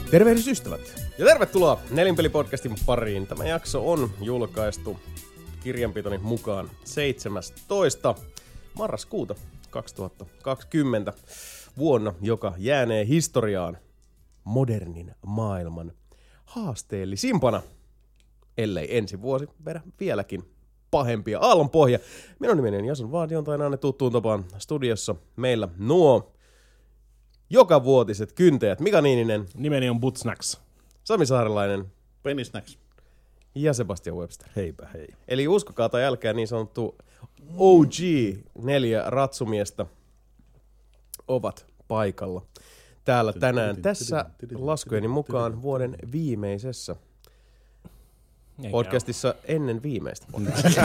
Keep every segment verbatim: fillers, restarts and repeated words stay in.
Tervehdys ystävät ja tervetuloa Nelinpeli-podcastin pariin. Tämä jakso on julkaistu kirjanpitoni mukaan seitsemästoista marraskuuta kaksituhattakaksikymmentä vuonna, joka jäänee historiaan modernin maailman haasteellisimpana, ellei ensi vuosi vedä vieläkin pahempia aallonpohja. Minun nimeni on Jason Vaadiontainen, aina tuttuun tapaan studiossa meillä nuo jokavuotiset kyntäjät. Mika Niininen. Nimeni on Butsnacks. Sami Saarelainen. Penisnacks. Ja Sebastian Webster. Heipä hei. Eli uskokaa tai älkää niin sanottu O G neljä ratsumiestä ovat paikalla täällä tänään. Tässä laskujeni mukaan vuoden viimeisessä podcastissa ennen viimeistä podcastia.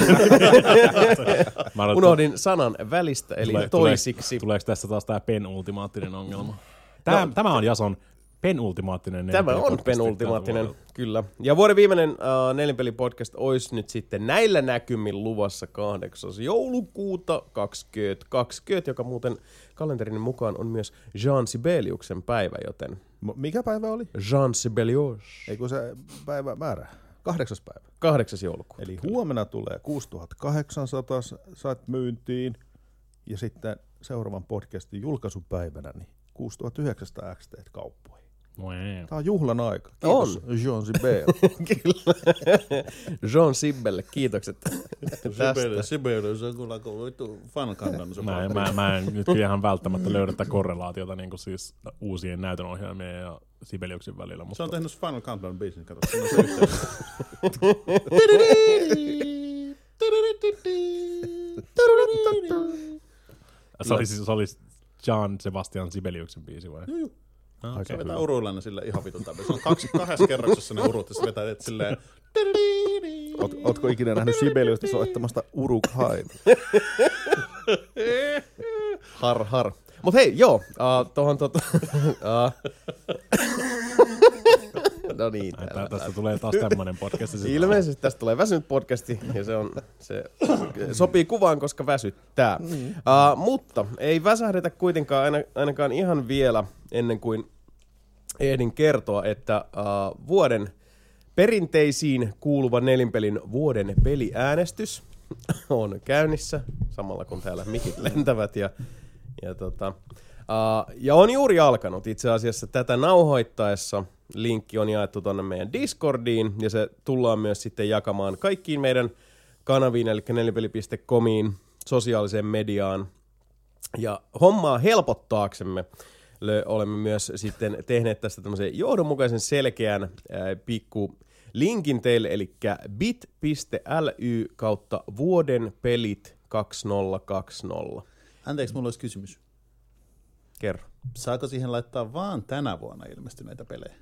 Unohdin sanan välistä, eli Tule, toisiksi. Tuleeko tässä taas tämä penultimaattinen ongelma? Tämä, no, tämä on Jason penultimaattinen. Tämä on penultimaattinen, kyllä. Ja vuoden viimeinen uh, Nelinpeli-podcast olisi nyt sitten näillä näkymin luvassa kahdeksas joulukuuta kaksituhattakaksikymmentä, joka muuten kalenterin mukaan on myös Jean Sibeliuksen päivä, joten... Mikä päivä oli? Jean Sibelius. Ei kun se päivä määrä. Kahdeksas päivä. Kahdeksas joulukuuta. Eli huomenna tulee kuusituhattakahdeksansataa saat myyntiin ja sitten seuraavan podcastin julkaisupäivänä niin kuusituhattayhdeksänsataa X T kauppoihin. Tämä on juhlan aika. Kiitos on. Jean Sibel. Kyllä. Jean Sibelle, kiitokset tästä. Sibel, se on kyllä kuin fankannan. Mä, mä, mä en nyt ihan välttämättä löydä tätä korrelaatiota niin kuin siis uusien näytönohjelmien ja Sibeliuksen välillä. Mutta... Se on tehnyt Final Countdown biisin, kato. Se oli, se oli John Sebastian Sibeliuksen biisi vai? Joo, joo. Ah, se vetää uruillinen silleen ihan vitun täpä. Se on kaksi, kahdessa kerroksessa ne urut, ja se vetää et silleen... Oot, ootko ikinä nähnyt Sibeliusta soittamasta urukhaita? Har har. Mut hei, joo, uh, tohon tota... Uh, no niin. Tää, tästä tulee taas tämmönen podcasti. Ilmeisesti tästä tulee väsynyt podcasti, ja se, on, se sopii kuvaan, koska väsyttää. Mm. Uh, mutta ei väsähdetä kuitenkaan aina, ainakaan ihan vielä, ennen kuin ehdin kertoa, että uh, vuoden perinteisiin kuuluva Nelinpelin vuoden peliäänestys on käynnissä, samalla kun täällä mikit lentävät. Ja, ja, tota, uh, ja on juuri alkanut. Itse asiassa tätä nauhoittaessa linkki on jaettu tuonne meidän Discordiin, ja se tullaan myös sitten jakamaan kaikkiin meidän kanaviin, eli nelinpeli piste comiin, sosiaaliseen mediaan. Ja hommaa helpottaaksemme olemme myös sitten tehneet tästä tämmöisen johdonmukaisen selkeän ää, pikku linkin teille, eli bit piste l y kautta vuoden pelit kaksituhattakaksikymmentä. Anteeksi, mulla olisi kysymys. Kerro. Saako siihen laittaa vaan tänä vuonna ilmestyneitä pelejä?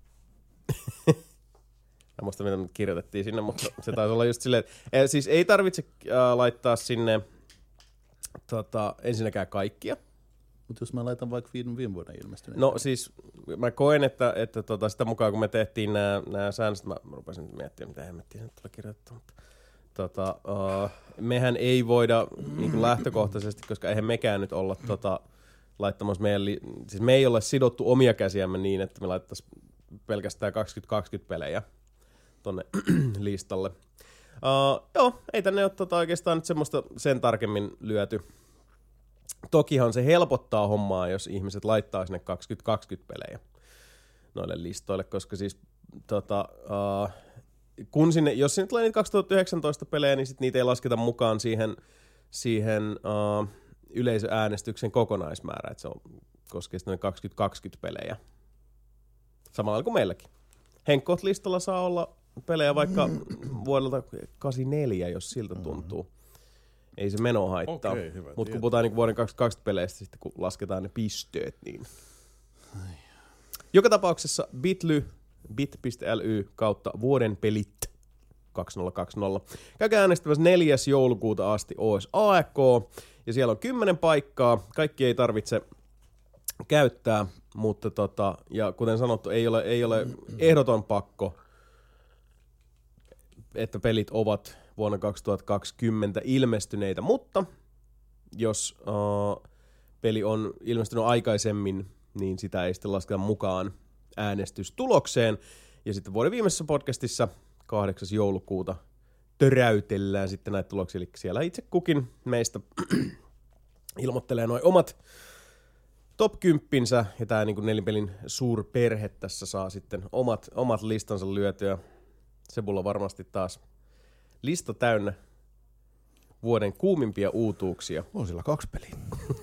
Mä muista, mitä me kirjoitettiin sinne, mutta se taisi olla just silleen, että siis ei tarvitse äh, laittaa sinne tota, ensinnäkään kaikkia. Mutta jos mä laitan vaikka viime, viime vuoden ilmestyneitä. No siis mä koen, että, että tota, sitä mukaan kun me tehtiin nämä säännöt, mä rupesin nyt miettimään, mitä hemmettiin sen tulla kirjoittaa, mutta tota, uh, mehän ei voida niin kuin lähtökohtaisesti, koska eihän mekään nyt olla tota, laittamassa meidän, li- siis me ei ole sidottu omia käsiämme niin, että me laittaisiin pelkästään kaksituhattakaksikymmentä pelejä tonne listalle. Uh, joo, ei tänne ole tota oikeastaan nyt semmoista sen tarkemmin lyöty. Tokihan se helpottaa hommaa, jos ihmiset laittaa sinne kaksituhattakaksikymmentä pelejä noille listoille, koska siis tota, uh, kun sinne, jos sinne tulee niitä kaksituhattayhdeksäntoista pelejä, niin sit niitä ei lasketa mukaan siihen, siihen uh, yleisöäänestyksen kokonaismäärä, että se on, koskee sitten kaksituhattakaksikymmentä pelejä. Samalla kuin meilläkin. Henkkoht-listalla saa olla pelejä vaikka vuodelta kahdeksankymmentäneljä, jos siltä tuntuu. Ei se meno haittaa. Okay, mutta kun puhutaan niin vuoden kaksituhattakaksikymmentä peleistä, sitten kun lasketaan ne pisteet, niin... Ai. Joka tapauksessa bitly, bit piste l y kautta vuoden pelit kaksituhattakaksikymmentä. Käykää äänestämässä neljäs joulukuuta asti O S A K, ja siellä on kymmenen paikkaa. Kaikki ei tarvitse käyttää, mutta tota, ja kuten sanottu, ei ole, ei ole ehdoton pakko, että pelit ovat vuonna kaksituhattakaksikymmentä ilmestyneitä, mutta jos uh, peli on ilmestynyt aikaisemmin, niin sitä ei sitten lasketa mukaan äänestystulokseen. Ja sitten vuoden viimeisessä podcastissa kahdeksas joulukuuta töräytellään sitten näitä tuloksia. Eli siellä itse kukin meistä ilmoittelee noin omat top kymppinsä. Ja tämä niin Nelinpelin suurperhe tässä saa sitten omat, omat listansa lyötyä. Sebulla varmasti taas lista täynnä vuoden kuumimpia uutuuksia. On sillä kaksi peliä.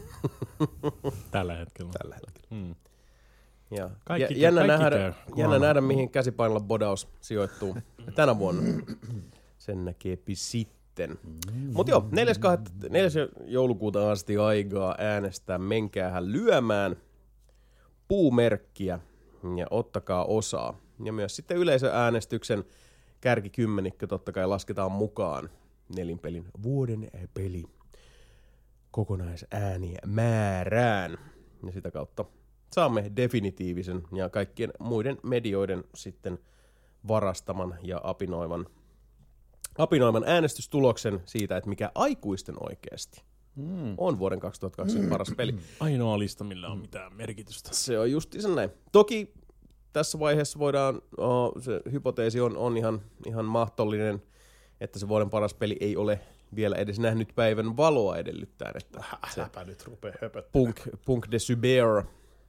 Tällä hetkellä. Tällä hetkellä. Hmm. Ja Kaikki, jännä kaikki nähdä, käy. jännä nähdä, mihin käsipainolla bodaus sijoittuu tänä vuonna. Sen näkeepi sitten. Mutta joo, neljäs joulukuuta asti aikaa äänestää. Menkäähän lyömään puumerkkiä ja ottakaa osaa. Ja myös sitten yleisöäänestyksen kärkikymmenikkö totta kai lasketaan mukaan Nelinpelin vuoden peli kokonaisääniä määrään. Ja sitä kautta saamme definitiivisen ja kaikkien muiden medioiden sitten varastaman ja apinoivan, apinoivan äänestystuloksen siitä, että mikä aikuisten oikeasti mm. on vuoden kaksituhattakaksikymmentä paras peli. Ainoa lista, millä on mitään merkitystä. Se on justiinsa näin. Toki tässä vaiheessa voidaan, oh, se hypoteesi on, on ihan, ihan mahdollinen, että se vuoden paras peli ei ole vielä edes nähnyt päivän valoa edellyttäen, että se nyt rupeaa höpöttämään. Punk, Punk de Cyber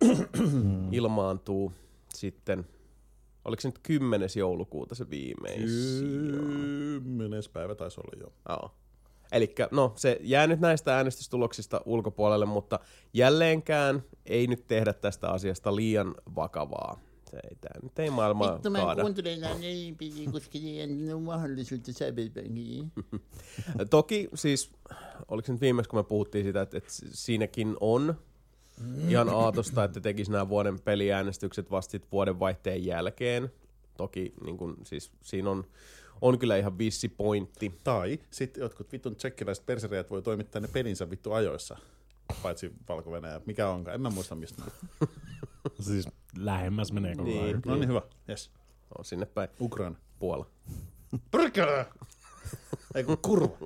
ilmaantuu sitten, oliko se nyt kymmenes joulukuuta se viimeisin? Kymmenes päivä taisi olla jo. Joo. Elikkä no se jää nyt näistä äänestystuloksista ulkopuolelle, mutta jälleenkään ei nyt tehdä tästä asiasta liian vakavaa. Se ei, tää nyt ei maailmaa Vittu, mä kaada. kuuntelen nää Nelinpeliä, koska ei ole mahdollisuutta sävelpäinkin. Toki siis, oliko se nyt viimeksi, kun me puhuttiin siitä, että, että siinäkin on ihan aatosta, että tekisi nämä vuoden peliäänestykset vasta sit vuoden vaihteen jälkeen. Toki niin kun, siis siinä on, on kyllä ihan vissi pointti. Tai sitten jotkut vittun tsekkiläiset persereijät voi toimittaa ne pelinsä vittu ajoissa. Paitsi Valko-Venäjä. Mikä onkaan? En mä muista mistä. Siis lähemmäs menee koko ajan. Niin. No niin, hyvä. Yes. On sinne päin. Ukraina. Puola. Pyrkälä! Ei kun kurva.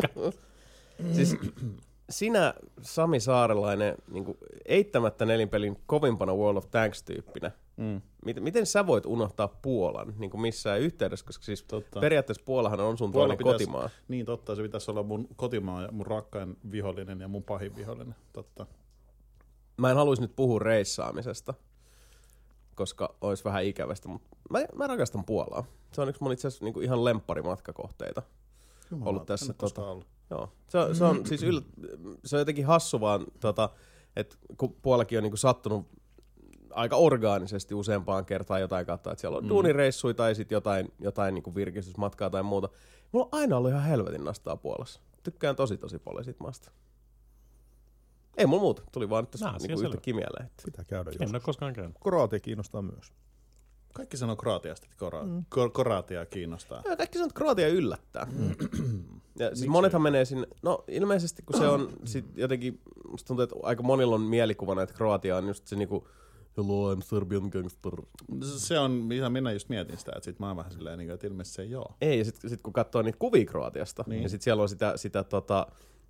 Siis sinä, Sami Saarelainen, niin kuin eittämättä Nelinpelin kovimpana World of Tanks-tyyppinä, Mm. miten, miten sä voit unohtaa Puolan niin kuin missään yhteydessä, koska siis Totta. periaatteessa Puolahan on sun Puola toinen pitäis- kotimaa. Niin totta, se pitäisi olla mun kotimaa ja mun rakkain vihollinen ja mun pahin vihollinen. Totta. Mä en haluaisi nyt puhua reissaamisesta, koska olisi vähän ikävästä, mutta mä, mä rakastan Puolaa. Se on yksi mun itse asiassa niin kuin ihan lempparimatkakohteita. Jumala, Ollut tässä, en ole tota- koskaan ollut. Joo, se on, se on siis yllä, se on jotenkin hassu vaan, tota, että kun Puolakin on niinku sattunut aika orgaanisesti useampaan kertaan jotain kautta, että siellä on mm. duunireissuja tai sitten jotain, jotain niinku virkistysmatkaa tai muuta. Mulla on aina ollut ihan helvetin nastaa Puolassa. Tykkään tosi tosi paljon siitä maasta. Ei mulla muuta, tuli vaan nyt tässä Nää, niinku siellä yhtäkkiä mieleen. Että Pitää käydä En joskus. ole koskaan käynyt. Kroatia kiinnostaa myös. Kaikki sanoo Kroatiasta, että Kora- mm. Kroatia kiinnostaa. ja kaikki sanoo, että Kroatia yllättää. Ja siis monethan menee sinne, no ilmeisesti kun se on sit jotenkin, musta tuntuu, että aika monilla on mielikuvana, että Kroatia on just se niinku, hello, I'm Serbian gangster. Se on, mitä minä just mietin sitä, että sit mä oon vähän silleen, niin kuin, että ilmeisesti se ei oo. Ei, ja sit, sit kun katsoo niitä kuvia Kroatiasta, niin. Ja sit siellä on sitä, sitä tota,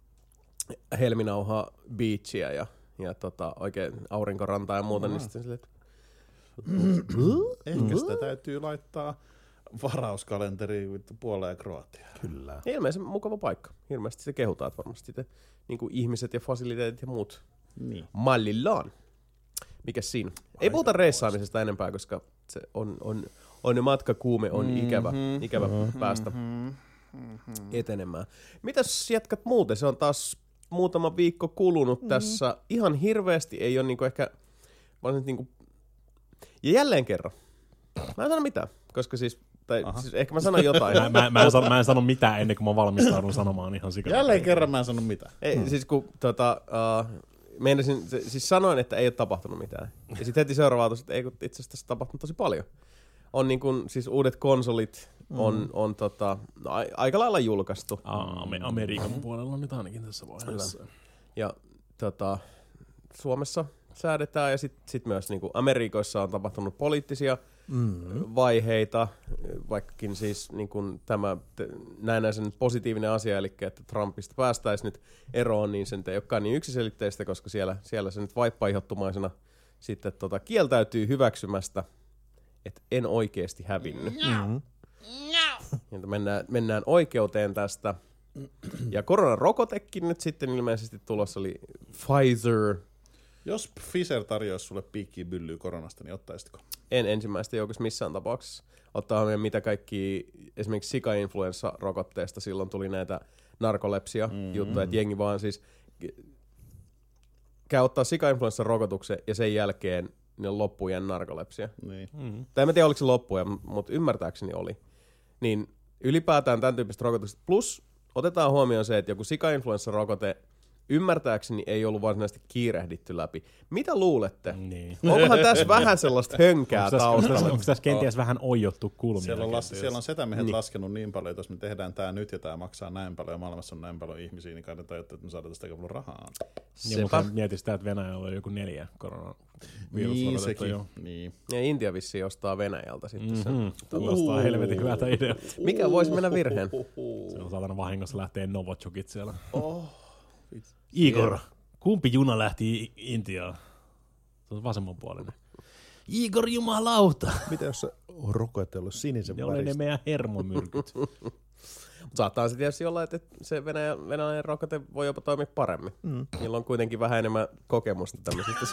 Helminauha beachia ja, ja tota, oikein aurinkorantaa ja muuta, mm. niin sitten silleen, että Ehkä sitä täytyy laittaa varauskalenteri Puola ja Kroatia. Kyllä. ilmeisen mukava paikka. Hirveästi se kehutaan, että varmasti sitten niin kuin ihmiset ja fasiliteetit ja muut Niin. mallillaan. Mikäs siinä? Ei puhuta reissaamisesta enempää, koska se on, on, on matkakuume, on mm-hmm. ikävä, ikävä mm-hmm. päästä mm-hmm. etenemään. Mitäs jatkat muuten? Se on taas muutama viikko kulunut mm-hmm. tässä. Ihan hirveästi ei ole niinku ehkä... Niinku... Ja jälleen kerran. Mä en sano mitään, koska siis... Tai siis ehkä mä sanon jotain. Mä, mä, mä, en sano, mä en sano mitään ennen kuin mä valmistaudun sanomaan ihan sikana. Jälleen kerran mä en sano mitään. Ei, hmm. siis kun tota... Uh, meinasin, siis sanoin, että ei ole tapahtunut mitään. Ja sitten heti seuraava ajatus, että ei, kun itse asiassa tässä tapahtunut tosi paljon. On niin kuin, siis uudet konsolit on, mm. on tota, no, a, aika lailla julkaistu. Aa, Amerikan puolella nyt ainakin tässä vaiheessa. Kyllä. Ja tota, Suomessa säädetään ja sitten sit myös niin kuin Amerikoissa on tapahtunut poliittisia mm. vaiheita, vaikkakin siis niin kuin tämä näennäisen positiivinen asia, eli että Trumpista päästäisiin nyt eroon, niin se ei olekaan niin yksiselitteistä, koska siellä, siellä se nyt vaippaihottumaisena sitten tota, kieltäytyy hyväksymästä että en oikeasti hävinnyt. Mm-hmm. Ja mennään, mennään oikeuteen tästä. Ja koronarokotekin nyt sitten ilmeisesti tulossa oli Pfizer. Jos Pfizer tarjoaisi sulle piikkiä byllyä koronasta, niin ottaisitko? En ensimmäistä joukossa missään tapauksessa. Ottaa huomioon, mitä kaikki esimerkiksi sika-influenssa-rokotteesta silloin tuli näitä narkolepsia-juttuja, mm. että jengi vaan siis käy ottaa sika-influenssa-rokotuksen ja sen jälkeen ne loppuu jään narkolepsia. Niin. Mm. Tai en tiedä, oliko se loppuja, mutta ymmärtääkseni oli. Niin ylipäätään tämän tyyppiset rokotukset. Plus otetaan huomioon se, että joku sika-influenssa-rokote ymmärtääkseni ei ollut varsinaisesti kiirehditty läpi. Mitä luulette? Niin. Onkohan tässä vähän sellaista hönkää onko taustalla? Onko tässä, onko tässä kenties oh. vähän oijottu kulmia? Siellä on, las, siellä on setämiehet niin. laskenut niin paljon, että jos me tehdään tämä nyt ja tämä maksaa näin paljon ja maailmassa on näin paljon ihmisiä, niin kannattaa, että me saadaan tästä aika paljon rahaa. Niin, mutta mietin sitä, että Venäjällä on joku neljä koronavirusrokotetta niin, jo. Niin. Ja Intia vissiin ostaa Venäjältä sitten mm-hmm. sen. Kuulostaa helvetin hyvältä idealta. Mikä voisi mennä virheen? Se on saatana vahingossa lähtee Novochukit siellä. Oh. Igor, kumpi juna lähti Intiaan? Se on vasemmanpuolinen. Igor, jumalauta! Mitä jos se rokote olisi sinisen ne väristä? Ne meidän hermomyrkyt. Saattaa se tietysti olla, että se Venäjä, venäläinen rokote voi jopa toimia paremmin. Mm. Niillä on kuitenkin vähän enemmän kokemusta tämmöisistä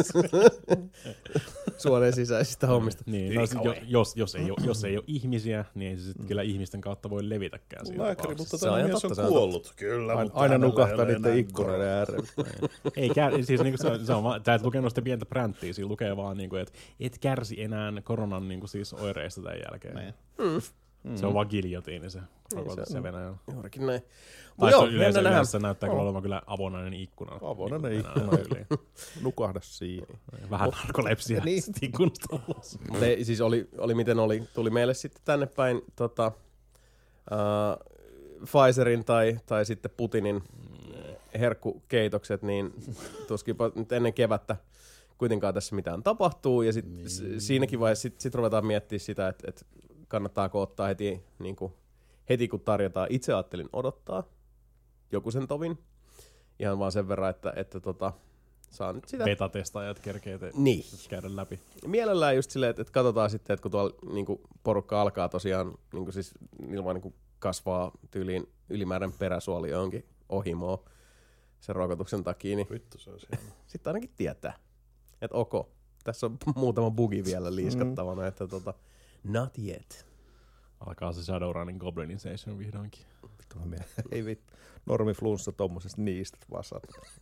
suoneen sisäisistä hommista. Niin, no, jo, jos, jos, ei ole, jos ei ole ihmisiä, niin ei se sitten kyllä ihmisten kautta voi levitäkään. Lääkäri, mutta tämä mies on kuollut. Kyllä, aina, aina nukahtaa niiden ikkunoiden ääreen. Ei kär, siis niinku se on, se on vaan, sä et lukenut sitä pientä pränttiä, siinä lukee vaan, niinku, että et kärsi enää koronan niinku, siis oireista tämän jälkeen. Mm. Mm. Se on vaan giljotiini se rokotus se Venäjällä. Juurikin näin. Tai joo, yleensä, yleensä näyttää kyllä olevan kyllä avonainen ikkuna. Avonainen ikkuna. Nukahda siihen. Vähän narkolepsia niin. ikkunasta ulos. Siis oli, oli miten oli. Tuli meille sitten tänne päin tota, uh, Pfizerin tai, tai sitten Putinin herkkukeitokset, niin tuskinpa nyt ennen kevättä kuitenkaan tässä mitään tapahtuu. Ja sitten niin. siinäkin vaiheessa sitten sit ruvetaan miettimään sitä, että et kannattaako ottaa heti, niin kuin, heti kun tarjotaan. Itse ajattelin odottaa joku sen tovin. Ihan vaan sen verran, että, että tota, saa nyt sitä. Beta-testaajat kerkeet niin. käydä läpi. Mielellään just silleen, että, että katsotaan sitten, että kun tuolla niin kuin porukka alkaa tosiaan, niin kuin siis niillä vaan niin kuin kasvaa tyyliin ylimäärän peräsuoli johonkin ohimoon sen rokotuksen takia, niin vittu se on siellä. Sitten ainakin tietää, että ok, tässä on muutama bugi vielä liiskattavana, mm. että tota, not yet. Alkaa se Shadowrunnin Goblinization vihdoinkin. Ei vittu. Normi flunssa tommosesta niistä vasat.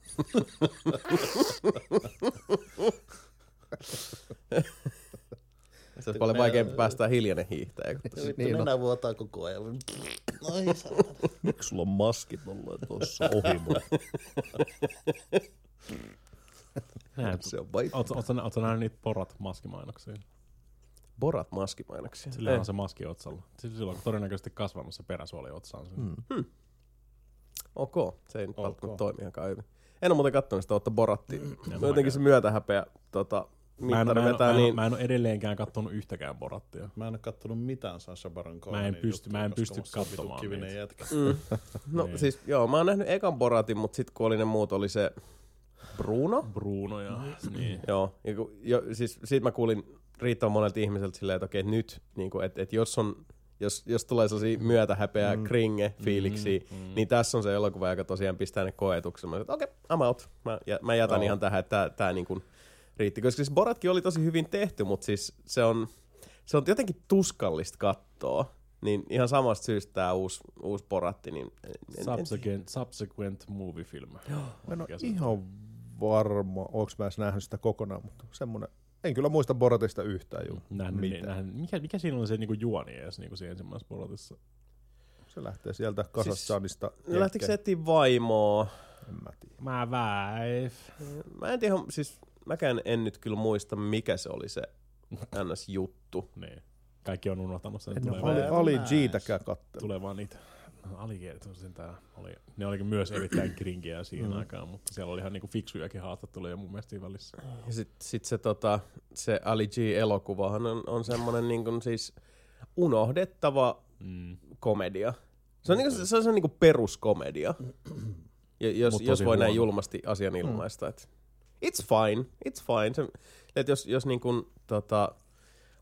Se olisi paljon vaikeampi päästää hiljainen hiihtäjä. Niin enää vuotaa koko ajan. Ai saatana. Miksi sulla on maskit ollaan tuossa ohimolla? Se on vaikeaa. Oletko nähnyt niitä Borat maskimainoksia? Borat maskimainoksia? Sillä on se maski otsalla. Silloin on todennäköisesti kasvanut se peräsuoli otsaan. Hmm. Hmm. Ok, se ei nyt välttämättä toimi ihan hyvin. En ole muuten kattonut sitä ottaa Borattia. No jotenkin se myötähäpeä tota, mittari vetää niin... Mä en ole edelleenkään kattonut yhtäkään Borattia. Mä en ole kattonut mitään Sacha Baron Cohenin Mä en pysty, mä en pysty katsomaan jätkä. Mm. No niin. Siis joo, mä oon nähnyt ekan Boratin, mutta sit kun oli ne muut, oli se Bruno. Bruno ja niin. Joo, ja kun, jo, siis siitä mä kuulin riittävän monelta ihmiseltä silleen, että okei, että nyt, niin että et jos on Jos, jos tulee sellaisia myötähäpeä, mm. kringe-fiiliksiä, mm. Mm. niin tässä on se elokuva, joka tosiaan pistää ne koetuksen. Mä okei, okay, I'm out. Mä, mä jätän oh. ihan tähän, että tää, tää niin kuin riitti. Koska siis Boratkin oli tosi hyvin tehty, mutta siis se on, se on jotenkin tuskallista katsoa. Niin ihan samasta syystä tää uusi, uusi Boratti. Niin en, subsequent, en... subsequent movie film. Mä en ole ihan varma, onko mä edes nähnyt sitä kokonaan, mutta semmoinen. En kyllä muista Boratista yhtään juu. Nähnyt, nähnyt. Mikä, mikä siinä on se niinku juoni edes niinku siinä ensimmäisessä Boratissa? Se lähtee sieltä Kazakstanista. Siis, lähtikö se etsiä vaimoa? En mä tiedä. Mä väif. Mä en tiedä, siis mäkään en nyt kyllä muista, mikä se oli se ns. Juttu. Niin. Kaikki on unohtanut sen. En ole Ali G:täkään kattelua. Tulee vaan niitä. Alligator, oli, ne olikin myös erittäin krinkiä siinä mm. aikaan, mutta siellä oli ihan niinku fiksujakin haastatteluja mun mielestä siinä välissä. Ja sit, sit se, tota, se Ali G-elokuvahan on, on semmonen niinku siis unohdettava mm. komedia. Se on, niinku, se on niinku peruskomedia, ja jos, jos voi huono. Näin julmasti asian ilmaista. Mm. It's fine, it's fine. Se, et jos, jos niinku, tota,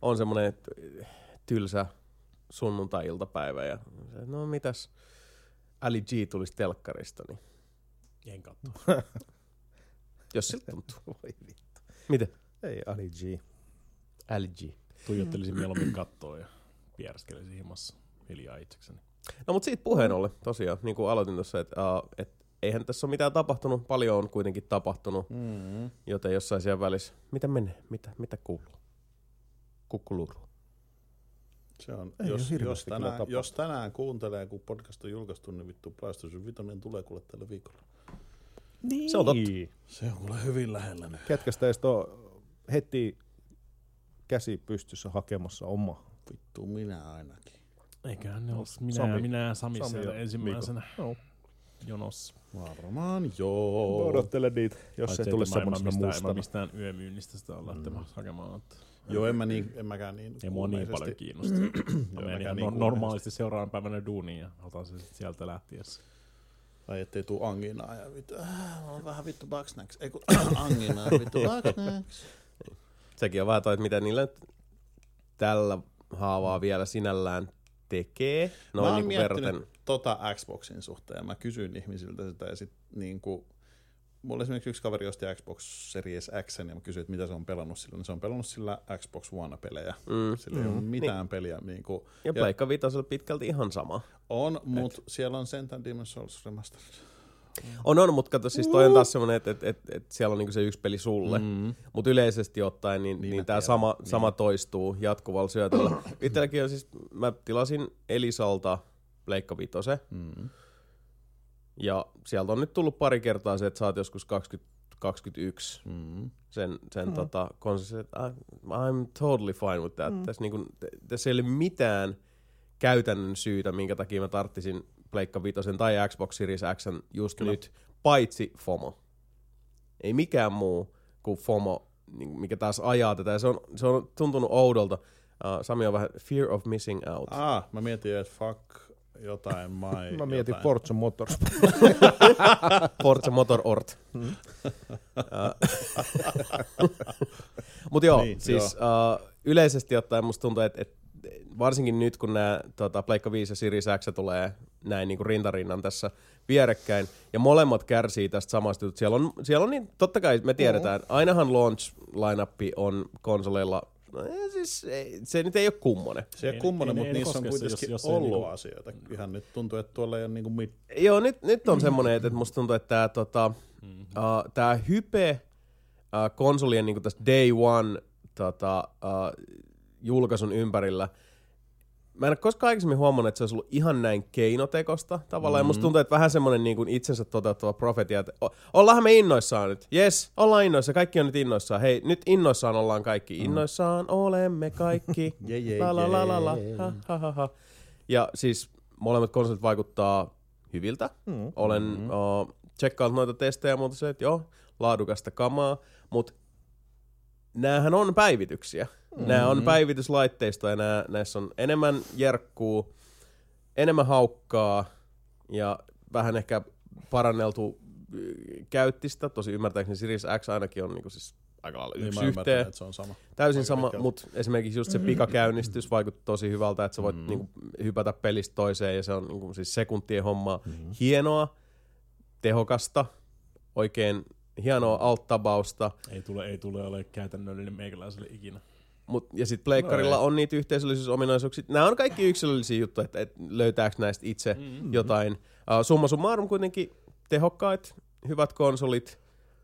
on semmoinen tylsä sunnuntai-iltapäivä ja no mitäs Ali G tulisi telkkarista, niin en katso. Jos siltä tuntuu. Voi vittu. Miten? Ei Ali G. Ali G. Tuijottelisin mieluummin kattoa ja pierskelisin himassa hiljaa itsekseni. No mut siitä puheen ollen tosiaan, niin kuin aloitin tuossa, että uh, et, eihän tässä ole mitään tapahtunut, paljon on kuitenkin tapahtunut, mm-hmm. joten jossain siellä välissä, mitä menee, mitä, mitä kuuluu? Kukkuluru. Se on, jos, jos, tänään, jos tänään kuuntelee, kun podcast on julkaistu, niin vittu PlayStation viisi tulee kuule tällä viikolla. Niin. Se on totta. Se on kuule hyvin lähellä nyt. Ketkäs teistä on heti käsi pystyssä hakemassa oma? Vittu, minä ainakin. Eiköhän ne ole minä, Sami. minä ja Sami, Sami siellä ensimmäisenä no. jonossa. Varmaan joo. Odottele niitä, jos Paitsi ei tule semmoisena mustana. mustana. En mä mistään yömyynnistä sitä olla lähtemässä mm. hakemaan. Että... Joo, en mä niin, en mäkään niin ei mua niin paljon kiinnosta. Mä menen ihan niin normaalisti seuraavan päivänä duuniin ja otan se sit sieltä lähtiessä. Tai ettei tuu anginaa ja vittu, äh, on vähän vittu Bugsnax. Ei kun anginaa, vittu Bugsnax. Sekin on vähän toi, että mitä niillä tällä haavaa vielä sinällään tekee. Mä oon niin miettinyt verten... tota Xboxin suhteen ja mä kysyin ihmisiltä sitä ja sit niinku... Mulla esimerkiksi yksi kaveri osti Xbox Series X ja mä kysyin, että mitä se on pelannut sillä. Se on pelannut sillä Xbox One-pelejä. Mm. Sillä ei mm. ole mitään niin. peliä. Niin kuin, ja Pleikka Vitosella pitkälti ihan sama. On, mutta siellä on sentään Demon's Souls Remastered. On, on, mutta kato, siis toi on taas semmoinen, että et, et, et siellä on niinku se yksi peli sulle. Mm. Mutta yleisesti ottaen, niin, niin, niin tämä sama, niin. sama toistuu jatkuvalla syötöllä. Itselläkin on siis, mä tilasin Elisalta Pleikka Vitosen. Mm. Ja sieltä on nyt tullut pari kertaa se, että sä oot joskus kaksikymmentäyksi mm. sen, sen mm. tota, konsolissa, että I'm totally fine with that. Mm. Tässä, niin kun, tässä ei ole mitään käytännön syytä, minkä takia mä tarttisin Pleikka Vitosen tai Xbox Series X:n just Kyllä. nyt, paitsi FOMO. Ei mikään muu kuin FOMO, mikä taas ajaa tätä. Se on, se on tuntunut oudolta. Uh, Sami on vähän fear of missing out. Ah, mä mietin, että fuck... Jotain mai. Mä mietin Forza Motors. Forza Motor Ort. Mm. Mutta joo, niin, siis joo. Uh, yleisesti ottaen musta tuntuu, että et, varsinkin nyt kun nämä tota, Pleikka viisi ja Series X tulee näin niinku rintarinnan tässä vierekkäin, ja molemmat kärsii tästä samasta jutut. Siellä on, siellä on niin, totta kai me tiedetään, mm. ainahan launch-lineup on konsoleilla. No, siis, ei, se nyt ei ole kummonen. Se ei ole kummonen, mutta niissä on kuitenkin jos, jos ollut niinku... asioita. Ihan nyt tuntuu, että tuolla ei ole niinku mit... Joo, nyt, nyt on semmoinen, että musta tuntuu, että tämä tota, mm-hmm. uh, tää hype uh, konsolien niinku tästä day one tota, uh, julkaisun ympärillä, mä en ole koskaan aikaisemmin huomannut, että se olisi ollut ihan näin keinotekosta tavallaan. Mm-hmm. Ja musta tuntuu, että vähän semmoinen niin kuin itsensä toteuttava profetia, että ollaanhan me innoissaan nyt. Jes, ollaan innoissaan. Kaikki on nyt innoissaan. Hei, nyt innoissaan ollaan kaikki. Innoissaan olemme kaikki. la la la la la. Ha, ha, ha, ha. Ja siis molemmat konsolit vaikuttaa hyviltä. Mm-hmm. Olen uh, tsekkaillut noita testejä ja muuta se, että joo, laadukasta kamaa. Mutta näähän on päivityksiä. Mm-hmm. Nämä on päivityslaitteistoja ja nää, näissä on enemmän jerkkuu, enemmän haukkaa ja vähän ehkä paranneltu käyttistä. Tosi ymmärtääkseni Series X ainakin on niinku siis aika lailla yksi niin yhteen. Se on sama. Täysin aika sama, mutta esimerkiksi just se pikakäynnistys vaikutti tosi hyvältä, että sä voit mm-hmm. niinku hypätä pelistä toiseen ja se on niinku siis sekuntien hommaa. Mm-hmm. Hienoa, tehokasta, oikein hienoa alt-tabausta. Ei tule, ei tule ole käytännöllinen meikäläiselle ikinä. Mut, ja sitten pleikkarilla no on niitä yhteisöllisyysominaisuuksia. Nämä on kaikki yksilöllisiä juttuja, että et löytääkö näistä itse mm-hmm. jotain. Uh, summa summarum kuitenkin tehokkaat, hyvät konsolit.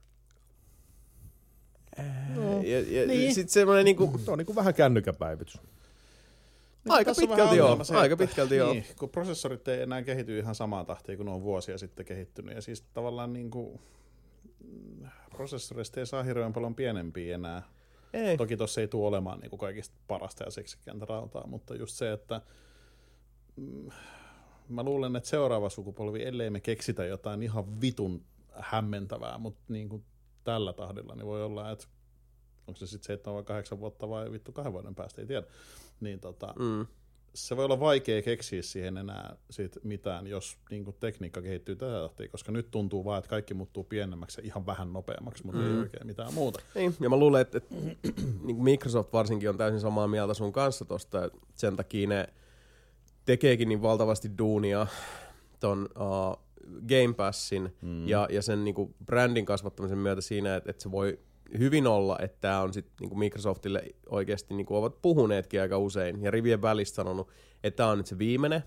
No, ja ja niin. Sitten semmoinen niinku... Se on niinku vähän kännykäpäivitys. Niin, aika pitkälti joo, se, aika pitkälti joo. Niin, kun prosessorit ei enää kehity ihan samaan tahtiin, kun ne on vuosia sitten kehittynyt. Ja siis tavallaan niinku... prosessoreista ei saa hirveän paljon pienempiä enää. Ei. Toki tossa ei tule olemaan niin kuin kaikista parasta ja seksikkääntä rautaa, mutta just se, että mm, mä luulen, että seuraava sukupolvi, ellei me keksitä jotain ihan vitun hämmentävää, mutta niin kuin tällä tahdilla, niin voi olla, että onko se sitten seitsemän vai kahdeksan vuotta vai vittu kahden vuoden päästä, ei tiedä. Niin tota, mm. se voi olla vaikea keksiä siihen enää sit mitään, jos niin kuin tekniikka kehittyy tätä tahtia, koska nyt tuntuu vaan, että kaikki muuttuu pienemmäksi ja ihan vähän nopeammaksi, mutta mm. ei oikein mitään muuta. Niin, ja mä luulen, että, että niin Microsoft varsinkin on täysin samaa mieltä sun kanssa tosta, että sen takia ne tekeekin niin valtavasti duunia ton uh, Game Passin mm. ja, ja sen niin kuin brändin kasvattamisen myötä siinä, että, että se voi hyvin olla, että tämä on sitten niinku Microsoftille oikeasti niinku ovat puhuneetkin aika usein ja rivien välistä sanonut, että tämä on nyt se viimeinen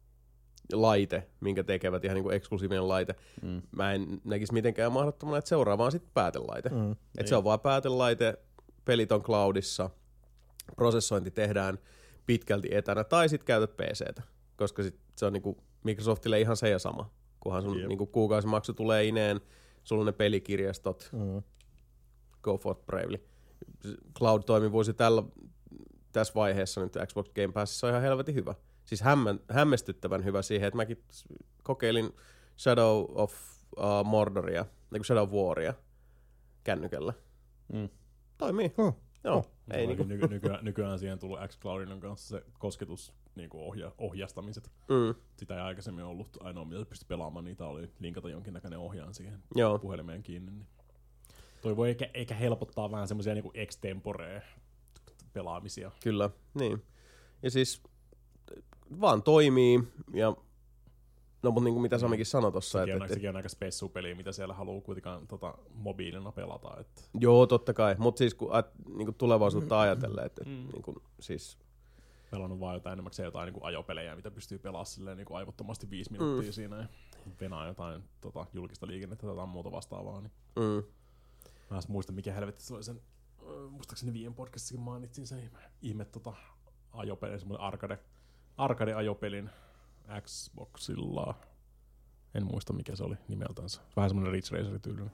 laite, minkä tekevät ihan niinku eksklusiivinen laite. Mm. Mä en näkisi mitenkään mahdottomana, että seuraava on sitten päätelaite. Mm. Että se on vaan päätelaite, pelit on cloudissa, prosessointi tehdään pitkälti etänä tai sitten käytät P C:tä, koska sit se on niinku Microsoftille ihan se ja sama, kunhan sun yep. niinku kuukausimaksu tulee ineen, sulla on ne pelikirjastot, mm. Go for it bravely. Cloud-toimivuus tällä, tässä vaiheessa nyt Xbox Game Passissa on ihan helvetin hyvä. Siis hämmän, hämmästyttävän hyvä siihen, että mäkin kokeilin Shadow of uh, Mordoria, niin kuin Shadow of Waria kännykällä. Mm. Toimii. Oh. Joo. Oh. Ei niinku. Nyky- nykyään, nykyään siihen tullut xCloudin kanssa se kosketus niinku ohja- ohjastamiset. Mm. Sitä ei aikaisemmin ollut. Ainoa mitä pystyi pelaamaan, niitä oli linkata jonkinnäköinen ohjaan siihen Joo. puhelimeen kiinni. Niin. Toi voi eikä, eikä helpottaa vähän semmoisia niinku extemporea pelaamisia. Kyllä, niin. Ja siis vaan toimii ja no mutta niinku mitä Samikin sanoi tossa. Sekin, että, on, sekin on aika spessu-peliä, mitä siellä haluaa kuitenkaan tota, mobiilina pelata. Että. Joo, totta kai, mutta siis kun at, niinku tulevaisuutta ajatellen, että mm. niinku, siis pelannut vaan jotain enemmän jotain niinku ajopelejä, mitä pystyy pelaamaan silleen niinku aivottomasti viisi minuuttia mm. siinä ja venaa jotain tota, julkista liikennettä tai jotain muuta vastaavaa. Niin. Mm. Mä en muista, mikä helvetti se oli sen, muistaakseni viime podcastissakin mainitsin sen ihme tota, ajopelin, semmoinen arcade, arcade-ajopelin Xboxilla. En muista, mikä se oli nimeltänsä. Vähän semmoinen Ridge Racer-tyylinen.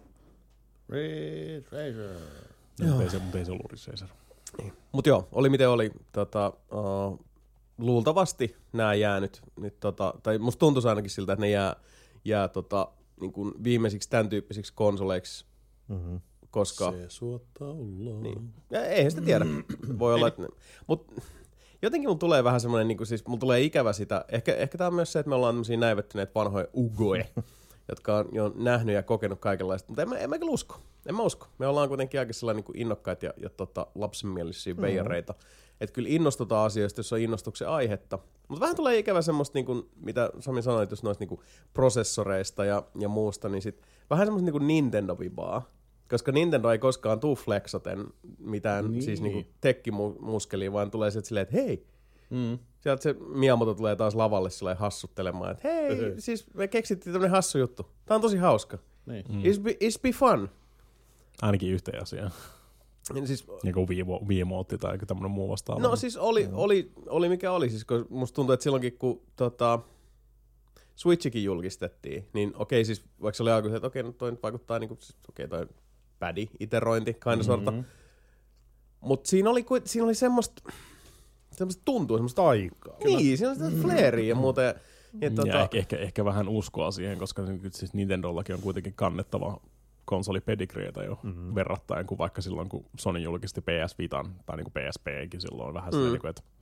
Ridge Racer. Mutta ei se, mut ei se ollut Ridge Racer. Niin. Mut joo, oli miten oli. Tota, uh, luultavasti nämä jää nyt, nyt tota, tai musta tuntuisi ainakin siltä, että ne jää, jää tota, niin kuin viimeisiksi tämän tyyppisiksi konsoleiksi. Mm-hmm. Koska se suottaa ollaan. Niin. Ja eihän sitä tiedä. Voi olla, että mut jotenkin mulla tulee vähän semmoinen, niin siis mulla tulee ikävä sitä. Ehkä, ehkä tää on myös se, että me ollaan tämmöisiä näivettyneet vanhoja ugoja, jotka on jo nähnyt ja kokenut kaikenlaista. Mutta en mä, en mä kyllä usko. En mä usko. Me ollaan kuitenkin aika sellainen niin innokkaita ja, ja tota, lapsenmielisiä mm-hmm. veijareita. Että kyllä innostutaan asioista, jos on innostuksen aihetta. Mutta vähän tulee ikävä semmoista, niin kuin, mitä Sami sanoi, jos noista niin prosessoreista ja, ja muusta, niin sit vähän semmoista niin Nintendo-vibaa. Koska Nintendo ei koskaan tuu flexaten mitään niin. siis niinku tekkimuskelia, vaan tulee sieltä silleen, että hei, mm. sieltä se Miyamoto tulee taas lavalle silleen hassuttelemaan, että hei, Pysy. siis me keksittiin tämmönen hassu juttu. Tää on tosi hauska. Niin. Mm. It's, be, it's be fun. Ainakin yhteen asiaan. Niin siis, niin kuin Wiimote tai tämmönen muu vastaava. No siis oli, mm. oli, oli mikä oli, siis kun musta tuntuu, että silloinkin kun tota, Switchikin julkistettiin, niin okei siis, vaikka se oli alkuun, että okei, no toi nyt vaikuttaa niinku, siis, okei toi pädi, iterointi, kind of sorta. Mm-hmm. Mut siinä oli, siinä oli semmoista, semmoista tuntua, semmoista aikaa. Niin, Kyllä. siinä oli sitä flairia ja muuta. Ja, ja, ja tota... ehkä, ehkä, ehkä vähän uskoa siihen, koska siis Nintendollakin on kuitenkin kannettava konsolipedigrietä jo mm-hmm. verrattain kuin vaikka silloin, kun Sony julkisti P S Vitan, tai niin kuin P S P:kin silloin vähän mm. silleen, niin kuin, että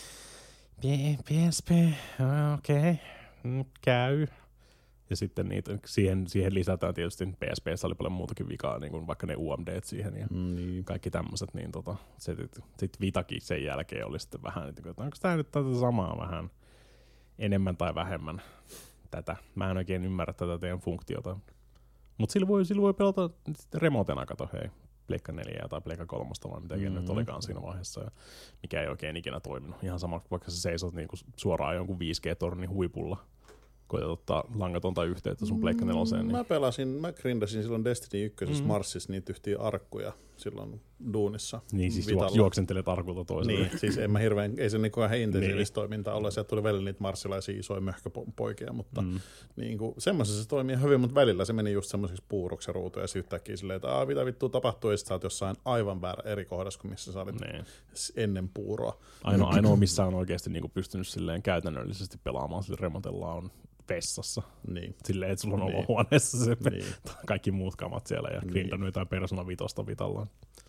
P S P, okei, okay. käy. Ja sitten niitä, siihen, siihen lisätään tietysti, P S P:ssä oli paljon muutakin vikaa, niin kuin vaikka ne U M D:t siihen ja mm, niin. kaikki tämmöiset, niin tota, sitten sit Vitakin sen jälkeen oli sitten vähän, että onko tämä nyt tätä samaa vähän enemmän tai vähemmän tätä. Mä en oikein ymmärrä tätä teidän funktiota. Mutta sillä voi, sillä voi pelata remotena, kato hei, Pleikka neljä tai Pleikka kolme vai mitä mm-hmm. nyt olikaan siinä vaiheessa, ja mikä ei oikein ikinä toiminut. Ihan sama, vaikka sä seisot niinku suoraan jonkun viisi G-tornin huipulla, koetat ottaa langatonta yhteyttä sun Pleikka neloseen. Niin. Mä pelasin, mä grindasin silloin Destiny ykkösessä mm. Marsissa niitä yhtiä arkkuja silloin duunissa. Niin siis Vitalla. Juoksentelet arkulta toiselle. Niin, siis en mä hirveän, ei se niinku ihan intensiivistä niin. toimintaa ole. Sieltä tuli välillä niitä marssilaisia isoja möhköpoikia, mutta mm. niinku, semmoisessa se toimii hyvin, mutta välillä se meni just semmoisiksi puuroksi ruutuja ja sitten yhtäkkiä silleen, että aah, mitä vittua tapahtuu, ja sit sä oot jossain aivan väärä eri kohdassa kuin missä sä olit niin. ennen puuroa. Ainoa, ainoa missä on oikeasti niinku pystynyt silleen käytännöllisesti pelaamaan sillä remotella on vessassa. Niin. Silleen, että sulla on niin. olohuoneessa se niin. kaikki muut kamat siellä ja niin. grindannut jotain Persona Vitosta Vitallaan.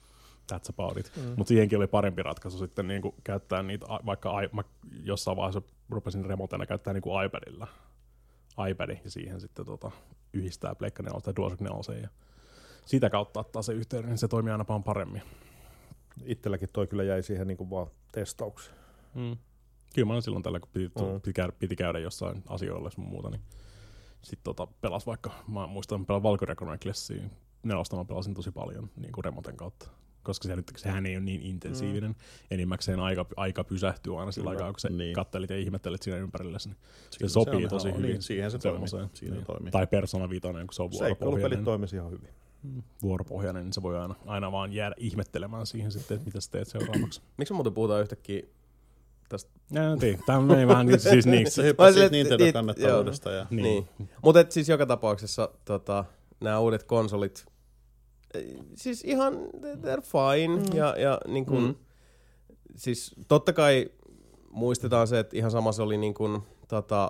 that's about it. Mm. Mutta siihenkin oli parempi ratkaisu sitten niinku käyttää niitä, vaikka I, mä jossain vaiheessa rupesin remotena käyttää niinku iPadilla. iPadin ja siihen sitten tota, yhdistää Pleikka neljä tai DualShock neljä ja sitä kautta ottaa se yhteyden, niin se toimii aina paljon paremmin. Itselläkin toi kyllä jäi siihen niinku vaan testaukseen. Mm. Kyllä mä silloin tällä, kun piti, Mm. piti, käydä, piti käydä jossain asioilla sun muuta, niin sitten tota, pelas vaikka, mä muistan, että pelaan Valkyria Chroniclesia, nelosta mä pelasin tosi paljon niin kuin remoten kautta. Koska se nyt, sehän ei ole niin intensiivinen. Mm. Enimmäkseen aika, aika pysähtyy aina sillä aikaa, kun sä niin. kattelit ja ihmettelit siinä ympärillesi. Niin se sopii se tosi hyvin. Niin, siihen se toimii. Siinä niin. toimii. Tai Persona viitonen, kun se on vuoropohjainen. Seikkailupelit toimisi ihan hyvin. Vuoropohjainen, niin se voi aina, aina vaan jäädä ihmettelemään siihen sitten, että mitä sä teet seuraavaksi. Miksi muuten puhutaan yhtäkkiä tästä? No, tämä meni vähän niin, siis niin. Se hyppäsi siitä Nintendo-kannettavuudesta. Ja... Niin. niin. Mutta siis joka tapauksessa tota, nämä uudet konsolit, siis ihan they're fine. Mm. Ja, ja niin kun, mm. siis totta kai muistetaan se, että ihan sama se oli niin kun, tota,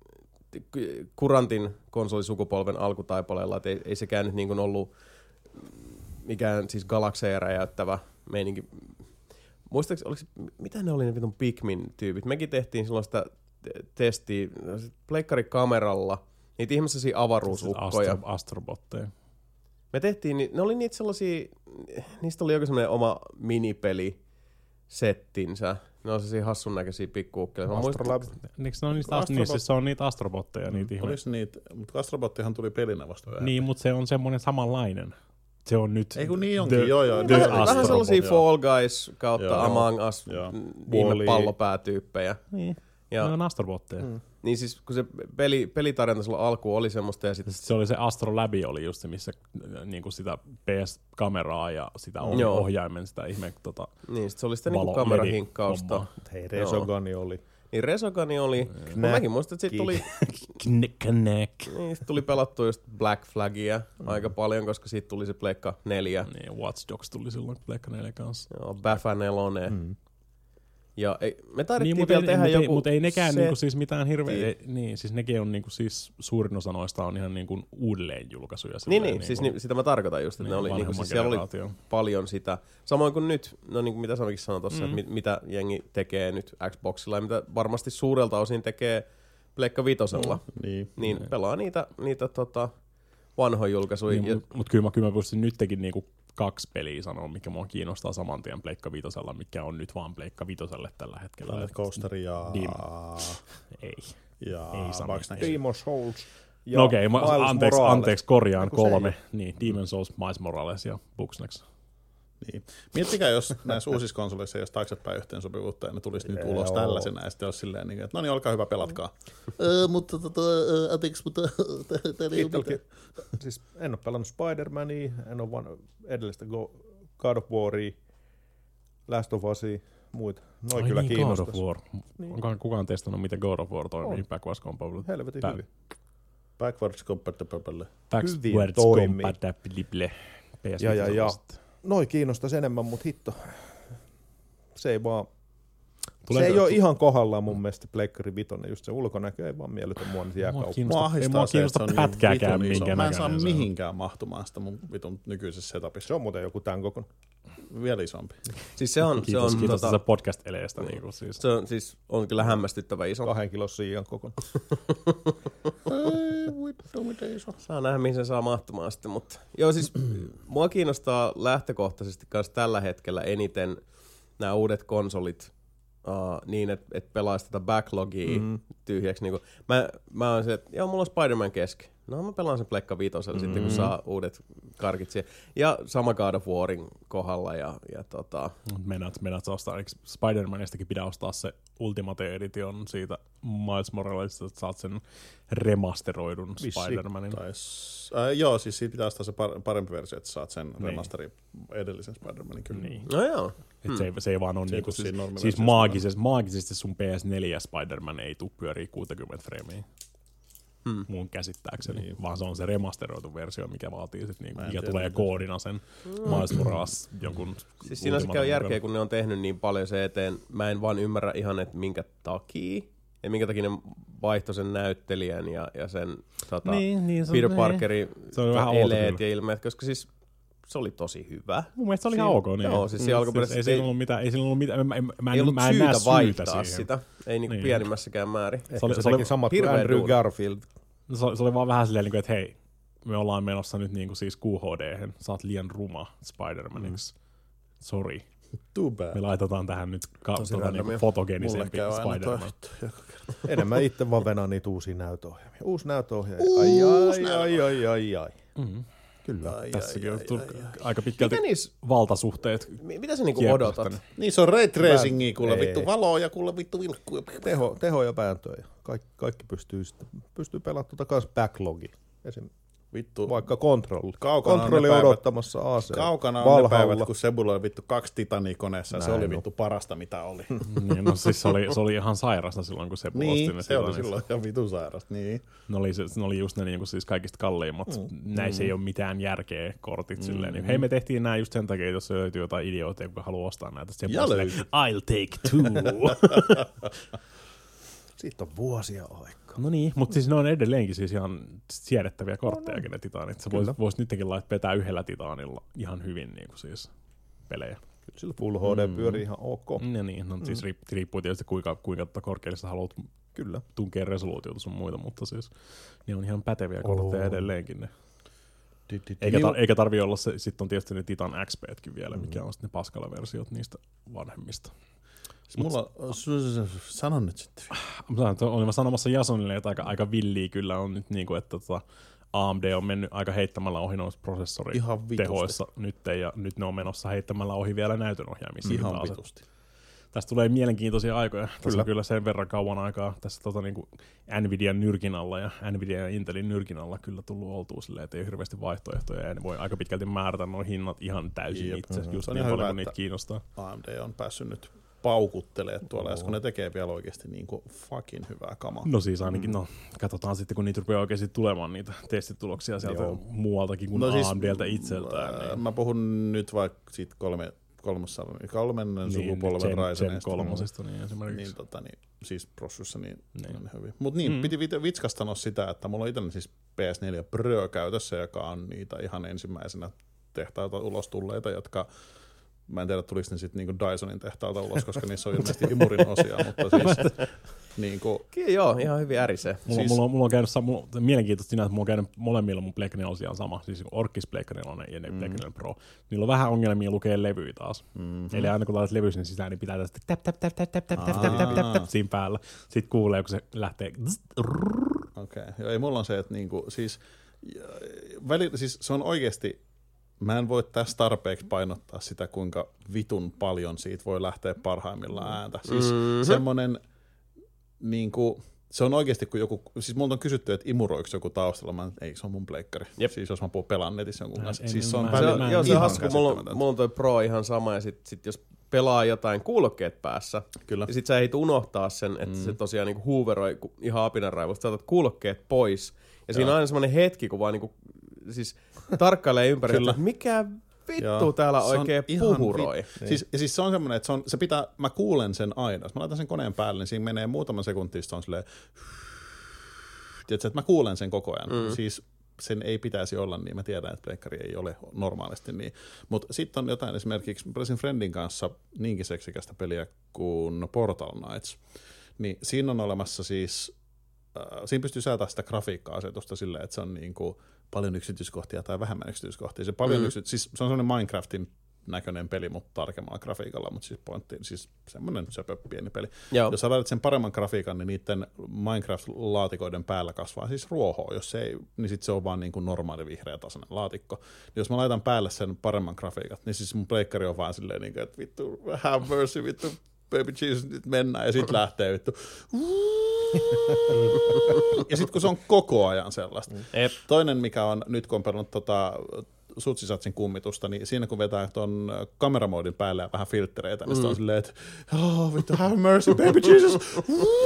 kurantin konsolisukupolven alkutaipaleella, että ei, ei sekään nyt niin kun ollut mikään siis galakseja räjäyttävä meininki. Muistaakseni, oliko, mitä ne oli ne vitun Pikmin-tyypit? Mekin tehtiin silloin sitä testiä pleikkarikameralla, niitä ihmeellisiä avaruusukkoja. Astro, astrobotteja. Me tehtiin, ne oli niitä sellaisia, niistä oli joku semmoinen oma minipeli-settinsä. Ne on sellaisia hassun näköisiä pikkuukkeja. Astrolab. Eikö ne on niistä Astrobot... niin, siis se on niitä astrobotteja, mm. niitä ihme. Olisi niitä, mutta astrobottihan tuli pelinä vasta vähän. Niin, mutta se on semmoinen samanlainen. Se on nyt... Ei kun niin onkin, the, joo joo. Vähän, vähän sellaisia Fall Guys kautta joo, Among Us ihme pallopäätyyppejä. Niin, ja, ne on astrobotteja. Mm. Niin siis kun se peli, pelitarjonta silloin alkuun oli semmoista ja sitten... Se oli se Astrolabi oli just se, missä niinku sitä P S-kameraa ja sitä oh- ohjaimen, sitä ihme tota... Niin, sit se oli sitä niinku kamerahinkkausta. Hei, Resogani oli. Niin Resogani oli. Mm. Mäkin muistan, että siitä tuli... Knack. Niin, sit tuli pelattua just Black Flagia mm. aika paljon, koska siitä tuli se Pleikka neljä. Niin, Watch Dogs tuli silloin Pleikka neljä kanssa. Joo, Baffa nelonen. Mm. Ja ei, me taidettiin niin, vielä ei, tehdä mut joku... Ei, mutta ei nekään niinku siis mitään hirveä... Niin, siis nekin on niinku siis suurin osa noista on ihan niinku uudelleenjulkaisuja. Niin, niin, niinku, siis ni, sitä mä tarkoitan just, että niin, ne oli, niinku, siis siellä oli paljon sitä. Samoin kuin nyt, no niin kuin mitä Savikin sanoi tuossa, mm. että mit, mitä jengi tekee nyt Xboxilla ja mitä varmasti suurelta osin tekee Pleikka Vitosella. Mm. Niin, niin mm. pelaa niitä, niitä tota, vanhoja julkaisuja. Niin, mutta mut kyllä mä, kyllä mä pystyn nytkin niinku kaksi peliä sanoa, mikä mua kiinnostaa saman tien Pleikka Vitosella, mikä on nyt vaan Pleikka Vitoselle tällä hetkellä. Planet Coaster ja... Dim. Ei. Ja Demon's Souls. No okei, okay, anteeksi, anteeksi, korjaan kolme. Niin, Demon's Souls, Miles Morales ja Bugsnax. Niin. Miettikää, jos näissä uusissa konsoleissa ei olisi taaksepäin yhteensopivuutta ja ne tulisi nyt ulos tällaisena ja sitten olisi silleen, että no niin, olkaa hyvä, pelatkaa. Mutta anteeksi, mutta täällä ei ole mitään. Siis en ole pelannut Spider-Mania, en ole vaan edellistä God of Waria, Last of Usia, muita. Noin kyllä niin, kiinnostais. God of War. Niin. Onkohan kukaan testannut, miten God of War toimii on. Backwards compatible? Helvetin Pä- hyvin. Backwards compatible. Backwards compatible. Ja, ja, ja. Noi kiinnostaisi enemmän, mutta hitto. Se ei vaan... Tuleeko, se ei ole tu- ihan kohdallaan mun mielestä Pleikkari Vitoinen, just se ulkonäkö ei vaan miellytä mua, niin se jää kauppaan. Mua ahdistaa se, että se on pätkääkään niin minkä Mä en saa mihinkään mahtumaan sitä mun vitun nykyisessä setupissa. Se on muuten joku tämän kokon. Vielä isompi. Siis se on... Kiitos, se on kiitos tota, podcast-eleestä. Niin kuin siis. Se on, siis on kyllä hämmästyttävä iso. Kahden kilon siian kokon. Ei vittu, miten iso. Saa nähdä, mihin se saa mahtumaan sitten, mutta... Joo, siis mua kiinnostaa lähtökohtaisesti myös tällä hetkellä eniten nämä uudet konsolit uh, niin, että et pelaisi tätä backlogia mm-hmm. tyhjäksi. Niin mä, mä oon se, että joo, mulla on Spider-Man kesken. No mä pelaan sen Pleikka Vitosella mm-hmm. sitten, kun saa uudet karkit siihen. Ja sama God of Warin kohdalla. Ja, ja tota... Meinaat, meinaat ostaa, eikö Spider-Manistakin pitää ostaa se Ultimate Edition siitä Miles Moralesista, että saat sen remasteroidun Vissi. Spider-Manin. Tais, äh, joo, siis siitä pitää ostaa se parempi versio, että saat sen niin. remasterin edellisen Spider-Manin kyllä. Niin. No joo. Hmm. Se, ei, se ei vaan ole niinku, siis, siis maagisesti, maagisesti sun P S neljä Spider-Man ei tuu pyörii kuusikymmentä freimiä. Hmm. Mun käsittääkseni, niin. Vaan se on se remasteroitu versio, mikä vaatii sit niinku, mikä tulee koodina sen mm. Miles Morales jonkun. Siis siinä se käy järkeä, kun ne on tehnyt niin paljon se eteen. Mä en vaan ymmärrä ihan, että minkä takia, ja minkä takia ne vaihtoi sen näyttelijän ja, ja sen tota, niin, niin, Peter Parkerin eleet ja ilmeet, koska siis se oli tosi hyvä. Mun mielestä se oli ihan ok. Niin. Joo, siis, mm, siis ei sillä ollut mitään, ei sillä ollut mitään, mä, mä, mä ei en, ollut mä en syytä näe vaihtaa syytä sitä, ei niinku niin. pienimmässäkään määrin. Se oli, se oli samat kuin Andrew duun. Garfield. Se, se oli vaan vähän silleen, että hei, me ollaan menossa nyt niinku siis Q H D-hen, sä oot liian ruma Spider-Maniksi. Mm. Sori. Too bad. Me laitetaan tähän nyt ka- tuota niinku fotogenisempi Spider-Man. Enemmän itse vaan venaan niitä uusia näytöohjelmia. Uusi näytöohjelma. Ai, ai, ai, ai, ai, ai. Mm-hmm. Kyllä. Ai, Tässäkin ai, on tullut ai, ai, aika pitkälti niis, valtasuhteet. mitä sä niinku odotat? Niin se on ray tracingia, kuule vittu valoa ja kuule vittu vilkkuja. Teho, teho ja vääntöjä. Kaikki, kaikki pystyy, pystyy pelaamaan tuota kanssa backlogia. Esim. Vittu. Vaikka Control. Control odottamassa A C. Kaukana on ne päivät, kun Sebulla oli vittu kaksi Titania-koneessa, se oli vittu parasta, mitä oli. Niin, no siis se oli, se oli ihan sairasta silloin, kun Sebu niin, osti ne se oli silloin ihan vitun sairasta, niin. Ne oli, se, ne oli just ne niin siis kaikista kalliimmat. Mm. Näissä mm. ei ole mitään järkeä kortit mm. silleen. Niin, hei, me tehtiin nämä just sen takia, jos löytyy jotain idiootteja, joka haluaa ostaa näitä. Sebu ja silleen, I'll take two. Siitä on vuosia aikaa. No niin, mutta siis ne on edelleenkin siis ihan siedettäviä korttejakin ne Titanit. Sä vois, vois nytkin laittaa petää yhdellä Titanilla ihan hyvin niin kuin siis pelejä. Kyllä sillä Full H D mm. pyörii ihan ok. Ja niin, no, mm. siis riippuu tietysti kuinka, kuinka korkealle sä haluat kyllä tunkea resoluutiota sun muita, mutta siis ne on ihan päteviä kortteja oh. edelleenkin ne. Eikä, tar- eikä tarvii olla se, sitten on tietysti ne Titan X P:tkin vielä, mikä mm. on sitten ne paskala-versiot niistä vanhemmista. Mulla, sano nyt sitten. Olin mä sanomassa Jasonille, että aika, aika villiä kyllä on nyt, niin kuin, että tota, A M D on mennyt aika heittämällä ohi noissa prosessoritehoissa nyt, ja nyt ne on menossa heittämällä ohi vielä näytönohjaimissa. Ihan vitusti. Tästä tulee mielenkiintoisia aikoja. Kyllä. Tässä on kyllä sen verran kauan aikaa tässä tota, niin kuin Nvidian nyrkin alla ja Nvidia ja Intelin nyrkin alla kyllä tullut oltua silleen, että ei ole hirveästi vaihtoehtoja ja ne voi aika pitkälti määrätä nuo hinnat ihan täysin Jep. itse, mm-hmm. just niin paljon kuin niitä kiinnostaa. A M D on päässyt nyt paukuttelee tuolla, oh. kun ne tekee vielä oikeasti niin kuin fucking hyvää kamaa. No siis ainakin, mm. no katsotaan sitten, kun niitä rupeaa oikeasti tulemaan niitä testituloksia sieltä Joo. muualtakin kuin no siis, A M D:ltä itseltään. Mä, niin. mä puhun nyt vaikka siitä kolme, kolmessa, kolmennen niin, sukupolven Ryzenista. kolmosesta niin esimerkiksi. Niin, tota, niin, siis prossussa niin, niin. on hyvin. Mutta niin, mm. piti vitskastanoa sitä, että mulla on itselleni siis P S neljä Pro käytössä, joka on niitä ihan ensimmäisenä tehtaalta ulos tulleita, jotka mä en tiedä, tuliko ne sitten niinku Dysonin tehtaalta ulos, koska niissä on ilmeisesti imurin osia, mutta siis niinku... Kyllä joo, ihan hyvin ärisee. Mulla, siis, mulla, on, mulla on käynyt, mulla, mielenkiintoista siinä, että mulla on käynyt molemmilla mun Pleikka nelosia on sama, siis Orkkis Pleikka nelonen ja mm. Pleikka nelonen Pro. Niillä on vähän ongelmia lukea levyä taas. Mm-hmm. Eli aina kun laitat levy sinne sisään, niin pitää tästä tap tap tap tap tap tap tap tap tap tap siinä päällä. Sitten kuulee, kun se lähtee... Okei, okay. Ei mulla on se, että niinku, siis, väli, siis se on oikeasti... Mä en voi tässä tarpeeksi painottaa sitä, kuinka vitun paljon siitä voi lähteä parhaimmillaan ääntä. Siis mm-hmm. semmonen, niinku, se on oikeasti kun joku, siis multa on kysytty, että imuroiko joku taustalla, mä ei, se on mun pleikkari. Jep. Siis jos mä puhun pelaan netissä jonkun kanssa. Siis se on, se on, joo, se on hasku, kun mulla, mulla on toi Pro ihan sama, ja sit, sit jos pelaa jotain kuulokkeet päässä, Kyllä. ja sit sä ehdit unohtaa sen, että mm. se tosiaan niinku huuveroi ihan apinanraivosta, sä otat kuulokkeet pois, ja siinä on aina semmonen hetki, kun vaan niinku, siis tarkkailee ympäri, että mikä vittu Joo. täällä oikein puhuroi. Vi- niin. siis, ja siis se on semmoinen, että se, on, se pitää, mä kuulen sen aina. Jos mä laitan sen koneen päälle, niin siinä menee muutama sekunti, se on silleen, tiedätkö, että mä kuulen sen koko ajan. Mm. Siis sen ei pitäisi olla niin, mä tiedän, että pleikkari ei ole normaalisti niin. Mutta sitten on jotain esimerkiksi, mä pelasin Friendin kanssa niinkin seksikästä peliä kuin Portal Knights. Niin siinä on olemassa siis, äh, siinä pystyy säätämään sitä grafiikka-asetusta silleen, että se on niin kuin paljon yksityiskohtia tai vähemmän yksityiskohtia. Se, paljon mm. yksity- siis se on semmoinen Minecraftin näköinen peli, mutta tarkemmalla grafiikalla, mutta siis pointti, siis semmoinen söpö pieni peli. Joo. Jos sä laitat sen paremman grafiikan, niin niiden Minecraft-laatikoiden päällä kasvaa siis ruohoa. Jos se ei, niin sit se on vaan niin kuin normaali vihreä tasainen laatikko. Niin jos mä laitan päälle sen paremman grafiikat, niin siis mun pleikkari on vaan silleen, niin kuin, että vittu, have mercy, vittu, baby Jesus, nyt mennään, ja sit lähtee vittu. Ja sit kun se on koko ajan sellaista. Ep. Toinen, mikä on nyt, kun on pelannut tota, Sutsisatsin kummitusta, niin siinä kun vetää ton kameramoodin päälle ja vähän filttereitä, niin mm. on silleen, että oh, vittu, have mercy, baby Jesus.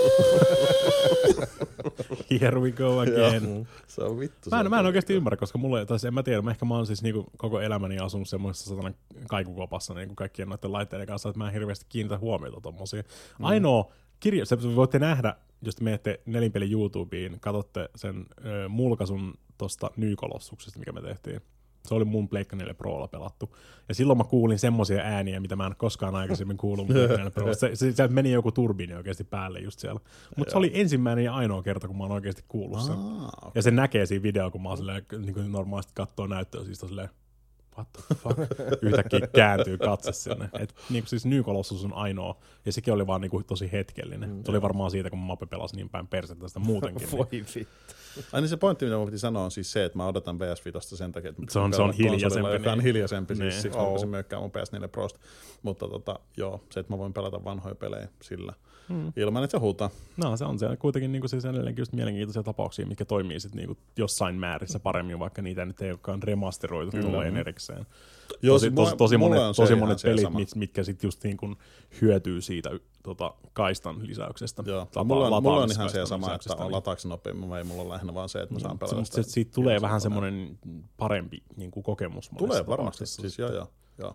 Here we go again. Mm. Se on vittu. Mä en, mä en oikeasti ymmärrä, koska mulle, tai en mä tiedä, mä ehkä mä oon siis niinku koko elämäni asunut semmoisessa satanan kaikukopassa niinku kaikkien noiden laitteiden kanssa, että mä en hirveästi kiinnitä huomiota tommosia. Mm. Ainoa kirja, se voitte nähdä, jos te menette Nelinpelin YouTubeen, katsotte sen ö, mulkaisun tosta Nykolossuksesta, mikä me tehtiin. Se oli mun Pleikka neljä Prolla pelattu. Ja silloin mä kuulin semmosia ääniä, mitä mä en koskaan aikaisemmin kuullut Pleikka neljä Prolla. Se, se, se meni joku turbiini oikeasti päälle just siellä. Mutta se oli ensimmäinen ja ainoa kerta, kun mä oon oikeasti kuullut sen. Ah, okay. Ja se näkee siinä videolla, kun mä oon silleen, niin kuin normaalisti kattoo näyttöä, siis silleen, what the fuck? Yhtäkkiä kääntyy katse sinne. Et, niin kuin siis New Colossus on ainoa, ja sekin oli vaan niin kuin tosi hetkellinen. Mm, se oli varmaan siitä, kun Mape pelasi niin päin persettä sitä muutenkin. Voi vittu. Aina se pointti, mitä mä piti sanoa, on siis se, että mä odotan P S Vitosta sen takia, että se on, se on hiljaisempi. Joka on hiljaisempi, niin. Siis siksi mä mökkään mun P S neljä Prosta. Mutta tota, joo, se, että mä voin pelata vanhoja pelejä sillä hmm. ilman, että se huutaa. No se on se kuitenkin niinku siis edelleenkin just mielenkiintoisia tapauksia, mitkä toimii sit niinku jossain määrissä paremmin, vaikka niitä nyt ei olekaan remasteroitu mm. tuolleen erikseen. Joo, tosi, mulla, tosi, tosi monet, tosi monet pelit, sama. mitkä sit just niin kun hyötyy siitä tota, kaistan lisäyksestä. Joo, Lata, mulla on, mulla on ihan se sama, että on lataaksi nopeammin, ei mulla on lähinnä vaan se, että mä saan pelata sitä. Siitä tulee vähän semmoinen parempi niin kuin kokemus. Tulee varmasti, siis joo joo. joo.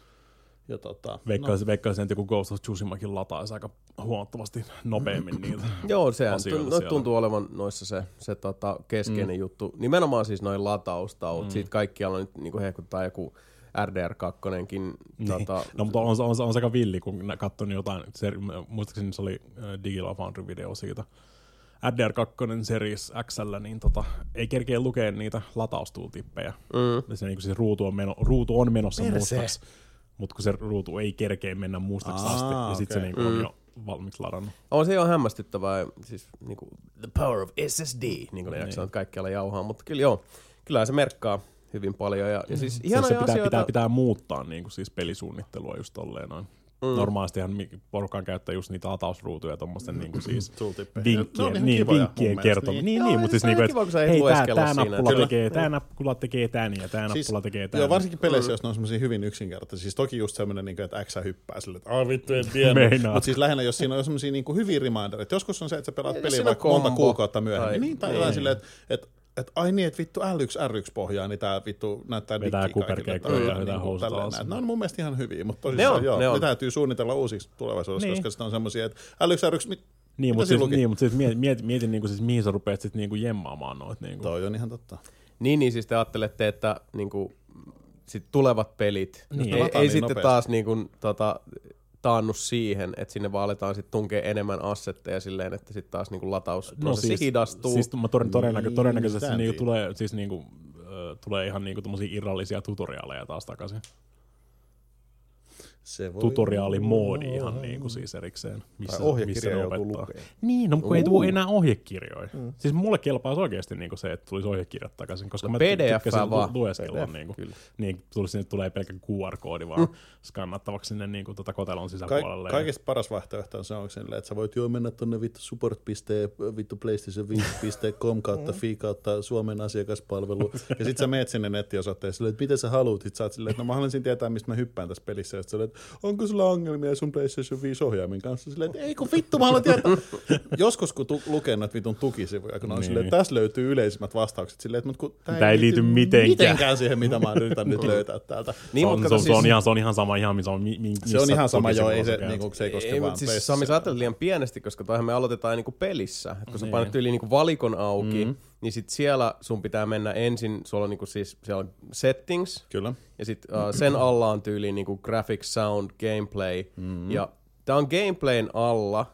Ja tota, veikkaisin, no. veikkaisin, että joku Ghost of Tsushimakin lataisi aika huomattavasti nopeammin niitä. Joo, sehän tuntuu, tuntuu olevan noissa se, se tota keskeinen mm. juttu. Nimenomaan siis noin lataustaut. Mm. Siitä kaikkialla nyt niin kuin hehkuttaa joku R D R kaksi. Niin. Tota... No, mutta on, on, on se aika villi, kun katson jotain, se, muistaakseni se oli Digital Foundry-video siitä, R D R kaksi Series X:llä, niin tota, ei kerkeä lukea niitä lataustuultippejä. Mm. Se, niin kuin, siis ruutu, on meno, ruutu on menossa mustaksi, mutta kun se ruutu ei kerkeä mennä mustaksi Aa, asti, ja sitten okay. se niin kuin, mm. on jo valmiiksi ladannut. On se jo hämmästyttävää, siis niin kuin, the power of S S D, niin kuin ne jaksaa kaikkialla jauhaa, mutta kyllä joo, kyllä se merkkaa hyvin paljon. Ja, ja siis se, se pitää, asioita... pitää, pitää muuttaa niin kuin siis pelisuunnittelua just tolleen noin. Mm. Normaalistihan porukan käyttää just niitä latausruutuja tommosten niinku siis vinkkien, no, niin, vinkkien kertomista. Niin, niin, niin, mutta siis niinku, että hei, tää, tää nappula tekee, tää nappula tekee tän ja tää siis, nappula tekee tän. Joo, varsinkin peleissä, mm. jos ne on semmosia hyvin yksinkertaisia. Siis toki just semmoinen, niinku, että X hyppää silleen, että aah vittu, en tiedä. Mutta siis lähinnä, jos siinä on semmosia niinku hyviä remindereita. Joskus on se, että sä pelaat peliä vaikka monta kuukautta myöhemmin. Niin, tai jotain silleen, että että ai niin, että vittu L yksi R yksi -pohjaa, niin tää vittu näyttää dikkiä kaikille. Vetää kuperkeikkoja ja vetää housut alas. Ne on mun mielestä ihan hyviä, mutta tosissaan joo, ne, ne täytyy suunnitella uusiksi tulevaisuudessa, niin. Koska sitten on semmosia, että L yksi R yksi, mit, niin, mutta siis, niin, mutta siis mietin, mietin, mietin niin kuin siis, mihin sä rupeat sitten niin kuin jemmaamaan noit. Niin kuin. Toi on ihan totta. Niin, niin siis te ajattelette, että niin kuin, sit tulevat pelit, niin. ei, ei niin sitten nopeasti. Taas niin kuin, tota, taannu siihen, että sinne vaan aletaan sitten tunkea enemmän assetteja silleen, että sitten taas niinku latausprosessi no siis, hidastuu. Siis todennäkö, niin, todennäköisesti niinku tulee, siis niinku, äh, tulee ihan niinku tommosia irrallisia tutoriaaleja taas takaisin. Se voi tutoriaalimoodi no, ihan niinku siis erikseen, missä, missä ne opettaa. Niin, no, kun uh. ei tule enää ohjekirjoja. Mm. Siis mulle kelpaisi oikeasti niinku se, että tulisi ohjekirjat takaisin, koska no, mä tykkäsin lu- lueskella. Niinku, niin, sinne tulee pelkkä Q R-koodi vaan mm. skannattavaksi sinne niinku, tota kotelon sisäpuolelle. Ka- kaikista paras vaihtoehto on se, on sille, että sä voit jo mennä tonne vittu support piste playstation viisi piste com kautta fi kautta Suomen asiakaspalvelu. Ja sit sä meet sinne nettiosoitteeseen silleen, että mitä sä haluut. Sit sä oot silleen, että no mä haluaisin tietää, mistä mä hyppään tässä pelissä. Ja sit silleen, onko sulla ongelmia sun PlayStation viisi ohjaimin kanssa? Silleen, että ei kun vittu, mä haluan tietää. Joskus kun tu- lukee noita vitun tukisivuja, kun on niin. Silleen, että tässä löytyy yleisimmät vastaukset. Silleen, että kun tää, tää ei liity mitenkään. mitenkään siihen, mitä mä yritän nyt löytää täältä. Niin, se, on, se, on, siis... se, on ihan, se on ihan sama, ihan, on, mi, mi, se on ihan sama, joo, ei se, niinku, se ei koske ei, vaan siis Sami, sä ajattelet liian pienesti, koska toihan me aloitetaan niinku pelissä. Et kun sä painat yli niinku valikon auki, mm. niin sit siellä sun pitää mennä ensin, sulla on niinku siis siellä on settings. Kyllä. Ja sit uh, sen alla on tyyliin niinku graphics, sound, gameplay. Mm-hmm. Ja tää on gameplayn alla,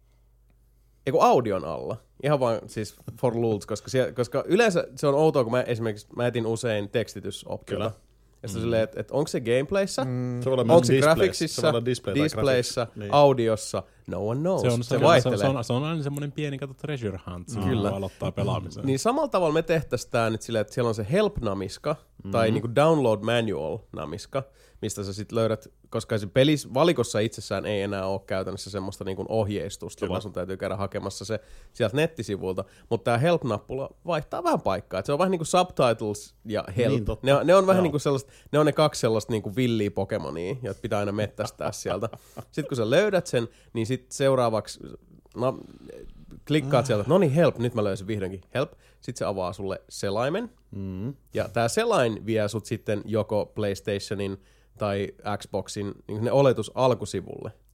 eiku audion alla. Ihan vaan siis for lulz, koska, siellä, koska yleensä se on outoa, kun mä esimerkiksi mä etin usein tekstitysoptiota. Ja sitten mm. silleen, että et onko se gameplayssa, mm. se onko se graphicsissa, display displayssa, niin. Audiossa, no one knows. Se, on, se, se vaihtelee. Se on, se on aina semmoinen pieni kato treasure hunt, mm. kun aloittaa pelaamisen. Niin samalla tavalla me tehtäisiin tää nyt silleen, että siellä on se help-namiska, mm. tai niinku download manual-namiska, mistä sä sit löydät, koska se pelis valikossa itsessään ei enää ole käytännössä semmoista niinku ohjeistusta, Kyllä. vaan sun täytyy käydä hakemassa se sieltä nettisivuilta. Mutta tää help-nappula vaihtaa vähän paikkaa. Et se on vähän niinku subtitles ja help. Niin, ne, on, ne on vähän niinku sellaista, ne on ne kaksi sellaista niinku villiä Pokemonia, jotka pitää aina mettästää sieltä. Sitten kun sä löydät sen, niin sit seuraavaksi no, klikkaat sieltä, no niin help, nyt mä löysin vihdoinkin help. Sitten se avaa sulle selaimen. Mm. Ja tää selain vie sut sitten joko PlayStationin tai Xboxin niin ne oletus alkusivulle.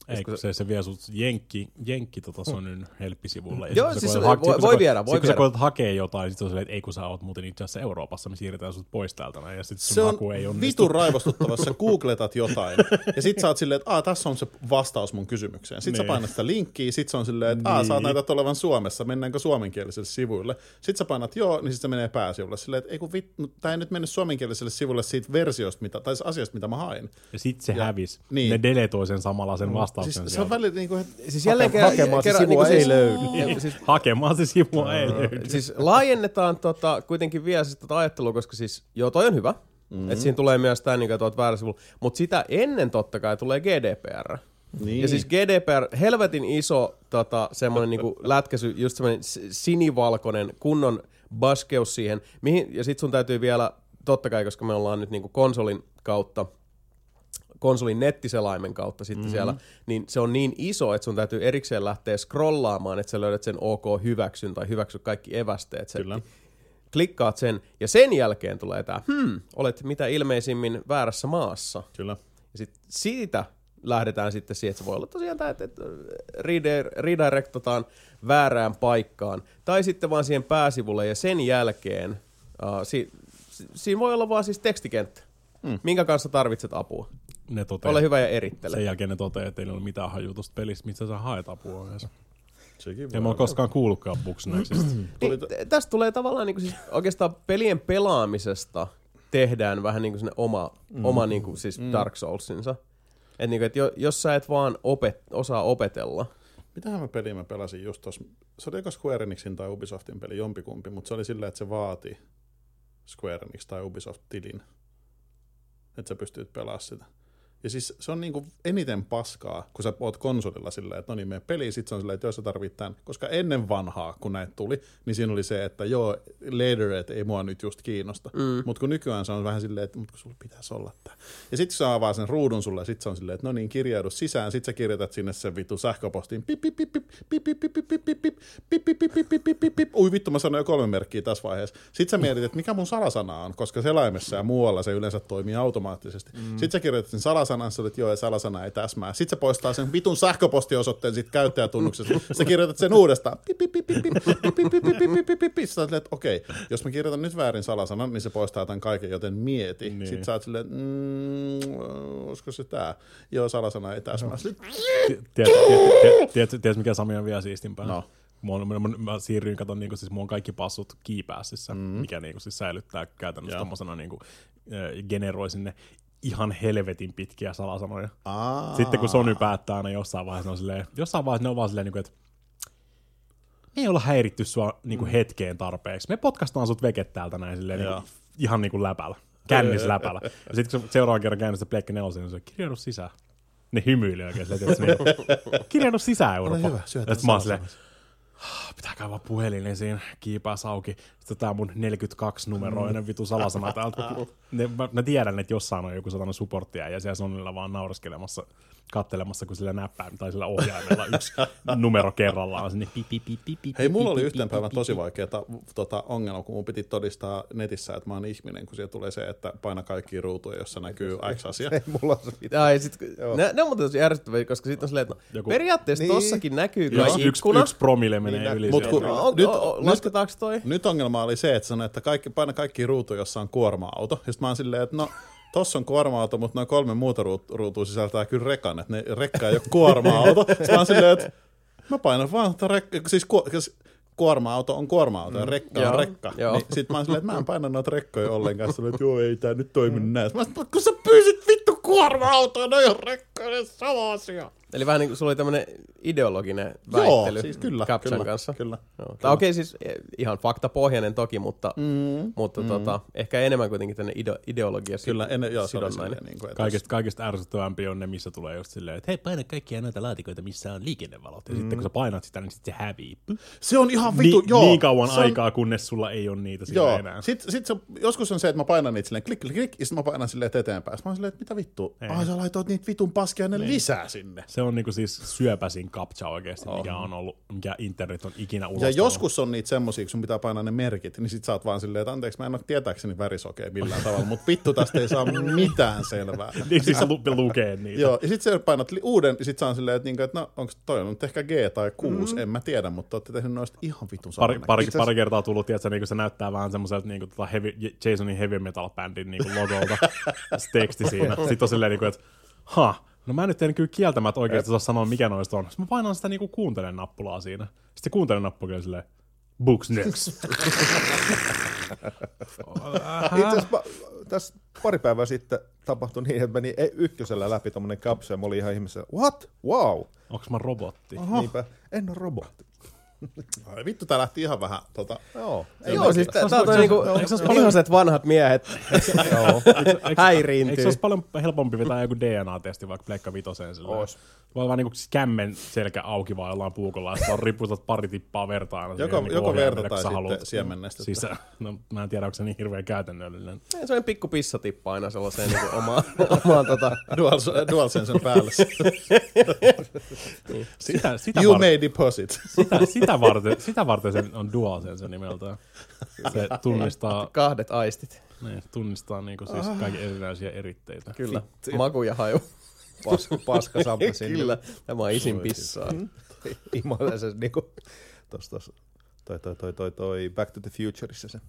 Ei, kun se, se vie sut jenkki, jenkki tota Sonyn helppisivulle. Ja Joo, siis voi, voi, voi viedä, voi viedä. Kun sä koetat hakea jotain, sit on silleen, että ei kun sä oot muuten itse asiassa Euroopassa, me siirretään sut pois täältä näin, ja sit sun se haku on ei onnistu. vitun raivostuttava, sä googletat jotain, ja sit sä oot silleen, että aah, tässä on se vastaus mun kysymykseen. Sit niin. sä painat sitä linkkiä, sit se on silleen, että aah, niin. sä näytät olevan Suomessa, mennäänkö suomenkieliselle sivuille. Sit sä painat joo, niin sit se menee pääsivulle. Silleen, että ei kun vittu, tää ei nyt mennyt suomenkieliselle sivulle siitä versiosta, mitä, tai asiasta, mitä mä hain. Ja sit se ja, hävis. Niin. Ne deletoi sen samalla sen vastauksen. Siis, se on välillä niin kuin, että siis jälleen kerran, hakemaan kerran, se sivua niin ei siis, löydy. Siis, hakemaan se sivua ei löydy. Siis laajennetaan tota, kuitenkin vielä siis tota ajattelua, koska siis, joo toi on hyvä, mm-hmm. että siinä tulee myös tämä, että olet väärä sivulla, mutta sitä ennen totta kai tulee G D P R. Niin. Ja siis G D P R, helvetin iso tota, semmoinen niinku lätkäsy, just semmoinen sinivalkoinen kunnon baskeus siihen, mihin, ja sit sun täytyy vielä, totta kai, koska me ollaan nyt niinku konsolin kautta, konsolin nettiselaimen kautta sitten mm-hmm. siellä, niin se on niin iso, että sun täytyy erikseen lähteä scrollaamaan, että sä löydät sen OK hyväksyn tai hyväksy kaikki evästeet. Kyllä. Klikkaat sen, ja sen jälkeen tulee tää, hmm, olet mitä ilmeisimmin väärässä maassa. Kyllä. Ja sit siitä lähdetään sitten siihen, että se voi olla tosiaan tämä, että redirectataan väärään paikkaan, tai sitten vaan siihen pääsivulle, ja sen jälkeen uh, si, si, siinä voi olla vaan siis tekstikenttä, mm. minkä kanssa tarvitset apua. Ne toteaa, ole hyvä ja erittele. Sen jälkeen ne toteaa, että ei ole mitään haju tuosta pelistä, mistä sä haet apua. Sekin en mä ole koskaan kuullutkaan Bugsnaxista. niin, tästä tulee tavallaan niin kuin siis oikeastaan pelien pelaamisesta tehdään vähän niin kuin oma, mm. oma niin kuin siis mm. Dark Soulsinsa. Että niin et jos sä et vaan opet, osaa opetella. Mitähän mä peliä mä pelasin just tossa. Se oli eka Square Enixin tai Ubisoftin peli, jompikumpi, mutta se oli silleen, että se vaati Square Enix tai Ubisoft-tilin. Että sä pystyt pelaamaan sitä. Ja siis se on niinku eniten paskaa, kun sä oot konsolilla silleen, että no niin, mene peliin, sit se on silleen, että jos sä tarvit tämän. Koska ennen vanhaa, kun näitä tuli, niin siinä oli se, että joo, later, ei mua nyt just kiinnosta. Mm. Mutta kun nykyään se on vähän silleen, että mut kun sulla pitäisi olla tää. Ja sit sä avaa sen ruudun sulle, ja sit se on silleen, että no niin, kirjaudu sisään, sit sä kirjoitat sinne sen vittu sähköpostiin, pip, pip, pip, pip, pip, pip, pip, pip, pip, pip, pip, pip, pip, pip, pip, pip, pip. Ui vittu, mä sanoin jo kolme merkkiä tässä vaiheessa. Sit sä mietit, että mikä mun salasana on, koska selaimessa ja muualla se yleensä toimii automaattisesti. Mm. Sit sä kirjoitat sen salasanan, että joo, ja salasana ei täsmää. Sitten se poistaa sen vitun sähköpostiosoitteen siitä käyttäjätunnuksesta. Sä kirjoitat sen uudestaan. Sä oot silleen, että okei, jos mä kirjoitan nyt väärin salasanan, niin se poistaa tämän kaiken, joten mieti. Niin. Sitten sä oot silleen, mmm, olisiko se tää? Joo, salasana ei täsmää. Tiedätkö, mikä Sami on vielä siistimpää? No. Mä siirryin, katon, niin siis mulla on kaikki passut keypassissä, mikä niin siis säilyttää käytännössä tommosena, niin kuin, generoi sinne ihan helvetin pitkiä salasanoja. Aa. Sitten kun Sony päättää aina jossain vaiheessa, on silleen, jossain vaiheessa ne on vaan silleen, että me ei olla häiritty sua niin kuin hetkeen tarpeeksi. Me podcastaan sut veket täältä näin silleen, niin kuin, ihan niin kuin läpällä. Kännis läpällä. Ja sitten kun seuraavan kerran käännös se Pleikka nelosen, niin se on kirjaudu sisään. Ne hymyilee oikein silleen, että niin, kirjaudu sisään Eurooppa. Ole hyvä, syötään salasanoja. Pitää kaivaa puhelin esiin, kiipääs auki. Sitten tää mun neljäkymmentäkaksi numeroinen vitu salasana täältä. Ne, mä, mä tiedän, että jossain on joku satana supporttia ja siellä Sonilla vaan nauraskelemassa, kattelemassa, kun sillä näppää tai sillä ohjaimella yksi numero kerrallaan. Sinne pi, pi, pi, pi, pi, Hei, mulla oli pi, yhten pi, päivän pi, tosi pi. vaikea ta, tota, ongelma, kun mun piti todistaa netissä, että mä oon ihminen, kun siellä tulee se, että paina kaikkia ruutuja, jossa näkyy X-asia. Ei mulla ole mitään. Ai, sit, ne, ne on muuten tosi järjestäviä, koska sitten on silleen, että no, joku, periaatteessa niin, tossakin näkyy kai yksi, ikkuna. Yksi promille menee niin, yli. Mut kun, on, nyt, on, lasketaanko toi? Nyt ongelma oli se, että sanoi, että kaikki, paina kaikkia ruutuja, jossa on kuorma-auto. Ja sit mä oon silleen, että no, tossa on kuorma-auto, mutta noin kolme muuta ruutua sisältää kyllä rekan, että ne rekka ei ole kuorma-auto. Sitten mä oon silleen, että mä painan vaan, että rekka, siis ku, kuorma-auto on kuorma-auto ja rekka mm, on joo, rekka. Niin sit mä oon silleen, että mä en paina noita rekkoja ollenkaan. Sitten että joo, ei tää nyt toimi mm. näin. Mä sanoin, kun sä pyysit vittu kuorma-autoa, no ei ole rekka, ne sama asia. Eli vähän niin kuin sulla oli tämmönen ideologinen väittely. Joo, siis kyllä, Captchan kyllä, kanssa. Kyllä, Joo. Okei, okay, siis ihan faktapohjainen toki, mutta, mm, mutta mm. Tota, ehkä enemmän kuitenkin tänne ide- ideologia kyllä, en, joo, sidonnainen. Niin kuin, kaikista, kaikista ärsyttävämpi on ne, missä tulee just silleen, että hei, paina kaikkia näitä laatikoita, missä on liikennevalot. Ja mm. sitten kun sä painat sitä, niin sitten se hävii. Se on ihan vitu, Ni, joo. Niin kauan on, aikaa, kunnes sulla ei ole niitä siellä joo. enää. Sitten sit se, joskus on se, että mä painan niitä silleen klik, klik, klik, ja sitten mä painan silleen eteenpäin. Sitten mä oon silleen, että mitä vittua? Ai sä laitoit niitä vitun paskia ne lisää sinne. Se on niinku siis syöpäisin kaptcha oikeesti, oh. mikä on ollut, mikä internet on ikinä ulostanut. Ja joskus on niitä semmosia, kun sun pitää painaa ne merkit, niin sit sä oot vaan silleen, että anteeksi, mä en ole tietääkseni värisokea millään tavalla, mutta vittu tästä ei saa mitään selvää. Niin siis sä lu- lukee niitä. Joo, ja sit sä painat li- uuden, ja sit sä on silleen, että, niinku, että no, onko toi on nyt ehkä G tai kuusi, mm. en mä tiedä, mutta ootte tehnyt noista ihan vitun pari, pari, Itse... pari kertaa tullut, tiedätkö, niinku se näyttää vähän semmoiselta niinku, tota heavy, Jasonin heavy metal bandin niinku logolta, se teksti siinä. Sitten on silleen, niinku, että ha, no mä nyt en kyllä kieltämättä oikeasti saa sanoa, mikä noista on. Sitten mä painan sitä niinku kuuntelen nappulaa siinä. Sitten se kuuntelen nappula on silleen, books next. Itse asiassa tässä pari päivää sitten tapahtui niin, että meni ykkösellä läpi tommonen kapsel, mä olin ihan ihmisellä, what? Wow! Onks mä robotti? Aha. Niinpä, en ole robotti. Ai, vittu, tää lähti ihan vähän tota... Joo, Joo, siis tää on niinku vihoiset vanhat miehet häiriintyy. Eikö se olisi paljon helpompi vetää joku D N A-testi vaikka Pleikka Vitoseen silleen? Ois. Voi vaan niinku kämmen selkä auki vaan jollain puukolla, ja riputat pari tippaa verta aina. Joko, niin joko verta tai sitten haluat. siemennestettä. Siis, no, mä en tiedä, onko se niin hirveän käytännöllinen. Se on pikku pissatippa aina sellaiseen niinku omaan, omaan tota... DualSensen päälle. sitä, sitä you var... may deposit. Sitä, sitä, varten, sitä varten se on DualSense nimeltään. Se tunnistaa... Kahdet aistit. Niin, tunnistaa niinku siis kaikki erinäisiä eritteitä. Kyllä, maku ja haju. Paska, paska sampa sinne. Kyllä, tämä on isin pissaa. Imaile se niinku, tos tos, toi toi toi toi toi Back to the Futureissa se.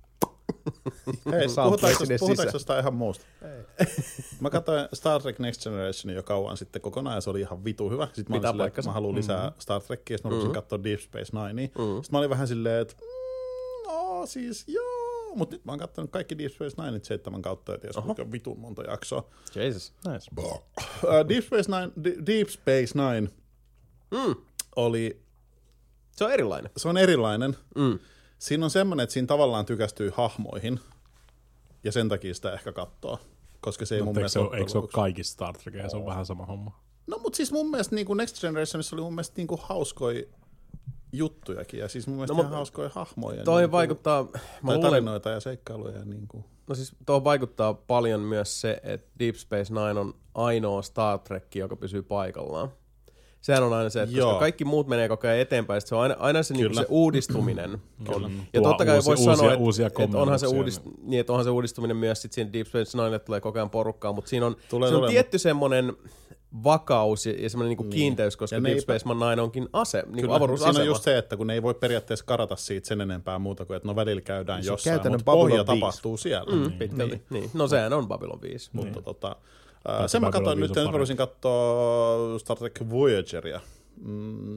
Hei, puhutaanko jostain ihan muusta? Ei. Mä katsoin Star Trek Next Generation jo kauan sitten kokonaan, ja se oli ihan vitu hyvä. Sitten mä olin silleen, että mä haluan lisää mm-hmm. Star Trekkiä, ja sitten mä rupesin mm-hmm. katsoa Deep Space Ninea. Mm-hmm. Sitten mä olin vähän silleen, että mm, no siis joo, mutta nyt mä oon katsonut kaikki Deep Space Nine seitsemän kautta, ja ties kuinka vitun monta jaksoa. Jesus, nice. Uh, Deep Space Nine, Deep Space Nine mm. oli... Se on erilainen. Se on erilainen. Mm. Siinä on semmoinen, että siinä tavallaan tykästyy hahmoihin, ja sen takia sitä ehkä kattoo, koska se ei no, mun mielestä ole... Eikö se ole kaikissa Star Trekissa? Se on vähän sama homma. No, mutta siis mun mielestä niin kuin Next Generationissa oli mun mielestä niin kuin hauskoja juttujakin, ja siis mun mielestä no, ihan hauskoja hahmoja. Toi niin vaikuttaa... Kuin, tai tarinoita ja seikkailuja. Niin kuin. No siis tuohon vaikuttaa paljon myös se, että Deep Space Nine on ainoa Star Trek, joka pysyy paikallaan. Sehän on aina se, että koska kaikki muut menee koko ajan eteenpäin, se on aina, aina se, niinku se uudistuminen. On. Ja Tuo totta kai uusi, voisi uusia, sanoa, että, uusia että, onhan se uudist, niin, että onhan se uudistuminen myös, sit siinä Deep Space Ninelle tulee koko ajan porukkaa, mutta siinä on, tulee, se on tulee, tietty semmoinen vakaus ja semmoinen niinku niin. kiinteys, koska Deep Space Nine onkin ase, niin avaruusasema. Siinä on just se, että kun ne ei voi periaatteessa karata siitä sen enempää muuta kuin, että no välillä käydään se jossain, mutta pohja tapahtuu siellä. Mm, pitkälti. Niin. Niin. No sehän on Babylon viisi. Mutta niin. tota, äh, sen mä katsoin nyt, että mä voisin katsoa Star Trek Voyageria. Mm,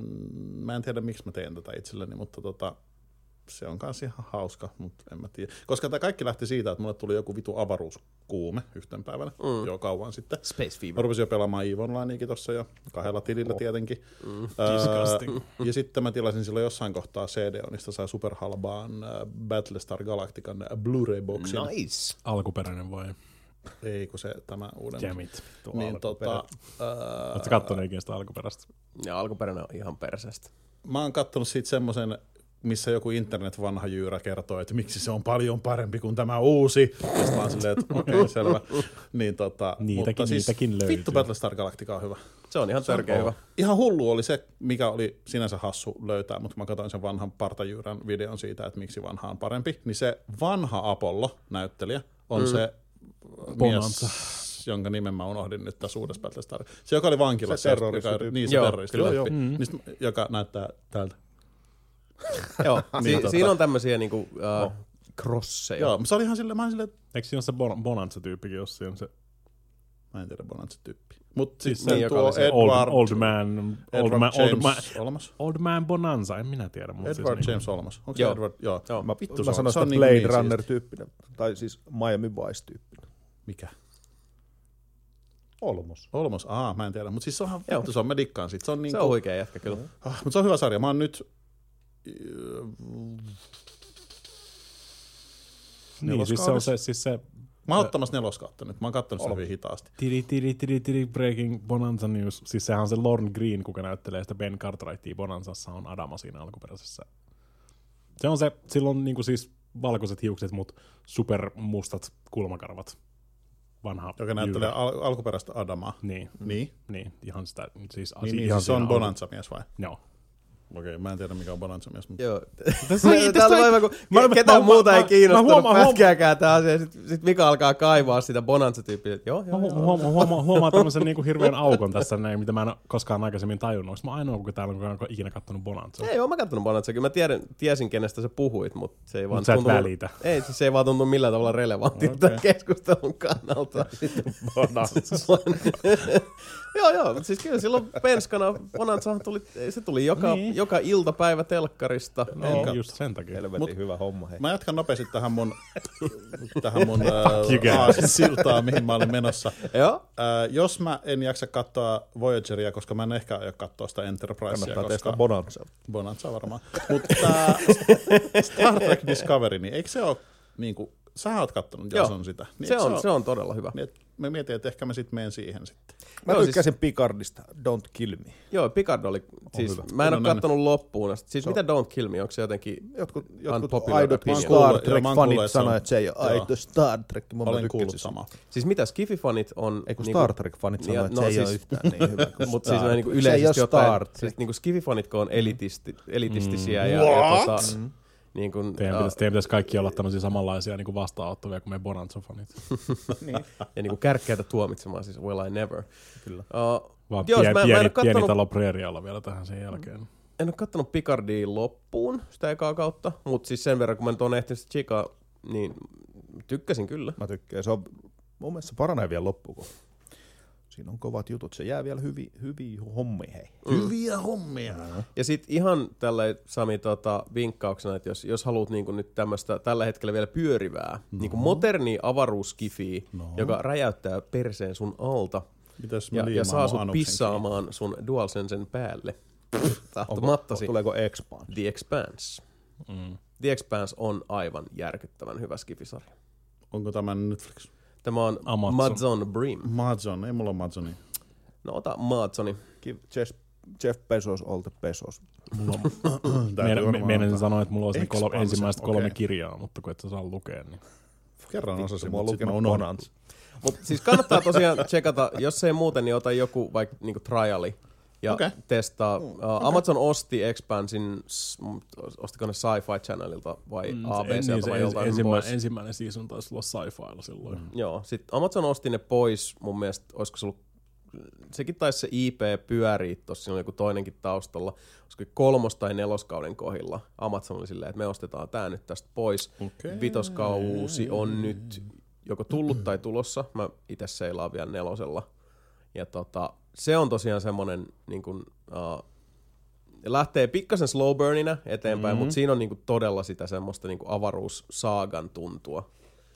mä en tiedä, miksi mä teen tätä itselleni, mutta tota, se on kans ihan hauska, mutta en mä tiedä. Koska tämä kaikki lähti siitä, että mulle tuli joku vitu avaruuskuume yhten päivänä, mm. jo kauan sitten. Space Fever. Mä rupesin jo pelaamaan EVE Onlineakin tossa jo, kahdella tilillä oh. tietenkin. Mm. Äh, ja sitten mä tilasin silloin jossain kohtaa C D-onista, sai superhalbaan äh, Battlestar Galactican äh, Blu-ray-boksin. Nice. Alkuperäinen vai? Ei, kun se tämä uuden. Jamit. Niin, tota, äh, Oletko kattonut ikinä sitä alkuperäistä? Ja alkuperäinen on ihan perseestä. Mä oon kattonut siitä semmoisen, missä joku internet vanha jyyrä kertoo, että miksi se on paljon parempi kuin tämä uusi. Ja sitten vaan silleen, että okei, okay, selvä. Niin, tota, niitäkin, mutta siis niitäkin löytyy. Vittu Battlestar Galactica on hyvä. Se on ihan törkeä hyvä. Ihan hullu oli se, mikä oli sinänsä hassu löytää, mutta mä katsoin sen vanhan partajyyrän videon siitä, että miksi vanha on parempi. Niin se vanha Apollo-näyttelijä on mm. se Bonanza. mies, jonka nimen mä unohdin nyt tässä uudessa Battlestar. Se, joka oli vankilassa. Se terroristi. Niin, se terroristi. Joo, joo. Mm. Niin, joka näyttää täältä. Joo, si- tota... siinä on tämmöisiä niinku uh, oh. crosseja. Joo, se oli ihan silleen, mä olin silleen... Eikö siinä ole se bon- Bonanza-tyyppikin, jos siinä on se... Mä en tiedä Bonanza-tyyppi. Mutta siis sitten niin, tuo se Edward... Old man... Edward old man, James old man, Olmos. Old man Bonanza, en minä tiedä. Edward siis James niin. Olmos. Onko se Edward? Joo. Joo. Mä, Vittu, mä sanoin sitä niin Blade niin Runner-tyyppinen. Tai siis Miami Vice-tyyppinen. Mikä? Olmos. Olmos, aa, mä en tiedä. Mutta siis se on ihan vittu, se on, mä dikkaan siitä. Se on, niin se on huikea jätkä kyllä. Ah, mutta se on hyvä sarja. Mä oon nyt... Niin, siis se on se... Siis se mä oon ottamassa neloskautta nyt. Mä oon kattonut sen hyvin hitaasti. Tiri, tiri, tiri, tiri, breaking Bonanza news. Siis sehän on se Lorne Green, kuka näyttelee sitä Ben Cartwrightia Bonanzassa, on Adama siinä alkuperäisessä. Se on se, sillä on niinku siis valkoiset hiukset, mut supermustat kulmakarvat. vanha joka näyttelee al- alkuperäistä Adamaa. Niin. Niin? Niin, ihan sitä. Siis, niin, niin ihan siis se on alku- Bonanza-mies vai? Joo. Okei, mä en tiedä mikä on Bonanza-mies. Mutta... Joo. Tää oli aivan kuin ketään muuta ei kiinnostanut pätkääkään tää asia. Sitten sit Mika alkaa kaivaa sitä Bonanza-tyyppiä. Joo, joo, joo. Huomaan huoma, huoma tämmöisen niinku hirveän aukon tässä näin, mitä mä en koskaan aikaisemmin tajunnut. Onko mä ainoa, kun täällä on ikinä kattonut Bonanza? Ei, oon mä kattonut Bonanza. Kyllä mä tiedän, tiesin, kenestä sä puhuit, mutta se ei vaan Mut sä et tuntunut... välitä. Ei, siis se ei vaan tuntunut millään tavalla relevantilta okay. keskustelun kannalta. Bonanza. Joo, joo, mutta siis kyllä silloin penskana Bonanzahan tuli, se tuli joka, niin. joka iltapäivä telkkarista. No, no just sen takia. Helvetin Mut, hyvä homma. Hei. Mä jatkan nopeasti tähän mun, tähän mun äh, aasinsiltaan, mihin mä olin menossa. Joo. Äh, jos mä en jaksa katsoa Voyageria, koska mä en ehkä aio katsoa sitä Enterprisea. Kannattaa koska... testaa Bonanza. Bonanza varmaan. Mutta tää Star Trek Discovery, niin eikö se ole niinku... Sähän oot kattonut Jason sitä. Niin se, on, se, on, se on todella hyvä. Niin, mä mietin, että ehkä mä sit menen siihen sitten. Mä joo, tykkäsin siis, Picardista, Don't Kill Me. Joo, Picard oli, siis hyvä. Mä en ole kattonut loppuun. Siis so, mitä Don't Kill Me, onko se jotenkin jotkut, jotkut aidot Star Trek-fanit sanoo, että se ei ole aito Star Trek. Olen kuullut samaa. Siis mitä Skifi-fanit on... Ei kun Star Trek-fanit sanoo, että se ei ole yhtään niin hyvä kuin Mutta siis niinku yleisesti jotain... Siis niinku Skifi-fanitko on elitistisiä ja... Niin kun, teidän, uh, pitäisi, teidän pitäisi kaikki olla tämmöisiä samanlaisia niin kuin vastaanottavia kuin me Bonanza-fanit. Niin. Ja niin kuin kärkkäitä tuomitsemaan, siis well I never. Kyllä. Uh, Vaan joo, pien, mä, pieni, mä en pieni talo Prairialla vielä tähän sen jälkeen. En ole kattonut Picardia loppuun sitä ekaa kautta, mutta siis sen verran kun mä nyt oon ehtinyt sitä Chica, niin tykkäsin kyllä. Mä tykkään, se on mun mielestä paranee vielä loppuun, kun siinä on kovat jutut, se jää vielä hyviä, hyviä hommia, hei. Mm. Hyviä hommia. Mm. Ja sit ihan tälleen, Sami, tota, vinkkauksena, että jos, jos haluat niinku nyt tämmöstä tällä hetkellä vielä pyörivää, no. niinku modernia avaruuskifiä, no. joka räjäyttää perseen sun alta ja, ja saa sut pissaamaan kiinni. Sun DualSensen päälle. Tahtomattasi. Tuleeko Expanse? The Expanse. Mm. The Expanse on aivan järkyttävän hyvä skifisarja. Onko tämä Netflix? Tämä on Amazon Brim. Amazon, ei mulla ole Amazoni. No ota Amazoni. Jeff, Jeff Bezos, Olte Bezos. Meidän sanoa, että mulla olisi kol- ensimmäiset kolme okay. kirjaa, mutta kun et sä saa lukea, niin... Kerran osasin, mutta sitten mä unohdan. Mutta siis kannattaa tosiaan tsekata, jos ei muuten, niin ota joku vaikka niinku triali ja okay. testaa. Uh, okay. Amazon osti Expansin, ostiko ne Sci-Fi Channelilta vai mm, A B C:ltä niin, vai joltain ensimmä, pois. Ensimmäinen season taisi olla Sci-Filla silloin. Mm. Joo, sitten Amazon osti ne pois, mun mielestä, olisiko se ollut, sekin taisi se I P pyörii tossa, siinä oli joku toinenkin taustalla, olisiko kolmos- tai neloskauden kohdilla. Amazon oli silleen, että me ostetaan tää nyt tästä pois. Okay. Vitoskausi on nyt joko tullut tai tulossa, mä itse seilaan vielä nelosella. Ja tota, se on tosiaan semmonen, niin kun, uh, lähtee pikkasen slow burninä eteenpäin, mm-hmm. mutta siinä on niin kun, todella sitä semmoista niin kun avaruussaagan tuntua.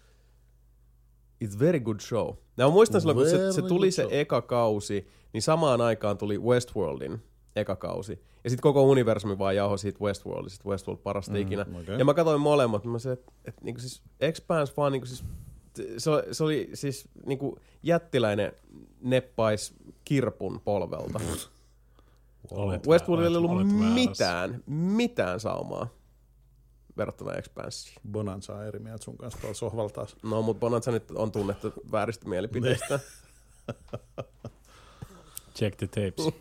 It's very good show. Ja mä muistan silloin, kun se, se tuli se eka kausi, niin samaan aikaan tuli Westworldin eka kausi. Ja sitten koko universumi vaan jauhoi siitä Westworldista, Westworld parasta mm, ikinä. Okay. Ja mä katsoin molemmat, mä sanoin, että et, niinku siis Expanse vaan niinku siis Se oli, se oli siis niinku jättiläinen neppais kirpun polvelta. Westworldilla ei ollut mitään, mitään saumaa verrattuna Expansiin. Bonanza on eri mieltä sun kanssa tuolla sohvalla taas. No, mutta Bonanza nyt on tunnettu vääristä mielipiteistä. Check the tapes.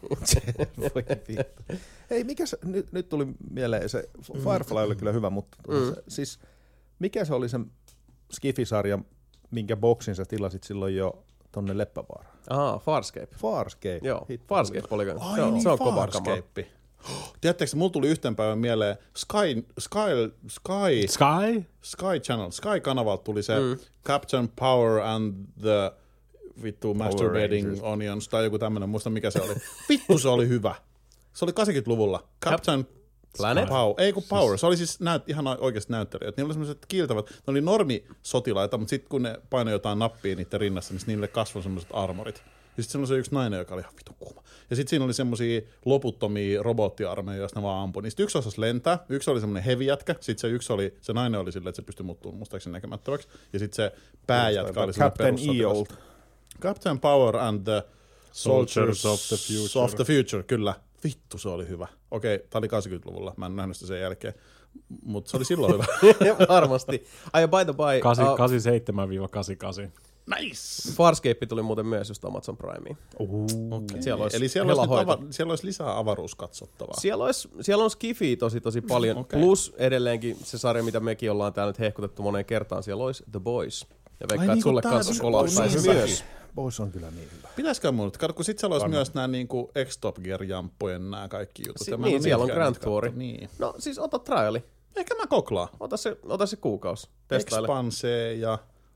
Hei, mikä se, nyt, nyt tuli mieleen, se Firefly oli kyllä hyvä, mutta mm. se, siis mikä se oli se Skifi-sarja, minkä boksin sä tilasit silloin jo tonne Leppävaaraan? Aha, Farscape. Farscape. Joo, Hit Farscape oli kyllä. Ai se on, niin, se on kova Farscape. Tiedättekö, mulla tuli yhten päivän mieleen Sky, Sky, Sky, Sky? Sky Channel, Sky-kanavalta tuli se mm. Captain Power and the vittu Masturbating Onions tai joku tämmönen, muista mikä se oli. Vittu se oli hyvä. Se oli kahdeksankymmentäluvulla. Captain Planet? Power. Ei kun Power. Se oli siis näyt, ihan oikeasti näyttelijät. Niillä oli semmoiset kiiltävät, ne oli normisotilaita, mutta sitten kun ne painoi jotain nappia niiden rinnassa, niin niille kasvoi semmoiset armorit. Ja sitten semmoisen yksi nainen, joka oli ihan vitun kuuma. Ja sitten siinä oli semmoisia loputtomia robottiarmeja, joista ne vaan ampui. Niistä yksi osasi lentää, yksi oli semmoinen heavy-jätkä, sitten se yksi oli, se nainen oli silleen, että se pystyi muuttumaan mustaakseni näkemättömäksi. Ja sitten se pääjätkä oli semmoinen perussotilas. Captain Power and the Soldiers of the Future. Of the Future, kyllä. Vittu, se oli hyvä. Okei, tää oli kahdeksankymmentäluvulla, mä en nähnyt sitä sen jälkeen, mutta se oli silloin hyvä. Varmasti. Ai, by the by. kahdeksankymmentäseitsemän kahdeksankymmentäkahdeksan Nice! Farscape tuli muuten myös just Amazon Primeen. Okay. Siellä olisi Eli siellä olisi, ava- siellä olisi lisää avaruuskatsottavaa. Siellä, olisi, siellä on Skifiä tosi tosi paljon. Okay. Plus edelleenkin se sarja, mitä mekin ollaan täällä nyt hehkutettu moneen kertaan, siellä olisi The Boys. Ja veikkaan, että niin sulle kanssa kolauttaisi niin myös. Boys on kyllä niin hyvä. Pitäisikö mun nyt, kun sit siellä olisi myös nämä niinku X-Top Gear-jamppojen nämä kaikki jutut. Si- niin, siellä on Grand Tour. Niin. No siis ota triali. Ehkä mä koklaan. Ota se, ota se kuukausi. Testaile. Expanse ja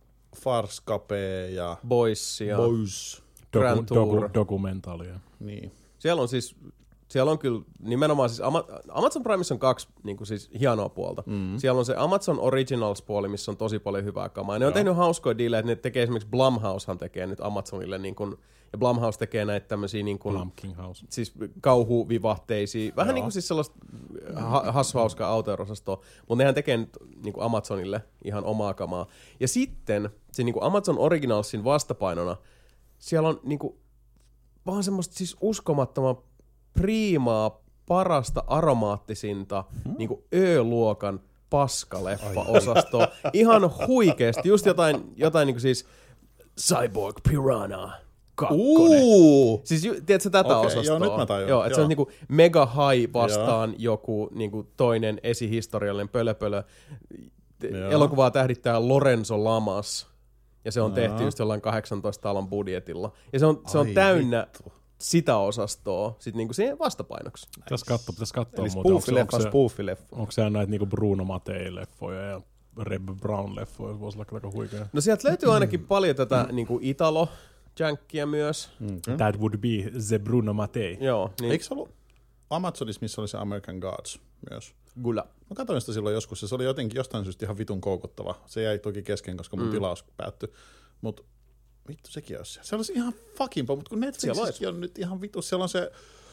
Farscape ja Boysia. Boys. Grand Doku, Tour. doku, dokumentaalia. Niin. Siellä on siis, siellä on kyllä nimenomaan siis Ama- Amazon Primeissa on kaksi niin kuin siis hienoa puolta. Mm. Siellä on se Amazon Originals-puoli, missä on tosi paljon hyvää kamaa. Ne on tehnyt hauskoja diilejä, että ne tekee esimerkiksi Blumhousehan tekee nyt Amazonille niin kuin, ja Blumhouse tekee näitä tämmöisiä niin kuin, Pumpkin House. siis kauhuvivahteisia, vähän niin kuin siis sellaista ha- hassuhauskaa autoerosastoa, mutta nehän tekee nyt niin kuin Amazonille ihan omaa kamaa. Ja sitten se niin kuin Amazon Originalsin vastapainona, siellä on niin kuin, vaan semmoista siis uskomattoman priimaa, parasta, aromaattisinta, hmm? niin kuin Ö-luokan paskaleffa-osastoa. Ihan huikeesti, just jotain, jotain niin kuin siis Cyborg Piranha kakkonen. Uuu! Siis ju- tiedätkö tätä Okei, osastoa? joo, nyt mä tajun. Joo, että Joo. se on niinku mega high vastaan joo. joku niinku toinen esihistoriallinen pölöpölö. Joo. Elokuvaa tähdittää Lorenzo Lamas. Ja se on Joo. tehty just jollain kahdeksantoista talon budjetilla. Ja se on, se on Ai täynnä vittu. sitä osastoa sit niinku siihen vastapainoksi. Pitäis katsoa, pitäis katsoa Eli muuten. Onko se- spoofileffa, onko se- spoofileffa. Onko siellä näitä niinku Bruno Mattei-leffoja ja Reb Brown-leffoja? Voisi olla aika huikea. No sieltä löytyy ainakin paljon tätä niinku Italo-jänkkiä myös. Mm. That would be the Bruno Mattei. Joo, niin Eikö se ollut Amazonissa, missä oli se American Gods myös? Gula. Mä katsoin sitä silloin joskus, ja se oli jotenkin jostain syystä ihan vitun koukuttava. Se jäi toki kesken, koska mun mm. tilaus päättyi. Mut vittu sekin olisi siellä. Se olisi ihan fucking mutta kun Netflixissäkin on nyt ihan vittu. Siellä on se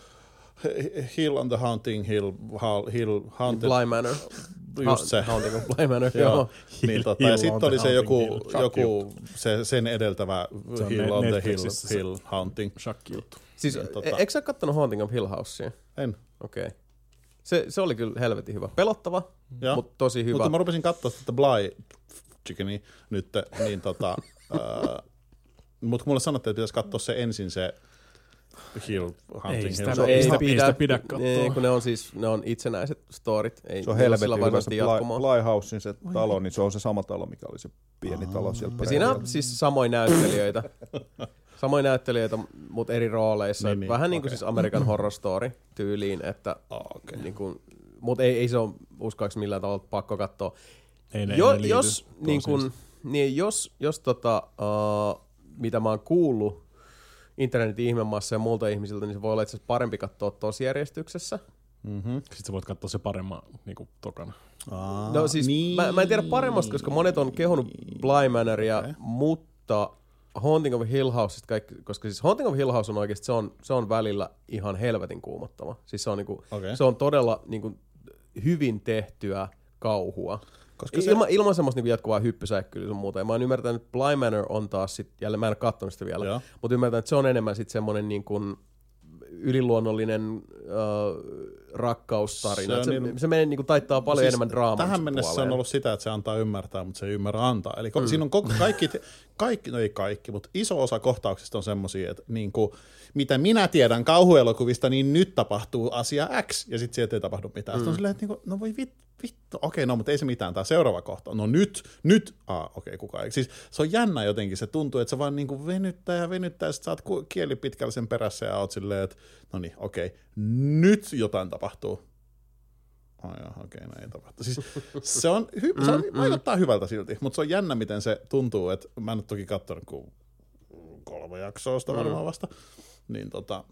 Hill on the Haunting Hill, Hill, Hill Haunted. Bly Manor. Just se. Haunting of Bly Manor, Joo. joo. Niin, tota, Hill ja on sitten the oli se joku, Haunting Hill. joku se, sen edeltävä Se on Hill ne- on the Hill, Netflixissä se- Hill Haunting. Shakki-juttu. Siis, Niin, tota- e- eikö sä oot kattonut Haunting of Hill Housea? En. Okei. Okay. Se, se oli kyllä helvetin hyvä. Pelottava, Joo. mutta tosi hyvä. Mutta mä rupesin katsoa sitä Bly Chickenia nyt, niin tota... ää, mutta kun mulle sanottiin, että pitäisi katsoa se ensin se Hill, Hunting Ei sitä- Hill. No ei ei sitä- pidä, ei sitä pidä katsoa. ei, kun ne on siis ne on itsenäiset storit. Ei, Se on ne ole helvetin sillä hyvä se varsinaisesti jatkumoa. Plyhousein se talo, niin se on se sama talo, mikä oli se pieni talo siellä Ja siinä perällä. on siis samoin näyttelijöitä. Samoin näyttelijöitä, mutta eri rooleissa. Niin, Niin, niin, vähän niin kuin okei. siis American Horror Story tyyliin, että Ah, okei. niin kuin, mutta ei, ei se ole uskoakseni millään tavalla pakko katsoa. Ei ne, Jo, ei ne liity jos, niin toisiinsa. kun, niin jos, jos tota, uh, mitä mä oon kuullut internetin ihmemaassa ja muilta ihmisiltä, niin se voi olla itse asiassa parempi katsoa tuossa järjestyksessä. Mm-hmm. Sitten sä voit katsoa se paremman niinku tokana. Aa, No siis niin. mä, mä en tiedä paremmasta, koska monet on kehunut Bly Manoria, Okay. mutta Haunting of Hill House, kaikki, koska siis Haunting of Hill House on oikeasti, se on, se on välillä ihan helvetin kuumottava. Siis se on, niinku, Okay. se on todella niinku, hyvin tehtyä kauhua. Koska se- Ilman, ilman semmoista niinku jatkuvaa hyppysäikkyä sun muuta. Ja mä oon ymmärtänyt, että Bly Manor on taas sit, jälleen mä en ole katsonut sitä vielä, Joo. mutta ymmärtänyt, että se on enemmän sit semmoinen niinku yliluonnollinen äh, rakkaustarina. Se on Se, se, niin- se menee niinku taittaa paljon Siis enemmän draaman tähän mennessä puoleen. on ollut sitä, että se antaa ymmärtää, mutta se ei ymmärrä antaa. Eli mm. siinä on koko, kaikki, kaikki, no ei kaikki, mutta iso osa kohtauksista on semmoisia, että niin kuin, mitä minä tiedän kauhuelokuvista, niin nyt tapahtuu asia X, ja sitten sieltä ei tapahdu mitään. Mm. Sitten on silleen, että niin kuin, no voi vittu, vittu, okei, no mutta ei se mitään, tämä seuraava kohta. No nyt, nyt, ah, okei, kukaan ei. Siis se on jännä jotenkin, se tuntuu, että se vaan niin kuin venyttää ja venyttää, ja sitten sä oot ku- kieli pitkällä sen perässä, ja oot silleen, että no niin, okei, nyt jotain tapahtuu. Ai oh, okei, okay, no ei tapahtu. Siis se on, hy- se on vaikuttaa hyvältä silti, mutta se on jännä, miten se tuntuu, että mä en nyt toki katsonut kuin kolme jaksoa sitä varmaan vasta, niin tota,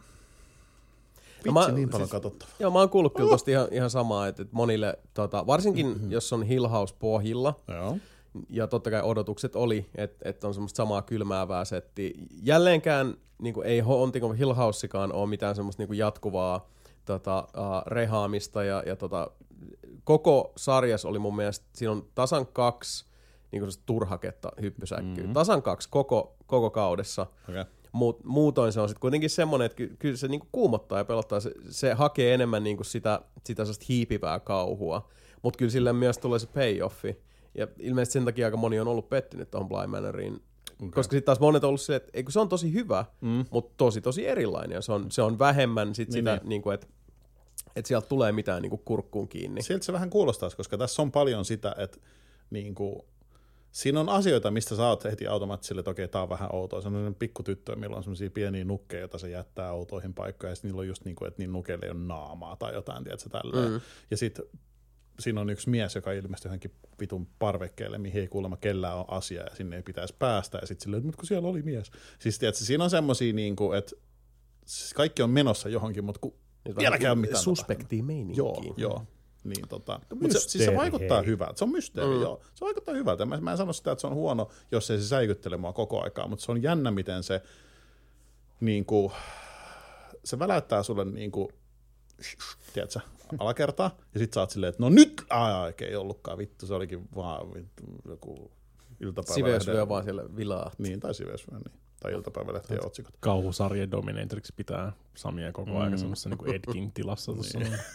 vitsi mä- niin paljon siis- katsottavaa. Joo, mä oon kuullut kyllä tosta ihan, ihan samaa, että, että monille, tota, varsinkin mm-hmm. jos on Hill House pohjilla, Joo. ja totta kai odotukset oli, että, että on semmoista samaa kylmäävää settiä. Jälleenkään niin kuin, ei Haunting of Hill Housekaan ole mitään semmoista niin kuin jatkuvaa tota, uh, rehaamista, ja, ja tota, koko sarjas oli mun mielestä, siinä on tasan kaksi niin kuin turhaketta hyppysäkkyä. Mm-hmm. Tasan kaksi koko, koko kaudessa. Okay. Mut, muutoin se on sitten kuitenkin semmoinen, että ky- kyllä se niinku kuumottaa ja pelottaa. Se, se hakee enemmän niinku sitä, sitä hiipivää kauhua, mutta kyllä sille myös tulee se payoffi. Ja ilmeisesti sen takia aika moni on ollut pettynyt tuohon Bly Manoriin, Okay. Koska sitten taas monet on ollut silleen, että se on tosi hyvä, mm. mutta tosi tosi erilainen. Ja se on, se on vähemmän sit niin, sitä, niin. Niin kuin, että et sieltä tulee mitään niin kuin kurkkuun kiinni. Siltä se vähän kuulostaisi, koska tässä on paljon sitä, että niin kuin, siinä on asioita, mistä sä oot heti automaattisesti, että okei, tää on vähän outoa. Se on sellainen pikkutyttö, millä on sellaisia pieniä nukkeja, joita se jättää autoihin paikkoja, ja sitten niillä on just niin kuin, että niin nukeille ei ole naamaa tai jotain, tiedätkö, tälleen. Mm. Ja sitten siinä on yksi mies, joka ilmestyy johonkin vitun parvekkeelle, mihin ei kuulemma kellään ole asiaa, ja sinne ei pitäisi päästä, ja sitten silleen, mutta kun siellä oli mies. Siis tiedätkö, siinä on semmosia, niin kuin, että kaikki on menossa johonkin, mutta kun vieläkään mitään suspektia meininkiä. Joo, joo. Niin, tota. Mutta se, siis se vaikuttaa hei. hyvältä. Se on mysteeri, mm. joo. Se vaikuttaa hyvältä. Mä, mä en sano sitä, että se on huono, jos ei se säikyttele mua koko aikaa, mutta se on jännä, miten se niin kuin, se väläyttää sulle niin kuin, tiedätkö, alakertaa, ja sit sä oot silleen, että no nyt, ai, ei ollutkaan vittu, se olikin vaan vittu, joku iltapäivä. Siveys lyö vaan siellä vilaa. Niin, tai siveys lyö, niin. Tai iltapäivälehtien otsikot. Kauhusarja Dominatoriksi pitää Samia koko ajan mm. semmoisessa niin kuin Ed King-tilassa tuossa.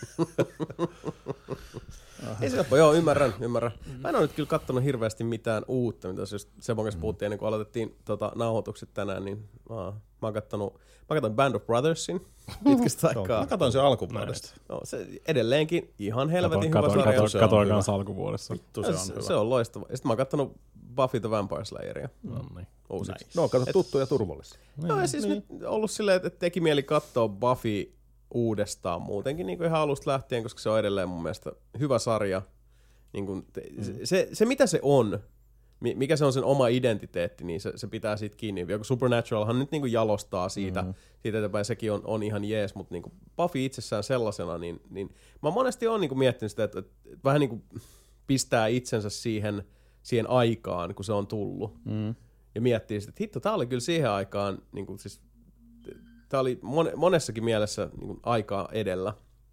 Ei se ole, joo, ymmärrän, ymmärrän. Mä en ole nyt kyllä kattonut hirveästi mitään uutta, mitä just Sebon kanssa puhuttiin ennen kuin aloitettiin tota, nauhoitukset tänään, niin aa, mä oon kattonut, mä katson Band of Brothersin pitkästä aikaa. Mä katson sen alkuvuodesta. No, se edelleenkin ihan helvetin kato, hyvä kato, sarja. Katoin kanssa alkuvuodessa. Vittu, se on se, hyvä. Se on loistava. Ja sitten mä oon kattonut Buffy the Vampire Slayeria. No niin. Uusiksi. No, kato tuttu ja turvallisia. No ja siis niin. Nyt ollut silleen, että teki mieli katsoa Buffy uudestaan muutenkin niin kuin ihan alusta lähtien, koska se on edelleen mun mielestä hyvä sarja. Niin kuin te, mm. se, se, mitä se on, mikä se on sen oma identiteetti, niin se, se pitää siitä kiinni. Joku Supernaturalhan nyt niin kuin jalostaa siitä, mm. siitä eteenpäin, sekin on, on ihan jees, mutta niin kuin Buffy itsessään sellaisena, niin, niin mä monesti oon niin kuin miettinyt sitä, että, että vähän niin kuin pistää itsensä siihen, siihen aikaan, kun se on tullut. Mm. Ja miettii sitten, että hitto, tää oli kyllä siihen aikaan, niin kuin siis, tää oli monessakin mielessä niin kuin aikaa edellä.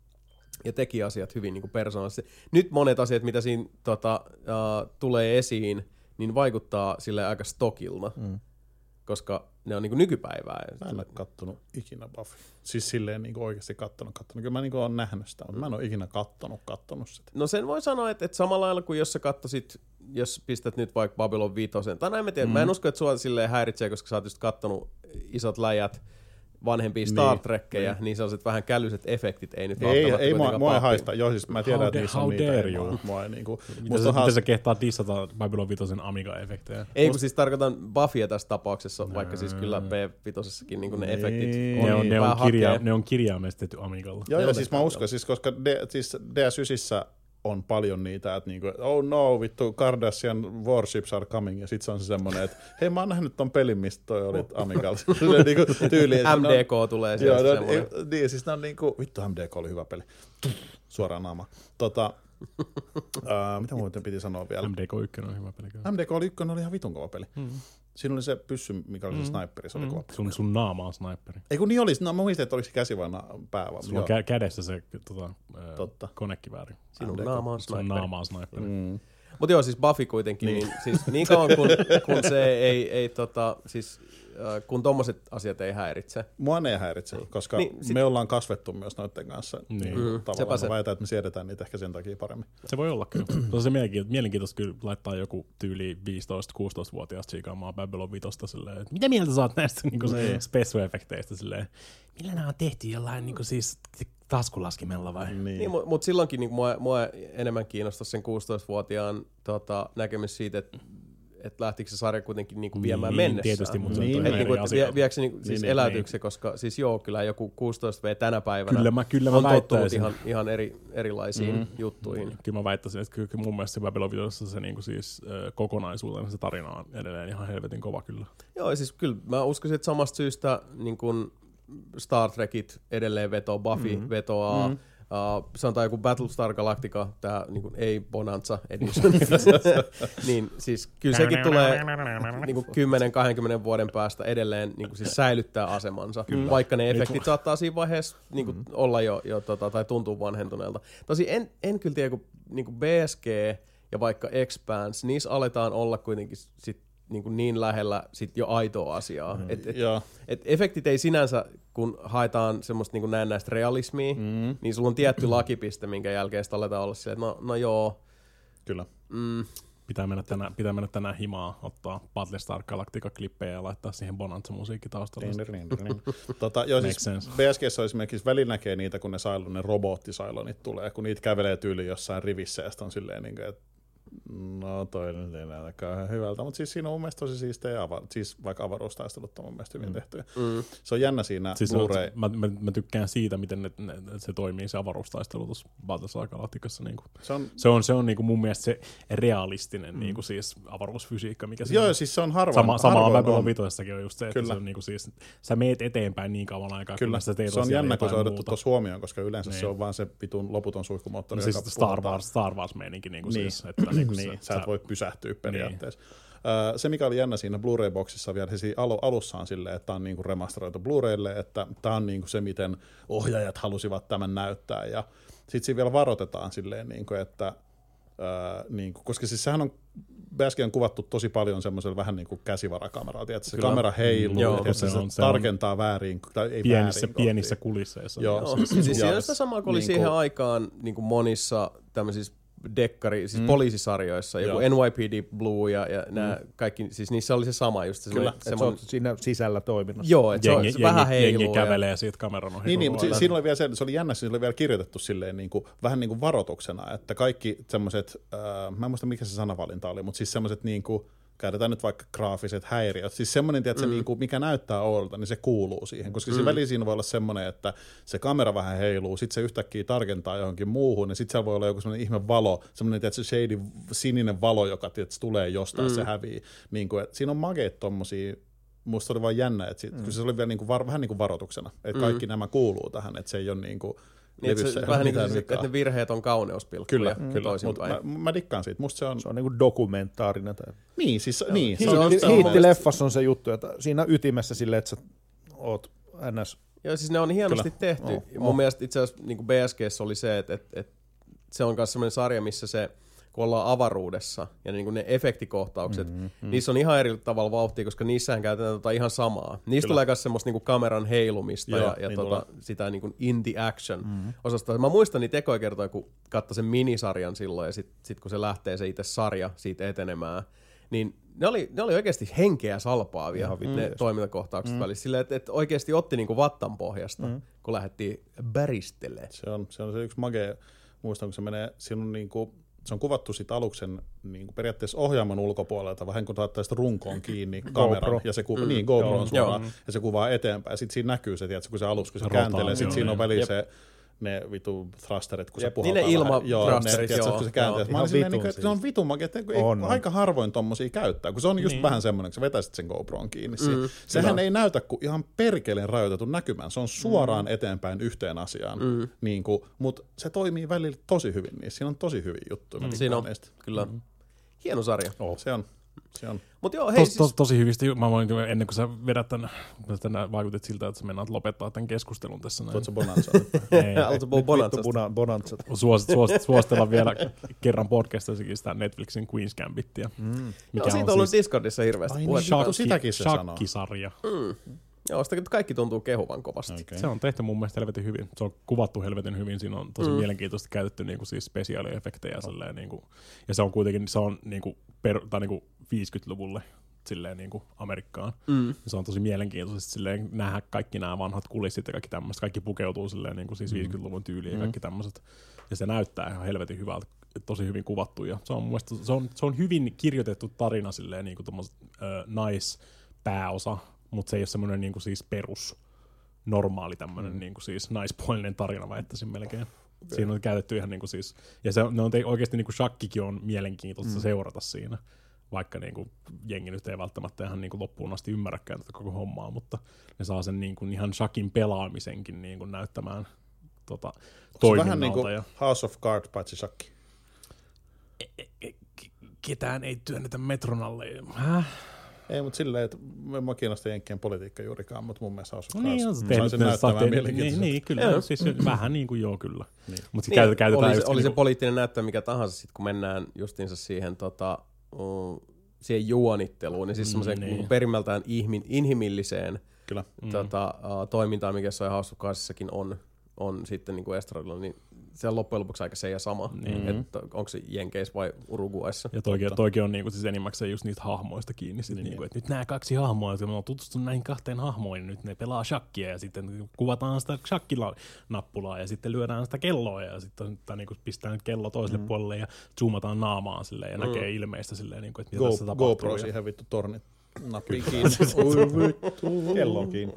Ja teki asiat hyvin niin kuin persoonallisesti. Nyt monet asiat, mitä siinä tota, uh, tulee esiin, niin vaikuttaa sille aika stokilta, mm. koska ne on niin kuin nykypäivää. Mä en ole kattonut ikinä Buffy. Siis silleen niin kuin oikeasti kattonut, kattonut. Kyllä mä niin kuin olen nähnyt sitä, mutta mä en ole ikinä kattonut, kattonut sitä. No sen voi sanoa, että, että samalla lailla kuin jos sä kattosit, jos pistät nyt vaikka Babylon viitosen, tai näin mä tiedän, mm. mä en usko, että sua silleen häiritsee, koska sä oot just kattonut isot läjät, vanhempia Star Trekkejä, niin, niin sellaiset vähän kälyiset efektit ei nyt ei, välttämättä ei, mua, mua ei haista. Joo, siis mä tiedän, että niissä on niitä. How dare you? Mua ei niinku... Miten haast... sä kehtaa dissata Babylon viitosen Amiga-efektejä? Ei, kun siis tarkoitan Buffyä tässä tapauksessa, no. vaikka siis kyllä P viitosessakin niin ne efektit on ne on, ne on, kirja, ne on kirjaimesti tehty Amigalla. Joo, joo, siis mä uskon, siis koska D, siis D S yhdeksän on paljon niitä, että niinku, oh no, vittu, Kardashian warships are coming, ja sit se on se semmonen, että hei, mä oon nähnyt ton pelin, mistä toi oli Amigalla. niinku, tyyliin, M D K on, tulee sieltä joo, semmonen. Joo, niin, siis ne on niinku, vittu, M D K oli hyvä peli. Suoraan naama. Tota, uh, mitä muuten piti sanoa vielä? M D K yksi on hyvä peli. M D K oli ykkönen, oli ihan vitun kova peli. Mm. Siinä oli se pyssy, mikä oli mm. se sniperi, se oli mm. kova peli. Sun, sun naama on sniperi. Ei kun niin oli, no, mä muistin, että oliko se käsi vai na- pää. Sulla on kä- kädessä se tota, Totta. konekivääri. Sinun naama on sniperi. Sun naama on sniperi. Mm. Mutta joo, siis Buffy kuitenkin, niin, niin, siis niin kauan kun, kun se ei, ei tota, siis äh, kun tommoset asiat ei häiritse. Mua ei häiritse, niin. koska niin, sit... me ollaan kasvettu myös noiden kanssa. Niin. Mm. Tavallaan mä väitän, että me siedetään niitä ehkä sen takia paremmin. Se voi olla kyllä. Se on se mielenkiintoista, mielenkiintoista kyllä laittaa joku tyyli viisitoista-kuusitoista-vuotiaasta tsiikaamaan Babylon viitosta silleen, että mitä mieltä sä oot näistä niinku special-efekteistä silleen, millä nämä on tehty jollain niinku siis taskulaskimella vai? Niin, niin mutta mut silloinkin niin mua, mua enemmän kiinnostaa sen kuusitoistavuotiaan tota, näkemys siitä, että et lähtikö se sarja kuitenkin niinku viemään niin, mennessä. Tietysti, mutta niin, se on niin, eri niin, asia. Viekö se niinku, siis niin, eläytyykö se, koska siis joo, kyllä joku kuusitoista vuotias tänä päivänä kyllä mä, kyllä mä on tottunut ihan, ihan eri, erilaisiin mm. juttuihin. Kyllä mä väittäisin, että kyllä mun mielestä se Babylon viitossa se niinku siis äh, kokonaisuutena se tarina on edelleen ihan helvetin kova kyllä. Joo, siis kyllä mä uskoisin, että samasta syystä niin kun Star Trekit edelleen vetoo, Buffy mm-hmm. vetoaa, mm-hmm. Uh, sanotaan joku Battlestar Galactica, tää niinku ei Bonanza Edition, niin siis kyllä sekin tulee niinku kymmenen kaksikymmentä vuoden päästä edelleen niinku siis säilyttää asemansa, kyllä. Vaikka ne efektit saattaa siinä vaiheessa niinku mm-hmm. olla jo, jo tota, tai tuntuu vanhentuneelta. Tosi en, en kyllä tiedä, kun niinku B S G ja vaikka Expanse, niissä aletaan olla kuitenkin sit niin, kuin niin lähellä sit jo aitoa asiaa. Mm, et, et, et efektit ei sinänsä, kun haetaan semmoista niin näennäistä realismia, mm. niin sulla on tietty lakipiste, minkä jälkeen sitä aletaan olla silleen, että no, no joo. Kyllä. Mm, Pitää mennä tänään, pitää mennä tänään himaa, ottaa Battlestar Galactica-klippejä ja laittaa siihen Bonanza-musiikki taustalle. tota, joo, siis B S G:ssä esimerkiksi välillä näkee niitä, kun ne sailon, ne robottisailonit tulee, kun niitä kävelee tyyli jossain rivissä ja sitten on silleen, niin kuin, että no toi nyt ei näytä kauhean hyvältä, mutta siis siinä on mun mielestä tosi siistejä, ava- siis vaikka avaruustaistelut on mun mielestä hyvin mm. tehtyä. Mm. Se on jännä siinä siis Blu-ray. On, mä, mä, mä tykkään siitä, miten ne, ne, se toimii se avaruustaistelu tuossa Battlestar Galacticassa. Niin se on, se on, se on niin kuin mun mielestä se realistinen mm. niin kuin siis avaruusfysiikka, mikä siinä joo, on. Siis se on harvoin. Sama, samaa Babylon vitoissakin on just se, että kyllä. Se on niin kuin siis, sä meet eteenpäin niin kauan aikaa, kyllä. kun sä teet se on jännä, kun se on otettu tuossa huomioon, koska yleensä niin. Se on vaan se vitun loputon suihkumoottori, no, joka siis Star Wars, Star Wars-meininki niin kuin niin. Siis, että niin kuin niin. Sä et voi pysähtyä periaatteessa. Niin. Se, mikä oli jännä siinä Blu-ray-boksissa vielä, siis alussa on silleen, että tämä on niinku remasteroitu Blu-raylle, että tämä on niinku se, miten ohjaajat halusivat tämän näyttää. Ja sitten siinä vielä varoitetaan silleen, niinku, että ää, niinku, koska siis sehän on Baskin on kuvattu tosi paljon semmoisella vähän niin kuin käsivarakameralla, tiedätkö, se kamera heiluu, mm, joo, se, se, on, se tarkentaa väärin, tai ei pienissä, väärin pienissä kulisseissa. Joo, joo. Siis, siis siinä on sitä samaa, kun oli niin siihen kuin aikaan niin kuin monissa tämmöisissä dekkari, siis mm. poliisisarjoissa, joku N Y P D Blue ja, ja mm. nämä kaikki, siis niissä oli se sama just. Kyllä, että semmoinen, se on siinä sisällä toiminnassa. Joo, että jengi, se, se vähän heiluu. Jengi kävelee ja siitä kameran ohi. Niin, niin mutta siinä oli vielä se, se oli jännä, se oli vielä kirjoitettu silleen niin kuin, vähän niin kuin varoituksena, että kaikki semmoiset, äh, mä en muista mikä se sanavalinta oli, mutta siis semmoiset niin kuin, käytetään nyt vaikka graafiset häiriöt. Siis semmoinen, tiedätkö, mm. niinku, mikä näyttää oudolta, niin se kuuluu siihen. Koska mm. se väliin siinä voi olla semmoinen, että se kamera vähän heiluu, sitten se yhtäkkiä tarkentaa johonkin muuhun, ja sitten siellä voi olla joku semmoinen ihme valo, semmoinen, tiedätkö, shady, sininen valo, joka tiedätkö, tulee jostain, mm. se hävii. Niin kuin, siinä on mageet tommosia, musta oli vaan jännä, että sit, mm. se oli vielä niinku var, vähän niin kuin varoituksena, että mm. kaikki nämä kuuluu tähän, että se ei ole niin kuin niin, että se, vähän niin kuin, että ne virheet on kauneuspilkkuja. Kyllä, mm. kyllä. Mutta mä, mä dikkaan siitä. Musta se on, se on niin kuin dokumentaarinen. Tai niin, siis niin. Hiittileffassa on se juttu, että siinä ytimessä silleen, että sä oot ns. Joo, siis ne on hienosti kyllä. tehty. Oh, oh. Mun mielestä itse asiassa niin kuin B S G:ssä oli se, että, että, että se on myös sellainen sarja, missä se kun ollaan avaruudessa, ja niin kuin ne efektikohtaukset, mm-hmm. niissä on ihan eri tavalla vauhtia, koska niissähän käytetään tota ihan samaa. Niistä tulee myös semmoista niin kuin kameran heilumista joo, ja, ja niin tota, sitä niin kuin in the action mm-hmm. osasta. Mä muistan niitä ekoja kertoja, kun katsoin sen minisarjan silloin, ja sitten sit kun se lähtee se itse sarja siitä etenemään, niin ne oli, ne oli oikeasti henkeä salpaavia, mm. ne toimintakohtaukset mm. välissä. Silleen, että, että oikeasti otti niin kuin vattan pohjasta, mm. kun lähdettiin bäristelemään. Se on, se on se yksi magea, muistan, kun se menee, siinä on niin kuin se on kuvattu sit aluksen niin kuin periaatteessa ohjaamon ulkopuolelta, vähän kun laittaa sitä runkoon kiinni kameran, ja se, kuva, mm. niin, GoPro on suoraan, ja se kuvaa eteenpäin. Sitten siinä näkyy se, tiedätkö, kun se alus, kun se Rotaan, kääntelee, sitten siinä on väliin se ne vitu thrusterit, kun Jep. se puhaltaa. Niin ne ilma-thrusterit, joo. Joo, kun se kääntelee. Mä olin silleen, niin, että se on vitu magia, että ei, aika harvoin tommosia käyttää, kun se on just niin. vähän semmoinen, kun sä vetäisit sen GoPron kiinni. Mm. Sehän no. ei näytä kuin ihan perkeleen rajoitetun näkymään. Se on suoraan mm. eteenpäin yhteen asiaan. Mm. Niin mutta se toimii välillä tosi hyvin niissä. Siinä on tosi hyviä juttuja. Mm. Siinä on, kyllä. Mm. Hieno sarja. Oh. Se on. Se on. Mut joo, hei, tos, siis... tos, tosi hyvistä. Mä voin, ennen kuin sä vedät tän, tän vaikutit siltä, että sä mennään lopettaa tämän keskustelun tässä. Tuotko Bonanza? Aloitko Bonanza? Suositellaan vielä kerran podcastissakin sitä Netflixin Queen's Gambittia. Mm. Joo, siitä on ollut siis Discordissa hirveästi. Ai niin, shakki, sitäkin se sanoo. Shakkisarja. Mm. Joo, sitä kaikki tuntuu kehuvan kovasti. Okay. Se on tehty mun mielestä helvetin hyvin. Se on kuvattu helvetin hyvin. Siinä on tosi mm. mielenkiintoisesti käytetty niinku siis spesiaaliefektejä. No. Niinku, ja se on kuitenkin se on niinku per, tai niinku viisikymmentäluvulle silleen niinku Amerikkaan. Mm. Se on tosi mielenkiintoisesti silleen nähdä kaikki nämä vanhat kulissit ja kaikki tämmöiset. Kaikki pukeutuu silleen niinku siis viisikymmentäluvun tyyliin ja kaikki tämmöiset. Ja se näyttää ihan helvetin hyvältä. Tosi hyvin kuvattu. Ja se on mun mielestä, se on, se on hyvin kirjoitettu tarina silleen niinku tommoset äh, naispääosa. Mutta se ei ole semmoinen niinku siis perus, normaali tämmöinen mm. niinku siis naispuolinen tarina, väittäisin melkein. Okay. Siinä on käytetty ihan niinku siis, ja se on, ne on te, oikeasti niinku shakkikin on mielenkiintoista mm. seurata siinä, vaikka niinku jengi nyt ei välttämättä ihan niinku loppuun asti ymmärräkään tätä koko hommaa, mutta ne saa sen niinku ihan shakin pelaamisenkin niinku näyttämään tota, toiminnalta. Vähän niin kuin ja... House of Cards, paitsi shakki. E- e- e- ketään ei työnnetä metron alle. Häh? Ei, mutta silleen, että mä kiinnostan jenkkien politiikka juurikaan, mutta mun mielestä House of Cards no niin, sai sen näyttämään mielenkiintoisesti. Niin, niin, kyllä. Siis vähän niin kuin joo, kyllä. Niin. Mut niin, käytetään oli, oli niin se poliittinen näyttö mikä tahansa, sit, kun mennään justiinsa siihen, tota, uh, siihen juonitteluun, niin siis semmoiseen mm, niin. perimmältään ihmin, inhimilliseen kyllä. Tota, uh, toimintaan, mikä jossain House of Cardsissakin on, on sitten niin kuin estradilla, niin se on loppujen lopuksi aika se ja sama, mm-hmm. että onko se Jenkeissä vai Uruguayssa. Ja toikin, toikin on niinku siis enimmäkseen just niistä hahmoista kiinni, sit niin. niinku, että nyt nämä kaksi hahmoa, kun me on tutustunut näihin kahteen hahmoon, niin nyt ne pelaa shakkia ja sitten kuvataan sitä shakkinappulaa ja sitten lyödään sitä kelloa ja sitten niinku pistetään kello toiselle mm-hmm. puolelle ja zoomataan naamaan silleen ja mm. näkee ilmeistä silleen, niinku, että mitä Go, tässä tapahtuu. GoPro siihen vittu tornit. Nappiin kiinni. Kello kiinni.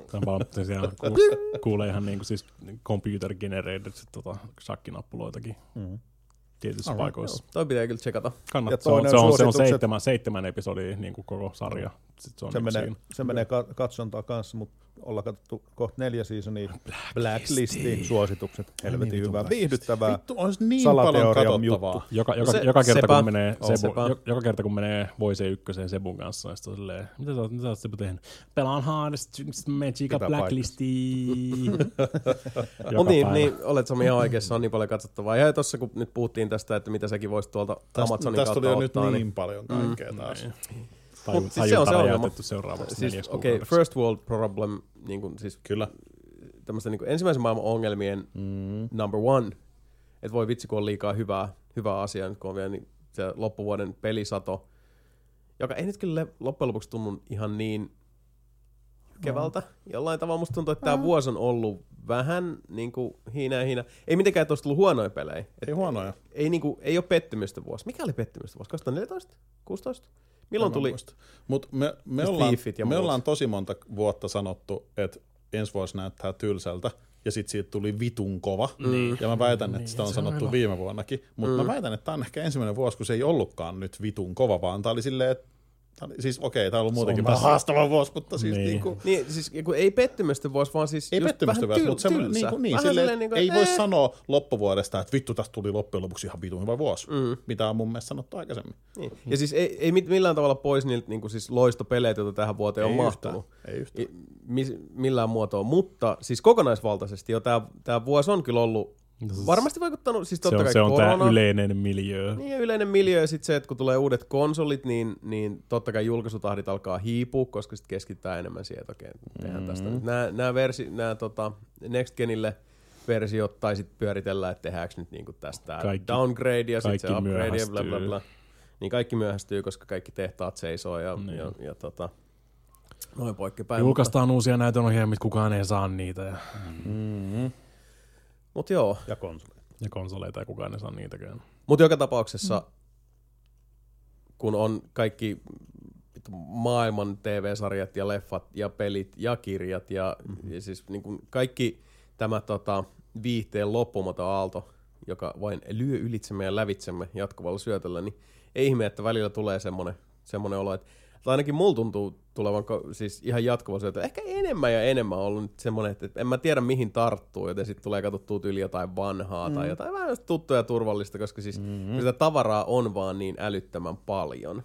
Kuulee ihan niinku siis computer generated tota shakkinappuloitakin. Mm. Tietyissä Alright, paikoissa. Joo. Toi pitää kyllä tsekata. Kannattaa. Se on, se on, se on seitsemän, seitsemän episodia niin kuin koko sarja. Sit se on se, niin menee, se menee katsontaa kanssa, mutta ollaan katsottu kohta neljä seasonia. Blacklistin suositukset. Helvetin hyvää, Black viihdyttävää. Vittu, olisi niin paljon katsottavaa. Joka, joka, se, joka, kerta, kun menee Sebu, joka, joka kerta kun menee Voice ykköseen Sebun kanssa, ja sitten on silleen, mitä sä oot, mitä sä oot Sebu tehnyt? Pelaan Hardest, me chiika Blacklistiin. Mutta niin, niin, olet Sami ihan oikeassa, on niin paljon katsottavaa. Ja tuossa kun nyt puhuttiin tästä, että mitä säkin voisit tuolta tästä, Amazonin kautta ottaa. Tästä oli jo nyt niin paljon kaikkea mm. taas. Mutta siis se on se ongelma. Siis, Okei, okay, first world problem, niin kun, siis kyllä. Tämmöistä niin ensimmäisen maailman ongelmien mm. number one, että voi vitsi, kun on liikaa hyvää, hyvää asiaa, nyt kun on vielä niin se loppuvuoden pelisato, joka ei nyt kyllä loppujen lopuksi tunnu ihan niin kevältä. No. Jollain tavalla musta tuntuu, että tämä vuosi on ollut vähän niin kuin hiinä ja hiinä. Ei mitenkään, että olisi tullut huonoja pelejä. Ei et, huonoja. Ei, niin kuin, ei ole pettymystä vuosi. Mikä oli pettymystä vuosi? kaksituhattaneljätoista? kuusitoista? Milloin tuli? Mutta me, me, ollaan, me ollaan tosi monta vuotta sanottu, että ensi vuosi näyttää tylsältä, ja sitten siitä tuli vitun kova. Mm. Ja mä väitän, että niin, sitä on sanottu on viime vuonnakin. Mutta mm. mä väitän, että tämä on ehkä ensimmäinen vuosi, kun se ei ollutkaan nyt vitun kova, vaan tämä oli silleen, että siis okei, tämä on ollut muutenkin vähän haastava vuosi, mutta siis niin. Niinku niin, siis ei pettymystä vuosi, vaan siis ei just vähän vuosi, tyl- mutta semmoinen niinku niin, silleen, niinku, ei voi sanoa loppuvuodesta, että vittu tästä tuli loppujen lopuksi ihan vitun hyvä vuosi, mm. mitä on mun mielestä sanottu aikaisemmin. Niin. Mm. Ja siis ei, ei millään tavalla pois niiltä niinku siis loistopeleitä, joita tähän vuoteen ei on yhtään, mahtunut. Ei yhtään. I, millään muotoa, mutta siis kokonaisvaltaisesti jo tämä vuosi on kyllä ollut varmasti vaikuttanut, siis totta se on, kai se on korona. Tämä yleinen miljöö. Niin, yleinen miljöö ja sitten se, että kun tulee uudet konsolit, niin, niin totta kai julkaisutahdit alkaa hiipua, koska sitten keskitytään enemmän siihen, että okei, tehdään mm-hmm. tästä. Nämä, nämä, versi, nämä tota, Next Genille versiot, tai sitten pyöritellään, että tehdäänkö nyt niinku tästä kaikki, downgrade ja sitten se upgrade ja bla bla bla. Niin kaikki myöhästyy, koska kaikki tehtaat seisoo ja, mm. ja, ja tota, noin poikkipäin. Julkaistaan mutta uusia näytönohjelmia, kukaan ei saa niitä. Ja mm-hmm. Mut joo. Ja konsoleita. Ja konsoleita ja kukaan ei saa niitäkään. Mut joka tapauksessa, mm. kun on kaikki maailman T V-sarjat ja leffat ja pelit ja kirjat ja, mm-hmm. ja siis niin kuin kaikki tämä tota, viihteen loppumaton aalto, joka vain lyö ylitsemme ja lävitsemme jatkuvalla syötöllä, niin ei ihme, että välillä tulee semmoinen, semmoinen olo, että tai ainakin mulla tuntuu tulevan siis ihan jatkuvalla syötöllä. Ehkä enemmän ja enemmän on ollut nyt semmoinen, että en mä tiedä mihin tarttuu, joten sitten tulee katsottua tyyli jotain vanhaa mm. tai jotain vähän tuttua ja turvallista, koska siis mm-hmm. sitä tavaraa on vaan niin älyttömän paljon.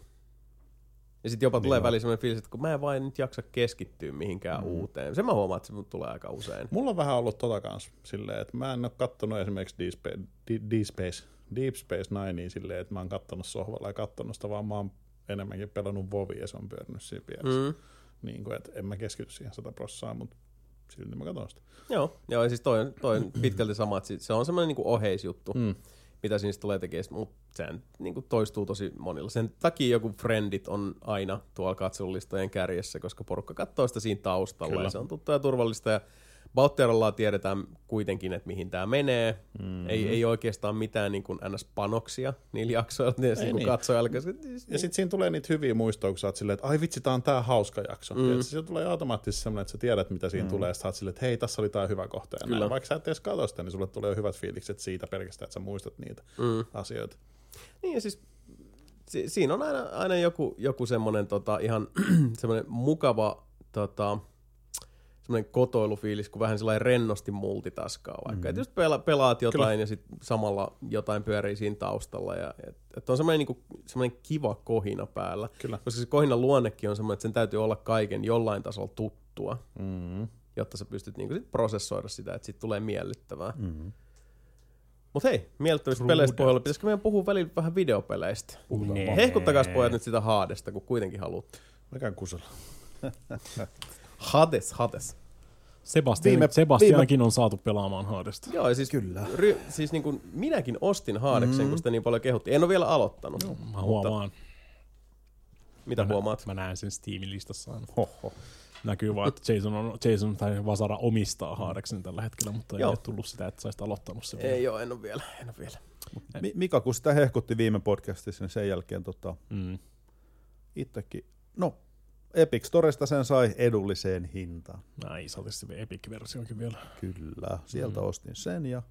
Ja sitten jopa niin tulee on. Väliin semmoinen fiilis, että kun mä en vain nyt jaksa keskittyä mihinkään mm. uuteen. Se mä huomaan, että se tulee aika usein. Mulla on vähän ollut tota kanssa silleen, että mä en ole kattonut esimerkiksi Deep Space, Deep Space, Deep Space Ninea silleen, että mä oon kattonut sohvalla ja kattonut sitä, vaan mä oon enemmänkin pelannut Vovia ja se on pyörinyt siinä pielessä. Mm. Niin kuin, että en mä keskity siihen sata prosenttia, mutta silti mä katson sitä. Joo, joo ja siis toi on, toi on pitkälti sama, että se on semmoinen niinku oheisjuttu, mm. mitä siinä tulee tekemään, mutta sehän niinku toistuu tosi monilla. Sen takia joku Friendit on aina tuolla katselulistojen kärjessä, koska porukka katsoo sitä siinä taustalla. Kyllä. Ja se on tuttua ja turvallista ja Bautterollaan tiedetään kuitenkin, että mihin tämä menee. Mm-hmm. Ei, ei oikeastaan mitään niin kuin N S-panoksia niillä jaksoilla, niin niin. katsojalle. Ja sitten siinä tulee niitä hyviä muistoja, kun sä oot silleen, että ai vitsi, tää on tää hauska jakso. Mm. Se tulee automaattisesti sellainen, että sä tiedät, mitä siinä mm. tulee, ja sä oot silleen, että hei, tässä oli tää hyvä kohta. Ja näin, vaikka sä et edes katso sitä, niin sulle tulee hyvät fiilikset siitä pelkästään, että sä muistat niitä mm. asioita. Niin ja siis si- siinä on aina, aina joku, joku semmoinen tota, ihan semmoinen mukava tota, semmoinen kotoilufiilis, kun vähän sellainen rennosti multitaskaa vaikka. Mm-hmm. Että just pela, pelaat jotain Kyllä. ja sitten samalla jotain pyörii siinä taustalla. Ja, et, et on semmoinen, niinku, semmoinen kiva kohina päällä. Kyllä. Koska se kohinan luonnekin on semmoinen, että sen täytyy olla kaiken jollain tasolla tuttua, mm-hmm. jotta sä pystyt niinku sit prosessoida sitä, että siitä tulee miellyttävää. Mm-hmm. Mutta hei, miellyttävistä peleistä pohjalla. Pitäisikö meidän puhua välillä vähän videopeleistä? Nee. Hehkuttakaa pojat nyt sitä Hadesta, kun kuitenkin haluatte. Mäkään kusella. Hades, Hades. Sebastian, Viime- Sebastianakin viime- on saatu pelaamaan Hadesta. Joo, ja siis, Kyllä. Ry, siis niin kuin minäkin ostin Hadeksen, mm. kun sitä niin paljon kehuttiin. En ole vielä aloittanut. No, Mä huomaan. Mitä mä huomaat? Mä näen sen Steamin listassa aina. Hoho. Näkyy vaan, että Jason, on, Jason tai Vasara omistaa Hadeksen tällä hetkellä, mutta Joo. ei ole tullut sitä, että sä olisit aloittanut sen. Ei ole, en ole vielä. En ole vielä. Mi- Mika, kun sitä hehkutti viime podcastissa, niin sen jälkeen tota, Mm. itsekin, no Epic Storesta sen sai edulliseen hintaan. Näin, sä otit se Epic-versioonkin vielä. Kyllä, sieltä Mm. ostin sen ja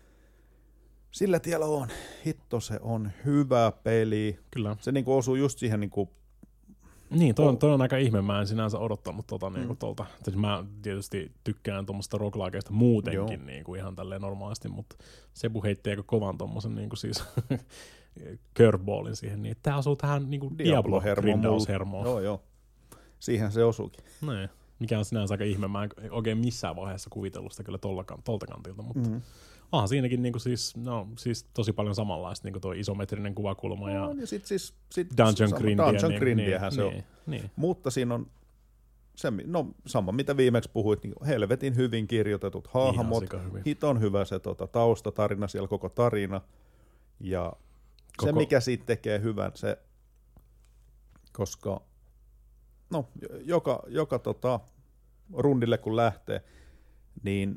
sillä tiellä on. Hitto, se on hyvä peli. Kyllä. Se niinku osuu just siihen niinku, Niin, toi on, Oh. toi on aika ihme. Mä en sinänsä odottanut tota mm. niinku tolta. Siis mä tietysti tykkään tuommoista roguelikeista muutenkin Joo. niinku ihan tälleen normaalisti, mutta Sebu heitti aika kovan tommosen niinku siis curveballin siihen, niin tää osuu tähän niinku Diablo-grindaushermoon. Joo, joo. Siihen se osuukin. Niin. Mikä on sinänsä aika ihme. Mä en oikein missään vaiheessa kuvitellut sitä kyllä tollakan, tolta kantilta, mutta Mm-hmm. onhan siinäkin niinku siis, no, siis tosi paljon samanlaista, niinku toi isometrinen kuvakulma ja No, ja sit siis, sit dungeon sama- grindia. Dungeon niin, grindiähän niin, se on. niin, niin. Mutta siinä on se, no, sama mitä viimeksi puhuit, niin helvetin hyvin kirjoitetut hahmot, sikahyvin. hiton hyvä se tota, taustatarina, siellä koko tarina, ja koko... se mikä siitä tekee hyvän, se, koska no, joka, joka tota, rundille kun lähtee, niin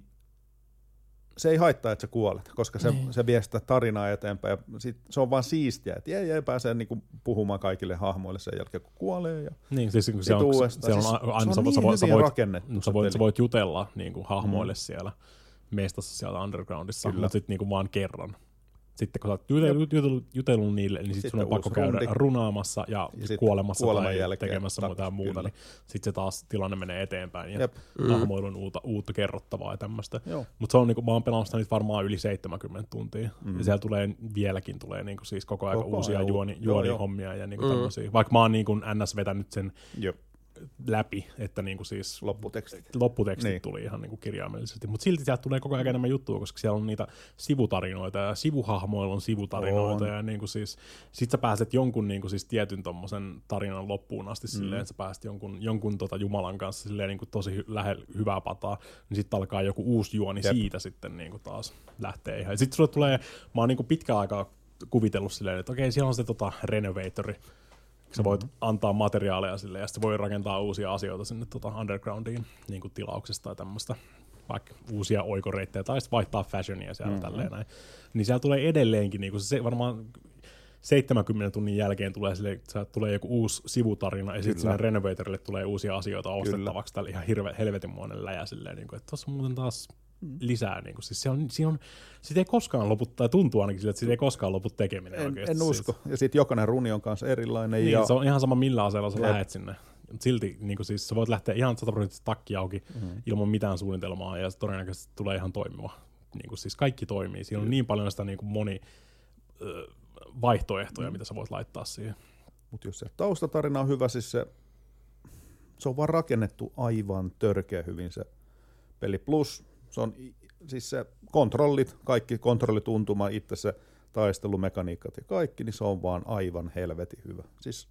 se ei haittaa, että sä kuolet, koska se, niin. se vie sitä tarinaa eteenpäin, ja sit se on vaan siistiä, että jäi, jäi pääsee niinku puhumaan kaikille hahmoille sen jälkeen, kun kuolee, ja Niin, siis kun se sit on, uudestaan. se on, Siis aina, se on sä, niin sä, voit, sä, hyvin voit, rakennettu sä, se voit, sä peli. voit jutella niin kuin hahmoille mm. siellä mestassa siellä undergroundissa, Kyllä. mutta sitten niin kuin vaan kerran. Sitten kun sä oot jutellut, jutellut, jutellut niille, niin sitten sun on pakko käydä rundi. runaamassa ja, Ja sit kuolemassa kuoleman tai jälkeen tekemässä takas, jotain muuta. kyllä. Niin sitten se taas tilanne menee eteenpäin ja Jep. hahmoilla on uutta, uutta kerrottavaa ja tämmöistä. Joo. Mutta se on niinku, mä oon pelannut sitä nyt varmaan yli seitsemänkymmentä tuntia. Mm. Ja siellä tulee, vieläkin tulee niinku siis koko ajan Koko uusia ajan. juoni, Joo, juonihommia ja niinku Mm. tämmöisiä. Vaikka mä oon niinku ns. Vetänyt sen Jep. läpi, että niinku siis Lopputekstit. lopputekstit Niin. tuli ihan niinku kirjaimellisesti, mutta silti sieltä tulee koko ajan enemmän juttua, koska siellä on niitä sivutarinoita ja sivuhahmoilla on sivutarinoita On. ja niinku siis, sit sä pääset jonkun niinku siis tietyn tommosen tarinan loppuun asti mm. silleen, että sä pääset jonkun, jonkun tota Jumalan kanssa silleen niinku tosi hy- lähellä hyvää pataa, niin sitten alkaa joku uusi juoni Jep. siitä sitten niinku taas lähtee ihan. Ja sit sulle tulee, mä oon niinku pitkään aikaa kuvitellut silleen, että okei, siellä on se tota renovatori, sä voit mm-hmm. antaa materiaaleja sille ja sitten voi rakentaa uusia asioita sinne tota undergroundiin niin kuin tilauksesta tai tämmöistä, vaikka uusia oikoreittejä tai sitten vaihtaa fashionia siellä mm-hmm. tälleen näin. Niin siellä tulee edelleenkin, niin kuin se varmaan seitsemänkymmenen tunnin jälkeen tulee, sille, tulee joku uusi sivutarina ja sitten sinne renovatorille tulee uusia asioita ostettavaksi. Tällä ihan hirve, helvetinmoinen läjä silleen, niin kuin, että tossa on muuten taas lisää. Niin kuin, siis se on, siinä on, sit ei koskaan lopu, tai tuntuu ainakin sille, että siitä ei koskaan lopu tekeminen En, oikeasti. en usko. Siis. Ja sitten jokainen runi on kanssa erilainen. Niin, ja se on ihan sama millä aseella sä Jep. lähet sinne. Mut silti niin kuin siis, sä voit lähteä ihan sataprosenttisesti takki auki mm-hmm. ilman mitään suunnitelmaa ja se todennäköisesti tulee ihan toimiva. Niin kuin siis kaikki toimii. Siinä on niin paljon sitä niin kuin moni ö, vaihtoehtoja, mm. mitä sä voit laittaa siihen. Mutta jos se taustatarina on hyvä, siis se, se on vaan rakennettu aivan törkeä hyvin se peli. Plus se on siis se kontrollit, kaikki kontrollituntuma, itse se taistelumekaniikat ja kaikki, niin se on vaan aivan helvetin hyvä. Siis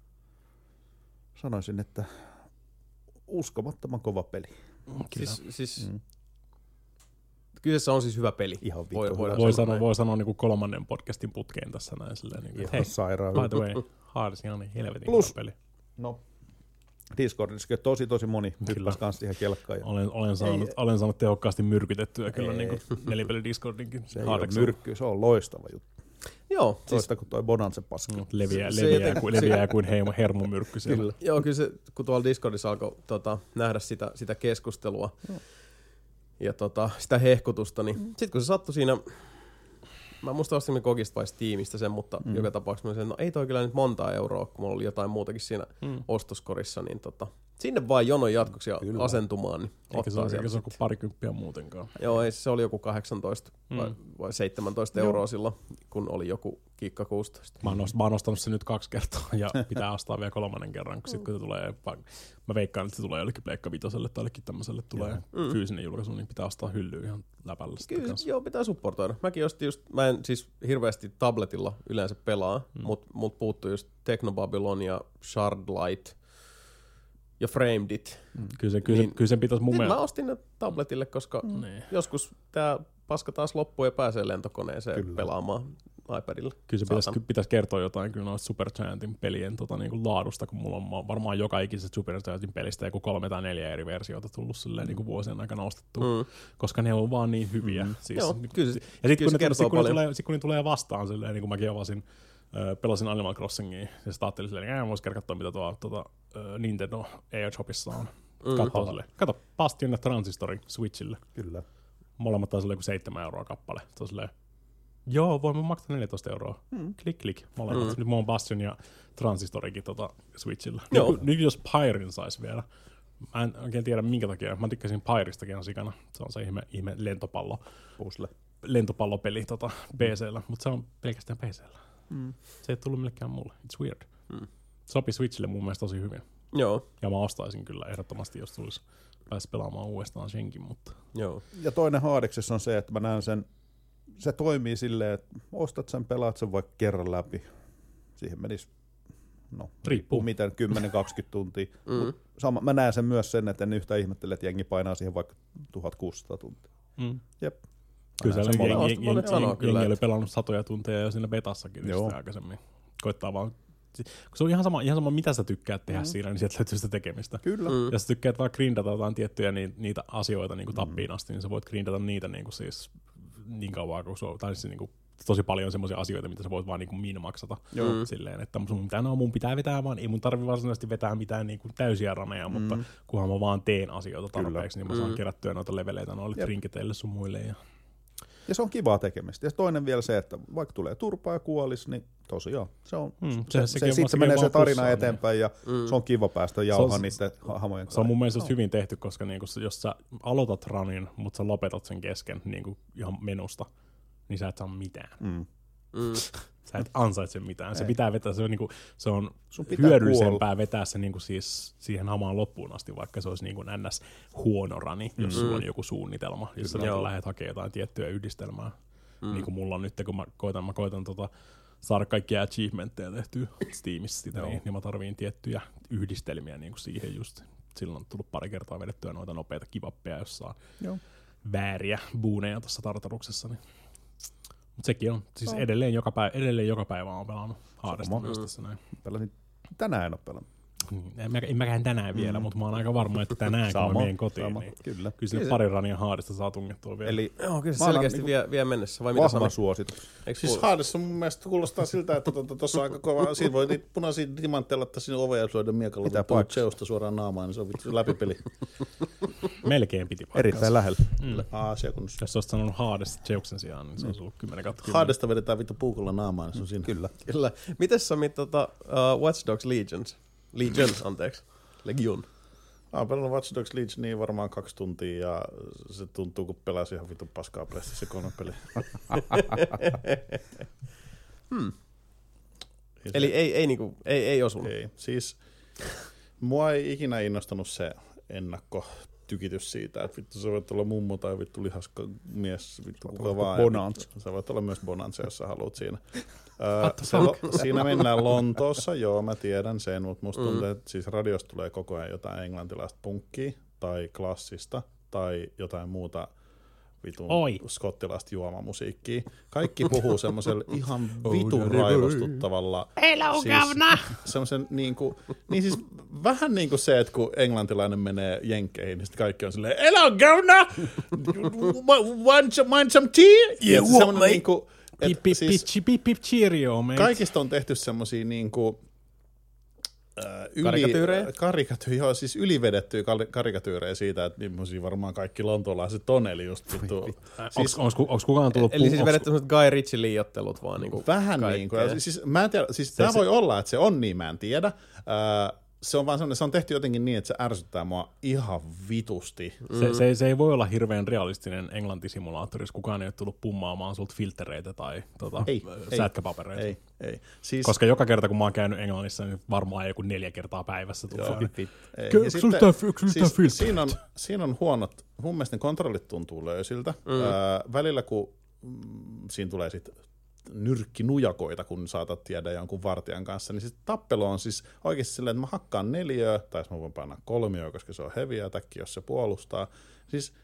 sanoisin, että uskomattoman kova peli. Siis, siis mm. kyseessä on siis hyvä peli. Ihan vittu Voi, hyvä. voidaan Voi sanoa sanoa, näin. voi sanoa niin kuin kolmannen podcastin putkeen tässä näin. Silleen, niin kuin, Ihan hei, sairaan by hyvä. the way, Hades ihan helvetin Plus- hyvä peli. No, Discordissa tosi tosi moni hyppäsi kanssa siihen kelkkaan. Ja Olen, olen, saanut, Ei- olen saanut tehokkaasti myrkytettyä kyllä Ei. niin kuin nelipeli Discordinkin. se ei ole Hadeksella. myrkky, se on loistava juttu. Joo, siis, Toista kuin toi Bonanza paska. Mm, Leviää, Se- leviää, se- kuin, se- leviää kuin heimo, hermomyrkky siellä. Kyllä. joo, kyllä se, kun tuolla Discordissa alkoi tota, nähdä sitä, sitä keskustelua Joo. ja tota, sitä hehkutusta, niin mm. sitten kun se sattui siinä, mä en muista ostimme Kogista vai Steamista sen, mutta mm. joka tapauksessa mä sanoin, no ei toi kyllä nyt montaa euroa, kun mulla oli jotain muutakin siinä mm. ostoskorissa, niin tota, sinne vaan jonon jatkoksi ja Kyllä. asentumaan, niin Eikä se ottaa ole, sieltä eikä se ole kuin sitten. parikymppiä muutenkaan. Joo, ei, se oli joku kahdeksantoista Mm. vai, vai seitsemäntoista euroa silloin, kun oli joku kiikka kuusitoista. Mä oon, nost, mä oon ostanut sen nyt kaksi kertaa ja pitää ostaa vielä kolmannen kerran, kun, sit, kun se tulee, mä veikkaan, että se tulee jollekin Pleikka Vitoselle tai jollekin tämmöiselle tulee Mm. fyysinen julkaisu, niin pitää ostaa hyllyä ihan läpällä sitä Kyllä, kanssa. joo, pitää supportoida. Mäkin ostin just, mä en siis hirveästi tabletilla yleensä pelaa, mm. mutta mut puuttuu just Technobabylon ja Shardlight ja framed it. Mm. Kyllä, se, kyllä, niin, se, kyllä sen pitäisi mun mielestä. Mä ostin ne tabletille, koska mm. joskus tää paska taas loppuu ja pääsee lentokoneeseen kyllä. pelaamaan iPadilla. Kyllä se pitäisi, pitäisi kertoa jotain kyllä noista Supergiantin pelien tota, niin kuin laadusta, kun mulla on varmaan joka ikisestä Supergiantin pelistä joku kolme tai neljä eri versiota tullut silleen, niin kuin vuosien aikana ostettua, mm. koska ne on vaan niin hyviä. Mm. Siis, Joo, niin, kyllä, ja sitten kun, sit, kun, tulee, sit, kun ne tulee vastaan, silleen, niin kuin mäkin avasin, äh, pelasin Animal Crossingia, ja sitten ajattelin silleen, että voisi kertoa katsoa, mitä tuo tuota, äh, Nintendo eShopissa on. Mm. Katso, silleen, kato, Bastion ja Transistori Switchille. Kyllä. Molemmat taisi olla joku seitsemän euroa kappale. Se on silleen, joo, voimme maksaa neljätoista euroa. Mm. Klik, klik. Molemmat. Mm. Nyt mulla on Bastion ja Transistorikin tota Switchillä. Nyt, nyt jos Pyrin saisi vielä. Mä en oikein tiedä minkä takia. Mä tykkäsin Pyristakin ihan sikana. Se on se ihme, ihme lentopallo. Puzzle. Lentopallopeli tota P C:llä. Mutta se on pelkästään P C:llä. Mm. Se ei tullut millekään mulle. It's weird. Mm. Sopi Switchille mun mielestä tosi hyvin. Joo. Ja mä ostaisin kyllä ehdottomasti, jos tulisi pääsi pelaamaan uudestaan senkin. Mutta. Joo. Ja toinen haadeksessa on se, että mä näen sen. Se toimii silleen, että ostat sen, pelaat sen vaikka kerran läpi. Siihen menisi, no, riippuu miten, kymmenen kaksikymmentä tuntia. Mm. Mut sama, mä näen sen myös sen, että en yhtä ihmettele, että jengi painaa siihen vaikka tuhatkuusisataa tuntia. Mm. Jep. Kyllä siellä jengi, jengi, jengi, jengi oli pelannut satoja tunteja jo siinä betassakin aikaisemmin. Koittaa vaan. Kun se on ihan sama, ihan sama mitä sä tykkäät tehdä mm. siinä, niin sieltä löytyy sitä tekemistä. Kyllä. Mm. Jos sä tykkäät vaan grindata jotain tiettyjä ni, niitä asioita niin kuin tappiin asti, niin sä voit grindata niitä niin kuin siis niin kauan, kun se on, tai siis niin kuin tosi paljon semmoisia asioita, mitä sä voit vaan niin kuin min-maksata. Mm. Silleen, että mun pitää, no, mun pitää vetää vaan, ei mun tarvi varsinaisesti vetää mitään niin kuin täysiä rameja, mm. mutta kunhan mä vaan teen asioita tarpeeksi, Kyllä. niin mä saan mm. kerättyä noita leveleitä noille Jep. trinketeille sun muille. Ja... ja se on kivaa tekemistä. Ja toinen vielä se, että vaikka tulee turpaa ja kuolis, niin tosiaan se on, mm. se, se, se, sitten menee se tarina eteenpäin ja mm. se on kiva päästä jauhaan niiden hamojen kanssa. Se on mun mielestä no. hyvin tehty, koska niinku, jos sä aloitat runin, mutta sä lopetat sen kesken niinku, ihan menusta, niin sä et saa mitään. Mm. Mm. Sä et ansaitse mitään. Se pitää vetää, se on, niinku, se on hyödyllisempää kuolla. vetää se niinku, siis siihen hamaan loppuun asti, vaikka se olisi niinku ns. Huono rani, jos mm. sulla on joku suunnitelma, jos sä lähdet hakemaan jotain tiettyä yhdistelmää. Mm. Niin kuin mulla on nyt, kun mä koitan, mä koitan tota, saada kaikkia achievementteja tehtyä Steamissa, sitä, niin, niin mä tarviin tiettyjä yhdistelmiä niin kuin siihen just. Silloin on tullut pari kertaa vedettyä noita nopeita kivappeja, jos saa Joo. vääriä buuneja tuossa tartaruksessa. Niin. Mutta sekin on, siis edelleen joka, päivä, edelleen joka päivä on pelannut Hadesta myös tässä näin. Pelasin, tänään en ole pelannut. En, mä, en mäkään tänään vielä, mm. mutta mä oon aika varma, että tänään kun mä menen kotiin, niin kyllä, kyllä sinne pari rania Hadesta saa tungettua vielä. Eli joo, kyllä se selkeästi niinku vie, vie mennessä. Vai vahva suositus. Siis Hadessa mun mielestä kuulostaa siltä, että tuossa to, to, aika kova, siinä voi niitä punaisia dimantteja laittaa sinne oveen ja syödä miekalla, mutta tuut Zeusta suoraan naamaan, niin se on vittu läpipeli. Melkein piti paikkaa. Erittäin lähellä. Mm. Aasiakunnassa. Jos olisit sanonut Hadesta Zeuksen sijaan, niin se olisi ollut kymmenen kautta kymmenen. Hadesta vedetään vittu puukolla naamaan, niin se on siinä. Kyllä. Kyllä. Mites Sami, tota, uh, Watch Dogs Legions? Legions, anteeksi. Legion. Mä oon pelannut Watch Dogs Legionia varmaan kaksi tuntia ja se tuntuu, kun pelasi ihan vitun paskaa PlayStation kolme peli. hmm. Eli ei, ei, niinku, ei, ei osunut. Ei. Siis mua ei ikinä innostanut se ennakkotykitys siitä, että vittu sä voit olla mummo tai vittu lihaska mies, vittu kuka vaan. Bonanza. Sä voit olla myös Bonanza, jos sä haluat siinä. Öö, se, siinä mennään Lontoossa, joo mä tiedän sen, mutta musta tuntuu, että siis radiosta tulee koko ajan jotain englantilaista punkkia tai klassista tai jotain muuta vitun Oi. skottilaista juomamusiikkia. Kaikki puhuu semmoisella ihan vitun raivostuttavalla. Hello, siis, semmoisen niinku, niin siis vähän niin kuin se, että kun englantilainen menee jenkkeihin, niin sitten kaikki on silleen, hello, governor! Want some, want some tea? Yeah, what, mate? Niinku, Pip, pip, siis pip, pip, cheerio, mate. Kaikista on tehty semmosia niinku äh, yli, karikatyyrejä? Karikaty, joo, siis ylivedettyjä karikatyyrejä siitä, että millaisia varmaan kaikki lontoolaiset on, eli just vittu. Siis, onko kukaan tullut... Eli siis vedetty semmoset Guy Ritchie-liiottelut vaan niinku vähän niin kuin. Siis, mä en tiedä, siis tämä voi olla, että se on niin, mä en tiedä. Äh, Se on vaan semmoinen, se on tehty jotenkin niin, että se ärsyttää mua ihan vitusti. Se, mm. se, se ei voi olla hirveän realistinen englantisimulaattori, jos kukaan ei ole tullut pummaamaan sulta filtereitä tai tota, ei, sätkäpapereita. Ei, ei. Siis, koska joka kerta, kun mä oon käynyt Englannissa, niin varmaan joku neljä kertaa päivässä tulee. Siis, siinä, on, siinä on huonot, mun mielestä ne kontrollit tuntuu löysiltä. Mm. Äh, välillä, kun mm, siinä tulee sitten nyrkkinujakoita, kun saatat tiedä jonkun vartijan kanssa, niin siis tappelu on siis oikeasti silleen, että mä hakkaan neliöä, tai mä voin painaa kolmioa, koska se on heavy attack, jos se puolustaa. Siis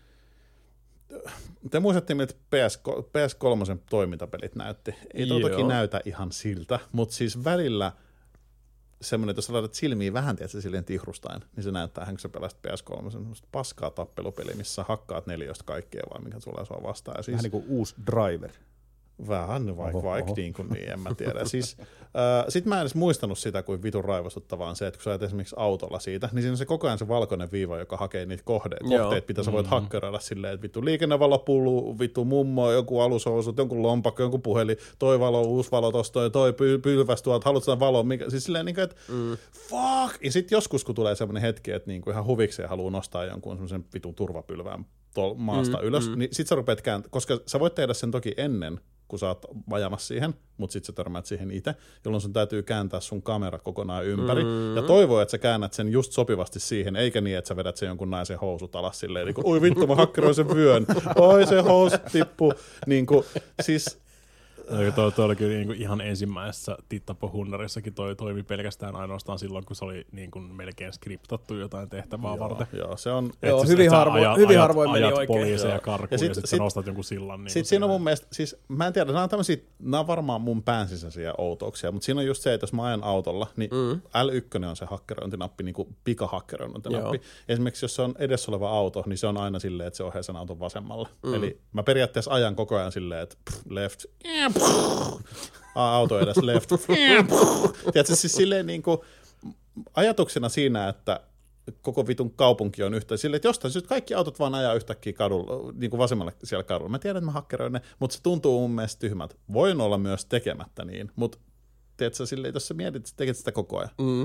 te muistatte, miltä P S kolme toimintapelit näytti. Ei tuo toki näytä ihan siltä, mutta siis välillä semmoinen, että jos sä laitat silmiin vähän, tiedätkö, silleen tihrustain, niin se näyttää, hän kun sä pelasit P S kolme, semmoista paskaa tappelupeli, missä hakkaat neliöstä kaikkea vaan, mikä tulee sua vastaan. Ja siis, vähän niin kuin uusi Driver. Vähän, vaikka vaik, niin kuin niin, en mä tiedä. Siis, äh, sit mä en edes muistanut sitä, kuin vitun raivostuttavaa on se, että kun sä ajat esimerkiksi autolla siitä, niin siinä on se koko ajan se valkoinen viiva, joka hakee niitä kohde- kohteita, mitä sä voit mm-hmm. hakkeroida silleen, että vittu liikennevalo puluu, vittu mummo, joku alushousut, jonkun lompakko, jonkun puhelin, toi valo, uusi valo tosta, toi, toi py- pylväs tuolta, haluat sitä valoa, mikä, siis silleen niin kuin, että mm. fuck! Ja sit joskus, kun tulee semmoinen hetki, että niin kuin ihan huvikseen haluaa nostaa jonkun semmoisen vitun turvapylvään tuolla maasta mm, ylös, mm. niin sit sä rupeat kääntämään, koska sä voit tehdä sen toki ennen, kun sä oot ajamassa siihen, mutta sit sä törmäät siihen itse, jolloin sun täytyy kääntää sun kamera kokonaan ympäri, mm. ja toivoo, että sä käännät sen just sopivasti siihen, eikä niin, että sä vedät sen jonkun naisen housut alas silleen, niin kuin, oi vittu, mä hakkeroin sen vyön, oi se housut tippuu, niin kuin, siis Toi, toi oli kyllä niin kuin ihan ensimmäisessä Tittapo-hunnarissakin toi toimi pelkästään ainoastaan silloin, kun se oli niin kuin melkein skriptattu jotain tehtävää joo, varten. Joo, se on... Joo, siis, hyvin, harvo, ajat, hyvin ajat, harvoin meni ajat oikein. poliiseja karkuun ja, sit, ja sit, sit nostat jonkun sillan. Niin sitten siinä on mun mielestä, siis mä en tiedä, nämä on tämmöisiä, nämä on varmaan mun päänsisäisiä outouksia, mutta siinä on just se, että jos mä ajan autolla, niin mm. L yksi on se hakkerointinappi, niin kuin pikahakkerointinappi. Esimerkiksi jos se on edessä oleva auto, niin se on aina silleen, että se ohjaa sen auton vasemmalle. Mm. Eli mä periaatteessa ajan koko ajan silleen, että pff, left, auto edes left. Tiedätkö, siis silleen niin kuin ajatuksena siinä, että koko vitun kaupunki on yhtä silleen, että jostain syystä kaikki autot vaan ajaa yhtäkkiä kadulla, niin kuin vasemmalle siellä kadulla. Mä tiedän, että mä hakkeroin ne, mutta se tuntuu mun mielestä tyhmältä. Voin olla myös tekemättä niin, mutta tiedätkö, silleen, jos sä mietit, että teket sitä koko ajan, mm.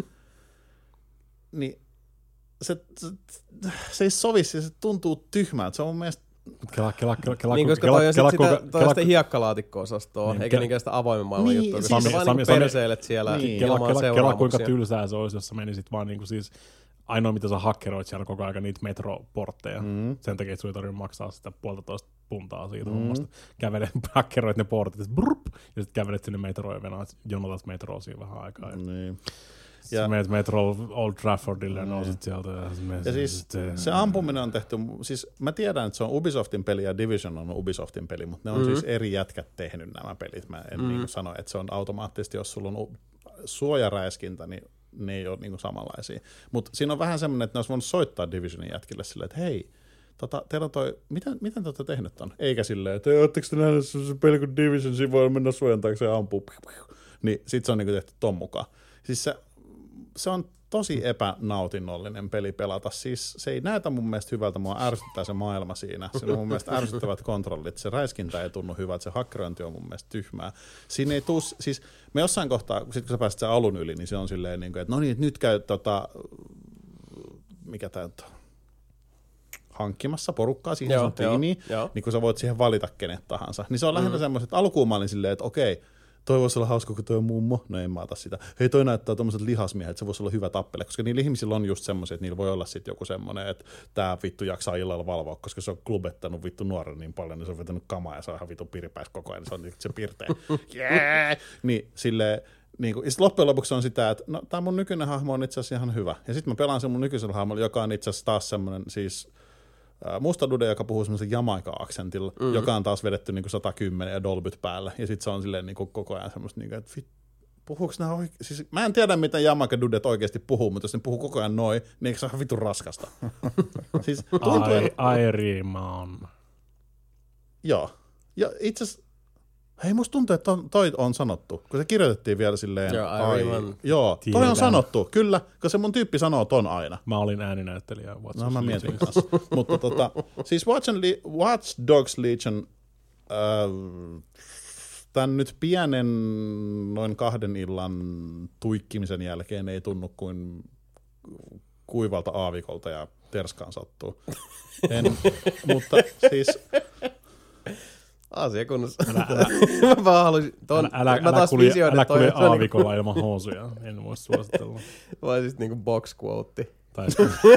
niin se, se, se ei sovi, se tuntuu tyhmältä. Se on mun mielestä Kela, kela, kela, kela, niin, koska toi on sit sitä, toi on sitä hiekkalaatikko-osastoa, niin, eikä niinkään sitä avoimen maailman niin, juttua, koska siis, se vaan niin perseilet siellä niin, ilman kela, seuraamuksia. Kela, kuinka tylsää se olisi, jos sä menisit vaan niinku siis ainoa, mitä sä hakkeroit siellä koko ajan, niitä metroportteja. Mm. Sen takia, että sun ei tarvitse maksaa sitä puolitoista puntaa siitä hommasta. Mm. Kävelet, hakkeroit ne portit, brup, ja sitten kävelet sinne metroon ja venät, jonotat metroa siinä vähän aikaa. Niin. Ja menet metro Old Traffordille ja nousit sieltä. Ja, ja siis se ampuminen on tehty, siis mä tiedän, että se on Ubisoftin peli ja Division on Ubisoftin peli, mutta ne on mm-hmm. siis eri jätkät tehnyt nämä pelit. Mä en mm-hmm. niin kuin sano, että se on automaattisesti, jos sulla on suojaräiskintä, niin ne ei ole niin kuin samanlaisia. Mutta siinä on vähän semmoinen, että ne olisi voinut soittaa Divisionin jätkille silleen, että hei, Tota, teillä toi, miten, miten te olette tehnyt ton? Eikä silleen, että ootteko te nähneet se peli kuin Division, siinä voi mennä suojan taakse ja ampua. Niin sit se on niin kuin tehty ton mukaan. Siis se Se on tosi epänautinnollinen peli pelata. Siis se ei näytä mun mielestä hyvältä, mua ärsyttää se maailma siinä. Siinä on mun mielestä ärsyttävät kontrollit. Se räiskintä ei tunnu hyvältä, se hakkerointi on mun mielestä tyhmää. Siinä ei tuu, siis me jossain kohtaa, sit kun sä pääset sen alun yli, niin se on silleen, että no niin, nyt käy tota, mikä tää on, hankkimassa porukkaa siihen joo, sun tiimiin, joo, niin kun sä voit siihen valita kenet tahansa. Niin se on lähinnä mm. semmoiset, että alkuun mä olin silleen, että okei, toi voisi olla hauska, kun toi on mummo. No en mä ota sitä. Hei, toi näyttää tommoset lihasmiehet, että se voisi olla hyvä tappele, koska niillä ihmisillä on just semmoisia, että niillä voi olla sitten joku semmoinen, että tää vittu jaksaa illalla valvoa, koska se on klubettanut vittu nuoren niin paljon, niin se on vetänyt kamaa ja se on ihan vittu piripäis koko ajan, se on se pirteä. Yeah! Niin silleen, niin kuin, ja sitten loppujen lopuksi on sitä, että no tää mun nykyinen hahmo on itse asiassa ihan hyvä. Ja sitten mä pelaan sen mun nykyisellä hahmolla, joka on itse asiassa taas semmoinen siis musta dude, joka puhuu semmoisen Jamaica-aksentilla, mm-hmm. joka on taas vedetty niin kuin sata kymmenen ja dolbyt päälle. Ja sitten se on silleen niin kuin koko ajan semmoista, niin kuin, että fit, puhuuko nämä oikein? Siis, mä en tiedä, miten Jamaica-dudet oikeasti puhuu, mutta jos ne puhuu koko ajan noin, niin eikö se ole vitun raskasta? Siis, tuntuu, ai, ai riimaan. Joo. Ja itse asiassa, hei, musta tuntuu, että toi on sanottu, kun se kirjoitettiin vielä silleen, joo, ai, joo toi on sanottu, kyllä, koska se mun tyyppi sanoo ton aina. Mä olin ääninäyttelijä. No mä mietin kanssa. Mutta tota, siis Watch, Le- Watch Dogs Legion, äh, tämän nyt pienen noin kahden illan tuikkimisen jälkeen ei tunnu kuin kuivalta aavikolta ja terskaan sattuu. En, mutta siis asia kunnossa. Älä, älä, mä vaan haluaisin ton, älä, älä, mä taas kulje, visioin, älä kulje toi, aavikolla ilman housuja, en voi suositella. Vai siis niinku box quote Tai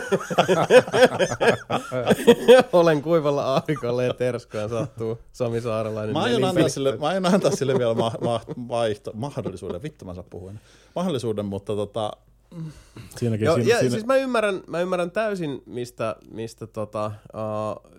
Olen kuivalla aavikolla ja terskoon sattuu Sami Saarelainen. Mä aion antaa sille, mä aion antaa sille vielä ma- ma- vaihto, mahdollisuuden, vittu mä saa puhua enää. Mahdollisuuden, mutta tota... Siinäkin, Joo, siinä, ja siinä... siis mä ymmärrän, mä ymmärrän täysin, mistä, mistä tota, uh,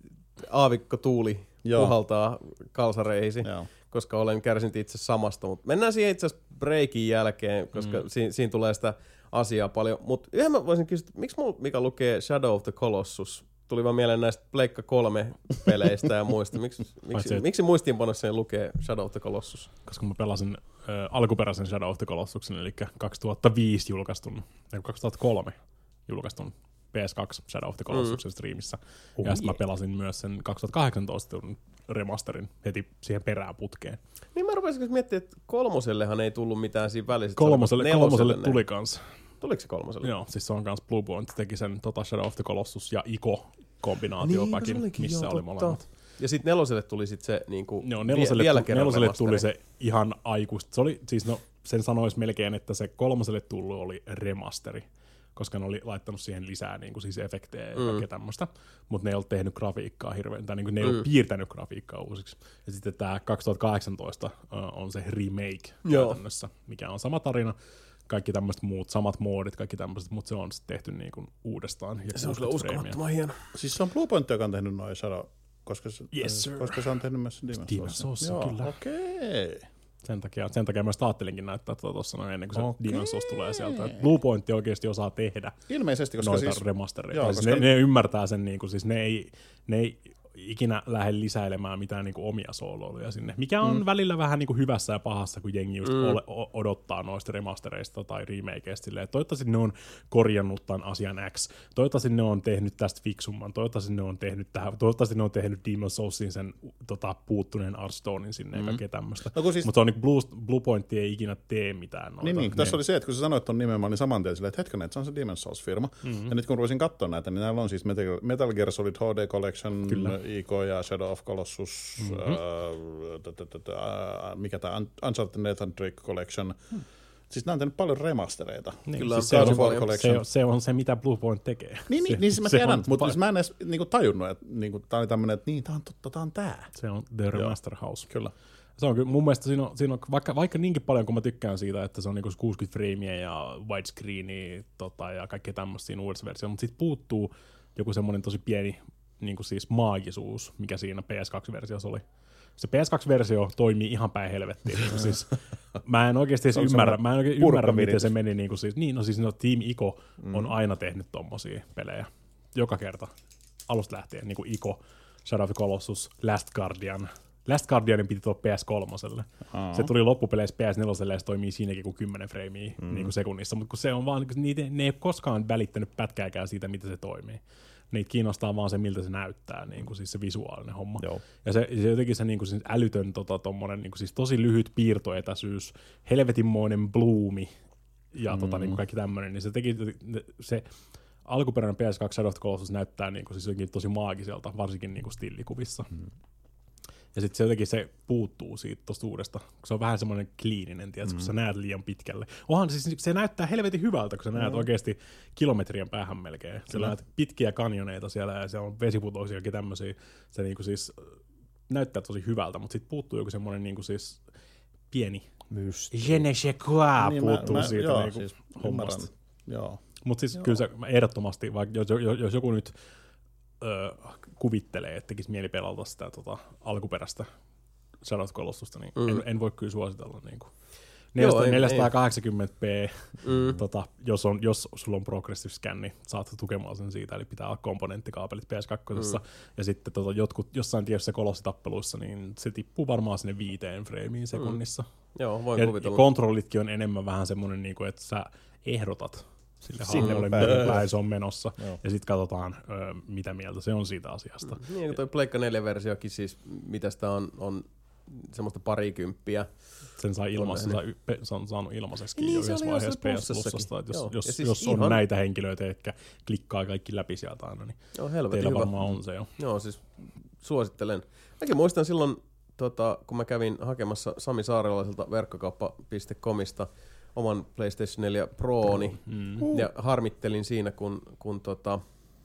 aavikko tuuli Joo. puhaltaa kalsareihisi, Joo. koska olen kärsinyt itse samasta. Mut mennään siihen itse asiassa breakin jälkeen, koska mm. siinä, siinä tulee sitä asiaa paljon. Mutta yhden mä voisin kysyä, miksi mulla Mika lukee Shadow of the Colossus? Tuli vaan mieleen näistä Pleikka kolme peleistä ja muista. Miksi, miksi, miksi muistiinpanossani lukee Shadow of the Colossus? Koska mä pelasin äh, alkuperäisen Shadow of the Colossusin, eli kaksituhattaviisi julkaistun, tai kaksituhattakolme julkaistun P S kaksi Shadow of the Colossusin mm. striimissä. Oh, ja sitten yeah. mä pelasin myös sen kaksituhattakahdeksantoista remasterin heti siihen perään putkeen. Niin mä rupesin miettimään, että kolmosellehan ei tullut mitään siinä välissä. Kolmoselle, kolmoselle tuli kans. Tuliko se kolmoselle? Joo, siis se on kans Bluepoint teki sen tota Shadow of the Colossus ja Ico-kombinaatiopakin, niin, missä oli molemmat. Ja sitten neloselle tuli sit se niinku Joo, neloselle, vielä tu- kerran neloselle remasteri. tuli se ihan aikuista. Se oli, siis no, sen sanoisi melkein, että se kolmoselle tullut oli remasteri, koska ne oli laittanut siihen lisää niin kuin siis efektejä ja mm. kaikkea tämmöistä, mutta ne ei ollut tehnyt grafiikkaa hirveän, tai niin kuin ne ei mm. ollut piirtänyt grafiikkaa uusiksi. Ja sitten tämä kaksituhattakahdeksantoista uh, on se remake käytännössä, mikä on sama tarina, kaikki tämmöiset muut, samat moodit, kaikki tämmöiset, mutta se on sitten tehty niin kuin uudestaan. Ja se on kyllä uskomattoman hieno. Siis se on Bluepoint, joka on tehnyt noin Shadow, koska se, yes, sir. koska se on tehnyt myös Demon's Souls. Demon's Souls, kyllä. Okei. Okay. Sen takia, sen takia mä ajattelinkin näyttää tuossa noin ennen kuin se okay. Demon's Souls tulee sieltä. Bluepoint oikeasti osaa tehdä ilmeisesti, koska noita siis, remastereita. Joo, siis koska... ne, ne ymmärtää sen, niin kuin, siis ne ei, ne ei ikinä lähde lisäilemään mitään niin kuin omia sooloiluja sinne. Mikä on mm. välillä vähän niin kuin hyvässä ja pahassa, kun jengi just mm. ole, odottaa noista remastereista tai remakeista. Silleen, toivottavasti ne on korjannut tämän asian X. Toivottavasti ne on tehnyt tästä fiksumman. Toivottavasti ne on tehnyt tähän. Toivottavasti ne on tehnyt Demon's Soulsin sen tota, puuttuneen Artstonein sinne mm. ja kaikkea tämmöistä. No, siis... Mutta on niin Blue, Bluepoint ei ikinä tee mitään noita. Niin, niin ne... tässä oli se, että kun sä sanoit ton nimen, mä olin saman tien silleen, että hetkinen, että se on se Demon's Souls-firma. Mm-hmm. Ja nyt kun ruvesin katsoa näitä, niin näillä on siis Metal, Metal Gear Solid H D Collection, Ico ja Shadow of Colossus, mm-hmm. äh, mikä tämä Uncharted Nathan Drake Collection. Hmm. Siis nämä on tehnyt paljon remastereita. Niin, Kyllä siis se, on, se, se on se, mitä Bluepoint tekee. Niin, niin, niin se mä tiedän, mutta siis mä en edes niinku tajunnut, että niinku, tää oli tämmönen, että niin, tää on totta, tää on tää. Se on The Remaster House. Kyllä. Se on kyllä, mun mielestä siinä on, siinä on vaikka, vaikka niinkin paljon, kun mä tykkään siitä, että se on niinku kuusikymmentä freimiä ja widescreenia tota, ja kaikkea tämmöistä siinä uudessa versiossa, mutta siitä puuttuu joku semmoinen tosi pieni niinku siis maagisuus, mikä siinä P S kaksi versiossa oli. Se P S kaksi versio toimii ihan päin helvettiin. siis, mä en oikeasti edes ymmärrä, mä en oikein ymmärrä miten se meni. Niin, siis, niin no siis no, Team Ico mm. on aina tehnyt tommosia pelejä. Joka kerta. Alusta lähtien. Niin kuin Ico, Shadow of the Colossus, Last Guardian. Last Guardianin piti tulla P S kolme. Uh-huh. Se tuli loppupeleissä P S neljä ja se toimii siinäkin kuin kymmenen freimiä mm. niin kuin sekunnissa. Mutta se on vaan, niitä, ne ei ole koskaan välittänyt pätkääkään siitä, miten se toimii. Niitä kiinnostaa vaan se, miltä se näyttää, niin kuin siis se visuaalinen homma. Joo. Ja se, se jotenkin se, niin kuin siis älytön, tota, tommonen, niin kuin siis tosi lyhyt piirtoetäisyys, helvetinmoinen bloomi ja mm. tota, niin kuin kaikki tämmöinen, niin se teki se alkuperäinen P S kaksi Shadow of the Colossus näyttää niin kuin siis jotenkin tosi maagiselta, varsinkin niin kuin stillikuvissa. Mm. Ja sitten se jotenkin se puuttuu siitä tosta uudesta, kun se on vähän semmoinen kliininen, tiedätkö, mm. kun sä näet liian pitkälle. Onhan siis, se näyttää helvetin hyvältä, kun sä näet mm. oikeasti kilometrien päähän melkein. Sä näet pitkiä kanjoneita siellä ja siellä on vesiputoisia ja tämmöisiä. Se niinku siis näyttää tosi hyvältä, mutta sitten puuttuu joku semmoinen niinku siis pieni je ne sais quoi niin, puuttuu mä, mä, siitä joo, niinku siis hommasta. Mutta siis joo. Kyllä se ehdottomasti, vaikka jos, jos, jos joku nyt Öö, kuvittelee, että tekisi mieli pelata sitä tota, alkuperäistä Shadow of the Colossusta, niin mm. en, en voi kyllä suositella. Niin kuin. neljäsataakahdeksankymmentä p, mm. tota, jos, on, jos sulla on progressive scan, niin saat tukemaan sen siitä, eli pitää olla komponenttikaapelit P S kaksi. Mm. Ja sitten tota, jotkut, jossain tietyissä kolossitappeluissa, niin se tippuu varmaan sinne viiteen freimiin sekunnissa. Mm. Joo, voin ja, kuvitella. Ja kontrollitkin on enemmän vähän semmoinen, niin kuin, että sä ehdotat sille hahmolle, miten päin se on menossa. Joo. Ja sitten katsotaan, ö, mitä mieltä se on siitä asiasta. Mm. Niin kuin toi Pleikka neljä-versiokin, siis mitä sitä on, on semmoista parikymppiä. Sen sai ilmassa, se on saanut ilmaiseskin niin, jo yhdessä vaiheessa P S Plusasta. Että jos, jos, siis jos on ihan näitä henkilöitä, jotka klikkaa kaikki läpi sieltä aina, niin joo, teillä hyvä. Varmaan on se jo. Joo, siis suosittelen. Mäkin muistan silloin, tota, kun mä kävin hakemassa Sami Saarelaiselta verkkokauppa piste comista oman PlayStation neljä Proni mm. ja harmittelin siinä, kun, kun, tota,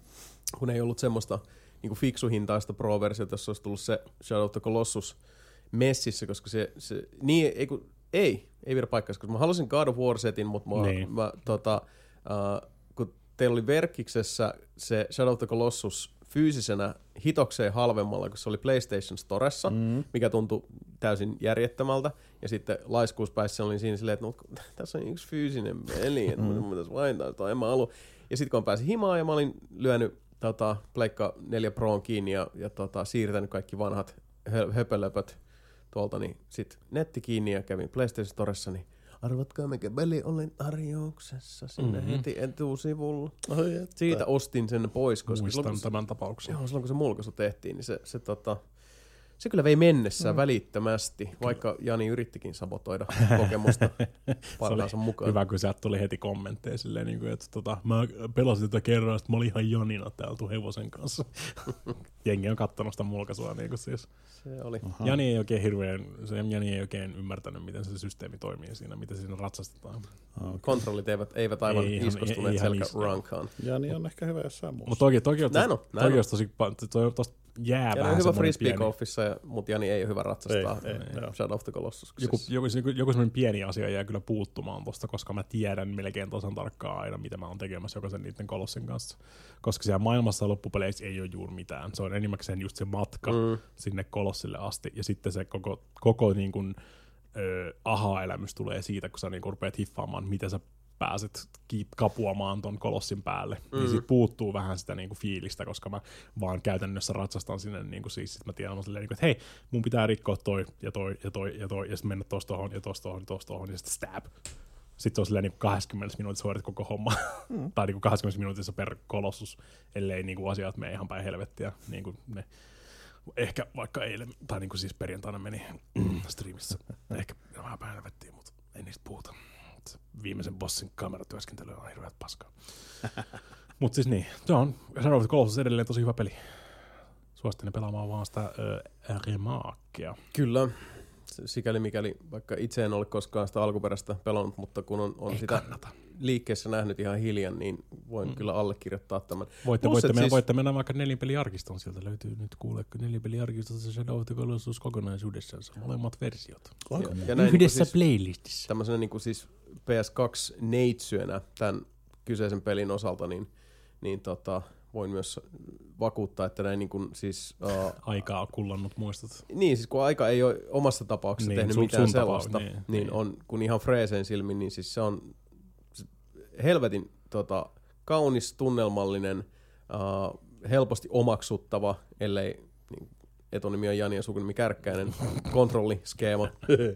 kun ei ollut semmoista niin kuin fiksuhintaista Pro-versiota, jossa olisi tullut se Shadow of the Colossus messissä, koska se, se niin, ei, kun, ei, ei pidä paikkaansa, koska mä halusin God of War-setin, mutta mä, niin. mä, tota, uh, kun teillä oli Verkiksessä se Shadow of the Colossus fyysisenä hitokseen halvemmalla, kun se oli PlayStation Storessa, mm. mikä tuntui täysin järjettömältä, ja sitten laiskuuspäissä olin siinä silleen, että no, tässä on yksi fyysinen peli, että mm. mä tässä vaihtaa sitä, en mä halua. Ja sitten kun mä pääsin himaan ja mä olin lyönyt tota, Pleikka neljä Proon kiinni ja, ja tota, siirtänyt kaikki vanhat hö- höpölöpöt tuolta, niin sitten netti kiinni ja kävin PlayStation Storessa, niin arvatkaa mikä peli olin tarjouksessa sinne mm-hmm. heti etusivulla. Oh, siitä ostin sen pois. Koska muistan silloin, tämän tapauksen. Joo, silloin kun se mulkaisu tehtiin, niin se, se, tota, se kyllä vei mennessään mm. välittömästi, vaikka Jani yrittikin sabotoida kokemusta parhaansa mukaan. Hyvä, kun sieltä tuli heti kommentteja silleen, niin kuin, että tota, mä pelasin tätä kerran, että mä olin ihan Janina täällä hevosen kanssa. Jengi on kattonut sitä mulkaisua. Niin kuin siis. Se oli. Jani ei oikein hirveän, Jani ei oikein ymmärtänyt, miten se systeemi toimii siinä, miten siinä ratsastetaan. Okay. Kontrollit eivät, eivät aivan ei, iskostuneet selkärankaan. Jani on ehkä hyvä jossain muussa. Mutta toki, toki, toki, toki olisi tosi, tosi, tosi jää Jani vähän on hyvä frisbee golfissa, mutta Jani ei ole hyvä ratsastaa ei, ei, Shadow of the Colossus. Joku, joku, joku semmoinen pieni asia jää kyllä puuttumaan tosta, koska mä tiedän melkein tasan tarkkaan aina, mitä mä oon tekemässä jokaisen niiden kolossin kanssa. Koska siellä maailmassa loppupeleissä ei ole juuri mitään. Se on enimmäkseen just se matka mm. sinne kolossille asti. Ja sitten se koko, koko niin kuin, ö, aha-elämys tulee siitä, kun sä niin kuin rupeat hiffaamaan, miten sä pääset kapuamaan ton kolossin päälle, mm. niin sit puuttuu vähän sitä niinku fiilistä, koska mä vaan käytännössä ratsastan sinne, niinku siis sit mä tiedän silleen, niinku, että hei, mun pitää rikkoa toi ja toi ja toi ja toi, ja sitten mennä tosta tohon ja tosta tohon ja tosta tohon, ja sitten stab. Sitten on silleen niinku kaksikymmentä minuutissa hoidit koko homma, mm. tai niinku kaksikymmentä minuutissa per kolossus, ellei niinku asiat mene ihan päin helvettiä, niinku ne ehkä vaikka eilen, tai niinku siis perjantaina meni streamissä, ehkä vähän päin helvettiin, mutta ei niistä puhuta. Viimeisen bossin kameratyöskentely on hirveät paskaa. Mutta siis niin, se on Shadow of the Colossus edelleen tosi hyvä peli. Suosittelen pelaamaan vaan sitä äh, remakea. Kyllä, sikäli mikäli, vaikka itse en ole koskaan sitä alkuperäistä pelannut, mutta kun on, on sitä kannata. liikkeessä nähnyt ihan hiljan, niin voin mm. kyllä allekirjoittaa tämän. Voitte, voitte, mennä, siis... voitte mennä vaikka nelinpeliarkistoon, sieltä löytyy nyt kuule, nelinpeliarkistossa Shadow of the Colossus kokonaisuudessaan, molemmat versiot. Ja, ja näin, yhdessä siis, playlistissä. Tämmöisenä niin kuin siis P S kaksi neitsyönä tämän kyseisen pelin osalta, niin, niin tota, voin myös vakuuttaa, että näin niin kuin siis... Uh, Aikaa on kullannut, muistat. Niin, siis kun aika ei ole omassa tapauksessa niin, tehnyt sun, mitään sun sellaista, tapaus, niin, niin on, kun ihan freeseen silmin, niin siis se on helvetin tota, kaunis, tunnelmallinen, uh, helposti omaksuttava, ellei niin, etunimi on Jani ja sukunimi Kärkkäinen, kontrolliskeema.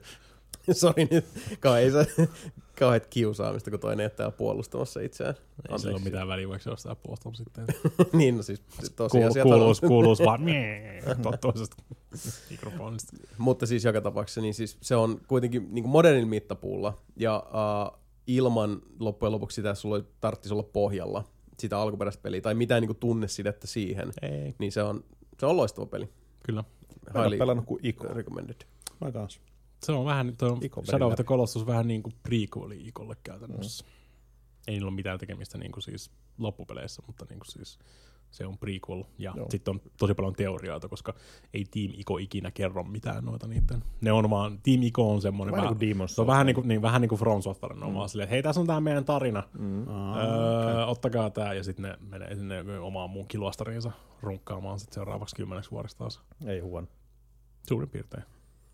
Sori nyt, kauhean, kauhean kiusaamista, kun toinen jättää puolustamassa itseään. Ei sillä ole mitään väliä, vaikka se ostaa puolustamassa sitten. Niin, no siis tosiasiat kuuluus, kuuluus vaan toisesta mikrofonista. Mutta siis joka tapauksessa, niin siis se on kuitenkin niin kuin modernin mittapuulla, ja uh, ilman loppujen lopuksi sitä sulla tarvitsisi olla pohjalla sitä alkuperäistä peliä, tai mitään niin kuin tunnesidettä siihen, ei. Niin se on, se on loistava peli. Kyllä. Mä en pelannut kuin Ico. Recommended. Mä kanssa. Se on vähän, tuo Shadow of the Colossus vähän niin kuin prequeli Icolle käytännössä. Mm. Ei niillä ole mitään tekemistä niin kuin siis loppupeleissä, mutta niin kuin siis se on prequel. Ja sitten on tosi paljon teorioita, koska ei Team Ico ikinä kerro mitään noita niiden. Ne on vaan, Team Ico on semmoinen, vähän, vähän, se on vähän niin kuin, niin, vähän niin kuin From Software. Ne on mm. vaan silleen, että hei, tässä on tää meidän tarina. Mm. Öö, okay. Ottakaa tää. Ja sitten ne menee sinne omaan muun kiloastariinsa runkkaamaan sit seuraavaksi kymmeneksi vuodesta taas. Ei huon. Suurin piirtein.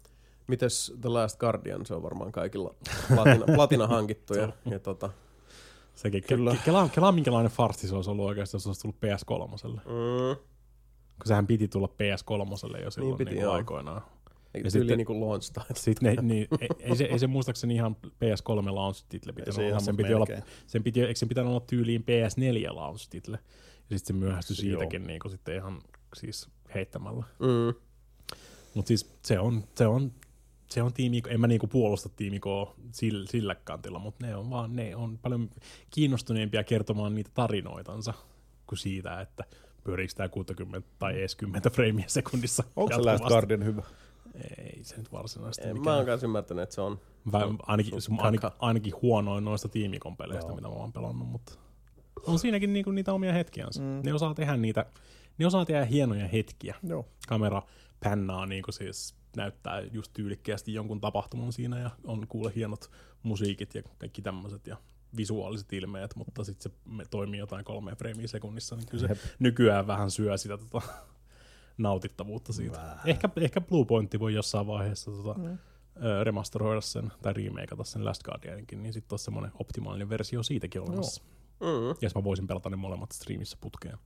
Mites The Last Guardian? Se on varmaan kaikilla platina, platina hankittu. Ja, ja tota. Sekin, kyllä. Ke- kelaa, kelaa minkälainen farssi se olisi ollut oikeasti, jos se olisi tullut P S kolme. Mm. Kun sehän piti tulla P S kolme jo silloin niin piti, niin aikoinaan. Eikä tyyli niin kuin launch time. Sitten ne, niin, ei, ei, se, ei se muistaakseni ihan P S kolme launch-title pitänyt olla. Sen piti olla, sen piti, eikö sen pitänyt olla tyyliin P S neljä launch-title? Ja sitten se myöhästyi siitäkin niin kuin sitten ihan siis heittämällä. Mm. Mutta siis se on, se on, se on Team Ico, en mä niinku puolusta Team Icoa sillä, sillä kantilla, mutta ne on vaan, ne on paljon kiinnostuneempia kertomaan niitä tarinoitansa kuin siitä, että pyöriikö tää kuusikymmentä tai edes kymmenen freimiä sekunnissa. Onko se Last Guardian hyvä? Ei se nyt varsinaisesti Ei, mikään. mä oon kanssa ymmärtänyt, että se on... Vä, on ainakin, sun, ainakin, ainakin huonoin noista tiimikompeleista, mitä mä oon pelannut, mutta on siinäkin niinku niitä omia hetkiänsä. Mm. Ne osaa tehdä niitä, ne osaa tehdä hienoja hetkiä. Joo. Kamera pännaa niinku siis näyttää just tyylikkäästi jonkun tapahtuman siinä ja on kuule hienot musiikit ja kaikki tämmöiset ja visuaaliset ilmeet, mutta sitten se toimii jotain kolme freimiä sekunnissa, niin kyllä se nykyään vähän syö sitä tota, nautittavuutta siitä. Vähän. Ehkä, ehkä Blue Point voi jossain vaiheessa tota, mm. remasteroida sen tai remakeata sen Last Guardianinkin, niin sitten olisi semmoinen optimaalinen versio siitäkin olemassa. No. Mm-hmm. Ja mä voisin pelata ne molemmat streamissä putkeen.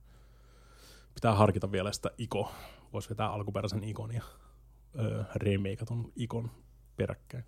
Pitää harkita vielä sitä Ico. Voisi vetää alkuperäisen Icon ja öö, remakeatun Icon peräkkäin.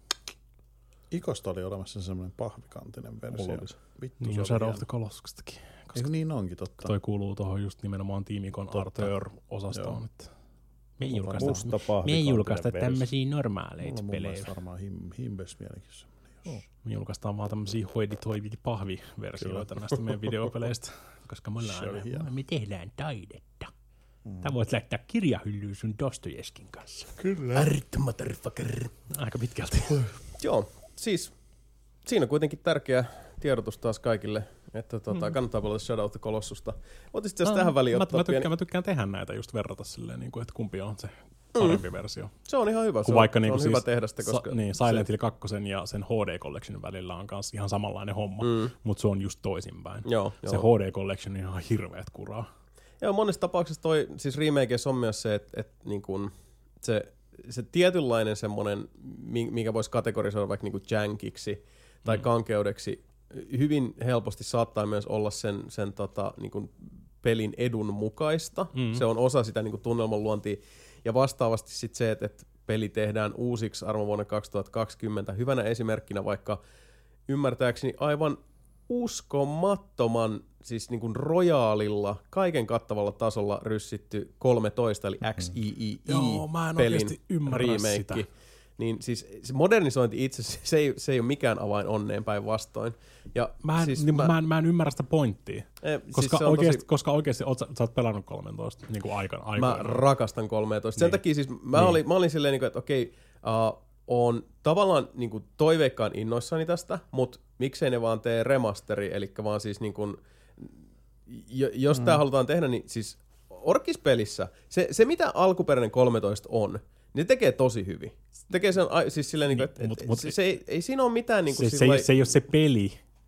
Ikosta oli olemassa semmoinen pahvikantinen versio. Vittu, niin on Shadow of the Colossuksestakin. Eikö niin onkin, totta? Toi kuuluu tuohon just nimenomaan Team Icon Arthur-osastoon. Me ei julkaista, me ei julkaista tämmöisiä normaaleita pelejä. Mulla on varmaan him, Himbes vieläkin semmoinen. Oh. Me julkaistaan vaan tämmöisiä hoiditoivia pahviversioita näistä meidän videopeleistä, koska me, ollaan, me tehdään taidetta. Mm. Tää voit laittaa kirjahyllyyn sun Dostojevskin kanssa. Kyllä. Art motherfucker. Aika pitkälti. Joo, siis siinä on kuitenkin tärkeä tiedotus taas kaikille, että tota, mm. kannattaa pelata Shadow of the Colossusta. Voitaisit jos no, tähän väliin ottaa... Mä, mä, tykkään, mä tykkään tehdä näitä, just verrata silleen, niin kuin, että kumpi on se parempi mm. versio. Se on ihan hyvä, se on, vaikka, se niin on siis, hyvä tehdä sitä, koska... Sa, niin, Silent Hill kaksi ja sen H D Collectionin välillä on kans ihan samanlainen homma, mm. mutta se on just toisinpäin. Joo, se joo. H D Collection on ihan hirveät kuraa. Joo, monessa tapauksessa toi, siis remakeissa on myös se, että et, niin kun, se, se tietynlainen semmoinen, mikä voisi kategorisoida vaikka niin jankiksi tai mm. kankeudeksi, hyvin helposti saattaa myös olla sen, sen tota, niin kuin pelin edun mukaista. Mm. Se on osa sitä niin kuin tunnelman luontia. Ja vastaavasti sitten se, että, että peli tehdään uusiksi arvon vuonna kaksituhattakaksikymmentä. Hyvänä esimerkkinä vaikka ymmärtääkseni aivan uskomattoman, siis niin kuin rojaalilla, kaiken kattavalla tasolla ryssitty kolmetoista, eli X I I I-pelin remake. Sitä. Niin siis se modernisointi itse se ei, se ei ole mikään avain onneen päinvastoin. Ja mä, en, siis niin, mä, mä, en, mä en ymmärrä sitä pointtia. Ei, koska, siis oikeasti, tosi... koska oikeasti oot, sä, sä oot pelannut kolmetoista niin kuin aikana. Mä rakastan kolmetoista. Sen niin. takia siis mä, niin. olin, mä olin silleen, että okei, uh, on tavallaan niin kuin toiveikkaan innoissani tästä, mutta miksei ne vaan tee remasteri, eli vaan siis niin kuin, jos mm. tää halutaan tehdä, niin siis Orkis-pelissä, se, se mitä alkuperäinen kolmetoista on, niin tekee tosi hyvin. Se tekee sen siis silleen, niin, että mut, et, mut, se, se, ei, ei siinä ole mitään... Niin kuin se, sillai... se, se ei ole se peli,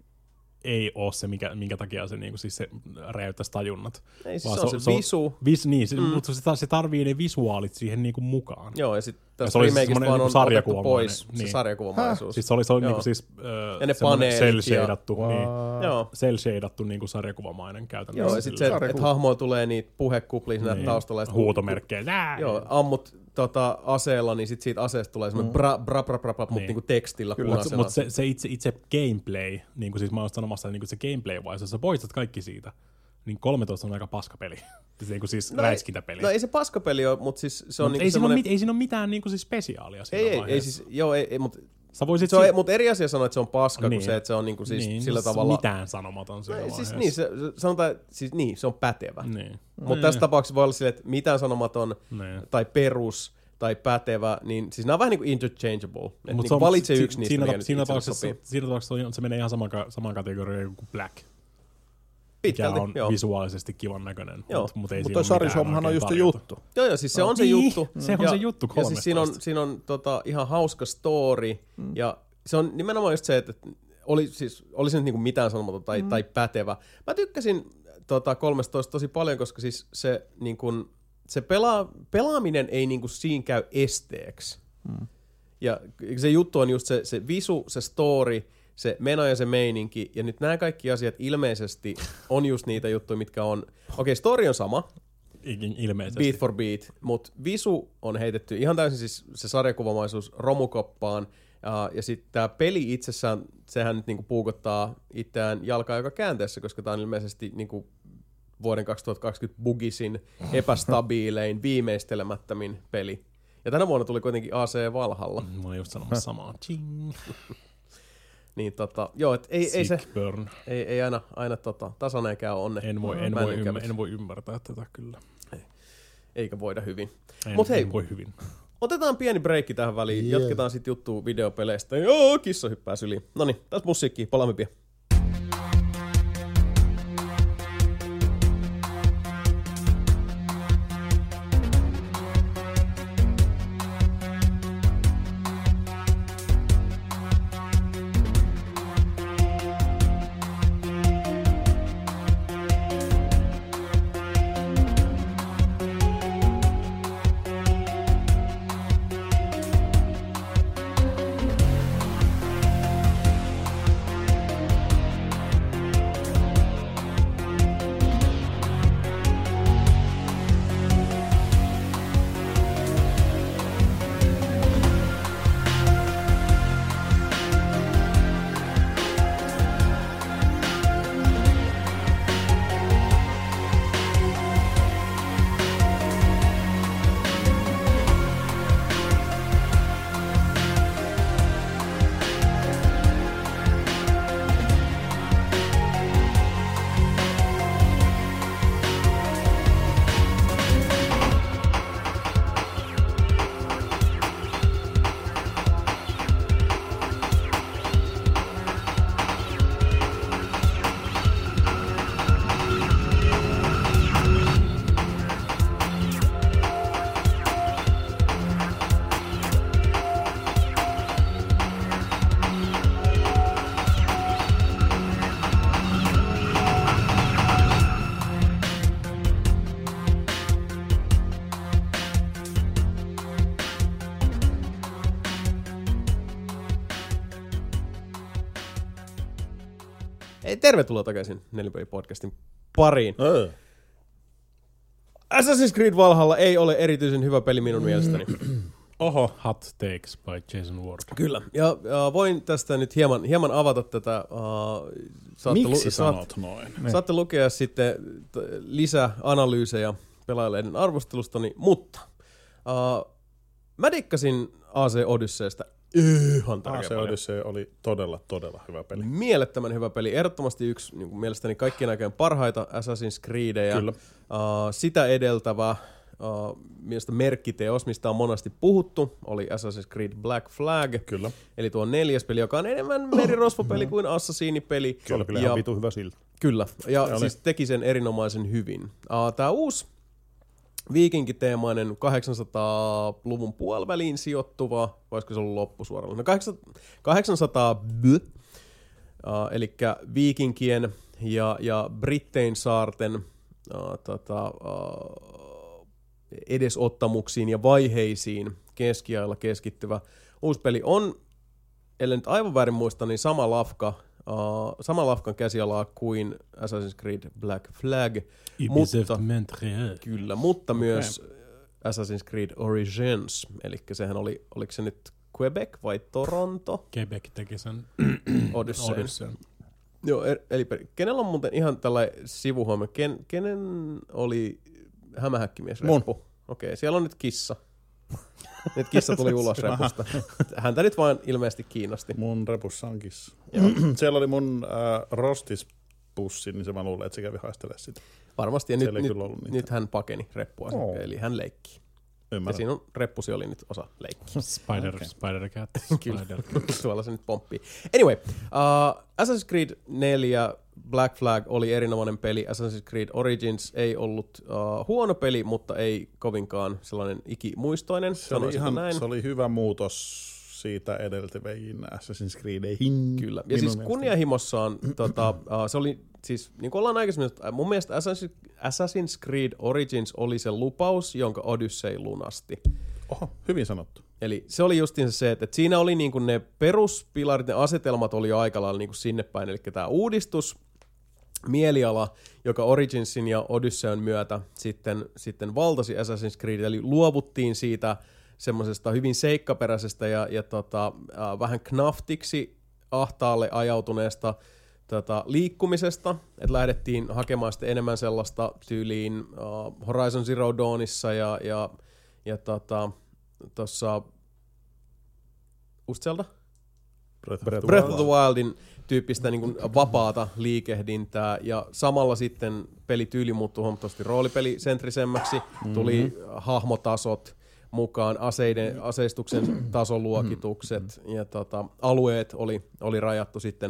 ei ole se, mikä, minkä takia se, niin kuin, siis se räjäyttäisi tajunnat. Ei, siis se on se, se visu. Vis, niin, se, mm. mutta se, se tarvii ne visuaalit siihen niin kuin mukaan. Joo, ja sitten tässä remakeista vaan on otettu pois niin. se sarjakuvamaisuus. Siis se oli, se oli niin kuin, siis, äh, ja ne paneelit. Cel-shadattu, ja... niin, cel-shadattu niin kuin sarjakuvamainen käytännössä. Joo, ja sitten se, että et hahmoilla tulee niitä puhekuplia siinä niin. taustalla. Huutomerkkejä. Joo, ammut tota, aseella, niin sit siitä aseesta tulee semmoinen mm. bra, bra, bra, bra, bra, niin. mutta niinku tekstillä punaisena. Mutta se, se itse, itse gameplay, niin kuin siis mä oon sanomassa, niin kuin se gameplay-vaiheessa, sä poistat kaikki siitä, niin kolmetoista on aika paskapeli. Siis, niin kuin siis no räiskintäpeli. No ei se paskapeli ole, mutta siis se on... Mut niinku ei, semmoinen... siinä ole, ei siinä ole mitään niin kuin siis spesiaalia siinä ei, vaiheessa. Ei, ei siis, joo, ei, ei mutta... Se on, mutta eri asia sanoa, että se on paska, niin. kuin se, että se on niinku siis niin, sillä no, tavalla... mitään sanomaton siinä no, vaiheessa. Siis niin, se, sanotaan, siis niin, se on pätevä. Niin. Mutta niin. tässä tapauksessa voi olla silleen, että mitään sanomaton niin. tai perus tai pätevä, niin siis nämä on vähän niin kuin interchangeable. Että niin on, valitse si- yksi si- niistä, mikä siinä nyt sopii. Siinä tapauksessa se menee ihan samaan, samaan kategoriaan kuin Black. Pitkälti, mikä on joo. visuaalisesti kivan näköinen. Mutta mut mut toi Saris-hommahan on just se juttu. Joo, joo, siis se no, on se niin, juttu. Se on ja, se juttu kolmetoista. Ja siis siinä on, siinä on tota, ihan hauska story, mm. ja se on nimenomaan just se, että oli, siis, oli se nyt niinku mitään sanomaton tai, mm. tai pätevä. Mä tykkäsin tota, kolmetoista tosi paljon, koska siis se, niinku, se pelaa, pelaaminen ei niinku siinä käy esteeksi. Mm. Ja se juttu on just se, se visu, se story, se meno ja se meininki, ja nyt nämä kaikki asiat ilmeisesti on just niitä juttuja, mitkä on... Okei, okay, story on sama. Ilmeisesti. Beat for beat, mutta visu on heitetty ihan täysin siis se sarjakuvamaisuus romukoppaan, ja, ja sitten tämä peli itsessään, sehän nyt niinku puukottaa itseään jalkaa joka käänteessä, koska tämä on ilmeisesti niinku vuoden kaksituhattakaksikymmentä bugisin epästabiilein, viimeistelemättömin peli. Ja tänä vuonna tuli kuitenkin A C Valhalla. Mä oon just sanomassa samaa. Ching. Niin tota, joo, et ei, ei se, burn. ei, ei aina, aina tota, tasainen käy onne. En voi, en, voi ymmär, en voi ymmärtää tätä kyllä. Ei, eikä voida hyvin. En, Mut hei, en voi hyvin. Otetaan pieni breikki tähän väliin. Yeah. Jatketaan sitten juttua videopeleistä. Joo, kissa hyppää syliin. Noniin, tässä musiikkia. Palaamme pian. Tervetuloa takaisin Nelipeli-podcastin pariin. Öö. Assassin's Creed Valhalla ei ole erityisen hyvä peli minun mielestäni. Oho. Hot takes by Jason Ward. Kyllä. Ja, ja voin tästä nyt hieman, hieman avata tätä. Uh, saatte Miksi lu- sanot saat, noin? Saatte lukea sitten t- lisäanalyysejä pelaajien arvostelustani, mutta uh, mä dikkasin A C Odysseystä ihan A C Odyssey oli todella, todella hyvä peli. Mielettömän hyvä peli. Ehdottomasti yksi niin kuin mielestäni kaikkien aikojen parhaita Assassin's Creedejä. Kyllä. Uh, sitä edeltävä uh, mielestäni merkkiteos, mistä on monesti puhuttu, oli Assassin's Creed Black Flag. Kyllä. Eli tuo neljäs peli, joka on enemmän merirosvopeli kuin Assassini-peli. Se oli kyllä ihan vitu hyvä siltä. Kyllä, ja Se siis oli. teki sen erinomaisen hyvin. Uh, Tämä uusi viikinkiteemainen kahdeksansataaluvun puoliväliin sijoittuva, voisiko se olla loppusuoralla? No kahdeksansataa bl, uh, eli viikinkien ja, ja Brittein saarten uh, tota, uh, edesottamuksiin ja vaiheisiin keskiajalla keskittyvä uusi peli on, ellei nyt aivan väärin muista, niin sama lafka, uh, sama lafkan käsialaa kuin Assassin's Creed Black Flag, mutta, kyllä, mutta okay. myös Assassin's Creed Origins, eli sehän oli, oliko se nyt Quebec vai Toronto? Quebec teki sen Odysseyn. Odysseyn. Joo, eli kenellä on muuten ihan tällainen sivuhuomio, Ken, kenen oli hämähäkkimies-reppu? Okei, okay, siellä on nyt kissa. Nyt kissa tuli ulos repusta. Häntä nyt vaan ilmeisesti kiinnosti. Mun repussa on kissa. Siellä oli mun äh, rostispussi, niin se mä luulen, että se kävi haistelee sitä. Varmasti, ja nyt, nyt, nyt hän pakeni reppua, oh. eli hän leikkii. Ymmärrän. Ja siinä on, reppusi oli nyt osa leikkiä. Spider, okay. Spider Cat. Kyllä, tuolla se nyt pomppii. Anyway, uh, Assassin's Creed neljä Black Flag oli erinomainen peli. Assassin's Creed Origins ei ollut uh, huono peli, mutta ei kovinkaan sellainen ikimuistoinen. Se oli, ihan, näin. Se oli hyvä muutos siitä edeltäviin Assassin's Creedeihin. Kyllä, ja siis kunnianhimossaan, tota, uh, se oli, siis niin kuin ollaan aikaisemmin, mun mielestä Assassin's Creed Origins oli se lupaus, jonka Odyssey lunasti. Oho, hyvin sanottu. Eli se oli justiinsa se, että siinä oli niin kuin ne peruspilarit, ne asetelmat oli jo aika lailla niin kuin sinne päin, eli tämä uudistus, mieliala, joka Originsin ja Odysseyn myötä sitten, sitten valtasi Assassin's Creed, eli luovuttiin siitä semmoisesta hyvin seikkaperäisestä ja, ja tota, äh, vähän knaftiksi ahtaalle ajautuneesta tota, liikkumisesta, että lähdettiin hakemaan sitten enemmän sellaista tyyliin uh, Horizon Zero Dawnissa ja, ja, ja tota, tuossa Zelda? Breath, Breath, Breath of the Wildin tyyppistä niin kuin vapaata liikehdintää, ja samalla sitten pelityyli muuttui huomattavasti roolipelisentrisemmäksi, mm-hmm. tuli hahmotasot, mukaan, aseiden, aseistuksen tasoluokitukset ja tota, alueet oli, oli rajattu sitten.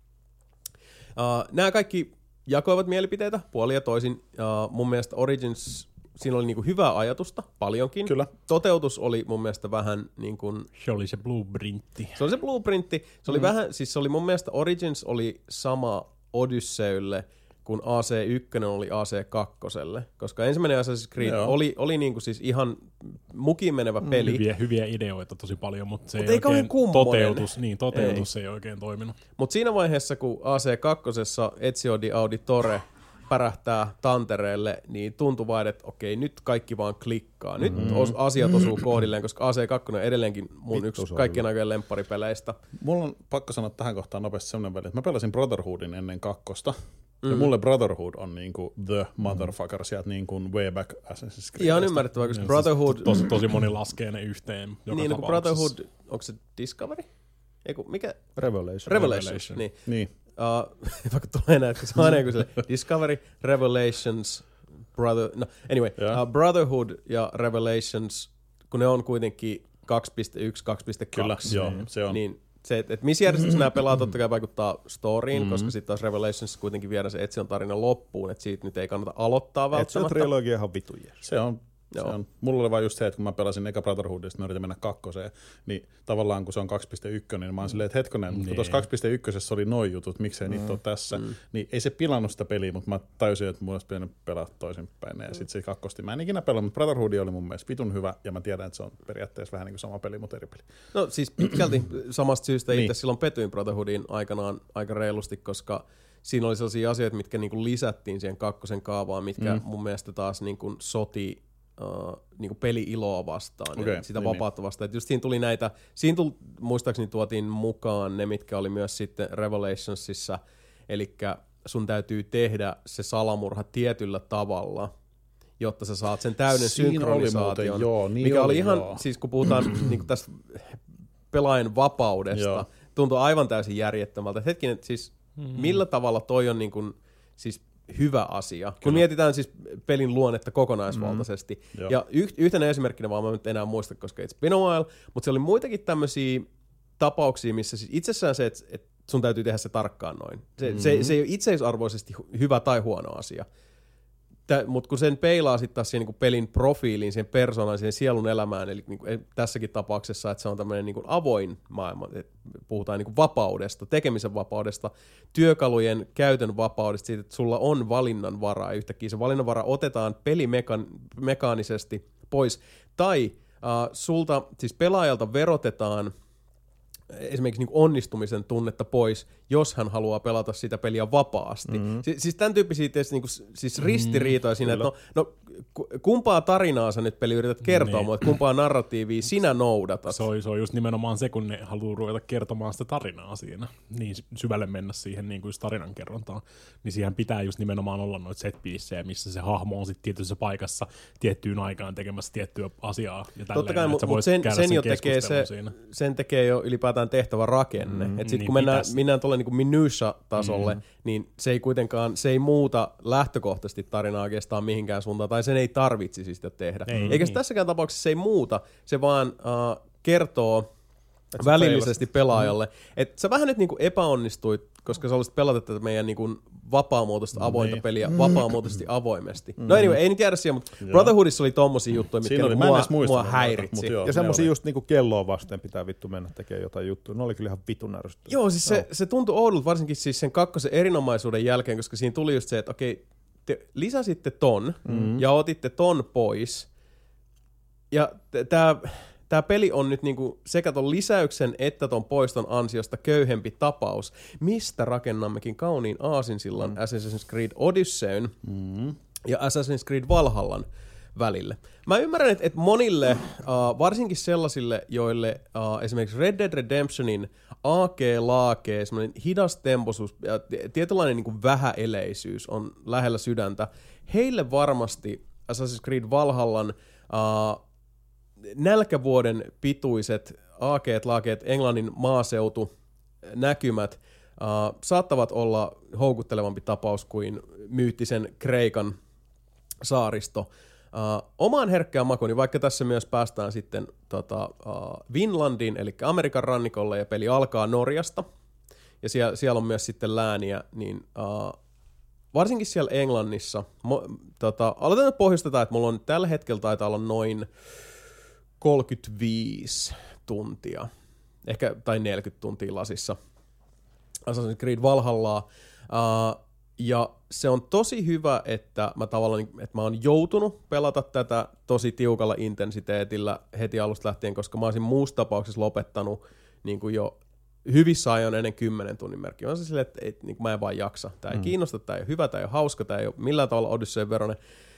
Uh, nämä kaikki jakoivat mielipiteitä puolin ja toisin. Uh, mun mielestä Origins, siinä oli niinku hyvää ajatusta, paljonkin. Kyllä. Toteutus oli mun mielestä vähän niin kuin... Se oli se blueprintti. Se oli se blueprintti. Se oli mm. vähän, siis se oli mun mielestä Origins oli sama Odysseylle, kun A C yksi oli A C kaksi, koska ensimmäinen Assassin's Creed Joo. oli, oli niinku siis ihan mukiin menevä peli. Hyviä, hyviä ideoita tosi paljon, mutta se Mut ei, ei oikein toteutus, niin, toteutus ei. ei oikein toiminut. Mutta siinä vaiheessa, kun A C kaksi Ezio di Auditore pärähtää tantereelle, niin tuntui vain, että okei, nyt kaikki vaan klikkaa. Nyt mm. os, asiat osuu kohdilleen, koska A C kaksi on edelleenkin mun Vittu yksi kaikkien aikojen lempparipeleistä. Mulla on pakko sanoa tähän kohtaan nopeasti sellainen väli, että mä pelasin Brotherhoodin ennen kakkosta. Mm. Ja mulle Brotherhood on niinku the motherfucker mm. sieltä niinku way back Assassin's Creed. Ihan ymmärrettävää, koska Brotherhood... Siis tosi, tosi moni laskee ne yhteen joka niin, tapauksessa. Brotherhood, onko se Discovery? Eiku, mikä? Revelation. Revelation, Revelation. niin. niin. Uh, vaikka tulee näitä, kun se on aina joku sille Discovery, Revelations, Brother... No, anyway, yeah. uh, Brotherhood ja Revelations, kun ne on kuitenkin kaksi piste yksi, kaksi piste kaksi. Kyllä, joo, se on. Niin se, että et missä järjestyksessä nämä pelaa, totta kai vaikuttaa storyin, mm-hmm. koska sitten taas Revelations kuitenkin viedään se Ezion tarina loppuun, että siitä nyt ei kannata aloittaa välttämättä. Ezio-trilogia on vitu jees. Se on. Se on. Mulla oli vaan just se, että kun mä pelasin eka Brotherhoodista, mä yritin mennä kakkoseen, niin tavallaan kun se on kaksi piste yksi, niin mä oon silleen, että hetkonen, mutta kun tuossa kaksi piste yksi oli noi jutut, miksei mm. niitä ole tässä, mm. niin ei se pilannut sitä peliä, mutta mä tajusin, että mulla olisi pitänyt pelata toisinpäin, ja mm. sitten se kakkosti. Mä en ikinä pelannut, mutta Brotherhood oli mun mielestä vitun hyvä, ja mä tiedän, että se on periaatteessa vähän niin kuin sama peli, mutta eri peli. No siis pitkälti samasta syystä itse niin. silloin petyin Brotherhoodiin aikanaan aika reilusti, koska siinä oli sellaisia asioita, mitkä niin kuin lisättiin siihen kakkosen kaavaan, mitkä mm. mun mielestä taas niin kuin soti Uh, niinku peli-iloa vastaan, okay, sitä niin, vapautta niin. vastaan. Et just siinä tuli näitä, siinä tuli, muistaakseni tuotiin mukaan ne, mitkä oli myös sitten Revelationsissa, eli sun täytyy tehdä se salamurha tietyllä tavalla, jotta sä saat sen täyden siinä synkronisaation, muuten, joo, niin mikä oli, oli ihan, joo. siis kun puhutaan niinku tästä pelaajan vapaudesta, joo. tuntuu aivan täysin järjettömältä. Et hetkinen, siis hmm. millä tavalla toi on niinku, siis hyvä asia, Kyllä. kun mietitään siis pelin luonnetta kokonaisvaltaisesti. Mm, ja yh- yhtenä esimerkkinä, vaan mä nyt enää muista, koska it's been a while, mutta siellä oli muitakin tämmöisiä tapauksia, missä siis itsessään se, että et sun täytyy tehdä se tarkkaan noin. Se, mm-hmm. se, se ei ole itseisarvoisesti hyvä tai huono asia. Mutta kun sen peilaa sitten taas siihen niinku pelin profiiliin, siihen persoonaan, siihen sielun elämään, eli niinku tässäkin tapauksessa, että se on tämmöinen niinku avoin maailma, puhutaan niinku vapaudesta, tekemisen vapaudesta, työkalujen käytön vapaudesta, siitä, että sulla on valinnanvaraa, ja yhtäkkiä se valinnanvara otetaan pelimekaanisesti pois, tai uh, sulta, siis pelaajalta verotetaan esimerkiksi niin onnistumisen tunnetta pois, jos hän haluaa pelata sitä peliä vapaasti. Mm-hmm. Si- siis tämän tyyppisiä tietysti, niin kuin, siis ristiriitoja siinä, että no, no kumpaa tarinaa sä nyt peli yrität kertoa, niin. mutta kumpaa narratiivia sinä noudatat. Se on, se on just nimenomaan se, kun ne haluaa ruveta kertomaan sitä tarinaa siinä, niin syvälle mennä siihen niin kuin tarinan kerrontaan, niin siihen pitää just nimenomaan olla noita set-piecejä, missä se hahmo on sitten tietyssä paikassa tiettyyn aikaan tekemässä tiettyä asiaa. Ja totta kai, mutta sen, sen, sen jo tekee se, sen tekee jo ylipäätään tehtävä rakenne. Mm, et sit niin kun mennään, mennään tuolle niin minutia-tasolle, mm. niin se ei kuitenkaan, se ei muuta lähtökohtaisesti tarinaa oikeastaan mihinkään suuntaan, tai sen ei tarvitsisi sitä tehdä. Ei, Eikä niin. tässäkään tapauksessa se ei muuta, se vaan uh, kertoo et välillisesti pelaajalle, mm. että sä vähän nyt niinku epäonnistuit, koska sä olisit pelata tätä meidän niinku vapaamuotoista avointa niin. peliä vapaamuotoisesti avoimesti. Mm. No anyway, ei nyt jäädä siihen, mutta Joo. Brotherhoodissa oli tommosia juttuja, mitkä oli, mua, mua häiritsi. Joo, ja semmosia just niinku kelloa vasten pitää vittu mennä tekemään jotain juttuja. Ne oli kyllä ihan vitun ärsyttävää. Joo, siis se, se tuntui oudolta varsinkin siis sen kakkosen erinomaisuuden jälkeen, koska siinä tuli just se, että okei, te lisäsitte ton mm. ja otitte ton pois. Ja tää... Tämä peli on nyt niinku sekä ton lisäyksen että ton poiston ansiosta köyhempi tapaus, mistä rakennammekin kauniin aasinsillan mm. Assassin's Creed Odysseyn mm. ja Assassin's Creed Valhallan välille. Mä ymmärrän, että et monille, uh, varsinkin sellaisille, joille uh, esimerkiksi Red Dead Redemptionin aakee-laakee, semmoinen hidas tempoisuus ja tietynlainen niinku vähäeleisyys on lähellä sydäntä, heille varmasti Assassin's Creed Valhallan uh, nälkävuoden pituiset aakeet, laakeet, Englannin maaseutu, näkymät uh, saattavat olla houkuttelevampi tapaus kuin myyttisen Kreikan saaristo. Uh, omaan herkkään makuun, niin vaikka tässä myös päästään sitten tota, uh, Vinlandiin, eli Amerikan rannikolle, ja peli alkaa Norjasta, ja siellä, siellä on myös sitten lääniä, niin uh, varsinkin siellä Englannissa, mo, tota, aloitetaan nyt pohjustetaan, että mulla on tällä hetkellä taitaa olla noin kolmekymmentäviisi tuntia, ehkä, tai neljäkymmentä tuntia lasissa Assassin's Creed Valhallaa, uh, ja se on tosi hyvä, että mä tavallaan, että mä oon joutunut pelata tätä tosi tiukalla intensiteetillä heti alusta lähtien, koska mä olisin muussa tapauksessa lopettanut niin kuin jo hyvissä ajoin ennen kymmenen tunnin merkkiä. Mä olisin silleen, että, että niin kuin mä en vaan jaksa. Tää ei mm. kiinnosta, tää ei ole hyvä, tää ei ole hauska, tää ei ole millään tavalla Odysseen veronen.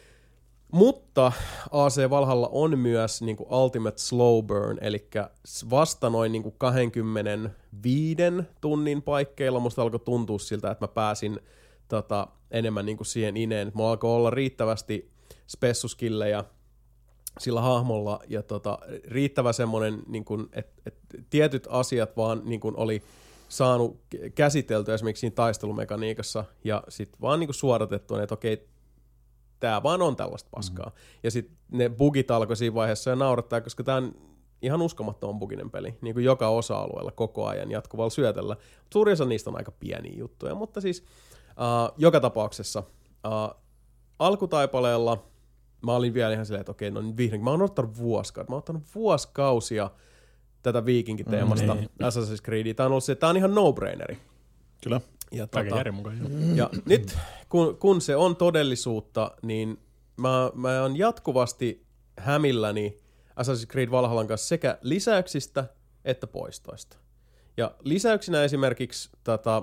Mutta A C Valhalla on myös niin kuin ultimate slow burn, eli vasta noin niin kuin kaksikymmentäviisi tunnin paikkeilla musta alkoi tuntua siltä, että mä pääsin Tota, enemmän niin kuin siihen ineen. Mulla alkoi olla riittävästi spessuskillejä sillä hahmolla ja tota, riittävä semmoinen, niin kuin, että et tietyt asiat vaan niin kuin oli saanut käsiteltyä esimerkiksi siinä taistelumekaniikassa ja sitten vaan niin kuin suodatettua, että okei, tää vaan on tällaista paskaa. Mm-hmm. Ja sitten ne bugit alkoi siinä vaiheessa ja naurattaa, koska tää on ihan uskomattoman buginen peli, niin kuin joka osa-alueella koko ajan jatkuvalla syötellä. Suurin osa niistä on aika pieniä juttuja, mutta siis Uh, joka tapauksessa uh, alkutaipaleella mä olin vielä ihan silleen, että okei, no nyt vihdoinkin. Mä oon ottanut vuosikausia. Mä oon ottanut vuosikausia tätä viikinkiteemasta mm, Assassin's Creedia. Tää on ollut se, että tää on ihan no-braineri. Kyllä. Ja, tota, ja nyt kun, kun se on todellisuutta, niin mä, mä oon jatkuvasti hämilläni Assassin's Creed Valhallan kanssa sekä lisäyksistä että poistoista. Ja lisäyksinä esimerkiksi tota,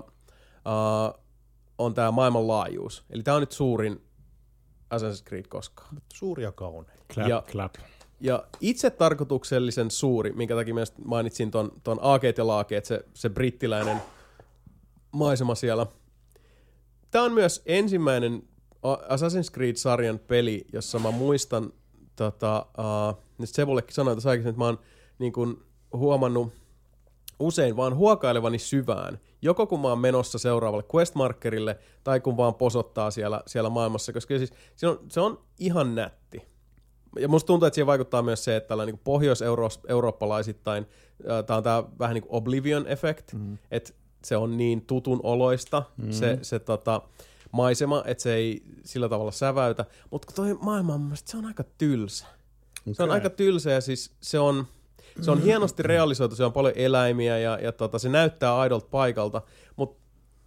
uh, on tämä maailmanlaajuus. Eli tämä on nyt suurin Assassin's Creed koskaan. Suuri ja kaunein. Clap, ja, clap. ja itse tarkoituksellisen suuri, minkä takia mainitsin ton, ton aakeet ja laakeet, se, se brittiläinen maisema siellä. Tämä on myös ensimmäinen Assassin's Creed-sarjan peli, jossa mä muistan, tota, uh, nyt Sebullekin sanoi tässä aikaisemmin, että mä oon niin kun huomannut usein vaan huokailevani syvään, joko kun mä oon menossa seuraavalle questmarkerille, tai kun vaan posottaa siellä, siellä maailmassa, koska siis se on, se on ihan nätti. Ja musta tuntuu, että siihen vaikuttaa myös se, että tällainen niin pohjois-eurooppalaisittain, tää on tää vähän niin kuin Oblivion effect, mm. että se on niin tutun oloista, mm. se, se tota, maisema, että se ei sillä tavalla säväytä, mutta toi maailma on mun mielestä, se on aika tylsä. Okay. Se on aika tylsä ja siis se on... Se on hienosti realisoitu, se on paljon eläimiä ja, ja tota, se näyttää aidolta paikalta, mutta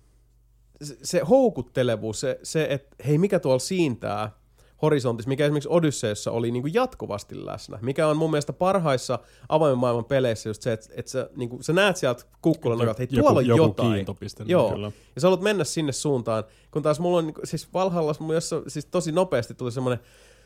se, se houkuttelevuus, se, se että hei mikä tuolla siintää horisontissa, mikä esimerkiksi Odysseessa oli niin kuin jatkuvasti läsnä, mikä on mun mielestä parhaissa avoimen maailman peleissä just se, että, että sä, niin kuin, sä näet sieltä kukkulan nakalta, hei tuolla on joku jotain. Kiintopiste. Joo, kyllä. Ja sä haluat mennä sinne suuntaan, kun taas mulla on, siis Valhalla, jossa siis tosi nopeasti tuli semmoinen...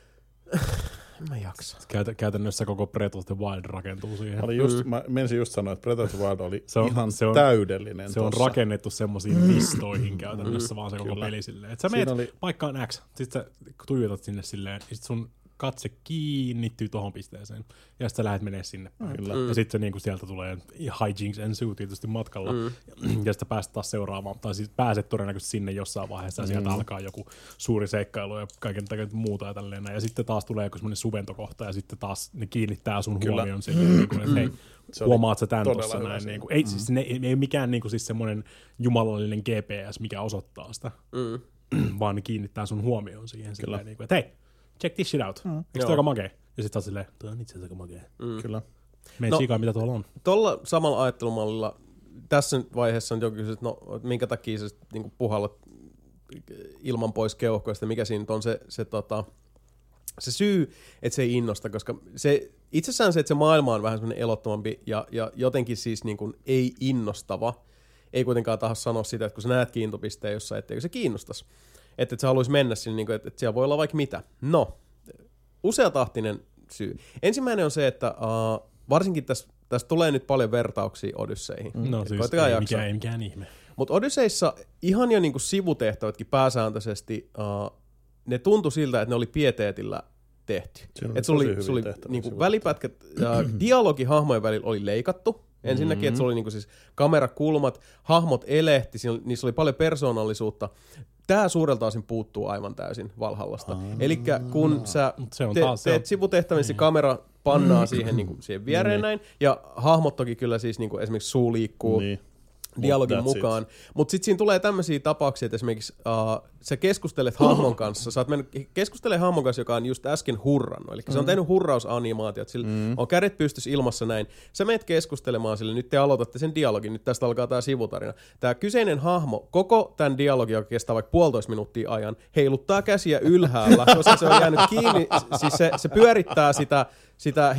Mä jaksa. Käytä, käytännössä koko Breath of the Wild rakentuu siihen. Mä, just, mm. mä menisin just sanoa, että Breath of the Wild oli se on, ihan se on, täydellinen. Se tossa. On rakennettu semmoisiin listoihin käytännössä, mm. vaan se koko Kyllä. peli silleen. Että sä meet oli... paikkaan X, sit sä tuijotat sinne silleen, ja sit sun katse kiinnittyy tohon pisteeseen, ja sit sä lähdet menee sinne päin. Mm. Ja sit se niinku sieltä tulee hijinks ensue tietysti matkalla, mm. ja sit pääset taas seuraavaan, tai siis pääset todennäköisesti sinne jossain vaiheessa, ja mm. sieltä alkaa joku suuri seikkailu ja kaiken takia muuta ja tälleen, ja sitten taas tulee joku semmonen suventokohta, ja sitten taas ne kiinnittää sun Kyllä. huomion silleen, niin kuin, että hei, huomaat sä tän tossa näin. Niin kuin, ei, mm. siis, ne, ei, ei mikään niin kuin, siis semmoinen jumalallinen G P S, mikä osoittaa sitä, mm. vaan ne kiinnittää sun huomioon siihen silleen, niin kuin, että hei, check this shit out. Mm. Eikö toi aika makea? Ja sit sä oot silleen, toi on itse asiassa aika makea. Mm. Kyllä. Mene no, siikaa, mitä tuolla on. Tuolla samalla ajattelumallilla tässä vaiheessa on jokin, että no, minkä takia sä niin puhallat ilman pois keuhkoista, mikä siinä on se, se, tota, se syy, että se ei innosta, koska se, itsessään se, että se maailma on vähän semmoinen elottomampi ja, ja jotenkin siis niin kuin ei innostava, ei kuitenkaan taho sanoa sitä, että kun sä näet kiintopisteen jossain, etteikö se kiinnostaisi. Että et sä haluaisi mennä sinne, että et siellä voi olla vaikka mitä. No, useatahtinen syy. Ensimmäinen on se, että uh, varsinkin tässä täs tulee nyt paljon vertauksia Odysseihin. No siis ei mikään, ei mikään ihme. Mutta Odysseissa ihan jo niinku sivutehtävätkin pääsääntöisesti, uh, ne tuntui siltä, että ne oli pieteetillä tehty. Että sulla oli, oli niinku välipätkät, uh, dialogi hahmojen välillä oli leikattu. Ensinnäkin, mm-hmm. että sulla oli niinku siis kamerakulmat, hahmot elehti, niissä oli paljon persoonallisuutta. Tää suurelta osin puuttuu aivan täysin Valhallasta. Elikkä kun sä te, teet sivutehtävissä, kamera pannaa siihen, niinku, siihen viereen näin, ja hahmot toki kyllä siis niinku, esimerkiksi suu liikkuu, niin. dialogin mukaan. Mutta sitten siinä tulee tämmöisiä tapauksia, että esimerkiksi uh, sä keskustelet hahmon kanssa, sä oot mennyt keskustelemaan hahmon kanssa, joka on just äsken hurrannut. Eli mm. se on tehnyt hurrausanimaatiot, sillä mm. on kädet pystys ilmassa näin. Sä meet keskustelemaan sille, nyt te aloitatte sen dialogin, nyt tästä alkaa tää sivutarina. Tää kyseinen hahmo, koko tämän dialogin, joka kestää vaikka puolitoista minuuttia ajan, heiluttaa käsiä ylhäällä, koska se on jäänyt kiinni, siis se, se pyörittää sitä, sitä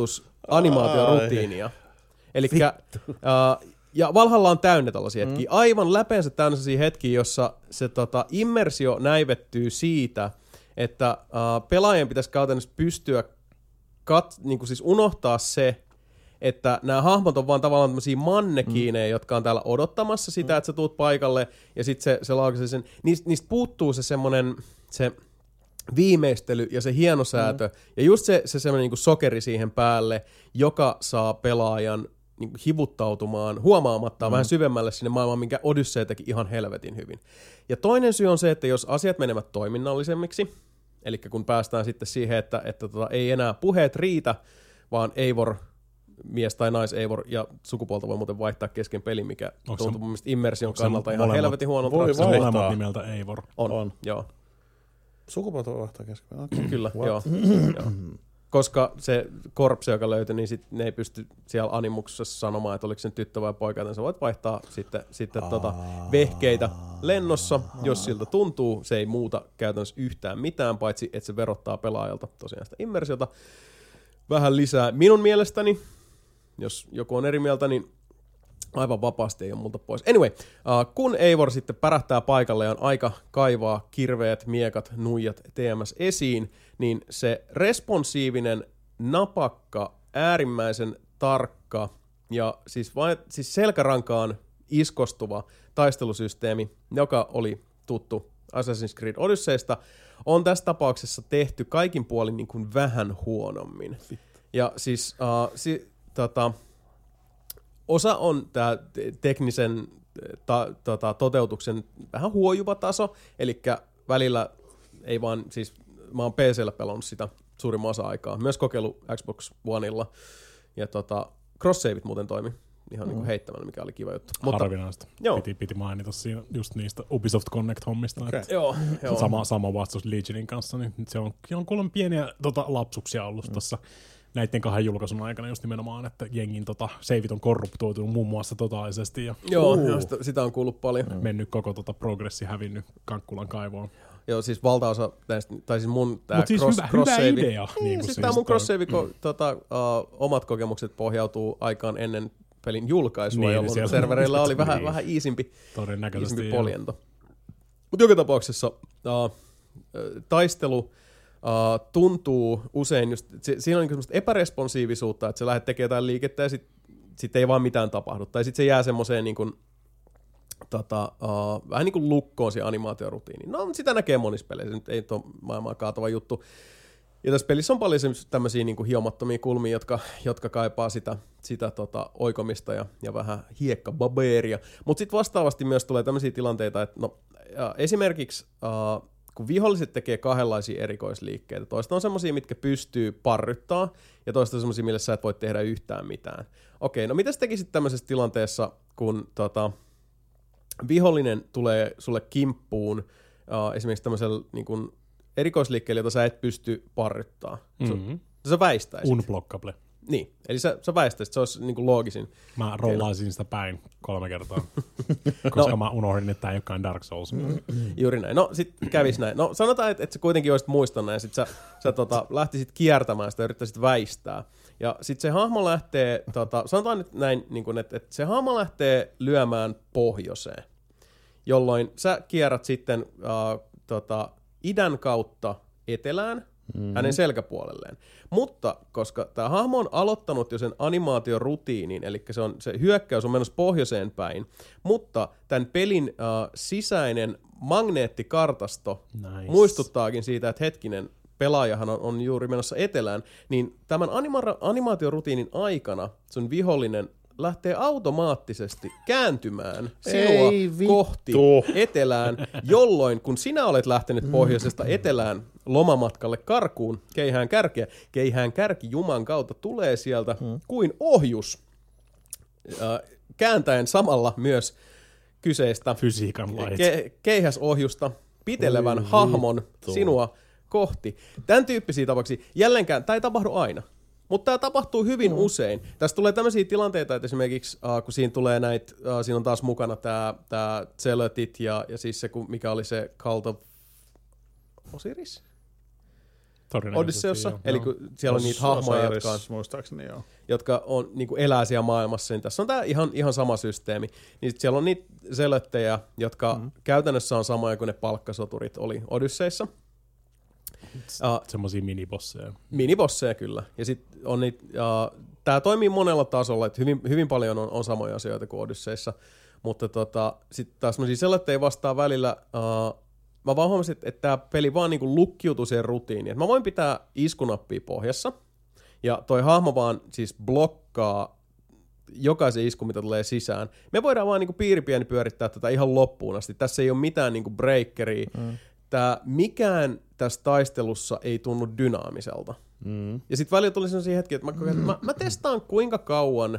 hehkutusanimaatiorutiinia. Elikkä... Uh, Ja Valhalla on täynnä tällaisia hetkiä. Mm. Aivan läpeensä täynnä sellaisia hetkiä, jossa se tota, immersio näivettyy siitä, että uh, pelaajien pitäisi käytännössä pystyä kat, niin kuin siis unohtaa se, että nämä hahmot on vaan tavallaan tämmöisiä mannekiineja, mm. jotka on täällä odottamassa sitä, mm. että sä tuut paikalle, ja sitten se, se laukaisee sen. Niist, niistä puuttuu se semmoinen... Se, viimeistely ja se hienosäätö, mm. ja just se, se semmoinen niin kuin sokeri siihen päälle, joka saa pelaajan niin kuin hivuttautumaan huomaamattaan mm. vähän syvemmälle sinne maailmaan, minkä Odyssey teki ihan helvetin hyvin. Ja toinen syy on se, että jos asiat menevät toiminnallisemmiksi, eli kun päästään sitten siihen, että, että tota, ei enää puheet riitä, vaan Eivor, mies tai nais Eivor, ja sukupuolta voi muuten vaihtaa kesken pelin, mikä onko tuntuu mun mielestä immersion kannalta ihan molemmat, helvetin huonolta. Voi vaihtaa nimeltä Eivor. On, on. Joo. Sukupuolta voi vaihtaa kesken. Okay. Kyllä, joo. joo. Koska se korpsi, joka löytyi, niin sit ne ei pysty siellä animuksessa sanomaan, että oliko se tyttö vai poika, joten sä voit vaihtaa sitten, sitten tota vehkeitä lennossa, jos siltä tuntuu. Se ei muuta käytännössä yhtään mitään, paitsi että se verottaa pelaajalta tosiaan sitä immersiota vähän lisää. Minun mielestäni, jos joku on eri mieltä, niin aivan vapaasti ei ole multa pois. Anyway, uh, kun Eivor sitten pärähtää paikalle ja on aika kaivaa kirveet, miekat, nuijat, T M S esiin, niin se responsiivinen, napakka, äärimmäisen tarkka ja siis, vain, siis selkärankaan iskostuva taistelusysteemi, joka oli tuttu Assassin's Creed Odysseysta, on tässä tapauksessa tehty kaikin puolin niin kuin vähän huonommin. Ja siis uh, si, tota, osa on tämä teknisen ta, tota, toteutuksen vähän huojuva taso, eli välillä ei vaan, siis mä oon P C:llä pelannut sitä suurimman osa aikaa, myös kokeilu Xbox Oneilla, ja tota, cross-saveit muuten toimi ihan mm. niin kuin heittämällä, mikä oli kiva juttu. Harvinaista. Piti, piti mainita siinä just niistä Ubisoft Connect-hommista. Okay. Joo, joo. Sama, sama vastaus Legionin kanssa, niin se on, on kuulemma pieniä tota, lapsuksia ollut mm. tuossa näiden kahden julkaisun aikana just nimenomaan, että jengin tota, seivit on korruptoitunut muun muassa totaalisesti. Ja joo, uh, sitä, sitä on kuullut paljon. Mennyt koko tota, progressi hävinnyt Kankkulan kaivoon. Joo, siis valtaosa näistä, tai siis mun tää Mut siis cross, hyvä, cross hyvä save, idea. Niin, niin siis tää mun cross-save, mm. tota, uh, omat kokemukset pohjautuu aikaan ennen pelin julkaisua, niin, jolloin servereillä oli vähän, niin. vähän iisimpi, iisimpi poljento. Mutta joka tapauksessa uh, taistelu uh, tuntuu usein just, se, siinä on niinku semmoista epäresponsiivisuutta, että sä lähdet tekemään jotain liikettä ja sit, sit ei vaan mitään tapahdu. Tai sit se jää semmoiseen niinku Tota, uh, vähän niin kuin lukkoon se animaatiorutiini. No, sitä näkee monissa peleissä, se nyt ei ole maailmaa kaatava juttu. Ja tässä pelissä on paljon tämmöisiä niin kuin hiomattomia kulmia, jotka, jotka kaipaa sitä, sitä tota, oikomista ja, ja vähän hiekkababeeria. Mutta sitten vastaavasti myös tulee tämmöisiä tilanteita, että no, esimerkiksi uh, kun viholliset tekee kahdenlaisia erikoisliikkeitä, toista on semmoisia, mitkä pystyy parryttää, ja toista on semmoisia, millä sä et voi tehdä yhtään mitään. Okei, no mitä sä tekisit tämmöisessä tilanteessa, kun tota, vihollinen tulee sulle kimppuun uh, esimerkiksi tämmöisellä niin kuin erikoisliikkeellä, jota sä et pysty parryttää. Mm-hmm. Sä, sä väistäisit. Unblockable. Niin, eli sä, sä väistäisit, se olisi niin kuin loogisin. Mä rollaisin sitä päin kolme kertaa, koska no. mä unohdin, että tää ei olekaan Dark Souls. Juuri näin. No sit kävis näin. No sanotaan, että, että sä kuitenkin olisit muistanut näin, sit sä, sä tota, lähtisit kiertämään sitä ja yrittäisit väistää. Ja sit se hahmo lähtee, tota, sanotaan nyt näin, niin kuin, että, että se hahmo lähtee lyömään pohjoiseen, jolloin sä kierrät sitten uh, tota, idän kautta etelään, mm-hmm. hänen selkäpuolelleen. Mutta koska tämä hahmo on aloittanut jo sen animaatiorutiinin, eli se, on, se hyökkäys on menossa pohjoiseen päin, mutta tämän pelin uh, sisäinen magneettikartasto nice. Muistuttaakin siitä, että hetkinen, pelaajahan on, on juuri menossa etelään, niin tämän anima- animaatiorutiinin aikana sun vihollinen lähtee automaattisesti kääntymään sinua kohti etelään, jolloin kun sinä olet lähtenyt pohjoisesta etelään lomamatkalle karkuun, keihään kärkeä, keihään kärki Juman kautta tulee sieltä hmm. kuin ohjus, äh, kääntäen samalla myös kyseistä fysiikan lait. Ke- keihäsohjusta pitelevän Oi, hahmon vittu. sinua kohti. Tämän tyyppisiä tapauksia. Jälleenkään, tämä ei tapahdu aina. Mutta tämä tapahtuu hyvin mm. usein. Tässä tulee tämmöisiä tilanteita, että esimerkiksi uh, kun siinä tulee näitä, uh, siinä on taas mukana tämä tää Zealotit ja, ja siis se, mikä oli se Cult of Osiris? Odysseossa. Joo. Eli kun siellä on niitä hahmoja, jotka on, muistaakseni, joo. jotka on, niin kuin elää siellä maailmassa, niin tässä on tämä ihan, ihan sama systeemi. Niin siellä on niitä Zealotteja, jotka mm. käytännössä on samoja kuin ne palkkasoturit oli Odysseissa. Uh, Semmoisia minibosseja. Minibosseja kyllä. Ja sit on niitä, uh, tää toimii monella tasolla, että hyvin, hyvin paljon on, on samoja asioita kuin Odysseissa. Mutta tota, sitten taas semmoisia Zealotteja vastaa välillä. Uh, mä vaan huomasin, että tää peli vaan niinku lukkiutui siihen rutiiniin. Et mä voin pitää iskunappia pohjassa. Ja toi hahmo vaan siis blokkaa jokaisen isku, mitä tulee sisään. Me voidaan vaan niinku piiripieni pyörittää tätä ihan loppuun asti. Tässä ei ole mitään niinku breakkeria. Mm. Tää, mikään tässä taistelussa ei tunnu dynaamiselta. Mm. Ja sitten välillä tuli sellaisia hetkiä, että mä, mä, mä testaan kuinka kauan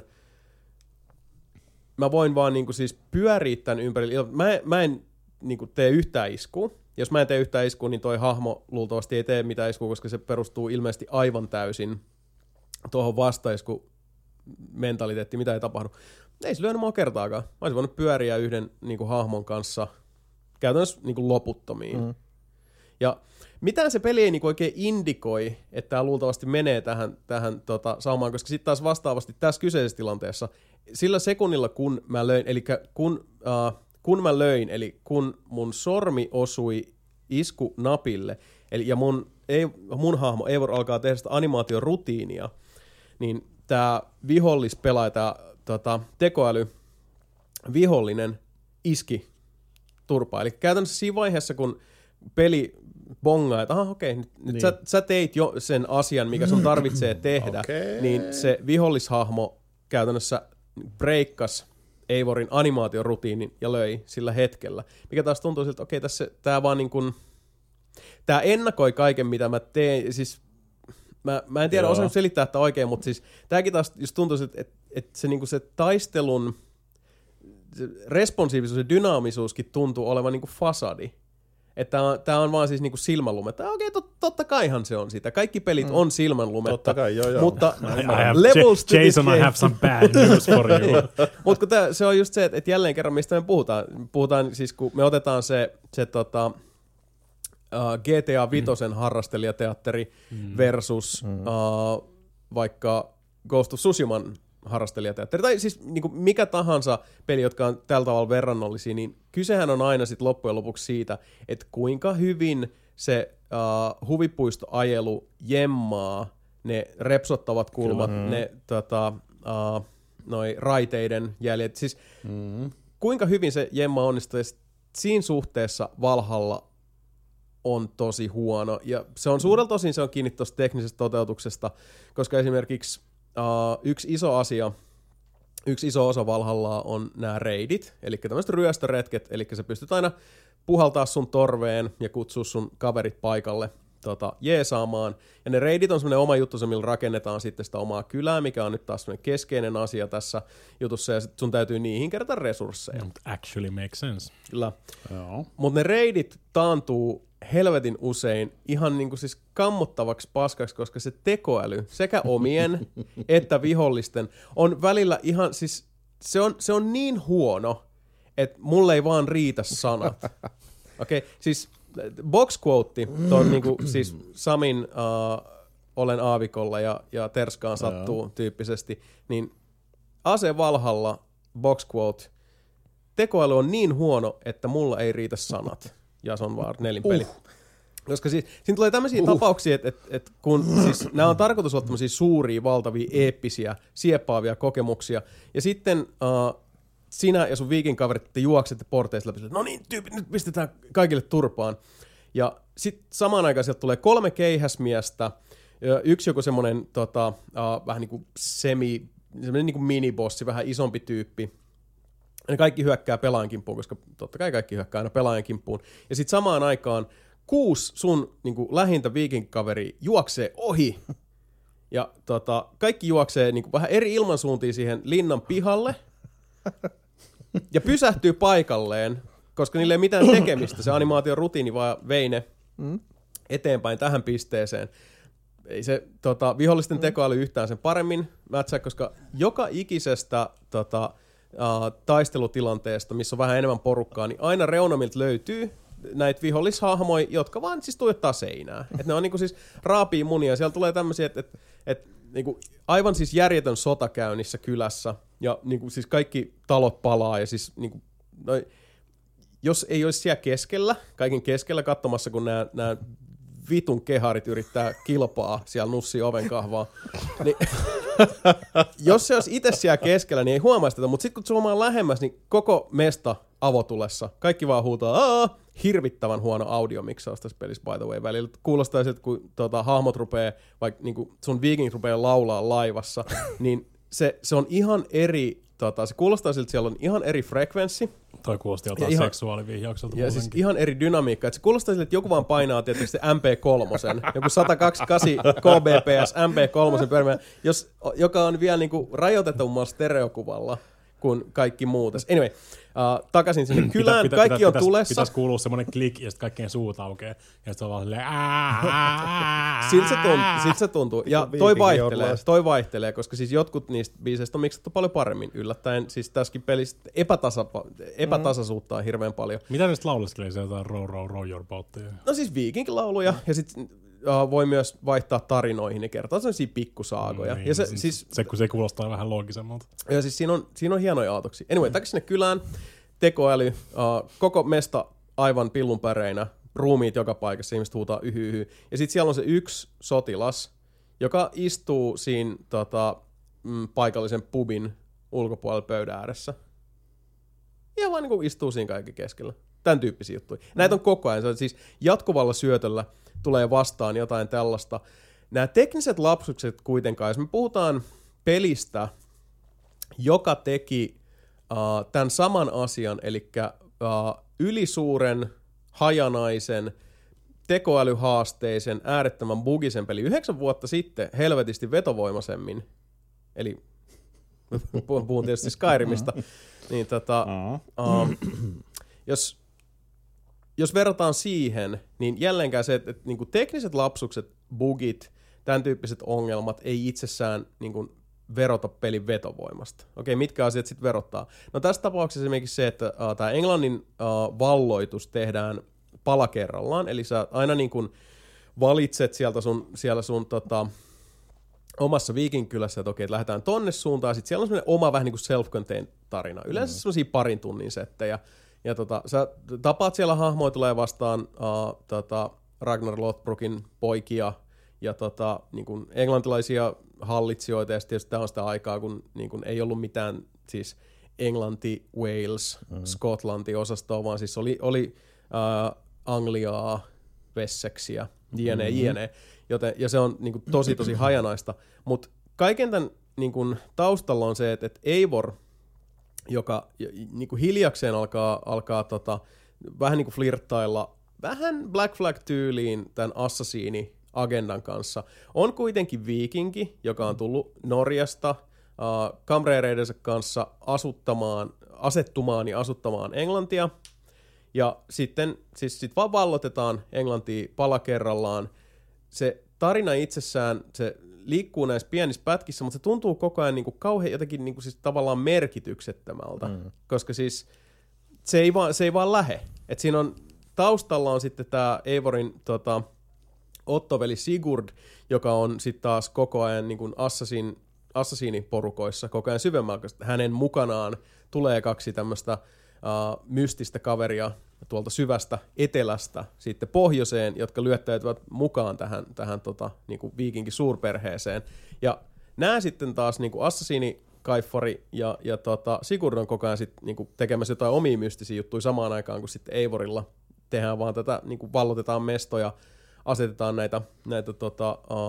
mä voin vaan niinku siis pyöriä tämän ympärillä. Mä, mä en niinku tee yhtään iskua. Jos mä en tee yhtään iskua, niin toi hahmo luultavasti ei tee mitään iskua, koska se perustuu ilmeisesti aivan täysin tuohon vastaisku mentaliteettiin, mitä ei tapahdu. Ei se lyönyt mua kertaakaan. Mä olisin voinut pyöriä yhden niinku hahmon kanssa käytännössä niinku loputtomiin. Mm. Ja mitään se peli ei niinku oikein indikoi, että tämä luultavasti menee tähän, tähän tota, saumaan, koska sitten taas vastaavasti tässä kyseisessä tilanteessa, sillä sekunnilla kun mä löin, eli kun, uh, kun mä löin, eli kun mun sormi osui iskunapille, eli ja mun, ei, mun hahmo Eivor alkaa tehdä sitä animaatiorutiinia, niin tämä vihollispelaaja, tämä tota, tekoäly vihollinen iski turpaa. Eli käytännössä siinä vaiheessa, kun peli bongaa, että aha, okei, nyt, niin. nyt sä, sä teit jo sen asian, mikä sun tarvitsee tehdä, okay. Niin se vihollishahmo käytännössä breikkas Eivorin animaatiorutiinin ja löi sillä hetkellä. Mikä taas tuntuu siltä, että okei, tässä tää vaan niin kuin, tää ennakoi kaiken, mitä mä teen, siis mä, mä en tiedä, osaan selittää että oikein, mutta siis tääkin taas just tuntuu siltä, että, että se, niin kuin se taistelun se responsiivisuus ja dynaamisuuskin tuntuu olevan niin kuin fasadi. Että tämä on vaan siis niinku silmänlumetta. Okei, tot, totta kaihan se on sitä. Kaikki pelit mm. on silmänlumetta. Totta kai, joo joo. Mutta levels to Jason, I have some bad news for you. Mutta se on just se, että et jälleen kerran mistä me puhutaan. Puhutaan siis, kun me otetaan se, se tota, uh, G T A viisi mm. harrastelijateatteri mm. versus mm. Uh, vaikka Ghost of Tsushiman harrastelijateatteri, tai siis niin kuin mikä tahansa peli, jotka on tällä tavalla verrannollisia, niin kysehän on aina sit loppujen lopuksi siitä, että kuinka hyvin se uh, huvipuistoajelu jemmaa ne repsottavat kulmat, mm. ne tota, uh, noi raiteiden jäljet, siis mm. kuinka hyvin se jemma onnistuu, ja siinä suhteessa Valhalla on tosi huono, ja se on suurelta osin se on kiinni tuosta teknisestä toteutuksesta, koska esimerkiksi uh, yksi iso asia, yksi iso osa Valhallaa on nämä raidit, eli tämmöiset ryöstöretket, eli sä pystyt aina puhaltaa sun torveen ja kutsua sun kaverit paikalle tota, jeesaamaan. Ja ne raidit on semmoinen oma juttu, millä rakennetaan sitten sitä omaa kylää, mikä on nyt taas semmoinen keskeinen asia tässä jutussa, ja sit sun täytyy niihin kerätä resursseja. It actually makes sense. Kyllä. Mutta ne raidit taantuu helvetin usein ihan niinku siis kammottavaksi paskaksi, koska se tekoäly sekä omien että vihollisten on välillä ihan siis se on, se on niin huono, että mulle ei vaan riitä sanat. Okei, okay, siis box quote, tuon niinku siis Samin uh, olen aavikolla ja, ja Terskaan sattuu tyyppisesti, niin Ase Valhalla box quote, tekoäly on niin huono, että mulla ei riitä sanat. Jason Ward nelinpeli. Uh. Koska siis, siinä tulee tämmöisiä uh. tapauksia, että et, et kun siis nämä on tarkoitus olla tämmöisiä suuria, valtavia, eeppisiä, sieppaavia kokemuksia, ja sitten uh, sinä ja sun viikinkaverit te juoksette porteista läpi, että no niin, tyypit, nyt pistetään kaikille turpaan. Ja sitten samaan aikaan sieltä tulee kolme keihäsmiestä, yksi joku semmoinen tota, uh, vähän niin kuin semi semmoinen niin kuin minibossi, vähän isompi tyyppi. Ne kaikki hyökkää pelaajan kimppuun, koska totta kai kaikki hyökkää aina pelaajan kimppuun. Ja sitten samaan aikaan kuusi sun niin kuin lähintä viikinkikaveri juoksee ohi. Ja tota, kaikki juoksee niin kuin vähän eri ilmansuuntiin siihen linnan pihalle. Ja pysähtyy paikalleen, koska niillä ei mitään tekemistä. Se animaation rutiini vaan vei ne eteenpäin tähän pisteeseen. Ei se tota, vihollisten tekoäly yhtään sen paremmin mätsää, koska joka ikisestä tota, uh, taistelutilanteesta, missä on vähän enemmän porukkaa, niin aina reunamilta löytyy näitä vihollishahmoja, jotka vaan siis tuijottaa seinää. Et ne on niinku siis raapii munia. Siellä tulee tämmöisiä, että et, et, niinku, aivan siis järjetön sota käynnissä kylässä. Ja niinku, siis kaikki talot palaa. Ja siis, niinku, noi, jos ei olisi siellä keskellä, kaiken keskellä katsomassa, kun nämä vitun keharit yrittää kilpaa siellä nussi oven kahvaa, niin jos se olisi itse siellä keskellä, niin ei huomaa sitä. Mutta sitten kun zoomaa lähemmäs, niin koko mesta avotulessa. Kaikki vaan huutaa, aah, hirvittävän huono audiomiksaus tässä pelissä, by the way. Välillä kuulostaa siltä, kun tota, hahmot rupeaa, vaikka niin sun viiking rupeaa laulaa laivassa, niin se, se on ihan eri, tota, se kuulostaa siltä, että siellä on ihan eri frekvenssi. Toi kuulosti jotain ihan, seksuaalivihjaukselta. Ja siis ihan eri dynamiikka. Et se kuulostaa siltä, että joku vaan painaa tietysti M P kolme, joku sata kaksikymmentäkahdeksan kbps M P kolme pyörimään, jos, joka on vielä niinku rajoitetummalla stereokuvalla kuin kaikki muut. Anyway, uh, takaisin sinne kylään, pitä, pitä, kaikki pitä, on pitäis, tulessa. Pitäisi kuulua semmoinen klik, ja sitten kaikkien suut aukeaa, ja sitten se on vaan silleen siltä se tuntuu. Siltä se tuntuu. Ja toi vaihtelee, toi vaihtelee, koska siis jotkut niistä biiseistä on miksattu paljon paremmin yllättäen. Siis tässäkin pelissä epätasa, epätasaisuutta on hirveän paljon. Mitä niistä lauleskelee se jotain row, row, row your boat? No siis viikinkilauluja, mm. ja sitten uh, voi myös vaihtaa tarinoihin ja kertoa sellaisia pikkusaagoja. Mm, ja se, se, siis, se, kun se kuulostaa vähän loogisemmalta. Ja siis siinä on, siinä on hienoja aatoksia. Anyway, takaisin sinne kylään, tekoäly, uh, koko mesta aivan pillunpäreinä, ruumiit joka paikassa, ihmiset huutaa yhy, yhy. Ja sitten siellä on se yksi sotilas, joka istuu siinä tota, mm, paikallisen pubin ulkopuolella pöydän ääressä. Ihan vaan niin kuin istuu siinä kaiken keskellä. Tämän tyyppisiä juttuja. Näitä on koko ajan. Se on siis jatkuvalla syötöllä tulee vastaan jotain tällaista. Nämä tekniset lapsukset kuitenkaan, jos me puhutaan pelistä, joka teki uh, tämän saman asian, eli uh, ylisuuren, hajanaisen, tekoälyhaasteisen, äärettömän bugisen peli yhdeksän vuotta sitten helvetisti vetovoimaisemmin, eli puhun tietysti Skyrimista, niin tota, uh, jos, jos verrataan siihen, niin jälleenkään se, että, että niin kuin tekniset lapsukset, bugit, tämän tyyppiset ongelmat ei itsessään niin kuin verota pelin vetovoimasta. Okei, mitkä asiat sitten verottaa? No tässä tapauksessa esimerkiksi se, että uh, tämä Englannin uh, valloitus tehdään pala kerrallaan, eli sä aina niin kuin valitset sieltä sun, siellä sun tota, omassa viikinkylässä, että okei, että lähdetään tonne suuntaan, sitten siellä on semmoinen oma vähän niin kuin self-contained tarina. Yleensä mm. semmoisia parin tunnin settejä. Ja tota, sä tapaat siellä hahmoja, tulee vastaan uh, tota, Ragnar Lothbrokin poikia ja tota, niin kuin englantilaisia hallitsijoita, ja tietysti tämä on sitä aikaa, kun niin kuin ei ollut mitään siis Englanti, Wales, mm. Skotlanti osastoa, vaan siis oli, oli uh, Angliaa, Wessexiä, jne, mm-hmm. jne. Joten, ja se on niin kuin tosi, tosi hajanaista. Mutta kaiken tämän niin kuin taustalla on se, että, että Eivor, joka niin kuin hiljakseen alkaa, alkaa tota, vähän niin kuin flirttailla vähän Black Flag-tyyliin tämän Assassini-agendan kanssa, on kuitenkin viikinki, joka on tullut Norjasta uh, kamreereidensa kanssa asuttamaan, asettumaan ja asuttamaan Englantia. Ja sitten siis sit vaan vallotetaan Englantia pala kerrallaan. Se tarina itsessään, se liikkuu näissä pienissä pätkissä, mutta se tuntuu koko ajan niin kuin kauhean jotenkin niin kuin siis tavallaan merkityksettömältä, mm. koska siis se ei vaan, se ei vaan lähe. Et siinä on, taustalla on sitten tämä Eivorin tota, Ottoveli Sigurd, joka on sitten taas koko ajan niin kuin Assassin, Assassini-porukoissa koko ajan syvemmällä, koska hänen mukanaan tulee kaksi tämmöistä Uh, mystistä kaveria tuolta syvästä etelästä sitten pohjoiseen, jotka lyöttäytyvät mukaan tähän, tähän tota, niinku viikinkin suurperheeseen. Ja nämä sitten taas niinku Assassini-kaiffari ja, ja tota, Sigurd on koko ajan sit, niinku, tekemässä jotain omia mystisiä juttuja samaan aikaan, kun sitten Eivorilla tehdään vaan tätä, niinku, vallotetaan mestoja, asetetaan näitä, näitä tota, uh,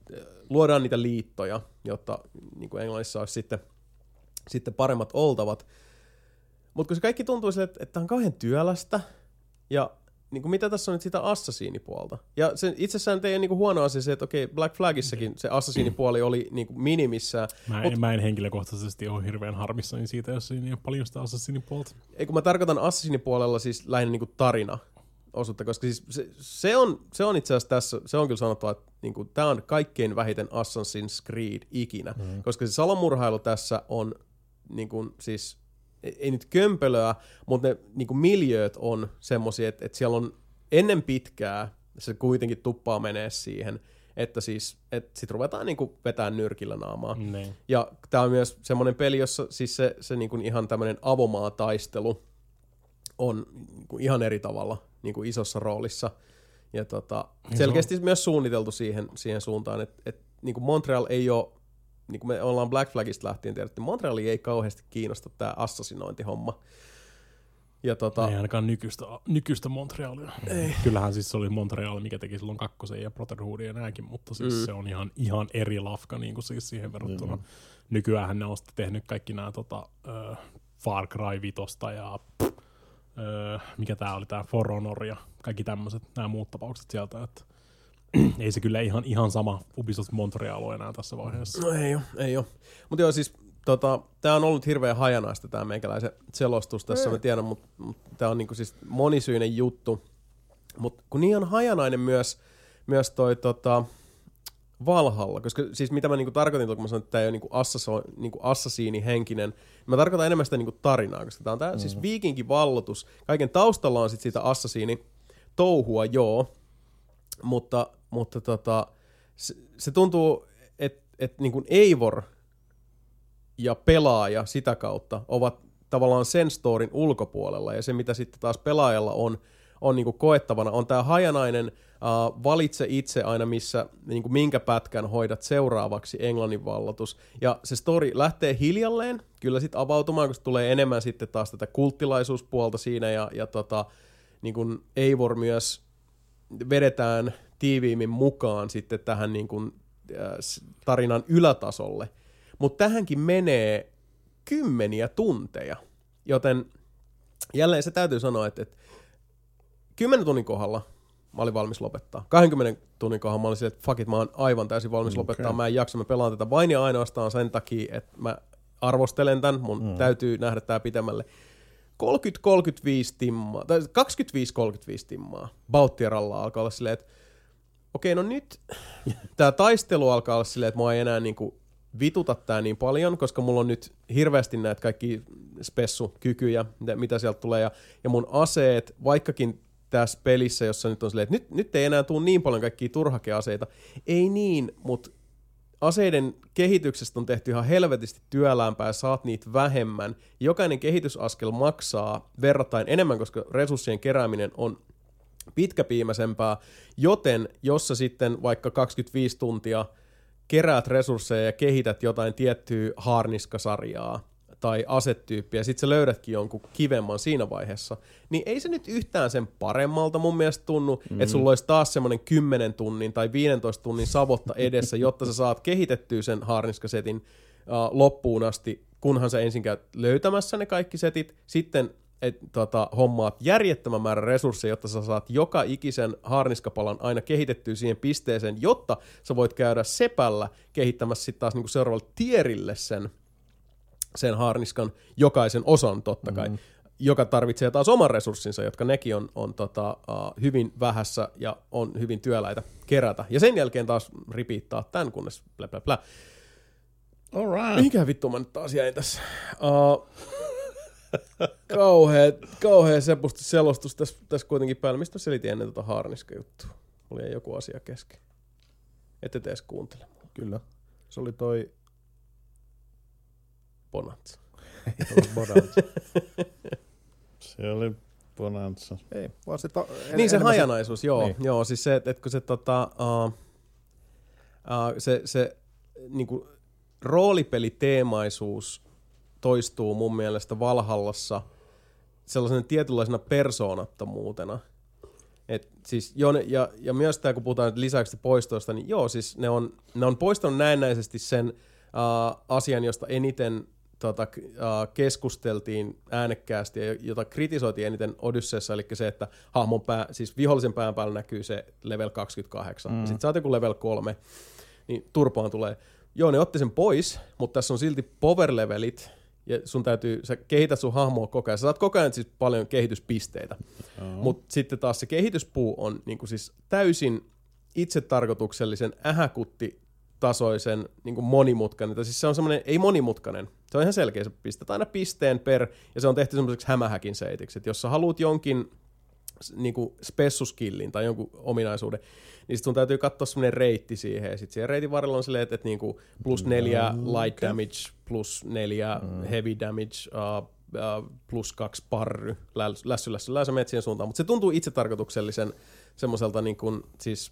luodaan niitä liittoja, jotta niin kuin Englannissa olisi sitten, sitten paremmat oltavat. Mutta kun se kaikki tuntuu sille, että, että tämä on kauhean työlästä, ja niin kuin mitä tässä on nyt sitä assasiinipuolta. Ja se itsessään ei ole niin kuin huono asia se, että okei, Black Flagissakin se assasiinipuoli oli niin kuin minimissään. Mä en, mut, mä en henkilökohtaisesti ole hirveän harmissani siitä, jos ei ole paljon sitä assasiinipuolta. Ei, kun mä tarkoitan assasiinipuolella siis lähinnä niin kuin tarina osuutta, koska siis se, se, on, se on itse asiassa tässä, se on kyllä sanottava, että niin kuin, tämä on kaikkein vähiten Assassin's Creed ikinä, mm. koska se salomurhailu tässä on niin kuin, siis ei nyt kömpelöä, mutta ne niin kuin miljööt on semmoisia, että, että siellä on ennen pitkää, se kuitenkin tuppaa menee siihen, että siis, että sit ruvetaan niin kuin vetämään nyrkillä naamaa. Ne. Ja tää on myös semmoinen peli, jossa siis se, se niin kuin ihan tämmöinen avomaataistelu on niin kuin ihan eri tavalla niin kuin isossa roolissa. Ja tota, selkeästi myös suunniteltu siihen, siihen suuntaan, että, että niin kuin Montreal ei ole, niin kuin me ollaan Black Flagista lähtien tiedetty, Montreali ei kauheasti kiinnosta tämä assassinointihomma. Ja tota, ei ainakaan nykyistä, nykyistä Montrealia. Ei. Kyllähän siis se oli Montreal, mikä teki silloin kakkosen ja Brotherhoodin ja nääkin, mutta siis mm. se on ihan, ihan eri lafka niin kuin siis siihen verrattuna. Mm. Nykyäänhän ne on sitten tehnyt kaikki nämä tota, äh, Far Cry vitosta ja pff, äh, mikä tää oli, tää For Honor ja kaikki tämmöiset, nämä muut tapaukset sieltä, että ei se kyllä ihan, ihan sama Ubisoft Montreal ole enää tässä vaiheessa. No ei ole, ei ole. Mutta joo, siis tota, tää on ollut hirveän hajanaista tää meikäläisen selostus tässä, mä tiedän, mutta mut, tää on niinku siis monisyinen juttu. Mutta kun niin on hajanainen myös, myös toi tota, Valhalla, koska siis mitä mä niinku tarkoitin, kun mä sanoin, että tää ei ole niinku, assaso, niinku assasiinihenkinen, mä tarkoitan enemmän sitä niinku tarinaa, koska tää on tää mm. siis viikinkin vallotus. Kaiken taustalla on sit sitä assasiini touhua, joo, mutta, mutta tota, se, se tuntuu, että et niinku Eivor ja pelaaja sitä kautta ovat tavallaan sen storin ulkopuolella, ja se mitä sitten taas pelaajalla on, on niinku koettavana, on tämä hajanainen uh, valitse itse aina, missä niinku minkä pätkän hoidat seuraavaksi Englannin valloitus, ja se story lähtee hiljalleen, kyllä sitten avautumaan, kun tulee enemmän sitten taas tätä kulttilaisuuspuolta siinä, ja, ja tota, niinku Eivor myös vedetään tiiviimmin mukaan sitten tähän niinku, uh, tarinan ylätasolle, mutta tähänkin menee kymmeniä tunteja, joten jälleen se täytyy sanoa, että, että kymmenen tunnin kohdalla mä olin valmis lopettaa. kaksikymmentä tunnin kohdalla mä olin silleen, että fuck it, mä oon aivan täysin valmis lopettaa. Okay. Mä en jaksa, mä pelaan tätä vain ja ainoastaan sen takia, että mä arvostelen tän, mun mm. täytyy nähdä tää pitemmälle. kolmekymmentä kolmekymmentäviisi timmaa, tai kaksikymmentäviisi kolmekymmentäviisi timmaa Bautieralla alkaa olla silleen, että okei, okay, no nyt tää taistelu alkaa olla silleen, että mä ei enää niinku vituta tää niin paljon, koska mulla on nyt hirveästi näitä kaikki spessukykyjä, mitä, mitä sieltä tulee, ja, ja mun aseet, vaikkakin tässä pelissä, jossa nyt on silleen, että nyt, nyt ei enää tule niin paljon kaikkia turhakeaseita, ei niin, mutta aseiden kehityksestä on tehty ihan helvetisti työlämpää, saat niitä vähemmän, jokainen kehitysaskel maksaa verrattain enemmän, koska resurssien kerääminen on pitkäpiimäisempää, joten jos sä sitten vaikka kaksikymmentäviisi tuntia keräät resursseja ja kehität jotain tiettyä haarniskasarjaa tai asetyyppiä, sit sä löydätkin jonkun kivemman siinä vaiheessa, niin ei se nyt yhtään sen paremmalta mun mielestä tunnu, mm-hmm. että sulla olisi taas semmoinen kymmenen tunnin tai viisitoista tunnin savotta edessä, jotta sä saat kehitettyä sen haarniskasetin uh, loppuun asti, kunhan sä ensin käyt löytämässä ne kaikki setit, sitten et, tota, hommaat järjettömän määrän resursseja, jotta sä saat joka ikisen haarniskapalan aina kehitettyä siihen pisteeseen, jotta sä voit käydä sepällä kehittämässä sitten taas niinku seuraavalle tierille sen, sen haarniskan jokaisen osan totta kai, mm. joka tarvitsee taas oman resurssinsa, jotka nekin on, on tota, uh, hyvin vähässä ja on hyvin työläitä kerätä. Ja sen jälkeen taas ripiittaa tämän, kunnes blä blä blä. All right. Mikä vittu mä nyt taas jäin tässä? Uh, kauhea, kauhea sepusti selostus tässä, tässä kuitenkin päällä. Mistä mä selitin ennen tota haarniska-juttua? Mulla jäi joku asia kesken. Ette te edes kuuntele. Kyllä. Se oli toi Bonanza. Ei ollut Bonanza. Se oli Bonanza. Ei, vaan se... Ta- niin se hajanaisuus, se... joo. Niin. Joo, siis se, että kun se tota... Uh, uh, se, se niinku roolipeliteemaisuus toistuu mun mielestä Valhallassa sellaisena tietynlaisena persoonattomuutena. Et siis, jo ne, ja, ja myös tämä, kun puhutaan lisäksi poistoista, niin joo, siis ne on, ne on poistanut näennäisesti sen uh, asian, josta eniten tota, uh, keskusteltiin äänekkäästi ja jota kritisoitiin eniten Odysseessa, eli se, että hahmon pää, siis vihollisen pään päällä näkyy se level kaksikymmentäkahdeksan, mm. ja sitten sä oot joku level kolme, niin turpaan tulee. Joo, ne otti sen pois, mutta tässä on silti power-levelit, ja sun täytyy, sä kehität sun hahmoa koko ajan. Sä saat koko ajan siis paljon kehityspisteitä. Uh-huh. Mutta sitten taas se kehityspuu on niinku siis täysin itsetarkoituksellisen ähäkuttitasoisen niinku monimutkainen. Tai siis se on semmoinen, ei monimutkainen, se on ihan selkeä. Sä pistät aina pisteen per, ja se on tehty semmoiseksi hämähäkin seitiksi. Että jos sä haluat jonkin niinku spessuskillin tai jonkun ominaisuuden, niin sit sun täytyy katsoa semmoinen reitti siihen, ja sit siihen reitin varrella on silleen, että et niinku plus neljä mm, light okay. damage, plus neljä mm. heavy damage, uh, uh, plus kaksi parry, lässy, lässy, lässy, menet siihen suuntaan. Mutta se tuntuu itsetarkoituksellisen semmoiselta, niin kuin, siis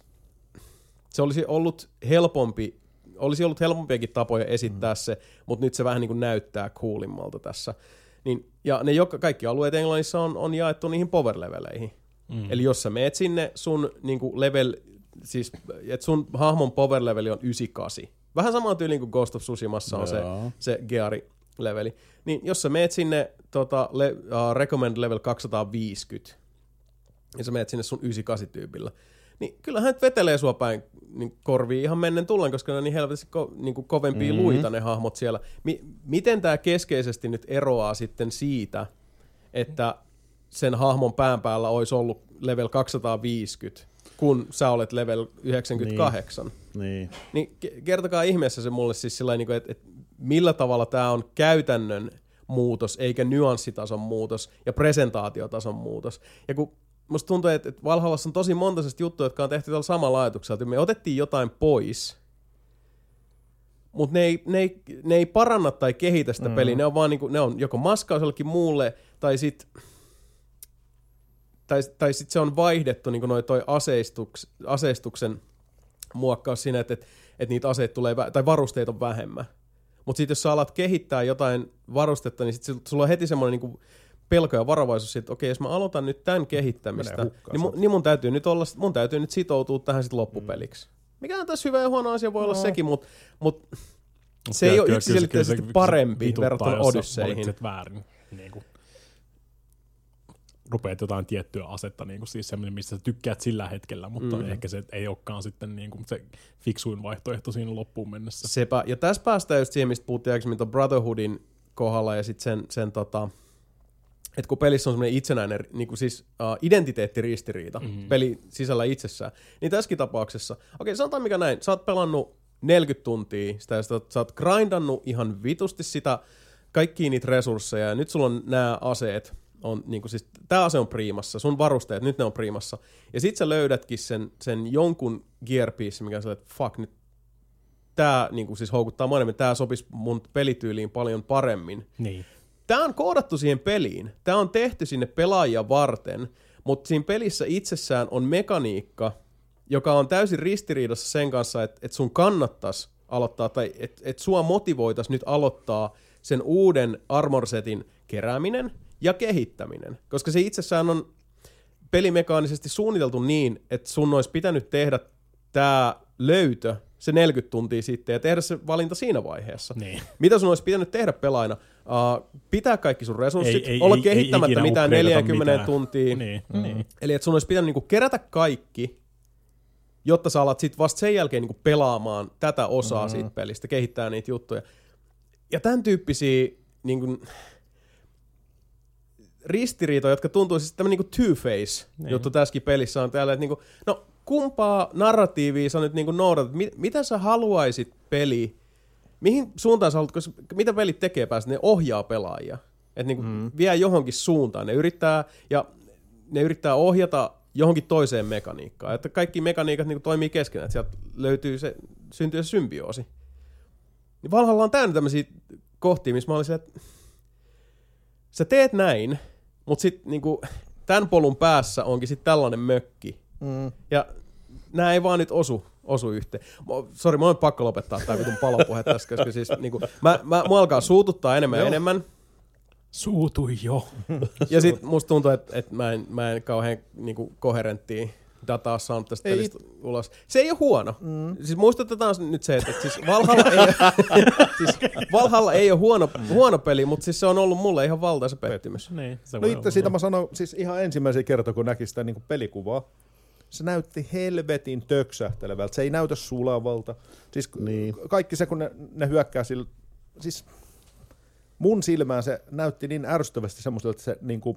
se olisi ollut helpompi, olisi ollut helpompiakin tapoja esittää mm. se, mutta nyt se vähän niin kuin näyttää coolimmalta tässä. Niin, ja ne joka, kaikki alueet Englannissa on, on jaettu niihin power-leveleihin. Mm. Eli jos sä meet sinne sun niin kuin level, siis että sun hahmon power-leveli on yhdeksänkymmentäkahdeksan. Vähän samaan tyyliin kuin Ghost of Tsushimassa on se, se Geari-leveli. Niin jos sä meet sinne tota, le, uh, recommend level kaksisataaviisikymmentä, ja sä meet sinne sun yhdeksänkymmentäkahdeksan-tyypillä, niin kyllähän nyt vetelee sua päin niin korviin ihan mennen tullen, koska ne on niin helvetti ko, niin kuin kovempia mm-hmm. luita ne hahmot siellä. Mi- miten tää keskeisesti nyt eroaa sitten siitä, että sen hahmon pään päällä olisi ollut level kaksisataaviisikymmentä, kun sä olet level yhdeksänkymmentäkahdeksan. Niin. Niin kertokaa ihmeessä se mulle siis sillä tavalla, että, että millä tavalla tää on käytännön muutos, eikä nyanssitason muutos ja presentaatiotason muutos. Ja kun musta tuntuu, että, että Valhallassa on tosi monta juttuja, jotka on tehty tällä samalla ajatuksella. Me otettiin jotain pois, mutta ne ei, ne, ei, ne ei paranna tai kehitä sitä mm. peliä. Ne on vaan niinku, ne on joko maskaus jollekin muulle, tai sit, tai, tai sit se on vaihdettu niinku noi toi aseistuks, aseistuksen muokkaus siinä, että, että, että niitä aseita tulee, tai varusteita on vähemmän. Mutta sitten jos sä alat kehittää jotain varustetta, niin sit sulla on heti semmoinen niinku pelko ja varovaisuus, että okei, jos mä aloitan nyt tämän kehittämistä, niin, mun, niin mun, täytyy nyt olla, mun täytyy nyt sitoutua tähän sit loppupeliksi. Mikä on tässä hyvä ja huono asia, voi no. olla sekin, mutta mut se ei ole yksiselitteisesti parempi verrattuna Odysseihin. Väärin. Niin kuin rupeat jotain tiettyä asetta, niin kuin siis semmoinen, missä sä tykkäät sillä hetkellä, mutta mm. ehkä se ei olekaan sitten niin kuin se fiksuin vaihtoehto siinä loppuun mennessä. Sepä. Ja tässä päästään just siihen, mistä puhuttiin aikaisemmin tuon Brotherhoodin kohdalla ja sitten sen, sen tota, että kun pelissä on semmoinen itsenäinen niin kuin siis, uh, identiteettiristiriita mm-hmm. peli sisällä itsessään, niin tässäkin tapauksessa, okei, sanotaan mikä näin, sä oot pelannut neljäkymmentä tuntia sitä, ja sä oot, sä oot grindannut ihan vitusti sitä, kaikkia niitä resursseja, ja nyt sulla on nämä aseet, on, niin kuin siis, tää ase on priimassa, sun varusteet, nyt ne on priimassa, ja sit sä löydätkin sen, sen jonkun gear piece, mikä on sellainen, että fuck, nyt tää niin kuin siis houkuttaa monemmin, tää sopisi mun pelityyliin paljon paremmin. Niin. Tämä on koodattu siihen peliin. Tämä on tehty sinne pelaajia varten, mutta siinä pelissä itsessään on mekaniikka, joka on täysin ristiriidassa sen kanssa, että, että sun kannattaisi aloittaa, tai että, että sua motivoitaisiin nyt aloittaa sen uuden armorsetin kerääminen ja kehittäminen. Koska se itsessään on pelimekaanisesti suunniteltu niin, että sun olisi pitänyt tehdä tämä löytö se neljäkymmentä tuntia sitten ja tehdä se valinta siinä vaiheessa. Niin. Mitä sun olisi pitänyt tehdä pelaajana? Uh, pitää kaikki sun resurssit, ei, ei, olla ei, kehittämättä ei mitään neljäkymmentä mitään. tuntia. Niin, mm. niin. Eli että sun olisi pitänyt niinku kerätä kaikki, jotta sä alat sit vasta sen jälkeen niinku pelaamaan tätä osaa mm. siitä pelistä, kehittää niitä juttuja. Ja tämän tyyppisiä niinku ristiriitoja, jotka tuntuu siis tämmöinen niinku two-face niin. juttu tässäkin pelissä on täällä, että niinku, no kumpaa narratiivia sä nyt niinku noudatat, mit, mitä sä haluaisit peli, mihin suuntaan sä haluat, koska mitä pelit tekee päästä, ne ohjaa pelaajia, että niinku mm. vie johonkin suuntaan, ne yrittää, ja ne yrittää ohjata johonkin toiseen mekaniikkaan, että kaikki mekaniikat niinku toimii keskenään, että sieltä löytyy se, syntyy se symbioosi. Niin Valhalla on täynnä tämmöisiä kohtia, missä mä olin että sä teet näin, mutta sitten niinku, tämän polun päässä onkin sitten tällainen mökki. Mm. Ja nämä ei vaan nyt osu, osu yhteen. Sori, mä oon pakko lopettaa tää vitun palopuhe tässä, koska siis niinku, mä, mä, mua alkaa suututtaa enemmän ja enemmän. Suutui jo. Ja sit musta tuntuu, että et mä, en, mä en kauhean niinku koherenttia dataa saanut tästä ei. pelistä ulos. Se ei ole huono. Mm. Siis muistutetaan nyt se, että et siis Valhalla ei, siis Valhalla ei ole huono, huono peli, mutta siis se on ollut mulle ihan valtaisa pettymys. Niin, no itse siitä mä sanon, siis ihan ensimmäisen kertaa, kun näki sitä niinku pelikuvaa, se näytti helvetin töksähtelevältä. Se ei näytä sulavalta. Siis niin. Kaikki se, kun ne, ne hyökkää sillä, siis mun silmään se näytti niin ärsyttävästi semmoiselta, että se niinku,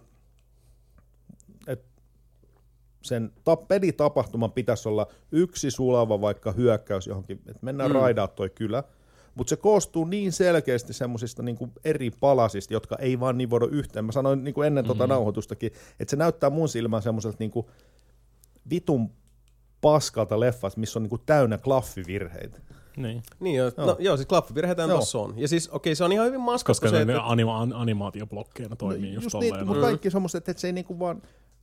että sen ta- pelitapahtuman pitäisi olla yksi sulava vaikka hyökkäys johonkin, että mennään mm. raidaa toi kylä, mutta se koostuu niin selkeästi semmoisista niinku eri palasista, jotka ei vaan niin voida yhteen. Mä sanoin niinku ennen mm. tota nauhoitustakin, että se näyttää mun silmään semmoiselta niinku vitun paskalta leffat, missä on niinku täynnä klaffivirheitä. Niin. Niin joo, no, joo siis klaffivirheitä tossa on. Ja siis okei, okay, se on ihan hyvin maskas. Koska se, ne että anima- animaatioblokkeina toimii no, just, just tolleen. Niin, mutta kaikki semmoiset, että se ei niinku vaan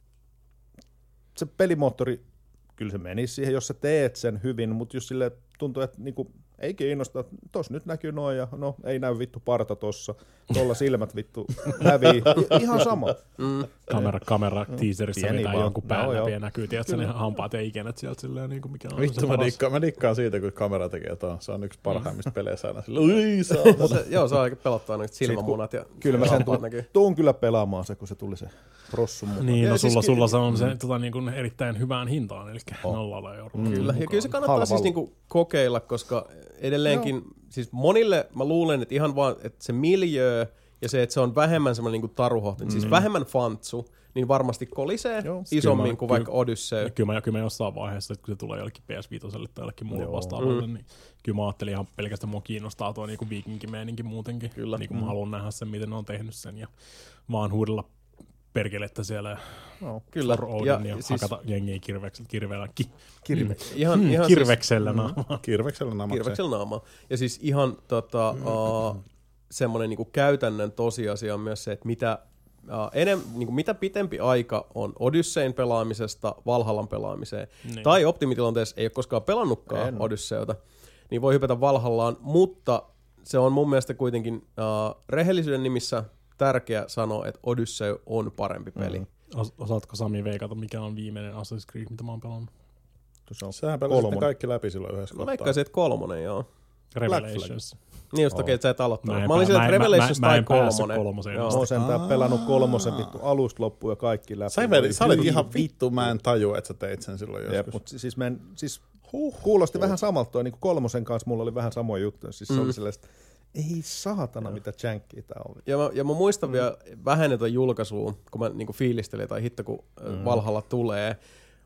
se pelimoottori, kyllä se menisi siihen, jos sä teet sen hyvin, mutta jos sille tuntuu, että niinku, ei kiinnosta, tossa nyt näkyy noin ja no ei näy vittu parta tossa, tuolla silmät vittu lävii, ihan sama. Mm. Kamera, kamera teaserissa Pieni vetää vaan. jonkun pään No, läpi joo. ja näkyy, tiedätkö, ne hampaat ja ikänät sieltä silleen, niin kuin mikä on Vittu, se mä, paras. dikkaan, mä dikkaan siitä, kun kamera tekee jotain. Se on yksi parhaimmista peleissä aina sillä, ui saatana. se, joo, se on aika pelottavaa noita silmämunat ja Kyllä mä sen hampaat tuun, näkyy. tuun kyllä pelaamaan se, kun se tuli se prossun mukaan. Niin, no Ja sulla, siis sulla ky- se on se tota, niin kuin erittäin hyvään hintaan, eli Oh. nollalla euroa. Mm. Kyllä, ja kyllä se kannattaa Halvalla. siis niinku kokeilla, koska edelleenkin, no. siis monille mä luulen, että ihan vaan, että se miljöö ja se, että se on vähemmän semmoinen niinku taruhohtin, mm. siis vähemmän fantsu, niin varmasti kolisee Joo. isommin Kyllä mä- kuin kyllä- vaikka Odyssey. Kyllä mä, kyllä mä jossain vaiheessa, että kun se tulee jollekin P S viisi tai jollekin muulle vastaavalle, Mm. niin kyllä mä ajattelin ihan pelkästään mua kiinnostaa tuo niinku viikinkimeeninki muutenkin. Kyllä. Niin kuin mä haluan nähdä sen, miten ne on tehnyt sen ja vaan huudella perkelettä siellä No, Kyllä, For Odin ja, ja, ja siis hakata jengiä kirveksellä, kirveellä, ki, kirve. ihan, mm, ihan siis, kirveksellä naamaa. Kirveksellä namakseen. kirveksellä naamaa. Ja siis ihan tota, uh, semmoinen niinku käytännön tosiasia on myös se, että mitä, uh, enem, niinku, mitä pitempi aika on Odysseyn pelaamisesta Valhallan pelaamiseen, Niin. tai optimitilanteessa ei ole koskaan pelannutkaan En. Odysseyta, niin voi hypätä Valhallaan, mutta se on mun mielestä kuitenkin uh, rehellisyyden nimissä tärkeä sanoa, että Odyssey on parempi peli. Mm. Os, osaatko Sami veikata, mikä on viimeinen Assassin's Creed, mitä mä oon pelannut? Se on Sähän pelasit ne kolmonen. kaikki läpi silloin yhdessä Mä kohtaa. veikkaisin, että kolmonen, joo. Revelations. Niin just Oo. okei, että sä et aloittanut. Mä en Mä olin pää- sillä, mä että en- mä- Revelations mä- mä tai en päässyt kolmonen. kolmoseen Joo. Mä oon sentään pelannut kolmosen vittu alusta loppuun ja kaikki läpi. Sä, veli, sä olit Hyi ihan vittu, mä en tajua, että sä teit sen silloin Jep, joskus. mutta siis, mä en, siis huh, kuulosti huh. vähän samalta toi, niin kuin kolmosen kanssa mulla oli vähän samoja juttuja. Siis se Mm. oli sellaista, ei saatana mitä jänkkiä tää oli. Ja mä, ja mä muistan mm. vielä vähän näitä julkaisua, kun mä niinku fiilistelin, tai hitto kun mm. Valhalla tulee.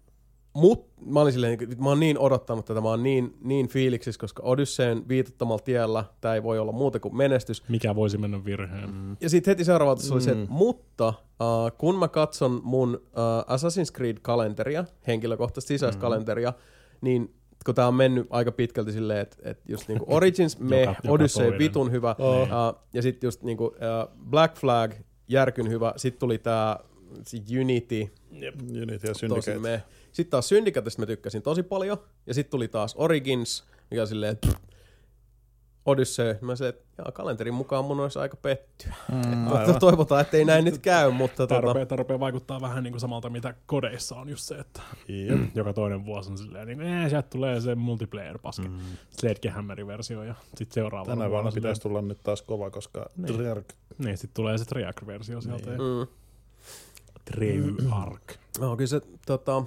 Mut mä olin silleen, että mä oon niin odottanut tätä, mä oon niin, niin fiiliksissä, koska Odysseyn viitottamalla tiellä tää ei voi olla muuta kuin menestys. Mikä voisi mennä virheen? Mm. Ja sitten heti seuraavalla mm. oli se, että mutta uh, kun mä katson mun uh, Assassin's Creed-kalenteria, henkilökohtaista sisäistä mm. kalenteria, niin kun tää on mennyt aika pitkälti silleen, että et just niinku Origins, me, Joka- joka Odyssey, toinen. vitun hyvä, Oh. uh, ja sitten just niinku uh, Black Flag, järkyn hyvä, sitten tuli tää Unity, Unity ja tosi Syndicate. me. Sitten taas Syndicatesta mä tykkäsin tosi paljon, ja sitten tuli taas Origins, mikä on silleen, pff, Odyssey, mä se, että jaa, kalenterin mukaan mun olisi aika pettyä. Mm, To- Toivotaan, ettei näin nyt käy, mutta Tämä tota, rupeaa, tää rupeaa vaikuttaa vähän niin kuin samalta, mitä kodeissa on just se, että Jep. joka toinen vuosi on silleen, niin ee, sieltä tulee se multiplayer-paske, mm. Sledgehammer-versio ja sitten seuraava Tänä vuonna pitäisi tulla nyt taas kova, koska Niin. Treyarch- Niin, sitten tulee se Treyarch-versio sieltä. Niin. Ja mm. Treyarch. No, kyllä se, tota,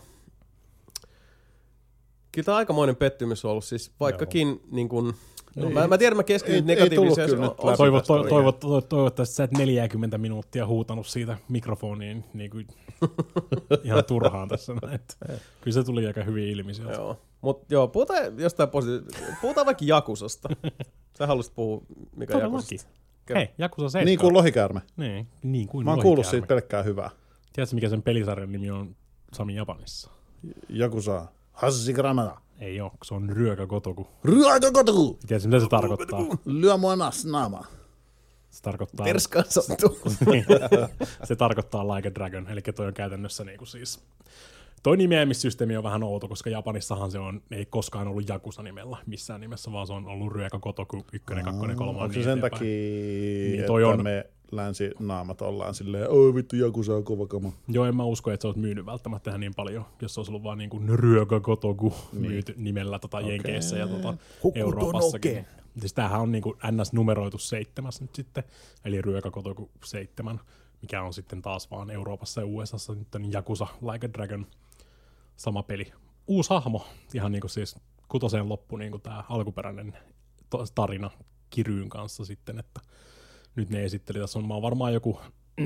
kyllä tämä aikamoinen pettymys on ollut, siis vaikkakin niin kun, no, Ei. mä, mä tiedän, mä keskityn Ei- ei tullut negatiiviseen. kyllä se- nyt on- läpi. Toivo, tästä to, oikein. toivo, to, toivottavasti sä et neljäkymmentä minuuttia huutanut siitä mikrofoniin niin kuin ihan turhaan tässä. Että kyllä se tuli aika hyvin ilmi sieltä. Joo, mutta joo, puhutaan jostain positiivista. Puhutaan vaikka Jakusasta. Sä haluaisit puhua, mikä Todellakin. Jakusasta? Hei, Jakusa seitsemän. Niin kuin lohikäärme. Niin, niin kuin Mä oon kuullut lohikäärme. siitä pelkkää hyvää. Tiedätkö, mikä sen pelisarjan nimi on Sami Japanissa? Joku saa. Hassi Granada. Ei oo, se on Ryökä Gotoku. Ryökö kotu! Tiedätkö, mitä se tarkoittaa? Lyö mua naama. Se tarkoittaa... Perskaan sattuu. se tarkoittaa Like a Dragon, eli toi on käytännössä niinku siis... Toi nimeämissysteemi on vähän outo, koska Japanissahan se on, ei koskaan ollut Jakusa nimellä missään nimessä, vaan se on ollut Ryökä Gotoku, ykkönen, kakkonen, kolmonen. Onko se niin sen eteenpäin. takia, Niin että toi on- me länsinaamat ollaan silleen, oi vittu, joku saa kova kama. Joo, en mä usko, että sä oot myynyt välttämättä niin paljon, jos se olisi ollut vaan niin kuin Ryöka Gotoku niin. myyty nimellä tota okay. Jenkeissä ja tota Euroopassakin. Siis tämähän on niin kuin N S-numeroitu seitsemäs nyt sitten, eli Ryöka Gotoku seitsemän, mikä on sitten taas vaan Euroopassa ja U S A:ssa nyt on Yakuza Like a Dragon, sama peli. Uusi hahmo, ihan niin kuin siis kutoseen loppu niin kuin tämä alkuperäinen tarina Kiryyn kanssa sitten, että nyt ne esitteli, tässä on, mä oon varmaan joku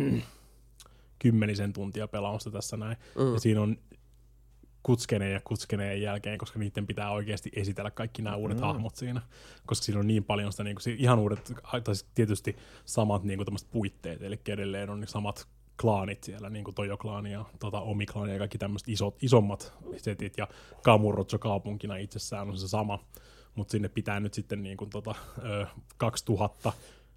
kymmenisen tuntia pelaamassa tässä näin, mm. ja siinä on kutskeneen ja kutskeneen jälkeen, koska niiden pitää oikeasti esitellä kaikki nämä uudet mm. hahmot siinä, koska siinä on niin paljon sitä niin kuin, ihan uudet, tai tietysti samat niin kuin tämmöiset puitteet, eli edelleen on niin samat klaanit siellä, niin kuin Tojo-klaani ja tota, Omi-klaani ja kaikki tämmöiset isot, isommat setit, ja Kamurocho kaupunkina itsessään on se sama, mutta sinne pitää nyt sitten niin kuin, tota, kaksituhatta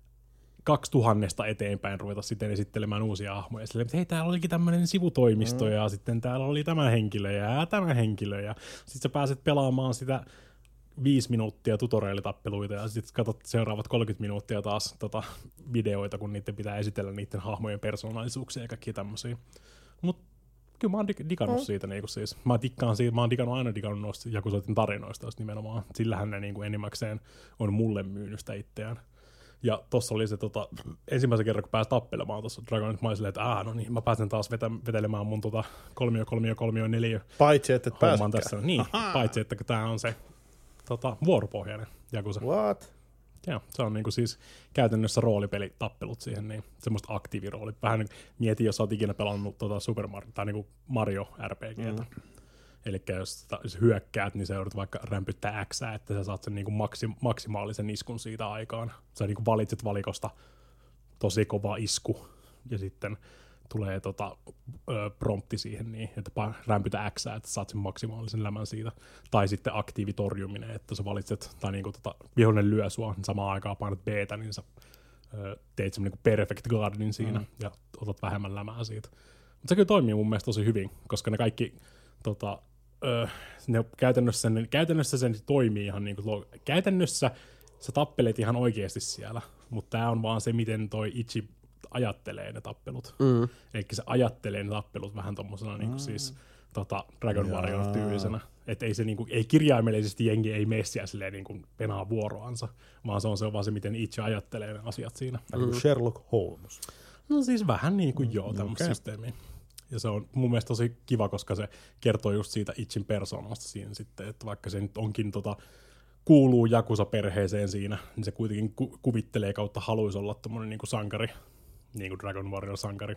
kaksituhatta eteenpäin ruveta sitten esittelemään uusia hahmoja. Silleen, että hei, täällä olikin tämmöinen sivutoimisto, mm. ja sitten täällä oli tämä henkilö ja tämä henkilö, ja sitten sä pääset pelaamaan sitä viisi minuuttia tutorialitappeluita, ja sitten katsot seuraavat kolmekymmentä minuuttia taas tota, videoita, kun niiden pitää esitellä niiden hahmojen persoonallisuuksia ja kaikkia tämmöisiä. Mutta kyllä mä oon digannut mm. siitä, niin siis. Mä tikkaan siitä, mä oon digannut aina digannut noista Yakuzoiden tarinoista nimenomaan. Sillähän ne niin kuin enimmäkseen on mulle myynyt sitä itseään. Ja tossa oli se tota, ensimmäisen kerran, kun pääsi tappelemaan tuossa Dragonit, mä olin silleen, että aah, no niin, mä pääsen taas vetä, vetelemään mun tota kolmio, kolmio, kolmio, neliö. Paitsi, että et pääsekään. Tässä. Niin, Aha. paitsi, että tää on se tota, vuoropohjainen Yakuza. What? Joo, se on niinku siis käytännössä roolipelitappelut siihen, niin semmoista aktiivirooli. Vähän niin mieti, jos sä oot ikinä pelannut tota Super Mario, tai niinku Mario R P G:tä. Mm. Eli jos, jos hyökkäät, niin sä joudut vaikka rämpyttää Xää, että sä saat sen niinku maksi, maksimaalisen iskun siitä aikaan. Sä niinku valitset valikosta tosi kova isku, ja sitten tulee tota, ö, prompti siihen, niin, että rämpytä Xää, että saat sen maksimaalisen lämän siitä. Tai sitten aktiivitorjuminen, että sä valitset, tai niinku tota, vihollinen lyö sua, niin samaan aikaan painat B:tä, niin sä ö, teet semmoinen niinku perfect guardin siinä, mm. ja otat vähemmän lämää siitä. Mutta se kyllä toimii mun mielestä tosi hyvin, koska ne kaikki tota, Öö, ne käytännössä, ne, käytännössä se toimii ihan niin kuin, käytännössä sä tappelet ihan oikeasti siellä, mutta tää on vaan se, miten toi Ichi ajattelee ne tappelut. Mm. Eli se ajattelee ne tappelut vähän tommosena mm. niin kuin siis tota, Dragon Warrior tyylisenä. Että ei se niin kuin, ei kirjaimellisesti jengi ei mene siellä silleen niin kuin penaa vuoroansa, vaan se on, se on vaan se, miten Ichi ajattelee ne asiat siinä. Mm. Sherlock Holmes. No siis vähän niin kuin joo, tämmöistä okay. systeemiä. Ja se on mun mielestä tosi kiva, koska se kertoo just siitä Ichin persoonasta siinä sitten, että vaikka se nyt onkin tota, kuuluu Yakuza-perheeseen siinä, niin se kuitenkin ku- kuvittelee kautta haluaisi olla tommonen niinku sankari, niinku Dragon Warrior sankari,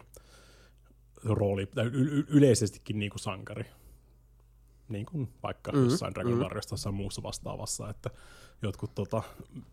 rooli, tai y- yleisestikin niinku sankari. Niin kuin vaikka mm-hmm. jossain Dragon mm-hmm. Warriorissa jossain muussa vastaavassa, että jotkut tota,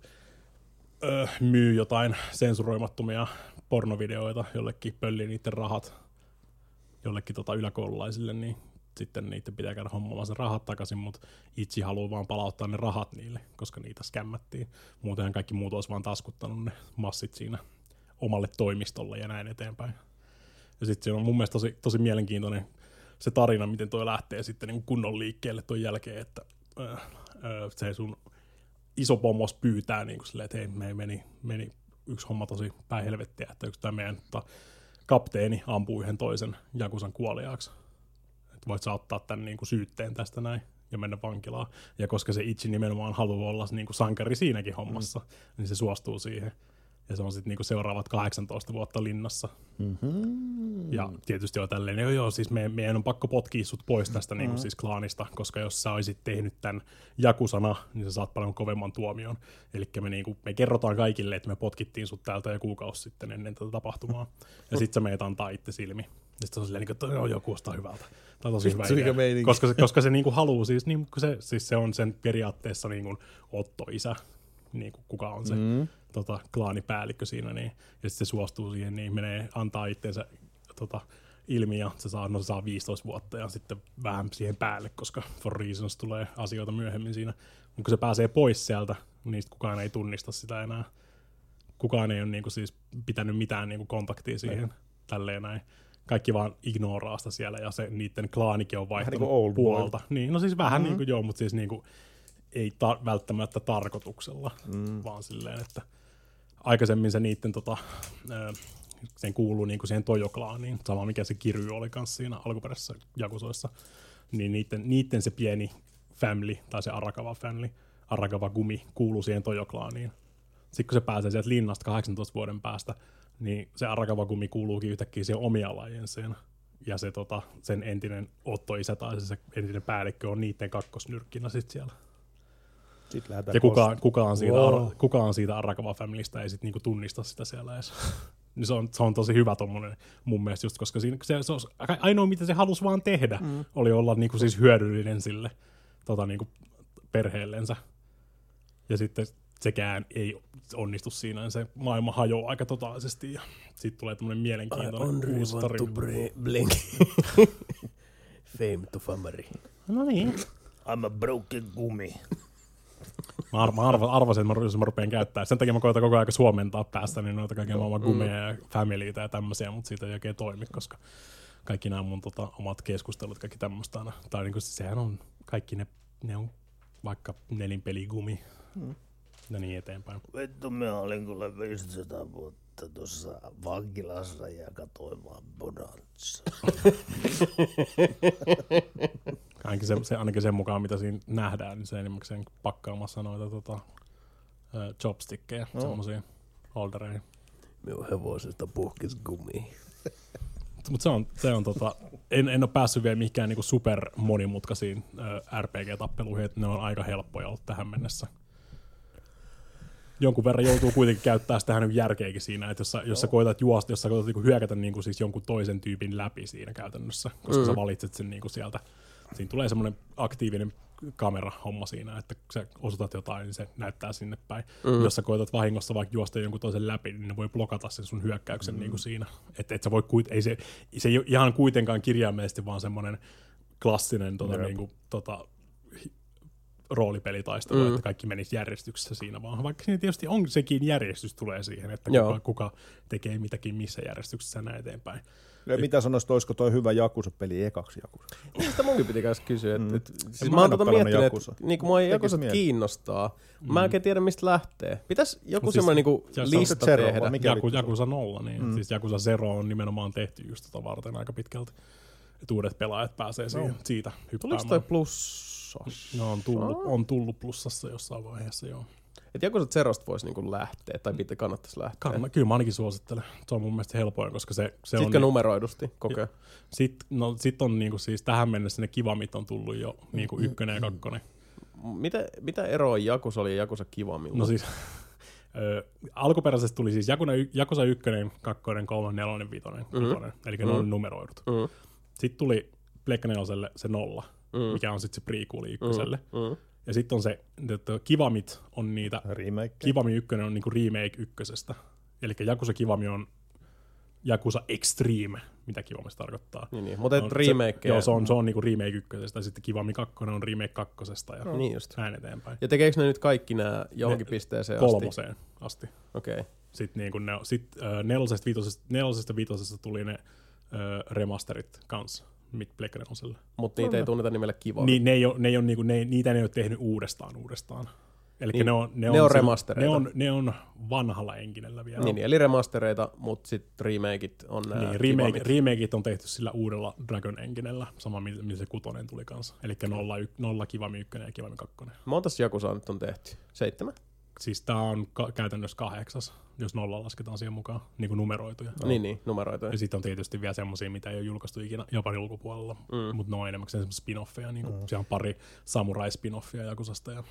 öö, myy jotain sensuroimattomia pornovideoita jollekin, pöllii niiden rahat jollekin tota yläkoululaisille, niin sitten niiden pitää käydä hommaamaan sen rahat takaisin, mutta Ichi haluaa vaan palauttaa ne rahat niille, koska niitä skämmättiin. Muutenhan kaikki muut olisi vaan taskuttanut ne massit siinä omalle toimistolle ja näin eteenpäin. Ja sitten se on mun mielestä tosi, tosi mielenkiintoinen se tarina, miten toi lähtee sitten niin kunnon liikkeelle ton jälkeen, että äh, äh, se sun iso pomos pyytää niin kuin silleen, että hei, me meni, meni yksi homma tosi päin-helvettiä, että yksi tämä meidän ta, kapteeni ampuu yhden toisen Yakuzan kuoliaaksi. Että voit sä ottaa tämän niin kuin syytteen tästä näin ja mennä vankilaan. Ja koska se Ichi nimenomaan haluaa olla niin kuin sankari siinäkin hommassa, mm. niin se suostuu siihen. Ja se on sitten niinku seuraavat kahdeksantoista vuotta linnassa. Mm-hmm. Ja tietysti on tälleen, joo joo, siis me, meidän on pakko potkia sut pois tästä mm-hmm. niinku siis klaanista, koska jos sä olisit tehnyt tämän Yakuzana, niin sä saat paljon kovemman tuomion. Eli me, niinku, me kerrotaan kaikille, että me potkittiin sut täältä jo kuukausi sitten ennen tätä tapahtumaa. Ja sit sä meet antaa itse silmi. Ja sit se on silleen, että joo joo, kuulostaa hyvältä. Tämä on tosi hyvä idea. Koska se, koska se niinku haluu siis, niin, se, siis se on sen periaatteessa niinku Otto-isä. Niin kuin kuka on se mm. tota, klaanipäällikkö siinä, niin, ja sitten se suostuu siihen, niin menee, antaa itseensä tota, ilmi, ja se saa, no, se saa viisitoista vuotta, ja sitten vähän siihen päälle, koska for reasons tulee asioita myöhemmin siinä. Mutta kun se pääsee pois sieltä, niin kukaan ei tunnista sitä enää. Kukaan ei ole niin kuin, siis pitänyt mitään niin kuin, kontaktia siihen, mm. tälleen näin. Kaikki vaan ignoraa sitä siellä, ja se niiden klaanikin on vaihtanut niin puolta. Niin, no siis vähän mm-hmm. niin kuin joo, mutta siis niin kuin ei ta- välttämättä tarkoituksella, mm. vaan silleen, että aikaisemmin se niitten tota, sen kuuluu niinku siihen Tojo-klaaniin, sama mikä se Kiryu oli kanssa siinä alkuperäisessä Yakuzoissa, niin niitten, niitten se pieni family, tai se Arakawa family, Arakawa Gumi, kuuluu siihen Tojo-klaaniin. Sitten kun se pääsee sieltä linnasta kahdeksantoista vuoden päästä, niin se Arakawa Gumi kuuluukin yhtäkkiä siihen omia lajienseen. Ja se tota, sen entinen Otto-isä tai se entinen päällikkö on niitten kakkosnyrkkinä sitten siellä. Sitten ja kukaan, kukaan, siitä, wow. kukaan siitä Arakawa familystä ei sit niinku tunnista sitä siellä edes. Se on, se on tosi hyvä tommonen mun mielestä just, koska siinä, se, se on ainoa mitä se halusi vaan tehdä, mm. oli olla niinku siis hyödyllinen sille tota, niinku perheellensä. Ja sitten sekään ei onnistu siinä, ja se maailma hajoaa aika totaalisesti, ja sitten tulee tämmönen mielenkiintoinen uusi tarina. Blink. Fame to family. No niin. I'm a broken gumi. Mä, ar- mä arva- arvasin, että mä, jos mä rupean käyttää. Sen takia mä koitan koko ajan suomentaa päästä, niin noita kaiken maailman gumeja ja familyitä ja tämmöisiä, mutta siitä ei oikein toimi, koska kaikki nämä mun tota, omat keskustelut, kaikki tämmöistä aina. Tai niin kuin, sehän on, kaikki ne, ne on vaikka nelinpeligumi. Hmm. Ja niin eteenpäin. Vittu, mä olin kyllä viisisataa vuotta tuossa vankilassa ja katoin vaan Bonanza. ainakin, se, se, ainakin sen mukaan, mitä siinä nähdään, niin se enimmäkseen pakkaamassa noita tota, uh, chopstickeja, no. semmosia holdereja. Minun hevosesta puhkis gumia. Mutta se on, se on tota, en, en ole päässyt vielä mihinkään niinku super monimutkaisiin uh, R P G-tappeluihin, että ne on aika helppoja ollut tähän mennessä. Jonkun verran joutuu kuitenkin käyttää sitä niin järkeäkin siinä, että jos sä, jos sä koetat juosta, jos sä koetat niin hyökätä niin kuin siis jonkun toisen tyypin läpi siinä käytännössä, koska mm. sä valitset sen niin kuin sieltä. Siinä tulee semmoinen aktiivinen kamerahomma siinä, että kun sä osoitat jotain, niin se näyttää sinne päin. Mm. Jos sä koetat vahingossa vaikka juosta jonkun toisen läpi, niin ne voi blokata sen sun hyökkäyksen mm. niin kuin siinä. Että et sä voi, ei se, se ei ole ihan kuitenkaan kirjaimellisesti vaan semmoinen klassinen tota, niin kuin, tota, roolipelitaistelu, mm. että kaikki menisi järjestyksessä siinä vaan. Vaikka siinä tietysti on sekin järjestys tulee siihen, että kuka, kuka tekee mitäkin missä järjestyksessä näin eteenpäin. Ja et, mitä sanoisit, olisiko toi hyvä Yakuza-peli ekaksi Yakuza? Niin sitä munkin piti kanssa kysyä. Et, mm. et, siis mä, mä oon tota miettinyt, että niinku mua Yakuzat kiinnostaa. Mm. Mä en oikein tiedä, mistä lähtee. Pitäis joku siis, semmoinen niinku lista tehdä. Jaku, Yakuza nolla, niin mm. siis Yakuza Zero on nimenomaan tehty just tota varten aika pitkälti. Että uudet pelaajat pääsee siihen, no. siitä hyppäämään. Tuliko toi plussassa? No on tullut, on tullut plussassa jossain vaiheessa, joo. Et Yakuza Zerosta voisi niinku lähteä, tai pitää kannattaisi lähteä. Kann, kyllä mä ainakin suosittelen. Se on mun mielestä helpoin, koska se, se on... Sitkö numeroidusti kokee? Sitten no, sit on niinku siis tähän mennessä ne Kivamit on tullut jo niinku ykkönen ja kakkonen. Mitä, mitä eroa Yakuza oli ja Yakuza Kivamilla? No siis... Ö, alkuperäisesti tuli siis Yakuza ykkönen, kakkonen, kolmonen, nelonen, vitonen, mm-hmm. eli mm-hmm. ne on numeroidut. Mm-hmm. Sitten tuli Pleikka neloselle se nolla, mm. mikä on sitten se prequeli ykköselle. Mm. Mm. Ja sitten on se, että Kivamit on niitä, remake. Kivami ykkönen on niinku remake ykkösestä. Eli Yakuza Kivami on Yakuza Extreme, mitä Kivamista tarkoittaa. Niin, niin. Mutta remake. Joo, se on, se on niinku remake ykkösestä, ja sitten Kivami kakkonen on remake kakkosesta, ja no, niin just. näin eteenpäin. Ja tekeekö ne nyt kaikki nämä johonkin ne, pisteeseen asti? Kolmoseen asti. Okei. Okay. Sitten niinku ne, sit, äh, nelosesta, viitosesta, nelosesta viitosesta tuli ne äh, remasterit kanssa. Pleikka neloselle. Mutta niitä no, ei tunneta nimellä Kiva. Ni, ne ei ole, ne ei ole, niinku, ne, niitä ne ei ole tehnyt uudestaan uudestaan. Eli niin, ne on, ne, ne on, on remastereita. Ne on, ne on vanhalla enkinellä vielä. Niin, eli remastereita, mutta sitten remakeit on nämä niin, remake, remakeit on tehty sillä uudella Dragon enkinellä, sama millä se kutonen tuli kanssa. Eli nolla, nolla Kivami ykkönen ja Kivami kakkonen. Montas Yakuza nyt on tehty? Seitsemän? Siis tää on ka- käytännössä kahdeksas, jos nolla lasketaan siihen mukaan, niin kuin numeroituja. No. Niin, niin, numeroituja. Ja sitten on tietysti vielä semmosia, mitä ei ole julkaistu ikinä Japanin ulkopuolella, mm. mutta ne on enemmän semmoisia spin-offeja, niin kuin mm. siellä on pari samurai-spin-offia Yakuzasta. Ja...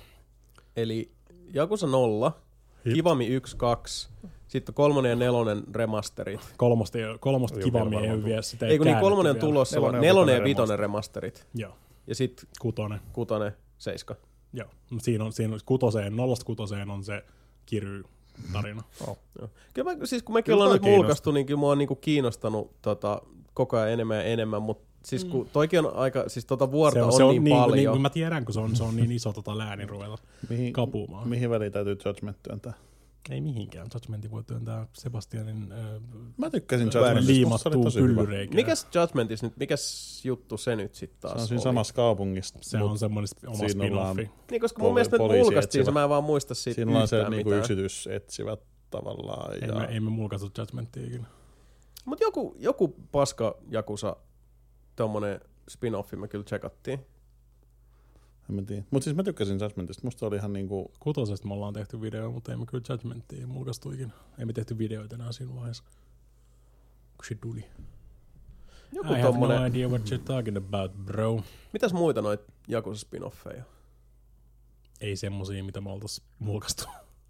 Eli Yakuza nolla, Hip. Kivami yksi, kaksi, sitten kolmonen ja nelonen remasterit. Kolmosta, kolmosta Kivami ei ole vielä, sitä ei Ei kun niin kolmonen on tulossa, nelonen, nelonen ja vitonen remasterit. Joo. Ja sitten kutonen. Kutonen, seiska. Joo, siinä on, siinä on kutoseen, nollasta kutoseen on se Kiryu-tarina. Oh. Kyllä mä, siis kun mekin ollaan nyt mulkaistu, niin kyllä mua on niinku kiinnostanut tota, koko ajan enemmän ja enemmän, mutta siis kun mm. toikin on aika, siis tota vuorta on, on, on niin, niin paljon. Niin, mä tiedän, kun se on, se on niin iso tota läänin ruveta mihin, kapumaan. Mihin väliin täytyy Judgment työntää? Ei mihinkään. Judgmentin voi työntää Sebastianin äh, mä tykkäsin Judgmentista. liimattuun pyllyreikään. Mikäs Judgmentis nyt, mikäs juttu se nyt sitten taas Se on siinä oli? samassa kaupungissa. Se on semmoinen oma spin-offi. Niin, koska mun mielestä me mulkaistiin se, mä en vaan muista siitä siinä yhtään on se niinku yksityisetsivät tavallaan. Ei, ja... me, ei me mulkaistu Judgmentia ikinä. Mut joku, joku paska Yakuza, tommonen spin-offi me kyllä tsekattiin. En mä tiedä. Mut siis mä tykkäsin Judgmentista. Musta oli ihan niinku... Kutosesta me ollaan tehty video, mutta ei me kyllä Judgmentia mulkaistu ikinä. Ei me tehty videoita enää siinä vaiheessa. Kun se tuli. Joku I tommonen... have no idea what you're talking about, bro. Mitäs muita noit Yakuza spin-offeja? Ei semmosia, mitä me oltais mulkaistu.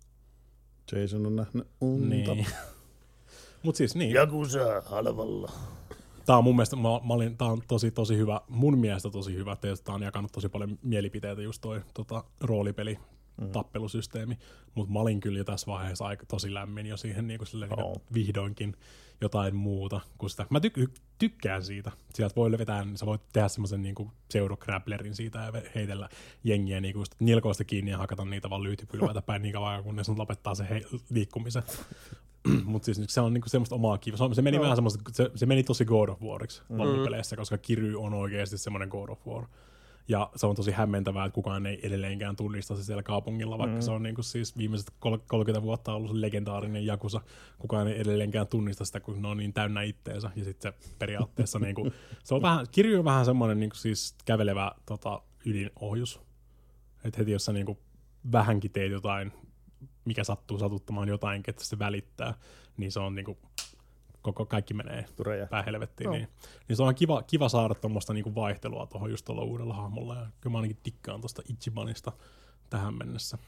Jason on nähnyt unta. Niin. Mut siis niin. Yakuza halvalla. Tää on mun mielestä, mä, mä olin, tää on tosi tosi hyvä, mun mielestä tosi hyvä, että tää on jakanut tosi paljon mielipiteitä just toi tota, roolipeli, mm. tappelusysteemi, mutta mä olin kyllä jo tässä vaiheessa aika tosi lämmin jo siihen niin kuin silleen, oh. niin vihdoinkin jotain muuta kuin sitä. Mä tyk- tykkään siitä. Sieltä voi vetää, sä voit tehdä semmoisen niin kuin pseudo-grapplerin siitä ja heitellä jengiä niin kuin nilkoista kiinni ja hakata niitä vaan lyytipylväitä päin niin kauan, kunnes sun lopettaa se he- liikkumisen. Mutta siis se on niinku semmoista omaa kiva. Se, se meni no. vähän semmoista, se, se meni tosi God of Wariksi mm. loppupeleissä, koska Kiryu on oikeasti semmoinen God of War. Ja se on tosi hämmentävää, että kukaan ei edelleenkään tunnista se siellä kaupungilla, vaikka mm. se on niinku siis viimeiset kolmekymmentä vuotta ollut se legendaarinen Yakuza. Kukaan ei edelleenkään tunnista sitä, kun ne on niin täynnä itteensä. Ja sitten se periaatteessa niinku, se on vähän, Kiryu on vähän semmoinen niinku siis kävelevä tota, ydinohjus. Että heti jos sä niinku vähänkin teet jotain, mikä sattuu satuttamaan jotain, että se välittää, niin se on niinku, koko kaikki menee päähelvettiin. No. Niin. niin se on kiva, kiva saada tuommoista niinku vaihtelua tuohon just tuolla uudella hahmolla, ja kyllä mä ainakin tikkaan tuosta Ichibanista tähän mennessä.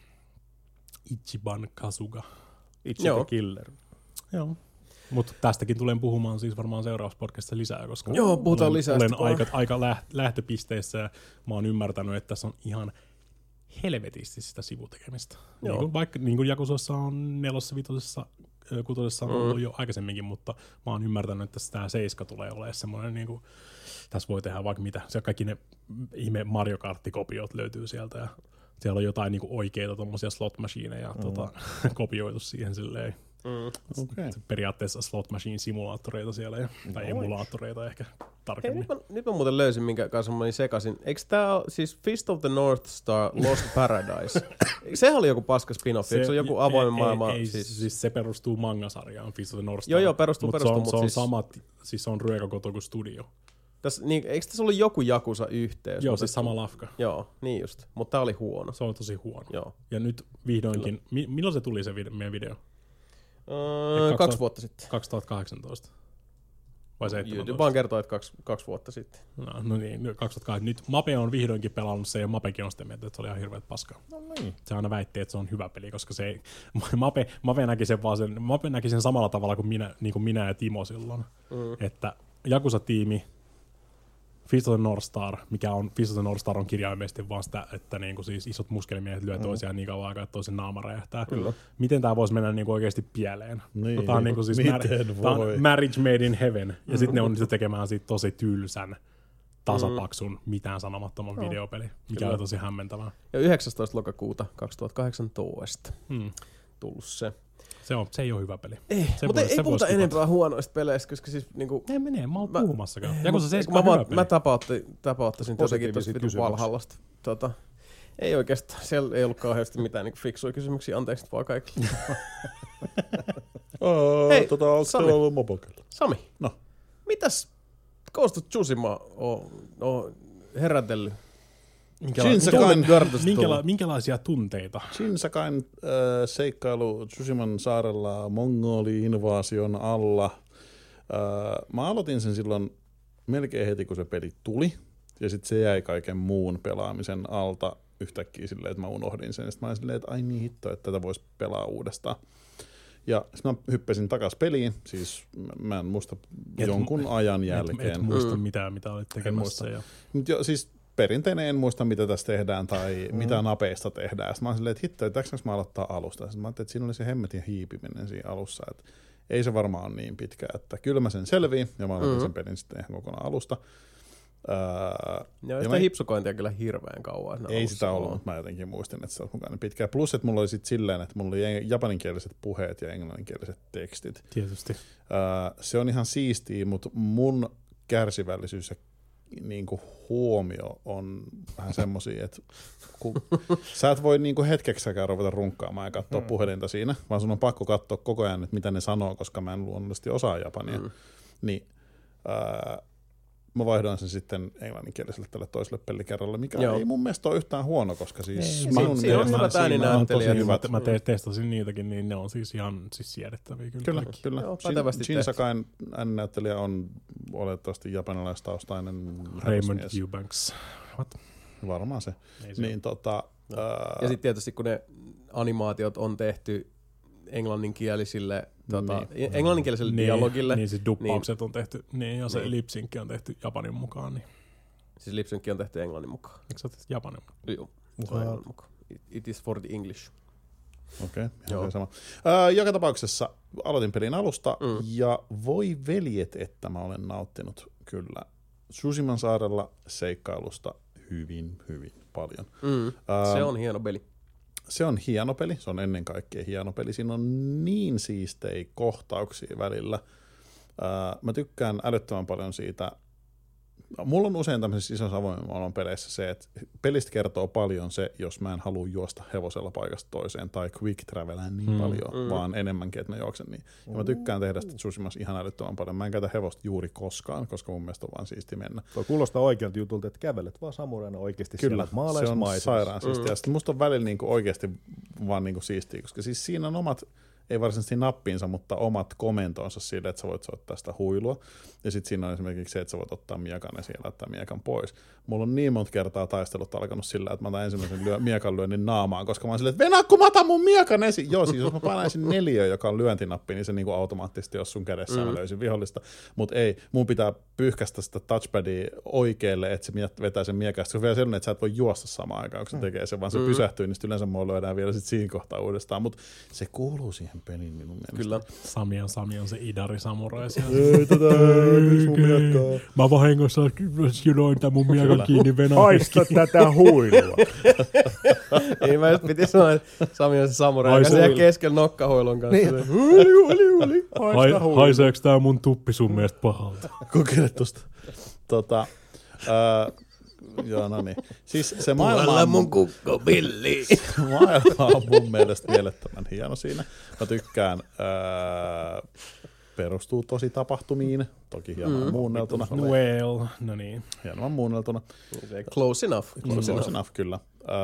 Ichiban Kasuga. Ichiban Killer. Joo. Mutta tästäkin tulen puhumaan siis varmaan seuraavassa podcastissa lisää, koska Joo, puhutaan olen, lisää olen aika, aika lähtöpisteissä, ja mä oon ymmärtänyt, että tässä on ihan helvetisti sitä sivutekemistä. Niin kuin, vaikka niin kuin Yakuzassa on nelossa, vitosessa, kutosessa on ollut mm. jo aikaisemminkin, mutta mä oon ymmärtänyt, että tämä seiska tulee olemaan semmoinen, niin kuin, tässä voi tehdä vaikka mitä. Siellä kaikki ne ihme Mario Kart-kopiot löytyy sieltä, ja siellä on jotain niin kuin oikeita tommosia slot machineja mm. tota, kopioitu siihen silleen. Mm. Okay. Periaatteessa slot machine simulaattoreita siellä, ja, tai no, emulaattoreita ehkä tarkemmin. Hei, nyt, mä, nyt mä muuten löysin, minkä kanssa mä olin sekaisin. Eikö tää ole siis Fist of the North Star Lost Paradise? Sehän oli joku paska spin-off, eikö se ole joku avoin ei, maailma? Ei, siis... siis se perustuu mangasarjaan, Fist of the North Star. Joo, joo, perustuu, perustuu. Se on, mut se on siis... samat, siis se on Ryöka Gotoku Studio. Tässä, niin, eikö tässä ollut joku Yakuza-yhteys? Joo, siis sama lafka. Joo, niin just. Mutta tää oli huono. Se on tosi huono. Joo. Ja nyt vihdoinkin, mi- milloin se tuli se video, meidän video? Öö, kaksi vuotta sitten. kaksituhattakahdeksantoista. Vai seitsemäntoista? YouTube vaan kertoo, että kaksi, kaksi vuotta sitten. No, no niin, kaksituhattakahdeksantoista. Nyt Mape on vihdoinkin pelannut se, ja Mapekin on sitä mieltä, että se oli ihan hirveät paskaa. No niin. Se aina väitti, että se on hyvä peli, koska se ei, Mape, Mape, näki sen vaan sen, Mape näki sen samalla tavalla kuin minä, niin kuin minä ja Timo silloin. Mm. Että Yakuza-tiimi, Fist of the North Star, mikä on, Fist of the North Star on kirjaimellisesti vaan sitä, että niinku siis isot muskelimiehet lyö toisiaan mm. niin kauan aikaa, että toisen naama räjähtää. Kyllä. Miten tää voisi mennä niinku oikeasti pieleen? Niin, tää on, niinku siis mar- tää on marriage made in heaven, ja sitten ne on niitä tekemään siitä tosi tylsän, tasapaksun, mm. mitään sanomattoman no. videopeli, mikä Kyllä. on tosi hämmentävää. Ja yhdeksästoista lokakuuta kaksituhattakahdeksantoista mm. tullut se. Se, on, se ei ole hyvä peli. Ei, se mutta voi, ei puhuta enempää huonoista peleistä, koska siis niinku... Ei menee, mä oon puhumassakaan. Ja kun se mä, mä, mä tapautti, tapauttaisin jotenkin tosta vitun Valhallasta. Tota, ei oikeastaan, siellä ei ollut kauheasti mitään niinku fiksuja kysymyksiä, anteeksi vaan kaikille. Hei, tota, Sami. Sami, no. Mitäs Ghost of Tsushima on, on herätellyt? Minkäla- minkäla- minkälaisia tunteita? Shinsakain äh, seikkailu Tsushiman saarella mongoli-invaasion alla. Äh, mä aloitin sen silloin melkein heti, kun se peli tuli. Ja sitten se jäi kaiken muun pelaamisen alta yhtäkkiä silleen, että mä unohdin sen. Sitten mä olin silleen, että ai niin hitto, että tätä voisi pelaa uudestaan. Ja sitten mä hyppäsin takas peliin, siis mä en muista et, jonkun ajan jälkeen. Et, et muista mm. mitään, mitä olit tekemässä. Ja... Mut jo, siis perinteinen en muista, mitä tässä tehdään tai mm. mitä napeista tehdään. Sitten mä olin silleen, että hitto, että mä aloittaa alusta. Sitten mä ajattelin, että siinä oli se hemmetin hiipiminen siinä alussa, että ei se varmaan ole niin pitkä, että kyllä mä sen selviin, ja mä aloitin mm. sen pelin sitten ihan kokonaan alusta. Öö, Joo, sitä mä... hipsukointia kyllä hirveän kauan. Ei sitä ollut, mutta mä jotenkin muistin, että se on mukaan niin pitkään. Plus, että mulla oli sitten silleen, että mulla oli japaninkieliset puheet ja englanninkieliset tekstit. Tietysti. Öö, se on ihan siistiä, mutta mun kärsivällisyys ja niinku huomio on vähän semmosia, että kun sä et voi niinku hetkekssäkään ruveta runkkaamaan ja katsoa mm. puhelinta siinä, vaan sun on pakko katsoa koko ajan, että mitä ne sanoo, koska mä en luonnollisesti osaa japania. Mm. Niin ää, mä vaihdoin sen sitten englanninkieliselle tälle toiselle pelikerralle, mikä Joo. ei mun mielestä ole yhtään huono, koska siis ei, minun siinä on hyvät ääninäyttelijät. Mä, mä te- testasin niitäkin, niin ne on siis ihan siis siedettäviä kyllä. Kyllä, kaikki. kyllä. Shin, Shin Sakain ääninäyttelijä on oletettavasti japanilaistaustainen Raymond Eubanks. What? Varmaan se. se niin, tota, no. ää... Ja sitten tietysti kun ne animaatiot on tehty englanninkielisille Tota, niin. englanninkieliselle niin, dialogille. Niin siis duppaukset niin, on tehty, niin, ja se niin. lipsynkki on tehty japanin mukaan. Niin. Siis lipsynkki on tehty englannin mukaan. Eikö se ole tehty japanin mukaan? Joo, se on englannin mukaan. It, it is for the English. Okei, okay, sama. Äh, joka tapauksessa aloitin pelin alusta, mm. ja voi veljet, että mä olen nauttinut kyllä Tsushiman saarella seikkailusta hyvin, hyvin paljon. Mm. Äh, se on hieno peli. Se on hieno peli, se on ennen kaikkea hieno peli. Siinä on niin siistejä kohtauksia välillä. Ää, mä tykkään älyttömän paljon siitä. Mulla on usein tämmöisissä isossa avoimen maailman peleissä se, että pelistä kertoo paljon se, jos mä en halua juosta hevosella paikasta toiseen tai quick travelään niin mm, paljon, mm. vaan enemmänkin, että mä juoksen niin. Ja mä tykkään tehdä sitä Tsushimassa ihan älyttömän paljon. Mä en käytä hevosta juuri koskaan, koska mun mielestä on vaan siisti mennä. Tuo kuulostaa oikealta jutulta, että kävelet vaan samuraina oikeasti Kyllä, siellä maalaismaisessa. Se on sairaan siistiä. Mm. Ja sitten musta on välillä niinku oikeasti vaan niinku siistiä, koska siis siinä on omat, ei varsinaisesti nappiinsa, mutta omat komentonsa sille, että sä voit soittaa sitä huilua. Ja sitten siinä on esimerkiksi se, että sä voit ottaa miekan esiin ja laittaa miekan pois. Mulla on niin monta kertaa taistelut alkanut sillä, että mä otan ensimmäisen lyö, miekan lyönnin naamaan, koska mä oon silleen, että Venakku, mä otan mun miekan esiin. Joo, siis jos mä painaisin neljö, joka on lyöntinappi, niin se niinku automaattisesti jos sun kädessä mm. mä löysin vihollista. Mutta ei, mun pitää pyyhkästä sitä touchpadia oikealle, että se vetää sen miekan. Se on vielä sellainen, että sä et voi juosta samaan aikaan, kun se tekee sen, vaan se mm. pysähtyy, niin yleensä mua lyödään vielä sit siinä kohtaa uudestaan. Mutta se kuuluu siihen peliin minun mielestä. Kyllä. Sami on, Sami on se idari samurai siellä. Ei, tätä ei sun miekkaa. Mä vahingossa junoin tän mun miekan kiinni Venäjästä. Haista tätä huilua. Ei, mä just piti sanoa, että Sami on se samurai, joka siellä keskellä nokkahuilun kanssa. Niin. Huili, huili, huili. Haista huilua. Haiseeko tää mun tuppi sun mielestä pahalta? Kokeile tosta. Tota, äh, joo, no niin. Siis se maailma on mun kukko Billi. Maailma on mun mielestä mielettömän hieno siinä. Mä tykkään, ää, perustuu tosi tapahtumiin, toki hieman mm. muunneltuna. Well, no niin. Hieman muunneltuna. Close enough. Close, Close enough. enough, kyllä.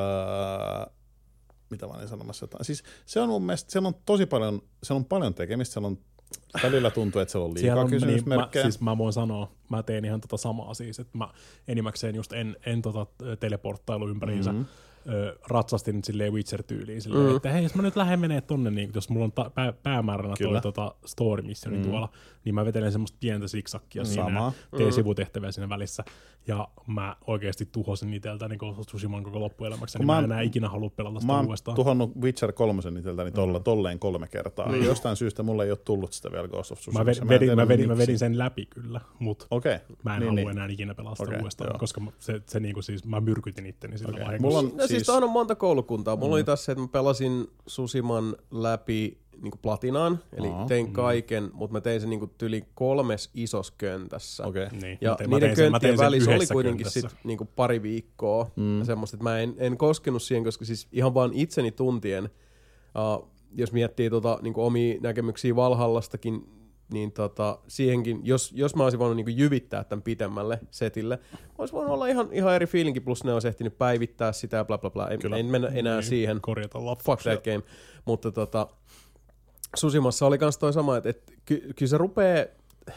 Ää, mitä mä olin sanomassa jotain. Siis se on mun mielestä, siellä on tosi paljon, siellä on paljon tekemistä, siellä on välillä tuntuu, että siellä on liikaa on, kysymysmerkkejä. Niin, mä, siis mä voin sanoa, mä teen ihan tota samaa siis, että mä enimmäkseen just en, en tota teleporttailu ympäriinsä mm-hmm. ö, ratsastin silleen Witcher-tyyliin silleen, mm-hmm. että hei, jos mä nyt lähden menee tonne, niin jos mulla on ta- pää, päämääränä toi tota story missioni mm-hmm. tuolla, niin mä vetelen semmoista pientä siksakkia mm-hmm. siinä ja teen mm-hmm. sivutehtäviä siinä välissä. Ja mä oikeasti tuhosin iteltäni Tsushiman koko loppuelämäksi, niin mä en enää ikinä halua pelata sitä uudestaan. Mä oon tuhannut Witcher kolmosen iteltäni tolla, mm. tolleen kolme kertaa. Mm. Jostain syystä mulla ei ole tullut sitä vielä Ghost of Tsushima. Mä, vedin, mä, vedin, mä, vedin, mä vedin sen läpi kyllä, mutta okay. mä en niin, halua niin. enää ikinä pelata sitä okay, uudestaan, joo. koska se, se niinku siis, mä myrkytin itteni sillä okay. vahingossa. On, no siis, siis on monta koulukuntaa. Mulla mm. oli tässä se, että mä pelasin Tsushiman läpi niinku platinaan, eli Aa, tein kaiken, mm. mutta mä tein sen niinku tyli kolmes isos köntässä. Okay. Niin, ja tein, niiden könttien välissä oli kuitenkin sit niinku pari viikkoa. Mm. Semmoista, että mä en, en koskenut siihen, koska siis ihan vaan itseni tuntien, uh, jos miettii tota, niinku omia näkemyksiä Valhallastakin, niin tota, siihenkin, jos, jos mä olisin voinut niinku jyvittää tämän pitemmälle setille, olisi voinut olla ihan, ihan eri fiilinki, plus ne olisi ehtinyt päivittää sitä ja bla bla bla. En, en mennä enää niin, siihen. Korjata loppuksi. Fuck that game. Mutta tota, Tsushimassa oli kans toi sama, että et, ky, kyllä se rupee,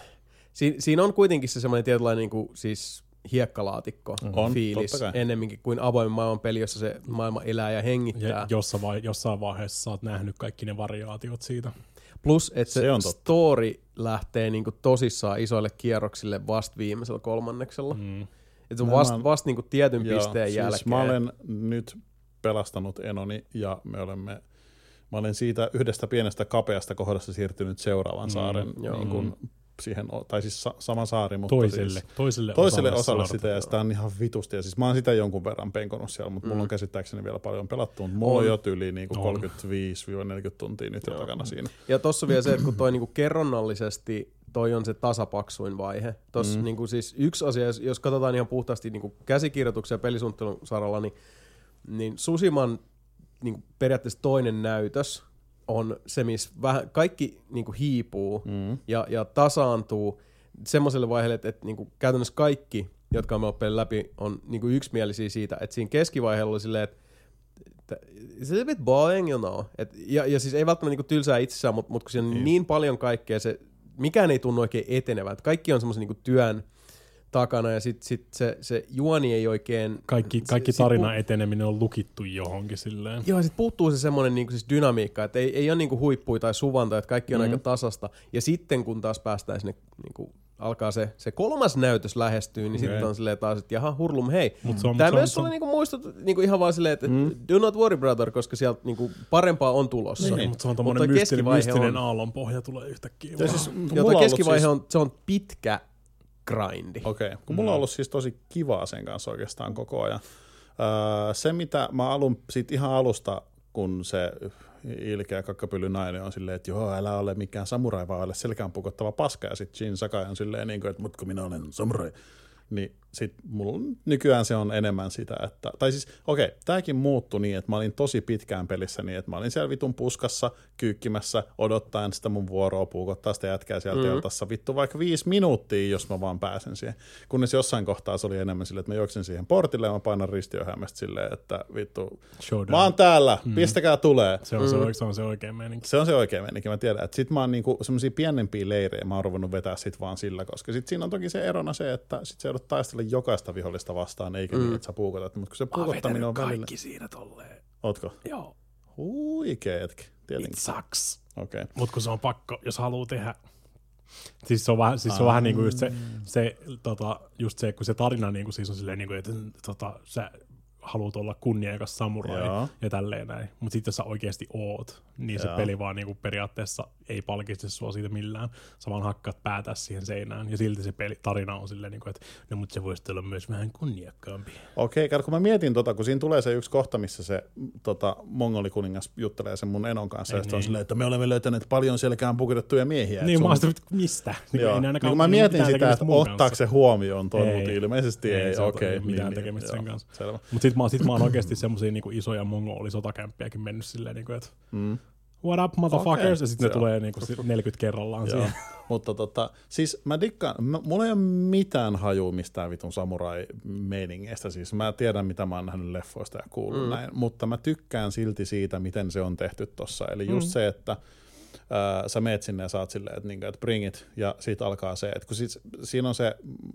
si, siinä on kuitenkin se semmoinen tietynlainen niinku, siis hiekkalaatikko on, fiilis ennemminkin kuin avoin maailman peli, jossa se maailma elää ja hengittää. Ja jossain, vai, jossain vaiheessa sä oot nähnyt kaikki ne variaatiot siitä. Plus, että se, se story lähtee niinku tosissaan isoille kierroksille vasta viimeisellä kolmanneksella. Mm. Että se on vasta vast niinku tietyn joo, pisteen jälkeen. Siis mä olen nyt pelastanut Enoni ja me olemme, mä olen siitä yhdestä pienestä kapeasta kohdasta siirtynyt seuraavan saaren mm, niin kuin, siihen, tai siis sa- sama saari, mutta toiselle, siis toiselle, toiselle osalle, osalle sitä, ja sitä on ihan vitusti. Ja siis mä oon sitä jonkun verran penkonut siellä, mutta mm. mulla on käsittääkseni vielä paljon pelattu, mutta mulla on, on jo tyyli niinku kolmekymmentäviisi neljäkymmentä tuntia nyt jo takana siinä. Ja tossa vielä se, että kun toi niinku kerronnallisesti toi on se tasapaksuin vaihe. Tossa, mm. niin kuin siis yksi asia, jos, jos katsotaan ihan puhtaasti niin kuin käsikirjoituksen ja pelisuunnittelun saralla, niin, niin Tsushiman niin kuin periaatteessa toinen näytös on se, missä vähän, kaikki niin kuin hiipuu mm. ja, ja tasaantuu semmoiselle vaiheelle, että, että niin kuin käytännössä kaikki, jotka on pelin läpi, on niin kuin yksimielisiä siitä, että siinä keskivaiheella oli silleen, että it's a bit boring, you know. Et, ja, ja siis ei välttämättä niinku tylsää itsessään, mutta mut kun siinä on mm. niin paljon kaikkea, se, mikään ei tunnu oikein etenevän. Kaikki on semmoisen niinku työn takana ja sitten sit se, se juoni ei oikein... Kaikki, kaikki tarinan pu- eteneminen on lukittu johonkin silleen. Joo, sitten puuttuu se semmoinen niinku siis dynamiikka, että ei, ei ole niinku huippuja tai suvanta, että kaikki on mm. aika tasasta. Ja sitten kun taas päästään sinne... Niinku, alkaa se, se kolmas näytös lähestyy, niin okay. sitten on silleen taas, että jaha, hurlum, hei. Tämä myös sulle niinku muistut niinku ihan vaan silleen, että mm. do not worry brother, koska sieltä niinku parempaa on tulossa. Niin, mutta se on tommoinen mystinen, mystinen aallonpohja tulee yhtäkkiä. Ja siis, Jota keskivaihe siis... on, se on pitkä grindi. Okei, okay. kun mulla on ollut siis tosi kivaa sen kanssa oikeastaan koko ajan. Öö, se, mitä mä alun, sit ihan alusta, kun se ilkeä kakkapylly nainen on silleen, että joo, älä ole mikään samurai, vaan ole selkään pukottava paska, ja sitten Jin Sakai on silleen, niin kuin, että mut kun minä olen samurai. Niin sit mulla nykyään se on enemmän sitä, että, tai siis okei, okay, tääkin muuttui niin, että mä olin tosi pitkään pelissä niin, että mä olin siellä vitun puskassa, kyykkimässä, odottaen sitä mun vuoroa puukottaa sitä jätkää sieltä mm-hmm. teltassa vittu vaikka viisi minuuttia, jos mä vaan pääsen siihen. Kunnes jossain kohtaa se oli enemmän silleen, että mä juoksin siihen portille ja mä painan ristiohjelmasta silleen, että vittu, Showdown. Mä oon täällä, mm. pistäkää tulee. Se on se, mm. se on se oikein meininki. Se on se oikein meininki, mä tiedän, että sit mä oon niinku semmosia pienempiä leirejä, mä oon ruvennut vetää sit vaan sillä, koska sit siinä on toki se erona se, että sit se joudut taistella jokaista vihollista vastaan, eikä mm. niin, että sä puukotat. Mutta kun se puukottaminen on välillä... kaikki siinä tolleen. Ootko? Joo. Huikee hetki, tietenkin. It sucks. Okay. Mutta kun se on pakko, jos haluaa tehdä... Siis se on vähän, siis se on vähän niin kuin just se, se, tota, just se, kun se tarina niin kuin siis on silleen, niin kuin, että tota, sä haluat olla kunniakas samurai Joo. ja tälleen näin. Mutta sitten jos sä oikeasti oot, niin Joo. se peli vaan niinku periaatteessa ei palkitse sua siitä millään. Sä vaan hakkaat päätä siihen seinään ja silti se peli, tarina on silleen, niinku, että no mutta se voisi olla myös vähän kunniakkaampi. Okei, okay, kun mä mietin tota, kun siinä tulee se yksi kohta, missä se tota, mongolikuningas juttelee sen mun enon kanssa, ei, ja niin. on silleen, että me olemme löytäneet paljon selkään pukitettuja miehiä. Niin, mä oon sitä, mistä? Niin, Joo, niin kun mä mietin sitä, että ottaako se huomioon ton, mutta ilmeisesti ei. ei. Okei, okay, mitään niin, tekemistä niin, sen kanssa. Selvä. Mut sit mä, sit mä oon oikeesti semmosia niinku isoja mongolisotakämppiäkin mennyt silleen, niinku, että mm. what up motherfuckers, okay. ja sit ne tulee niinku neljäkymmentä kerrallaan siihen. Mutta tota, siis mä dikkaan, mä, mulla ei ole mitään hajua mistään vitun samurai-meiningeistä, siis mä tiedän mitä mä oon nähnyt leffoista ja kuullut mm. näin, mutta mä tykkään silti siitä, miten se on tehty tossa, eli just mm. se, että ää, sä meet sinne ja saat silleen, että, niin, että bring it, ja siitä alkaa se, että kun sit, siinä on se,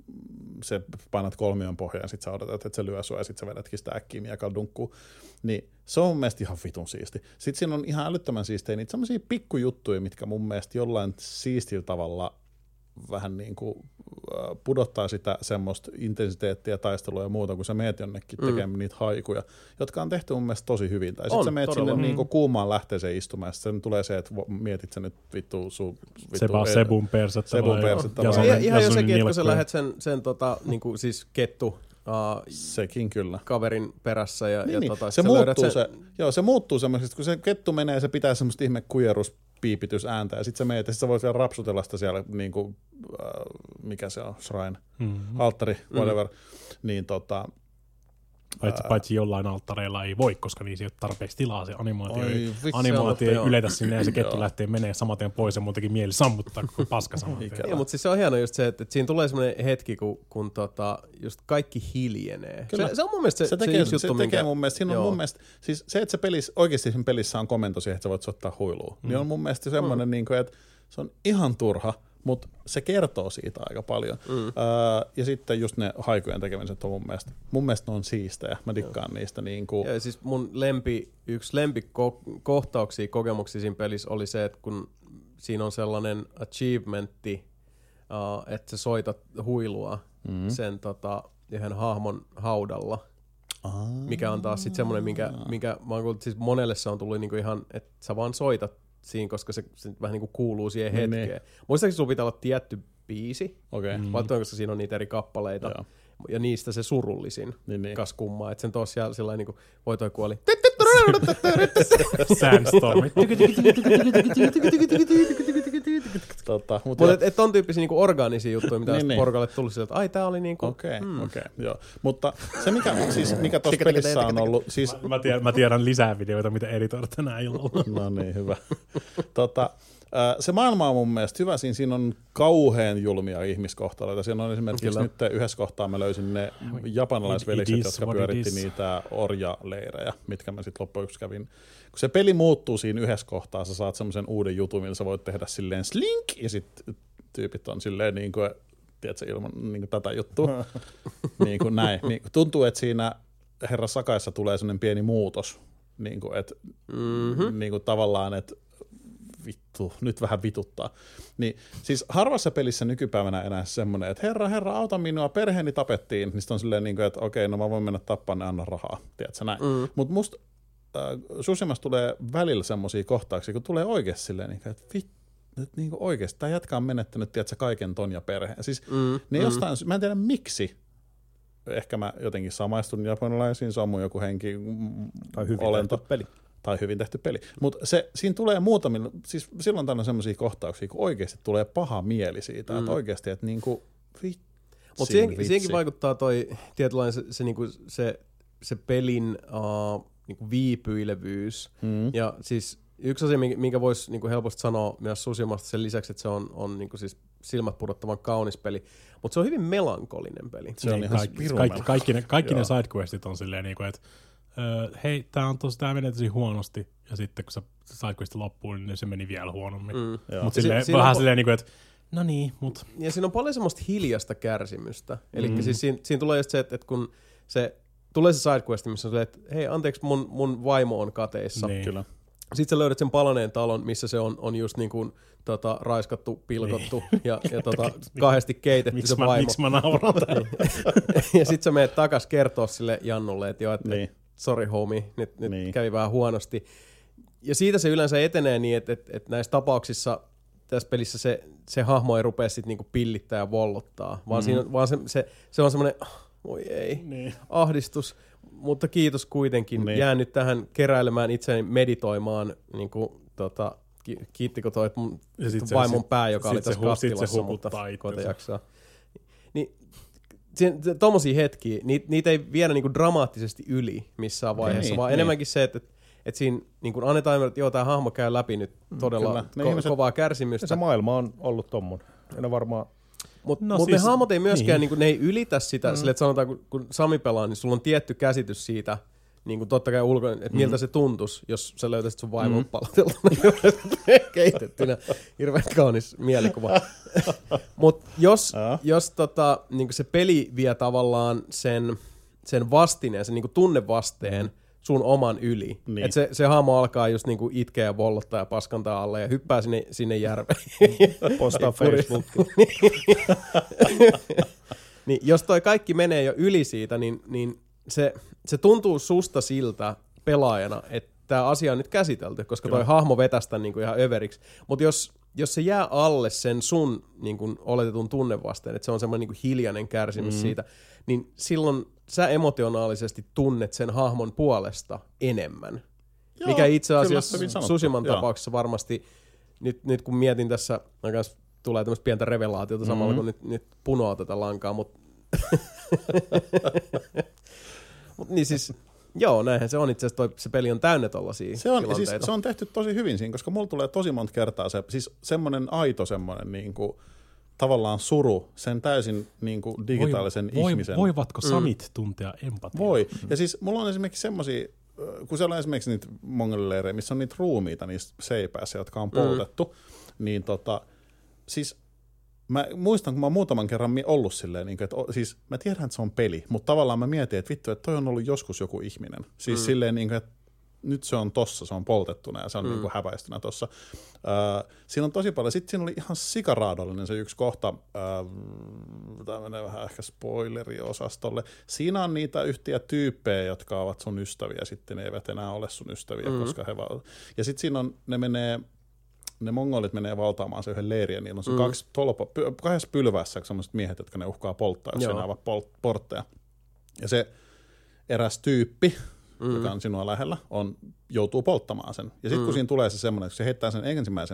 se painat kolmion pohjaan, sit sä odotat, että se lyö sua, ja sit sä vedätkin sitä äkkiä miekalla dunkkuun, niin se on mun mielestä ihan vitun siisti. Sitten siinä on ihan älyttömän siistejä niitä semmosia pikkujuttuja, mitkä mun mielestä jollain siistillä tavalla vähän niin kuin pudottaa sitä semmoista intensiteettiä, taistelua ja muuta, kun sä meet jonnekin mm. tekemään niitä haikuja, jotka on tehty mun mielestä tosi hyvin. Tai sitten sä meet sinne mm. niin kuin kuumaan lähteeseen istumaan, ja sitten tulee se, että mietit sä nyt vittu sun... Sepä Sebun persettä. Sebun persettä. Ihan jo sekin, että kun sä lähdet sen, sen tota, niin kuin siis kettu, Uh, Sekin kyllä. Kaverin perässä ja, niin, ja niin. tota, se, muuttuu se, joo, se muuttuu semmoisesta, kun se kettu menee, se pitää semmoista ihme kujeruspiipitysääntä ja sit sä meet ja sit sä voit vielä rapsutella sitä siellä niinku, äh, mikä se on, shrine, mm-hmm. alttari, whatever, mm-hmm. niin tota... Paitsi, paitsi jollain alttareilla ei voi, koska niissä ei ole tarpeeksi tilaa, se animaatio, Oi, ei, animaatio ei yletä sinne ja se kettu lähtee menee samaten pois ja muutenkin mieli sammuttaa koko paska samaten. Joo, mutta siis se on hieno just se, että, että siinä tulee semmoinen hetki, kun, kun tota, just kaikki hiljenee. Se, se on mun mielestä se, se, tekee, se, juttu, se minkä... tekee mun mielestä, siinä on mun mielestä, siis se, että se pelissä, oikeasti siinä pelissä on komento siihen, että sä voit ottaa huilua, mm. niin on mun mielestä semmoinen, mm. niin kuin, että se on ihan turha, mutta se kertoo siitä aika paljon. Mm. Öö, ja sitten just ne haikujen tekemiset on mun mielestä, mun mielestä ne on siistejä. Mä dikkaan Joo. niistä. Niin kuin... Ja siis mun lempi, yksi lempikohtauksia, kokemuksia siinä pelissä oli se, että kun siinä on sellainen achievementti, uh, että sä soitat huilua mm. sen tota, yhden hahmon haudalla. Ah. Mikä on taas sitten semmoinen, minkä, minkä mä oon kuullut, siis monelle se on tullut niinku ihan, että sä vaan soitat siinä, koska se, se vähän niin kuin kuuluu siihen hetkeen. Niin, niin. Muistaakseni sulla pitää olla tietty biisi, okay. mm. vaikka koska siinä on niitä eri kappaleita, Joo. ja niistä se surullisin, niin, niin. kas kummaa, että sen tosiaan sellainen niin kuin, voi toi kuoli. Sandstormi. tota, mutta mut et, et on tyyppisiä niinku orgaanisia juttuja, mitä niin, porukalle tullut sieltä, että ai tää oli niinku... Okei, okay, hmm. okei, okay, joo. Mutta se mikä, siis, mikä tuossa pelissä on ollut... Siis... Mä, mä, tiedän, mä tiedän lisää videoita, mitä editoida tänä illalla. No niin, hyvä. tota, se maailma on mun mielestä hyvä, siinä, siinä on kauhean julmia ihmiskohtaloita. Siinä on esimerkiksi Kyllä. nyt yhdessä kohtaa mä löysin ne japanilaisvelikset, jotka pyöritti niitä orjaleirejä, mitkä mä sitten loppujen kävin. Kun se peli muuttuu siinä yhdessä kohtaa, sä saat semmoisen uuden jutun, millä sä voit tehdä silleen slink, ja sitten tyypit on silleen niin kuin, tiedätkö, ilman niin kuin tätä juttua. niin kuin näin. Niin, tuntuu, että siinä Herra Sakaissa tulee semmoinen pieni muutos, niin kuin, että mm-hmm. niin kuin tavallaan, että vittu, nyt vähän vituttaa. Niin, siis harvassa pelissä nykypäivänä enää semmoinen, että herra, herra, auta minua, perheeni tapettiin. Niin sitten on silleen, niin kuin, että okei, no mä voin mennä tappaan, ne anna rahaa. Tiedätkö näin? Mm. Mutta musta äh, Tsushimassa tulee välillä semmoisia kohtauksia, kun tulee oikeasti silleen, niin kuin, että vittu, nyt niin kuin oikeasti, tämä jätkä on menettänyt, tiedätkö, kaiken ton ja perheen. Siis mm. ne mm. jostain, mä en tiedä miksi. Ehkä mä jotenkin samaistun japanilaisiin, se on mun joku henki tai hyvin olento. tehty peli. Tai hyvin tehty peli. Mutta siinä tulee muutamilla, siis silloin tänne semmoisia kohtauksia, kun oikeasti tulee paha mieli siitä, mm. että oikeasti, että niinku vitsi. Mutta siihen, siihenkin vaikuttaa toi tietynlainen se, se, niinku, se, se pelin uh, niinku viipyilevyys. Mm. Ja siis yksi asia, minkä voisi niinku helposti sanoa myös Tsushimasta sen lisäksi, että se on, on niinku siis silmät pudottavan kaunis peli, mutta se on hyvin melankolinen peli. Se on niin, ihan kaikki, kaikki, kaikki ne, kaikki ne sidequestit on silleen, niinku, että Öö, hei, tää on tosi, tää menee tosi huonosti, ja sitten kun se sidequest loppuu, niin se meni vielä huonommin. Mm. Mutta silleen, si- vähän on... silleen, että no niin, mut. Ja siinä on paljon semmoista hiljasta kärsimystä. Eli mm. siis siinä, siinä tulee just se, että, että kun se tulee se sidequest, missä on silleen, että hei, anteeksi, mun, mun vaimo on kateissa. Niin. Kyllä. Sitten sä löydät sen palaneen talon, missä se on, on just niin kuin tota, raiskattu, pilkottu niin. ja, ja tota, kahdesti keitetty miks se mä, vaimo. Miksi mä nauran Ja sit sä menet takas kertoa sille Jannulle, että joo, että niin. sorry homie, nyt, nyt niin. kävi vähän huonosti. Ja siitä se yleensä etenee niin, että, että, että näissä tapauksissa tässä pelissä se, se hahmo ei rupea sitten niinku pillittää ja vollottaa, vaan, mm. siinä, vaan se, se, se on semmoinen, voi ei, niin. ahdistus, mutta kiitos kuitenkin. Niin. Jään nyt tähän keräilemään itseäni meditoimaan, niin kuin, tota, ki, kiittikö toi mun vaimon se, pää, joka oli tässä hu, kattilassa, mutta koita jaksaa. Niin, tommosia hetkiä, niitä, niitä ei viedä niinku dramaattisesti yli missään vaiheessa, niin, vaan niin. enemmänkin se, että, että siinä niinku annetaan ymmärtää, että joo, tämä hahmo käy läpi nyt todella ko- ihmiset, kovaa kärsimystä. Se maailma on ollut tommonen. Ne varmaan... Mutta no, mut siis, ne hahmot ei myöskään, niin. niinku, ne ei ylitä sitä, mm. sille, että sanotaan, kun, kun Sami pelaa, niin sulla on tietty käsitys siitä, niin kuin totta kai ulkoinen, että mm. miltä se tuntuisi, jos sä löytäisit sun vaimon mm. palauteltuna keitettynä. Hirveän kaunis mielikuva. Mutta jos, jos tota, niin se peli vie tavallaan sen, sen vastineen, sen niin tunnevasteen sun oman yli. Niin. Että se, se hahmo alkaa just niin itkeä ja vollottaa ja paskantaa alle ja hyppää sinne, sinne järveen. Postaa Facebookiin. Niin, jos toi kaikki menee jo yli siitä, niin, niin se, se tuntuu susta siltä pelaajana, että tämä asia on nyt käsitelty, koska toi Kyllä. hahmo vetästä niin kuin ihan överiksi. Mutta jos, jos se jää alle sen sun niin kuin oletetun tunnevasteen, että se on semmoinen niin kuin hiljainen kärsimys mm. siitä, niin silloin sä emotionaalisesti tunnet sen hahmon puolesta enemmän. Joo, mikä itse asiassa Tsushiman tapauksessa varmasti, nyt, nyt kun mietin tässä, tulee tämmöistä pientä revelaatiota samalla, mm-hmm. kun nyt, nyt punoaa tätä lankaa, mutta Mut niin siis, joo, näinhän se on itse asiassa, toi, se peli on täynnä tollaisia se on, tilanteita. Siis, se on tehty tosi hyvin siinä, koska mulla tulee tosi monta kertaa se, siis semmoinen aito semmoinen niinku, tavallaan suru, sen täysin niinku, digitaalisen voi, ihmisen. Voivatko Samit mm. tuntea empatiaa? Voi, mm. ja siis mulla on esimerkiksi semmoisia, kun siellä on esimerkiksi niitä mongolileirejä, missä on niitä ruumiita niistä seipäissä, jotka on poltettu, mm. niin tota, siis mä muistan, kun mä oon muutaman kerran ollut silleen, että siis mä tiedän, että se on peli, mutta tavallaan mä mietin, että vittu, että toi on ollut joskus joku ihminen. Siis mm. silleen, että nyt se on tossa, se on poltettuna ja se on mm. niin häpäistynä tossa. Äh, siinä on tosi paljon. Sitten siinä oli ihan sikaraadollinen se yksi kohta, äh, tämä menee vähän ehkä spoileriosastolle. Siinä on niitä yhtiä tyyppejä, jotka ovat sun ystäviä, sitten ne eivät enää ole sun ystäviä, mm. koska he vaan... Ja sitten siinä on, ne menee... Ne mongolit menee valtaamaan se yhden leiriä, niin on se mm. kaksi tolpa, py, kahdessa pylvässä sellaiset miehet, jotka ne uhkaa polttaa, jos ne avaa pol, portteja. Ja se eräs tyyppi, mm. joka on sinua lähellä, on, joutuu polttamaan sen. Ja sitten mm. kun siinä tulee se semmoinen, että se heittää sen ensimmäisen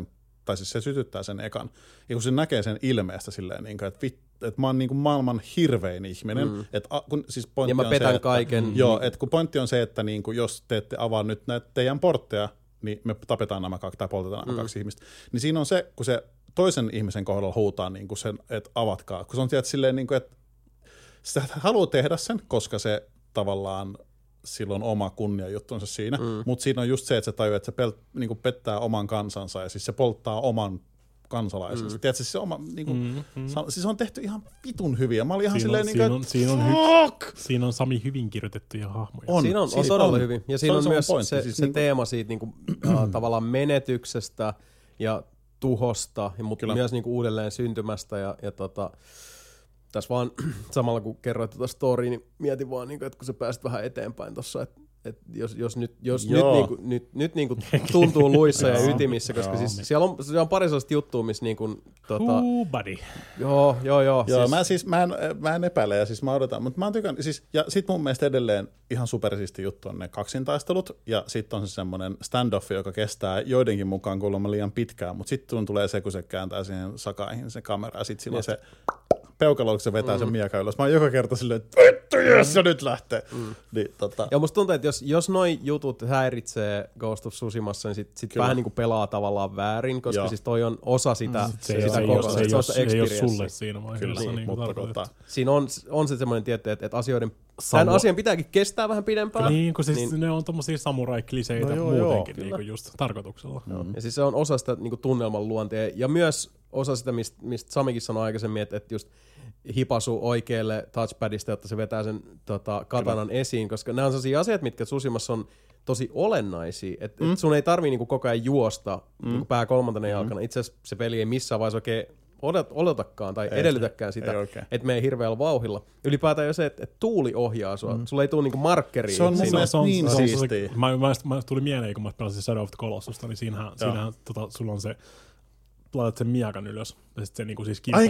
tai siis se sytyttää sen ekan. Ja kun se näkee sen ilmeestä silleen, niin kuin, että, vit, että mä oon niin kuin maailman hirvein ihminen. Mm. Että, kun, siis ja mä petän se, että, kaiken. Joo, että kun pointti on se, että niin kuin, jos te ette avaa nyt näitä teidän portteja, niin me tapetaan nämä kaksi tai poltetaan nämä mm. kaksi ihmistä. Niin siinä on se, kun se toisen ihmisen kohdalla huutaa niin kuin sen, että avatkaa. Kun se on tietysti silleen, niin kuin, että sitä haluaa tehdä sen, koska se tavallaan silloin oma kunniajuttunsa siinä, mm. mutta siinä on just se, että se tajuu, että se pel, niin kuin pettää oman kansansa ja siis se polttaa oman kansalaisensa. Mm. Tiedätkö, siis se, oma, niin kuin, mm, mm. siis on tehty ihan vitun hyviä. Mä olin ihan siinä silleen, on, niin siinä, kuin, on, siinä, on hy, siinä on Sami hyvin kirjoitettuja hahmoja. On, siinä on, siis on todella on. hyvin. Ja siinä on, on myös se, se, siis se niin kuin, teema siitä niin kuin, äh, tavallaan menetyksestä ja tuhosta, ja mutta myös niin kuin uudelleen syntymästä ja, ja tota, tässä vaan samalla kun kerroit tuota storya, niin mietin vaan, että kun sä pääsit vähän eteenpäin tuossa, että et jos, jos nyt, jos nyt, niinku, nyt, nyt niinku tuntuu luissa ja ytimissä, koska siis siellä on, siellä on pari sellaista juttua, missä niinku... Tota, Ooh, buddy. Joo, joo, joo. Joo, siis, mä, siis, mä, en, mä en epäile ja siis mä odotan, mutta mä oon tykännyt, siis, ja sit mun mielestä edelleen ihan supersiisti juttu on ne kaksintaistelut, ja sit on se semmonen standoffi, joka kestää joidenkin mukaan kuulemma liian pitkään, mutta sitten tulee se, kun se kääntää siihen sakaihin se kamera, ja sit silloin se... peukalo, kun se vetää mm. sen miakan ylös. Mä oon joka kerta silleen, että vittu, jes, ja nyt lähtee. Mm. Niin, tota. Ja musta tuntuu, että jos, jos noi jutut häiritsee Ghost of Tsushimassa, niin sit, sit vähän niin kuin pelaa tavallaan väärin, koska Joo. siis toi on osa sitä, mm. se, sitä se, koko, se, se, se ei ole sulle siinä vaiheessa. Niin, niin, mutta tota. Siinä on, on se semmoinen tietty, että, että asioiden, Samu... tämän asian pitääkin kestää vähän pidempään. Niin, kun siis niin. ne on tommosia samurai-kliseitä no, muutenkin niin kuin just tarkoituksella. Mm. Ja siis se on osa sitä niin kuin tunnelman luontia, ja myös osa sitä, mistä, mistä Samikin sanoi aikaisemmin, että, että just hipasu oikealle touchpadista, jotta se vetää sen tota, katanan Kyllä. esiin, koska nämä on sellaisia asiat, mitkä Tsushimassa on tosi olennaisia, että mm. et sun ei tarvii niinku koko ajan juosta mm. niinku pää kolmantena mm. jalkana. Itse asiassa se peli ei missään vaiheessa oikein odotakaan tai ei, edellytäkään sitä, että me ei hirveällä vauhilla. Ylipäätään jo se, että et tuuli ohjaa sua. Mm. Sulla ei tule niinku markkeria. Se on mun mielestä niin siistiä. Mä, mä, mä tuli mieleen, kun mä pelasin Shadow of the Colossusta, niin siinähän, siinähän tota, sulla on se laitat sen miakan ylös, ja sitten se niinku siis kiinni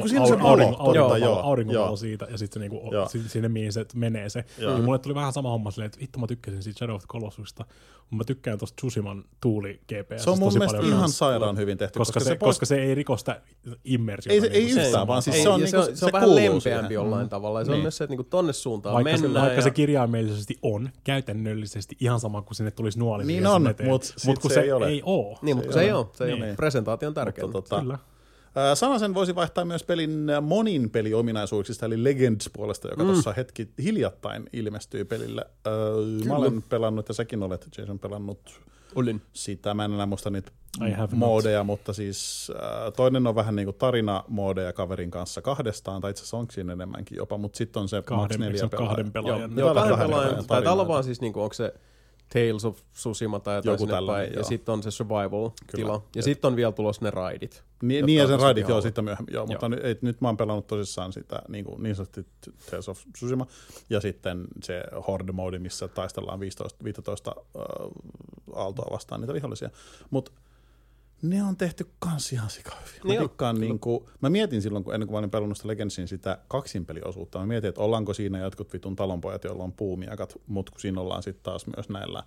auringonvalo siitä, ja sitten se niinku, sinne mihin se menee se. Ja mulle tuli vähän sama homma silleen, että vittu mä tykkäsin siitä Shadow of the Colossusista, mutta mä tykkään tosta Tsushiman tuuli G P S. Se on mun mielestä ihan kanssa. sairaan hyvin tehty. Koska, koska, se, post... koska se ei rikosta immersiota. Ei, ei yhtään, vaan siis se on, niinku, se, se on vähän lempeämpi jollain mm. tavalla, ja se niin. on myös se, että niinku tonne suuntaan vaikka mennään. Se, vaikka ja... se kirjaimellisesti on käytännöllisesti ihan sama kuin sinne tulisi nuoli. Niin on, mutta se ei ole. Niin, mutta se ei ole. Presentaatio on tärkeä. Kyllä. Sanasen voisi vaihtaa myös pelin monin peliominaisuuksista, eli Legends puolesta, joka mm. tuossa hetki hiljattain ilmestyi pelille. Öö, mä olen pelannut, ja säkin olet, Jason, pelannut Olin. sitä. Mä en enää muista niitä moodeja, mutta siis äh, toinen on vähän niin kuin tarinamoodeja kaverin kanssa kahdestaan, tai itse asiassa onko siinä enemmänkin jopa, mutta sitten on se kahden, max neljä pelaajan. Kahden pelaajan. Joo, joo kahden pelaajan. Taitaa olla vaan siis, niin kuin, onko se Tales of Tsushima tai jotain sinne päin, ja sitten on se survival-tila. Ja sitten on vielä tulossa ne raidit. Niin, niin ja sen raidit, joo, sitten myöhemmin. Joo, mutta nyt, ei, nyt mä oon pelannut tosissaan sitä niin, kuin, niin sanotusti Tales of Tsushima, ja sitten se Horde-modi, missä taistellaan viisitoista, viisitoista äh, aaltoa vastaan niitä vihollisia. Mutta ne on tehty kans ihan sikahyviä. Mä, tikkaan, niin kuin, mä mietin silloin, kun ennen kuin mä olin pelannut sitä Legendsin sitä kaksinpeliosuutta, mä mietin, että ollaanko siinä jotkut vitun talonpojat, joilla on puumiakat, mutta kun siinä ollaan sitten taas myös näillä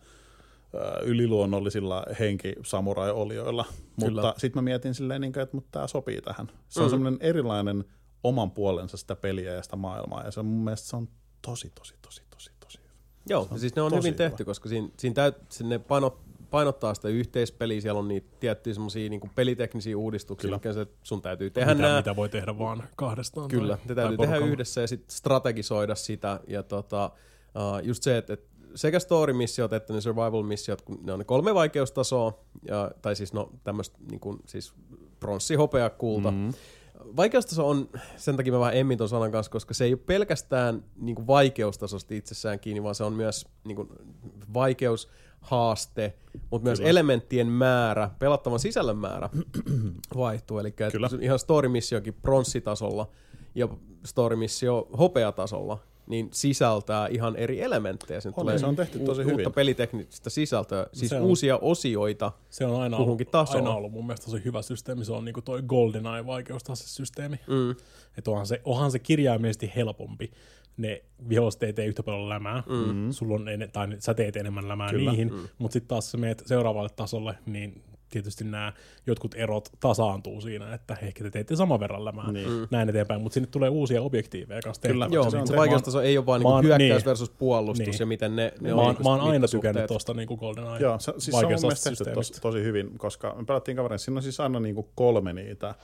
ö, yliluonnollisilla henki-samurai-olioilla. Mutta sitten mä mietin silleen, että mutta tämä sopii tähän. Se on mm. semmoinen erilainen oman puolensa sitä peliä ja sitä maailmaa, ja se on, mun mielestä se on tosi, tosi, tosi, tosi, tosi hyvä. Joo, siis ne on hyvin hyvä. tehty, koska siinä, siinä täyt, sinne painot painottaa sitä yhteispeliä, siellä on niitä tiettyjä semmosia niinku peliteknisiä uudistuksia, mikä se sun täytyy tehdä mitä, nää. Mitä voi tehdä vaan kahdestaan. Kyllä, tai, te täytyy tehdä yhdessä ja sitten strategisoida sitä. Ja tota, uh, just se, että et sekä story-missiot että ne survival-missiot, kun ne on ne kolme vaikeustasoa, ja, tai siis no tämmöistä niinku, siis pronssi, hopea, kulta. Mm-hmm. Vaikeustaso on, sen takia mä vähän emmin ton sanan kanssa, koska se ei ole pelkästään niinku vaikeustasosta itsessään kiinni, vaan se on myös niinku vaikeus, haaste, mutta myös elementtien määrä, pelattavan sisällön määrä vaihtuu. Eli ihan story-missiokin pronssitasolla ja story-missio hopeatasolla niin sisältää ihan eri elementtejä. Sen tulee se on tehty tosi u- hyvin. Uutta peliteknistä sisältöä, siis on, uusia osioita se on aina kuhunkin ollut, tasoon. aina ollut mun mielestä tosi hyvä systeemi. Se on niinku toi GoldenEye-vaikeustasesysteemi. Mm. Että onhan se, onhan se kirjaimellisesti helpompi. Ne viholliset ei tee yhtä paljon lämää, mm-hmm. sulla on en, tai sä teet enemmän lämää Kyllä. niihin, mm. mutta sitten taas sä meet seuraavalle tasolle, niin tietysti nämä jotkut erot tasaantuu siinä, että ehkä te teette saman verran lämää niin. näin eteenpäin, mutta sinne tulee uusia objektiiveja kanssa tehtäväksi. Joo, se, se vaikeustaso ei ole vaan niinku hyökkäys niin. versus puolustus niin. ja miten ne, ne mä, on mä oon aina tykännyt tuosta niinku GoldenEye. Joo, se, siis se on mun mielestä tehty tosi, tosi hyvin, koska me pelattiin kaverein, siinä on siis aina niinku kolme niitä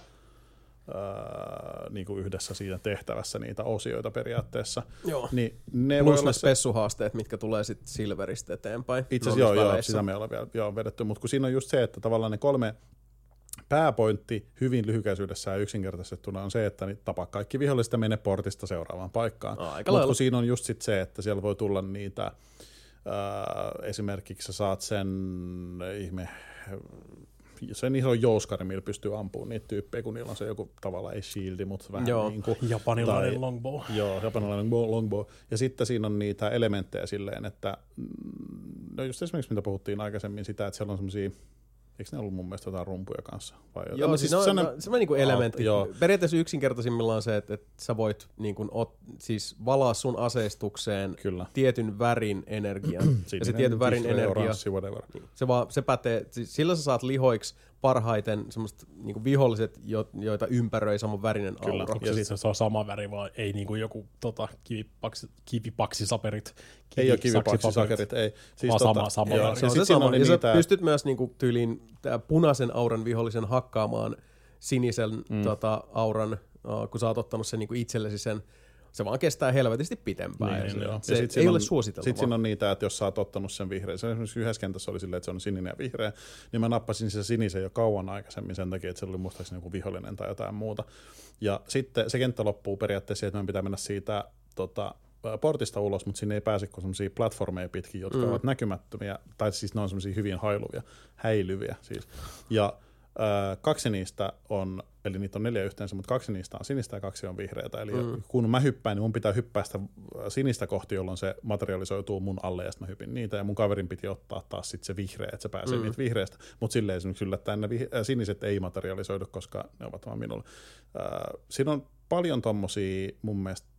Öö, niin kuin yhdessä siinä tehtävässä niitä osioita periaatteessa. Joo. Niin ne plus ne spessuhaasteet, mitkä tulee sitten Silveristä eteenpäin. Itse asiassa joo, joo, sitä me ollaan vielä joo, vedetty, mutta kun siinä on just se, että tavallaan ne kolme pääpointti hyvin lyhykäisyydessä ja yksinkertaistettuna on se, että niin tapaa kaikki viholliset ja mene portista seuraavaan paikkaan. No, mutta kun siinä on just sit se, että siellä voi tulla niitä, öö, esimerkiksi sä saat sen ihme sen iso jouskari, millä pystyy ampumaan niitä tyyppejä, kun niillä on se joku tavallaan ei shieldi, mutta vähän joo. niin kuin japanilainen tai, longbow. Joo, japanilainen longbow. Ja sitten siinä on niitä elementtejä silleen, että no just esimerkiksi mitä puhuttiin aikaisemmin sitä, että siellä on semmosia, eikö ne ollut mun mielestä jotain rumpuja kanssa? Vai joo, siis no, sellainen, no, semmoinen niin elementti. Joo. Periaatteessa yksinkertaisimmillaan se, että, että sä voit niin kuin, ot, siis valaa sun aseistukseen Kyllä. tietyn värin energian. ja se tietyn värin energia, oranssi, niin, se, vaan, se pätee, siis sillä sä saat lihoiksi parhaiten semmoista niin kuin viholliset, jo, joita ympäröi saman värinen Kyllä. aura. Ja sitten se on sama väri, vaan ei niin kuin joku tota, kivipaksi, kivipaksisaperit. Kivi, ei ole kivipaksisakerit, ei. Siis vaan tota, sama, sama joo, väri. se on se sama. Ja niitä... sä pystyt myös niin kuin, tyyliin punaisen auran vihollisen hakkaamaan sinisen mm. tota, auran, uh, kun sä oot ottanut sen niin kuin itsellesi sen. Se vaan kestää helvetisti pitempään. Niin, ja se, se ei on, ole suositeltavaa. Sitten siinä on niitä, että jos sä oot ottanut sen vihreän, se esimerkiksi yhdessä kentässä oli silleen, että se on sininen ja vihreä, niin mä nappasin sen sinisen jo kauan aikaisemmin sen takia, että se oli muistaakseni joku vihollinen tai jotain muuta. Ja sitten se kenttä loppuu periaatteessa, että meidän pitää mennä siitä tota, portista ulos, mutta sinne ei pääse kuin sellaisia platformeja pitkin, jotka mm. ovat näkymättömiä, tai siis ne on sellaisia hyvin hailuvia, häilyviä siis. Ja äh, kaksi niistä on, eli niitä on neljä yhteensä, mutta kaksi niistä on sinistä ja kaksi on vihreätä. Eli mm. kun mä hyppään, niin mun pitää hyppää sitä sinistä kohti, jolloin se materialisoituu mun alle, ja sitten mä hypin niitä, ja mun kaverin piti ottaa taas sit se vihreä, että se pääsee mm. niitä vihreästä. Mutta silleen esimerkiksi yllättäen ne vih- äh, siniset ei materialisoidu, koska ne ovat vaan minulle. Äh, siinä on paljon tommosia mun mielestä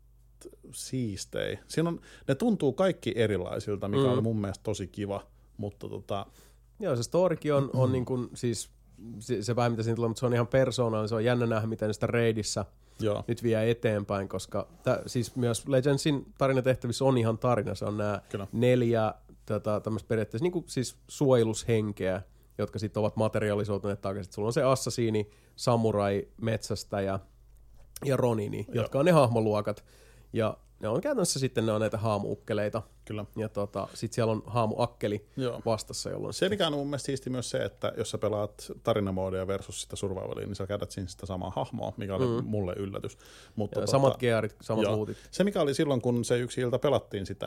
siistei. Siinä on, ne tuntuu kaikki erilaisilta, mikä mm. oli mun mielestä tosi kiva, mutta tota... Joo, se storikin on, on niin kuin, siis se, se vähän mitä siinä tulee, mutta se on ihan persoonallinen, se on jännä nähdä, miten sitä raidissä Joo. nyt vie eteenpäin, koska tä, siis myös Legendsin tarinatehtävissä on ihan tarina, se on nämä Kyllä. neljä tätä, tämmöistä periaatteessa niin kuin, siis suojelushenkeä, jotka sitten ovat materialisoituneet takaisin. Sulla on se assassini, samurai, metsästäjä ja ronini, Joo. jotka on ne hahmoluokat. Ja ne on käytännössä sitten ne on näitä haamuukkeleita. Kyllä. Ja tota, sitten siellä on haamuakkeli Joo. vastassa. Jolloin se, mikä on mun mielestä siisti myös se, että jos sä pelaat tarinamoodia versus sitä survivalia, niin sä käytät siinä sitä samaa hahmoa, mikä oli mm. mulle yllätys. Mutta tota, tota, samat gearit, samat joo. luutit. Se, mikä oli silloin, kun se yksi ilta pelattiin sitä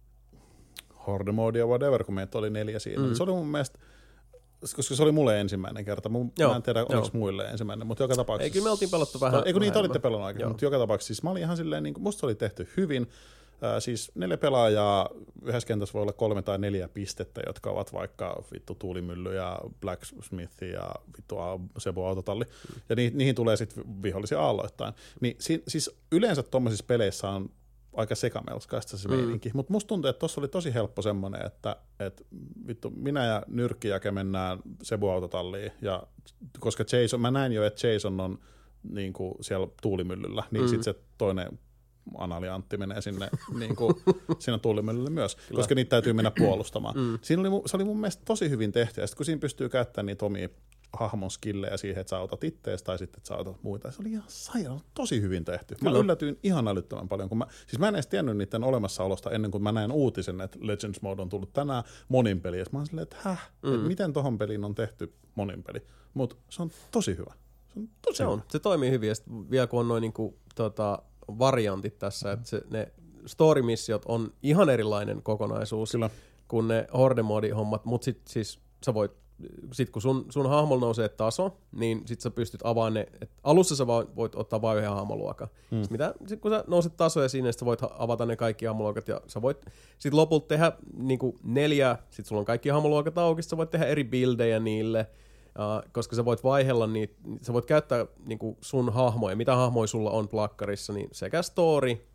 horde-moodia, whatever, kun meitä oli neljä siinä, mm. niin se oli mun mielestä koska se oli mulle ensimmäinen kerta. Mun, mä en tiedä, oliko muille ensimmäinen, mutta joka tapauksessa... Ei, kyllä me oltiin pelattu vähän. Eikö niitä olitte pelannut aikaisemmin, mutta joka tapauksessa siis mä olin ihan silleen, niin kuin, musta oli tehty hyvin. Äh, siis neljä pelaajaa, yhdessä kentässä voi olla kolme tai neljä pistettä, jotka ovat vaikka vittu Tuulimylly ja Blacksmith ja vittu Sebo Autotalli. Mm. Ja ni, niihin tulee sitten vihollisia aalloittain. Niin si, siis yleensä tommosissa peleissä on aika sekamelskaista se mm. meininki. Mutta musta tuntuu, että tossa oli tosi helppo semmoinen, että et, vittu, minä ja Nyrkkijäke mennään Sebu-autotalliin, ja koska Jason, mä näin jo, että Jason on niin kuin siellä Tuulimyllyllä, niin mm. sitten se toinen Anali Antti menee sinne, niin kuin, sinne Tuulimyllylle myös, Kyllä. koska niitä täytyy mennä puolustamaan. Mm. Siinä oli, se oli mun mielestä tosi hyvin tehty, ja sitten kun siinä pystyy käyttämään niitä omia hahmon skillejä siihen, että sä autat ittees tai sitten, että sä autat muita. Se oli ihan sairaan tosi hyvin tehty. Mä Kyllä. yllätyin ihan älyttömän paljon. Kun mä, siis mä en edes tiennyt niiden olemassaolosta ennen kuin mä näin uutisen, että Legends Mode on tullut tänään monin peli. Ja mä oon silleen, että häh, mm. että miten tohon peliin on tehty monin peli. Mutta se on tosi hyvä. Se on tosi se hyvä. On. Se toimii hyvin. Ja vielä kun on noin niinku, tota, variantit tässä, mm. että se, ne story-missiot on ihan erilainen kokonaisuus Kyllä. kuin ne horde-modi-hommat, mutta sit siis sä voit sitten kun sun, sun hahmolla nousee taso, niin sit sä pystyt avaamaan ne, et alussa sä voit ottaa vain yhden hahmoluokan. Hmm. Sitten mitä, sit kun sä nouset tasoja siinä, sä voit avata ne kaikki hahmoluokat, ja sä voit sit lopulta tehdä niinku neljä, sit sulla on kaikki hahmoluokat auki, sä voit tehdä eri buildejä niille, uh, koska sä voit vaihella niitä, sä voit käyttää niinku sun hahmoja, mitä hahmoja sulla on plakkarissa, niin sekä story,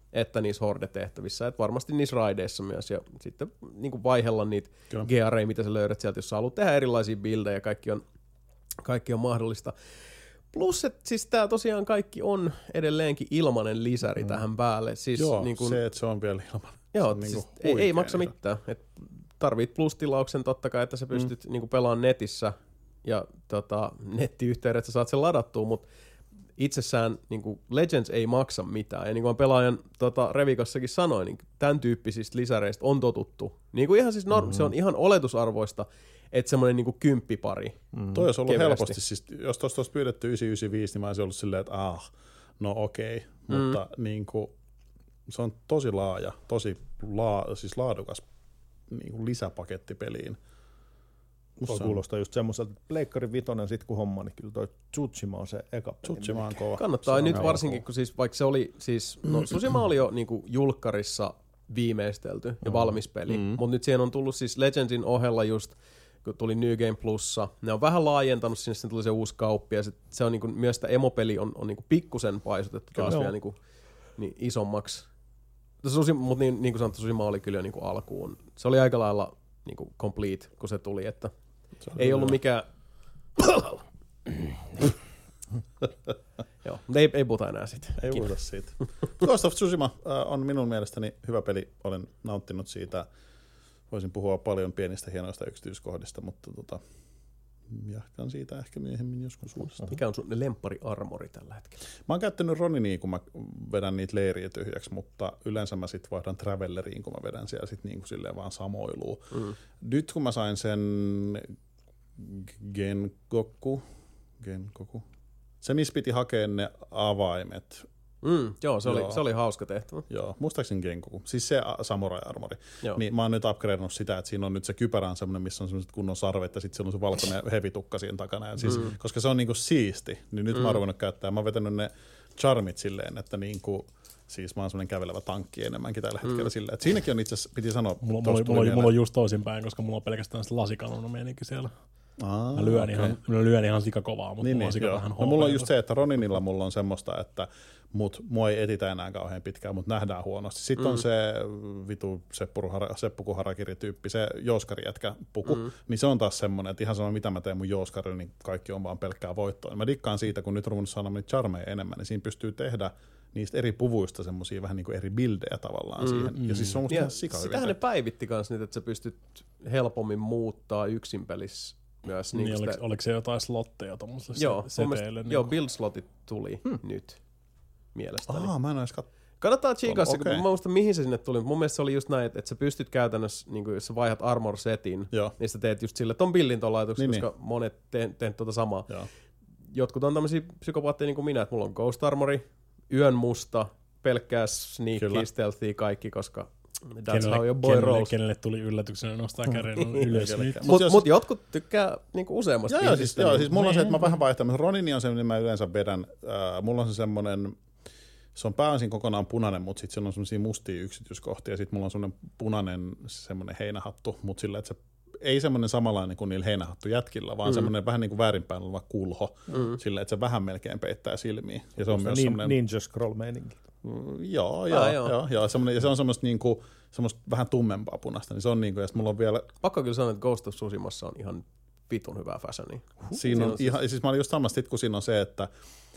että niissä horde-tehtävissä, että varmasti niissä raideissa myös, ja sitten niin kuin vaihella niitä geareja, mitä sä löydät sieltä, jos sä haluat tehdä erilaisia buildeja, kaikki on, kaikki on mahdollista. Plus, että siis tää tosiaan kaikki on edelleenkin ilmanen lisäri mm. tähän päälle. Siis, joo, niin kun, se, että se on vielä ilman. Joo, niin siis ei, ei maksa mitään. Et tarvit plus-tilauksen totta kai, että sä pystyt mm. niin pelaamaan netissä ja tota, nettiyhteydet sä saat sen ladattua, mutta itsessään niin kuin Legends ei maksa mitään. Ja niin kuin pelaajan tota, Revikossakin sanoi, niin tämän tyyppisistä lisäreistä on totuttu. Niin kuin ihan siis norm- mm. Se on ihan oletusarvoista, että semmoinen niin kuin kymppipari. Mm. Toi olisi ollut kevyesti. Helposti. Siis, jos tuosta olisi pyydetty yhdeksänsataayhdeksänkymmentäviisi, niin mä olisin ollut silleen, että ah, no okei. Okay. Mm. Mutta niin kuin, se on tosi laaja, tosi laa, siis laadukas niin kuin lisäpaketti peliin. Tuo kuulostaa just semmoiselta, että Pleikkari Vitoinen sit kun homma, niin kyllä toi Tsushima on se eka peli. Tsushima on kova. Kannattaa nyt varsinkin, kun siis vaikka se oli siis, no Tsushima oli jo niinku julkkarissa viimeistelty ja valmis peli, mm. mutta nyt siihen on tullut siis Legendsin ohella just, kun tuli New Game Plussa, ne on vähän laajentanut sinne, sitten tuli se uusi kauppi, ja sit se on niinku, myös sitä emopeli on, on niinku pikkusen paisutettu taas vielä niinku, niin isommaksi. Mutta niin, niin kuin sanottu, Tsushima oli kyllä jo niinku alkuun. Se oli aika lailla niinku complete, kun se tuli, että ei ollut mikään... Joo, ei, ei puhuta enää siitä. Ei puhuta siitä. Ghost of Tsushima äh, on minun mielestäni hyvä peli. Olen nauttinut siitä. Voisin puhua paljon pienistä hienoista yksityiskohdista, mutta tota, jatkan siitä ehkä myöhemmin joskus uudestaan. Mikä on sun lemppari-armori tällä hetkellä? Mä oon käyttänyt Roninia, kun mä vedän niitä leiriä tyhjäksi, mutta yleensä mä sit vaihdan Travelleriin, kun mä vedän siellä sit niinku silleen vaan samoilua. Mm. Nyt kun mä sain sen Gengoku, Gengoku, se missä piti hakea ne avaimet. Mm, joo, se, joo. Oli, se oli hauska tehtävä. Joo, muistaakseni Gengoku, siis se samurai-armori. Niin mä oon nyt upgradeannut sitä, että siinä on nyt se kypärä on semmoinen, missä on semmoiset kunnon sarvet ja sitten siellä on se valkoinen hevitukka siinä takana. Ja siis, mm. Koska se on niinku siisti, niin nyt mm. mä oon ruvennut käyttää. Mä oon vetänyt ne charmit silleen, että niinku, siis mä oon semmoinen kävelevä tankki enemmänkin tällä hetkellä mm. silleen. Että siinäkin on itse asiassa, piti sanoa. Mulla, mulla, mulla, mulla on just toisinpäin, koska mulla on pelkästään sitä lasikanona meininki siellä. Aa, mä, lyön okay. ihan, mä lyön ihan sikakovaa, mutta niin, mulla on sika vähän no, mulla on just se, että Roninilla mulla on semmoista, että mut, mua ei etitä enää kauhean pitkään, mutta nähdään huonosti. Sitten mm. on se vitu Seppuku Harakiri-tyyppi, se jouskarijätkä puku, mm. niin se on taas semmoinen, että ihan sama mitä mä teen mun jouskarilla, niin kaikki on vaan pelkkää voittoa. Mä dikkaan siitä, kun nyt on ruvennut saada niitä charmeja enemmän, niin siinä pystyy tehdä niistä eri puvuista semmosia vähän niin kuin eri bildejä tavallaan mm, siihen. Mm. Ja siis se on musta ihan sika hyvin. Sitähän ne päivitti kans nyt, että sä pystyt helpommin muuttaa yksin pelissä myös. Niin, niin oliko, sitä... oliko se jotain slotteja tommoselle joo, seteille? Niin joo, build-slotit tuli hmm. nyt mielestäni. Ahaa, mä en ois katso. Kannattaa tsiikaa se, okay. Mä muistan mihin se sinne tuli, mutta mun mielestä se oli just näin, että, että sä pystyt käytännössä, niin jos sä vaihdat armor-setin, joo. niin sä teet just sille, että on bildin ton laitoksi, niin, koska niin. monet teet te, tuota samaa. Joo. Jotkut on tämmöisiä psykopaatteja niin kuin minä, että mulla on Ghost Armori, yön musta, pelkkää sneaky, stealthy kaikki, koska that's kenelle, how your boy kenelle, rolls. Kenelle tuli yllätyksenä nostaa käden ylös nyt. Mutta jos... mut jotkut tykkää niinku useammasta. Joo, siis, joo, siis mulla on se, että mä vähän vaihtan. Ronini on se, mitä mä yleensä vedän. Äh, mulla on se semmonen, se on pääosin kokonaan punainen, mutta sitten siellä on semmosia mustia yksityiskohtia. Sitten mulla on semmonen punainen semmonen heinähattu, mutta sillä, että se ei semmoinen samanlainen kuin niillä heinähattujätkillä, vaan mm. semmoinen vähän niin kuin väärinpäin oleva kulho, mm. sillä että se vähän melkein peittää silmiä. Ja se on myös nin, semmoinen... Ninja Scroll-meininki. Mm, joo, joo, ah, joo. joo, joo ja se on semmoista, niinku, semmoista vähän tummempaa punaista, niin se on niinku, ja mulla on vielä... Pakko kyllä sanoa, että Ghost of Tsushimassa on ihan vitun hyvää fashionia. Siinä on, on ihan, siis... siis mä olin just samasta, kun siinä on se, että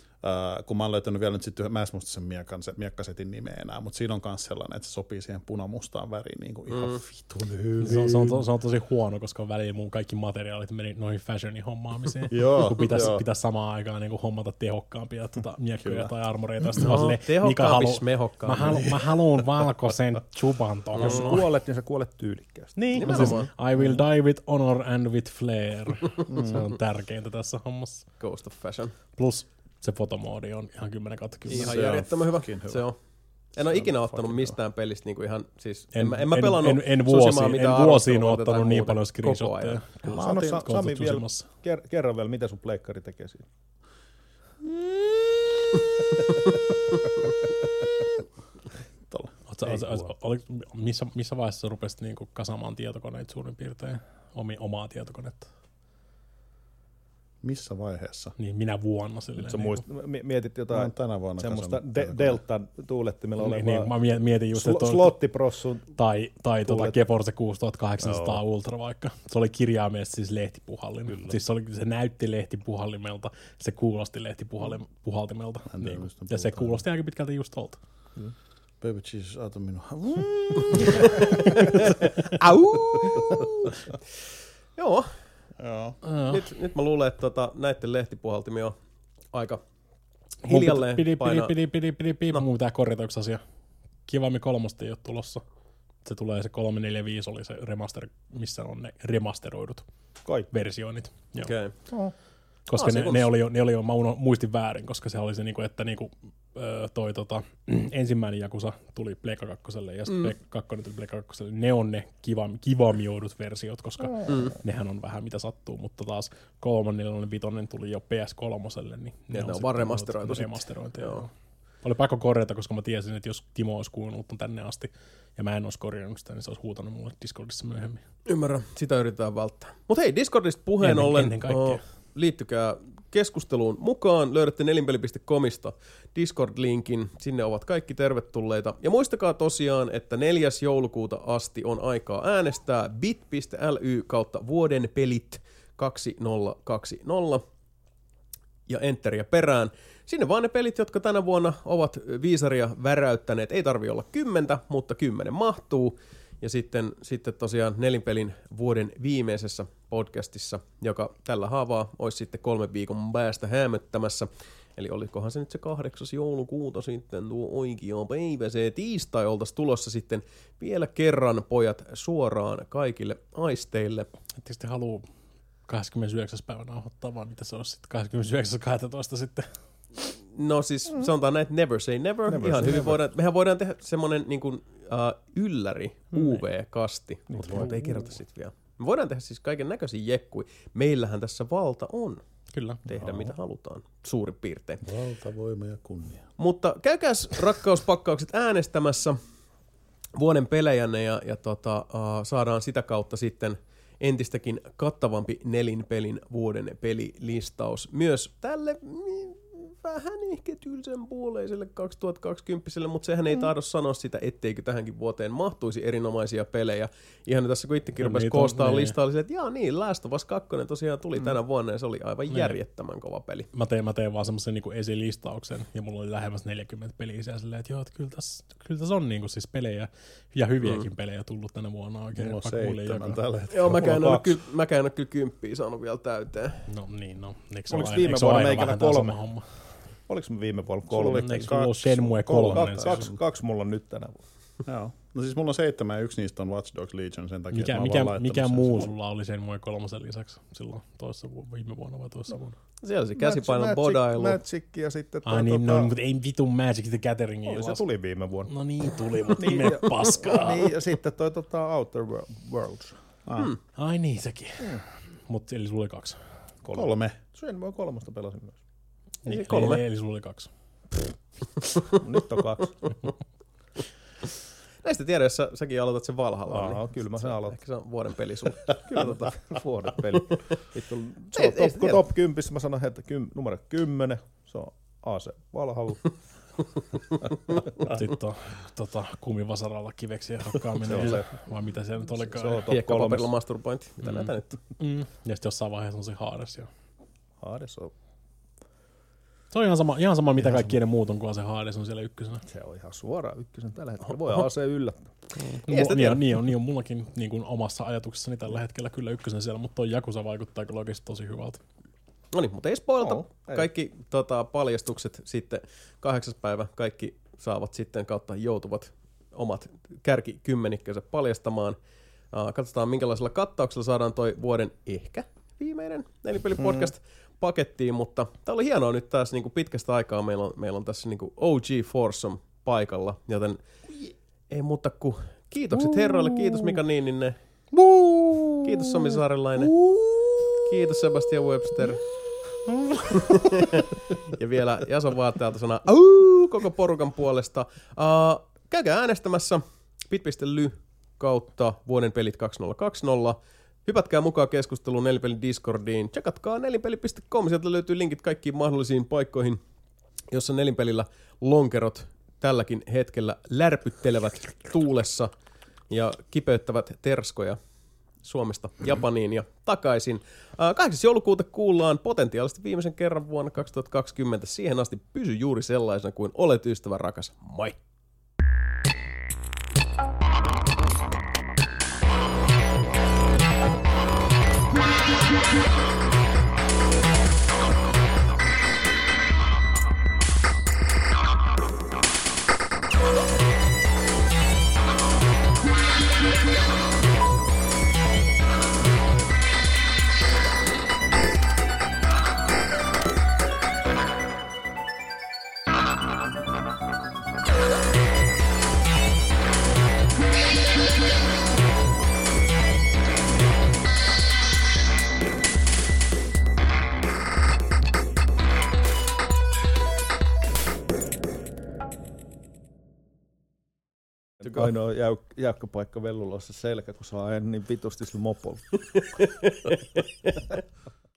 Uh, kun mä oon löytänyt vielä nyt sitten, mä en muista sen miekkan, se, miekkasetin nimeä enää, mutta siinä on myös sellainen, että se sopii siihen punamustaan väriin niin kuin mm. ihan vitun hyvin. Se on, se, on to, se on tosi huono, koska välillä mun kaikki materiaalit meni noihin fashionin hommaamiseen. Joo, kun pitäisi pitäis samaan aikaan niin kuin hommata tehokkaampia tuota, miekkoja tai armoreita. No, tehokkaampi smehokkaampi. Mä, halu, mä haluun valkoisen chuban tohon. Jos kuolet, niin sä kuolet tyylikkäästi. Niin, siis, I will die with honor and with flair. Se on tärkeintä tässä hommassa. Ghost of Fashion. Plus se fotomoodi on ihan kymmenen kautta kymmenen. Ihan järjettömän hyvä. hyvä. Se on. En ole ikinä ottanut mistään pelistä niinku ihan, siis en, en, mä, en mä pelannut en, en, vuosi, en vuosiin ottanut niin paljon screenshotteja. Sano Sami vielä, ker, kerro vielä, mitä sun pleikkari tekee siinä. missä, missä vaiheessa rupesit niinku kasaamaan tietokoneita suurin piirtein, omi, omaa tietokonetta? Missä vaiheessa? Niin, minä vuonna. Silleen, sä niin muist, mietit jotain no, tänä vuonna semmoista de- Deltan tuulettimella niin, olevaa niin, mä mietin just, sl- slottiprossun. Tai, tai tuota GeForce kuusituhattakahdeksansataa oh. Ultra vaikka. Se oli kirjaimellisesti siis lehtipuhallin. Kyllä. Siis se, oli, se näytti lehtipuhallimelta, se kuulosti lehtipuhaltimelta. Niin, ja se kuulosti aika pitkälti just tuolta. Mm. Baby Jesus, auta minua. Au! Joo. Joo. Nyt, nyt mä luulen, että tota, näiden lehtipuhaltimia on aika hiljalleen pidi, painaa. Pidi, pidi, pidi, pidi, no. Mun pitää korjata yksi asia. Kivami kolmosta ei ole tulossa. Se tulee se kolme neljä viisi oli se remaster, missä on ne remasteroidut Kaikki versioinnit. Joo. Okay. Oh. Koska ah, ne, ne, oli jo, ne oli jo, mä muistin väärin, koska se oli se, niinku, että niinku, toi tota, ensimmäinen Yakuza tuli Pleikka kakkoselle ja sitten mm. Pleikka kakkonen tuli Pleikka kakkoselle. Ne on ne kiva, kivamioidut versiot, koska mm. nehän on vähän mitä sattuu, mutta taas kolme, neljä, vitonen tuli jo P S kolmoselle, niin ne, ne on, on vaan remasteroitu. remasterointeja. Joo. Oli pakko korjata, koska mä tiesin, että jos Timo olisi kuunnellut tänne asti ja mä en olisi korjannut sitä, niin se olisi huutanut mulle Discordissa myöhemmin. Ymmärrän, sitä yritetään välttää. Mutta hei, Discordista puheen ennen, ollen ennen oh, liittykää keskusteluun mukaan. Löydätte nelinpeli piste comista Discord-linkin. Sinne ovat kaikki tervetulleita. Ja muistakaa tosiaan, että neljäs joulukuuta asti on aikaa äänestää bit piste l y kautta vuoden pelit kaksituhattakaksikymmentä ja enteriä perään. Sinne vaan ne pelit, jotka tänä vuonna ovat viisaria väräyttäneet. Ei tarvi olla kymmentä, mutta kymmenen mahtuu. Ja sitten, sitten tosiaan nelinpelin vuoden viimeisessä podcastissa, joka tällä haavaa olisi sitten kolme viikon päästä hämöttämässä. Eli olikohan se nyt se kahdeksas joulukuuta sitten tuo oikea päivä. Se tiistai oltaisiin tulossa sitten vielä kerran, pojat, suoraan kaikille aisteille. Ettekö te halua kahdeskymmenesyhdeksäs päivä nauhoittaa, vaan mitä se olisi sitten kahdeskymmenesyhdeksäs kahdestoista sitten? No siis mm. sanotaan näin, että never say never. never Ihan say hyvin never. voidaan, mehän voidaan tehdä semmoinen niin kuin, uh, ylläri, U V-kasti, mm. mutta me ei kerrota sitten vielä. Me voidaan tehdä siis kaiken näköisiä jekkuja. Meillähän tässä valta on. Kyllä. Tehdä mitä halutaan, suurin piirtein. Valta, voima ja kunnia. Mutta käykääs rakkauspakkaukset äänestämässä vuoden pelejänne ja, ja tota, uh, saadaan sitä kautta sitten entistäkin kattavampi nelinpelin vuoden pelilistaus myös tälle vähän ehkä tylsän puoleiselle kaksituhattakaksikymmentä, mutta sehän ei tahdo sanoa sitä, etteikö tähänkin vuoteen mahtuisi erinomaisia pelejä. Ihan tässä kun itsekin rupesi koostaa listaa, oli se, että jaa niin, Last of Us kaksi tosiaan tuli mm. tänä vuonna ja se oli aivan niin. järjettömän kova peli. Mä tein, mä tein vaan semmoisen niinku esilistauksen ja mulla oli lähemmäs neljäkymmentä peliä siellä silleen, että joo, että kyllä tässä, kyllä tässä on niinku siis pelejä ja hyviäkin mm. pelejä tullut tänä vuonna oikein. Mulla on seitsemän tällä hetkellä. Joo, mäkään en ole kyllä, mäkään ole kyllä kymppiä saanut vielä täyteen. No niin, no. Oliko viime vuonna meikänä kolme? Oliko me viime vuonna kolme? Eikö sulla ollut Shenmue kolme? Kaksi, kaksi mulla on nyt tänä vuonna. Joo. No siis mulla on seitsemän ja yksi niistä on Watch Dogs Legion sen takia, mikä, että mikä, mikä muu sen. sulla oli Shenmue kolmosen lisäksi silloin toissa vu- viime vuonna vai toissa no. vuonna? Siellä se käsipainon bodailu. Magic ja sitten... Ai niin, no, mutta ei vitun Magic the Gatheringia. Oli, se tuli viime vuonna. No niin tuli, mutta niin, me paskaa. Niin, ja sitten toi tota, Outer Worlds. Ah. Hmm. Ai niin, sekin. Hmm. Mutta eli sulla oli kaksi. Kolme. Kolme. Shenmue kolmosta pelasin myös. Niin, kolme. Eli, eli sulla oli kaksi. Nyt on kaksi. Näistä tiedä, jos sä, säkin aloitat sen Valhalla. Aa, niin kyllä mä sen aloitan. Ehkä se on vuoden peli sulle. Kyllä tota, vuoden peli. Vittu, se on top, top kympissä, mä sanon, että kym, numero kymmenen, se on A C Valhalla. Sitten on tota, kumivasaralla kiveksi ja hakkaaminen, se, vai mitä se nyt olikaan. Se on top hiekkapaperilla masturbointi, mitä mm. näitä nyt. Mm. Ja sitten jossain vaiheessa on se Hades. Ja... Hades on... Se on ihan sama, ihan sama mitä kaikki ne muut on, kun se Hades on siellä ykkösenä. Se on ihan suoraan ykkösen tällä hetkellä. Voi A C yllättää. Mm. Niin, niin, on, niin, on, niin on mullakin niin kuin omassa ajatuksessani tällä hetkellä kyllä ykkösen siellä, mutta toi Yakuza vaikuttaa kyllä oikeasti tosi hyvältä. No niin, mutta ei spoilata. Oh, ei. Kaikki tota, paljastukset sitten kahdeksas päivä, kaikki saavat sitten kautta joutuvat omat kärkikymmenikkönsä paljastamaan. Uh, katsotaan minkälaisella kattauksella saadaan toi vuoden ehkä viimeinen Nelipeli-podcast mm. pakettiin, mutta tää oli hienoa nyt taas niin kuin pitkästä aikaa. Meillä on, meillä on tässä niin kuin O G Foursome paikalla, joten ei muuta kuin kiitokset herroille. Kiitos Mika Niininen. Kiitos Sami Saarelainen. Kiitos Sebastian Webster. Ja vielä Jason Vaatteelta sana Auu! Koko porukan puolesta. Uh, käykää äänestämässä bit piste l y kautta vuoden pelit kaksituhattakaksikymmentä. Hypätkää mukaan keskusteluun Nelipelin Discordiin. Tsekatkaa nelipeli piste com, sieltä löytyy linkit kaikkiin mahdollisiin paikkoihin, jossa Nelinpelillä lonkerot tälläkin hetkellä lärpyttelevät tuulessa ja kipeyttävät terskoja Suomesta Japaniin ja takaisin. kahdeksas joulukuuta kuullaan potentiaalisesti viimeisen kerran vuonna kaksituhattakaksikymmentä. Siihen asti pysy juuri sellaisena kuin olet, ystävä rakas. Moi! Ainoa jäyk- jäykkä paikka Vellulassa selkä, kun saa en niin vitusti sillä mopolla.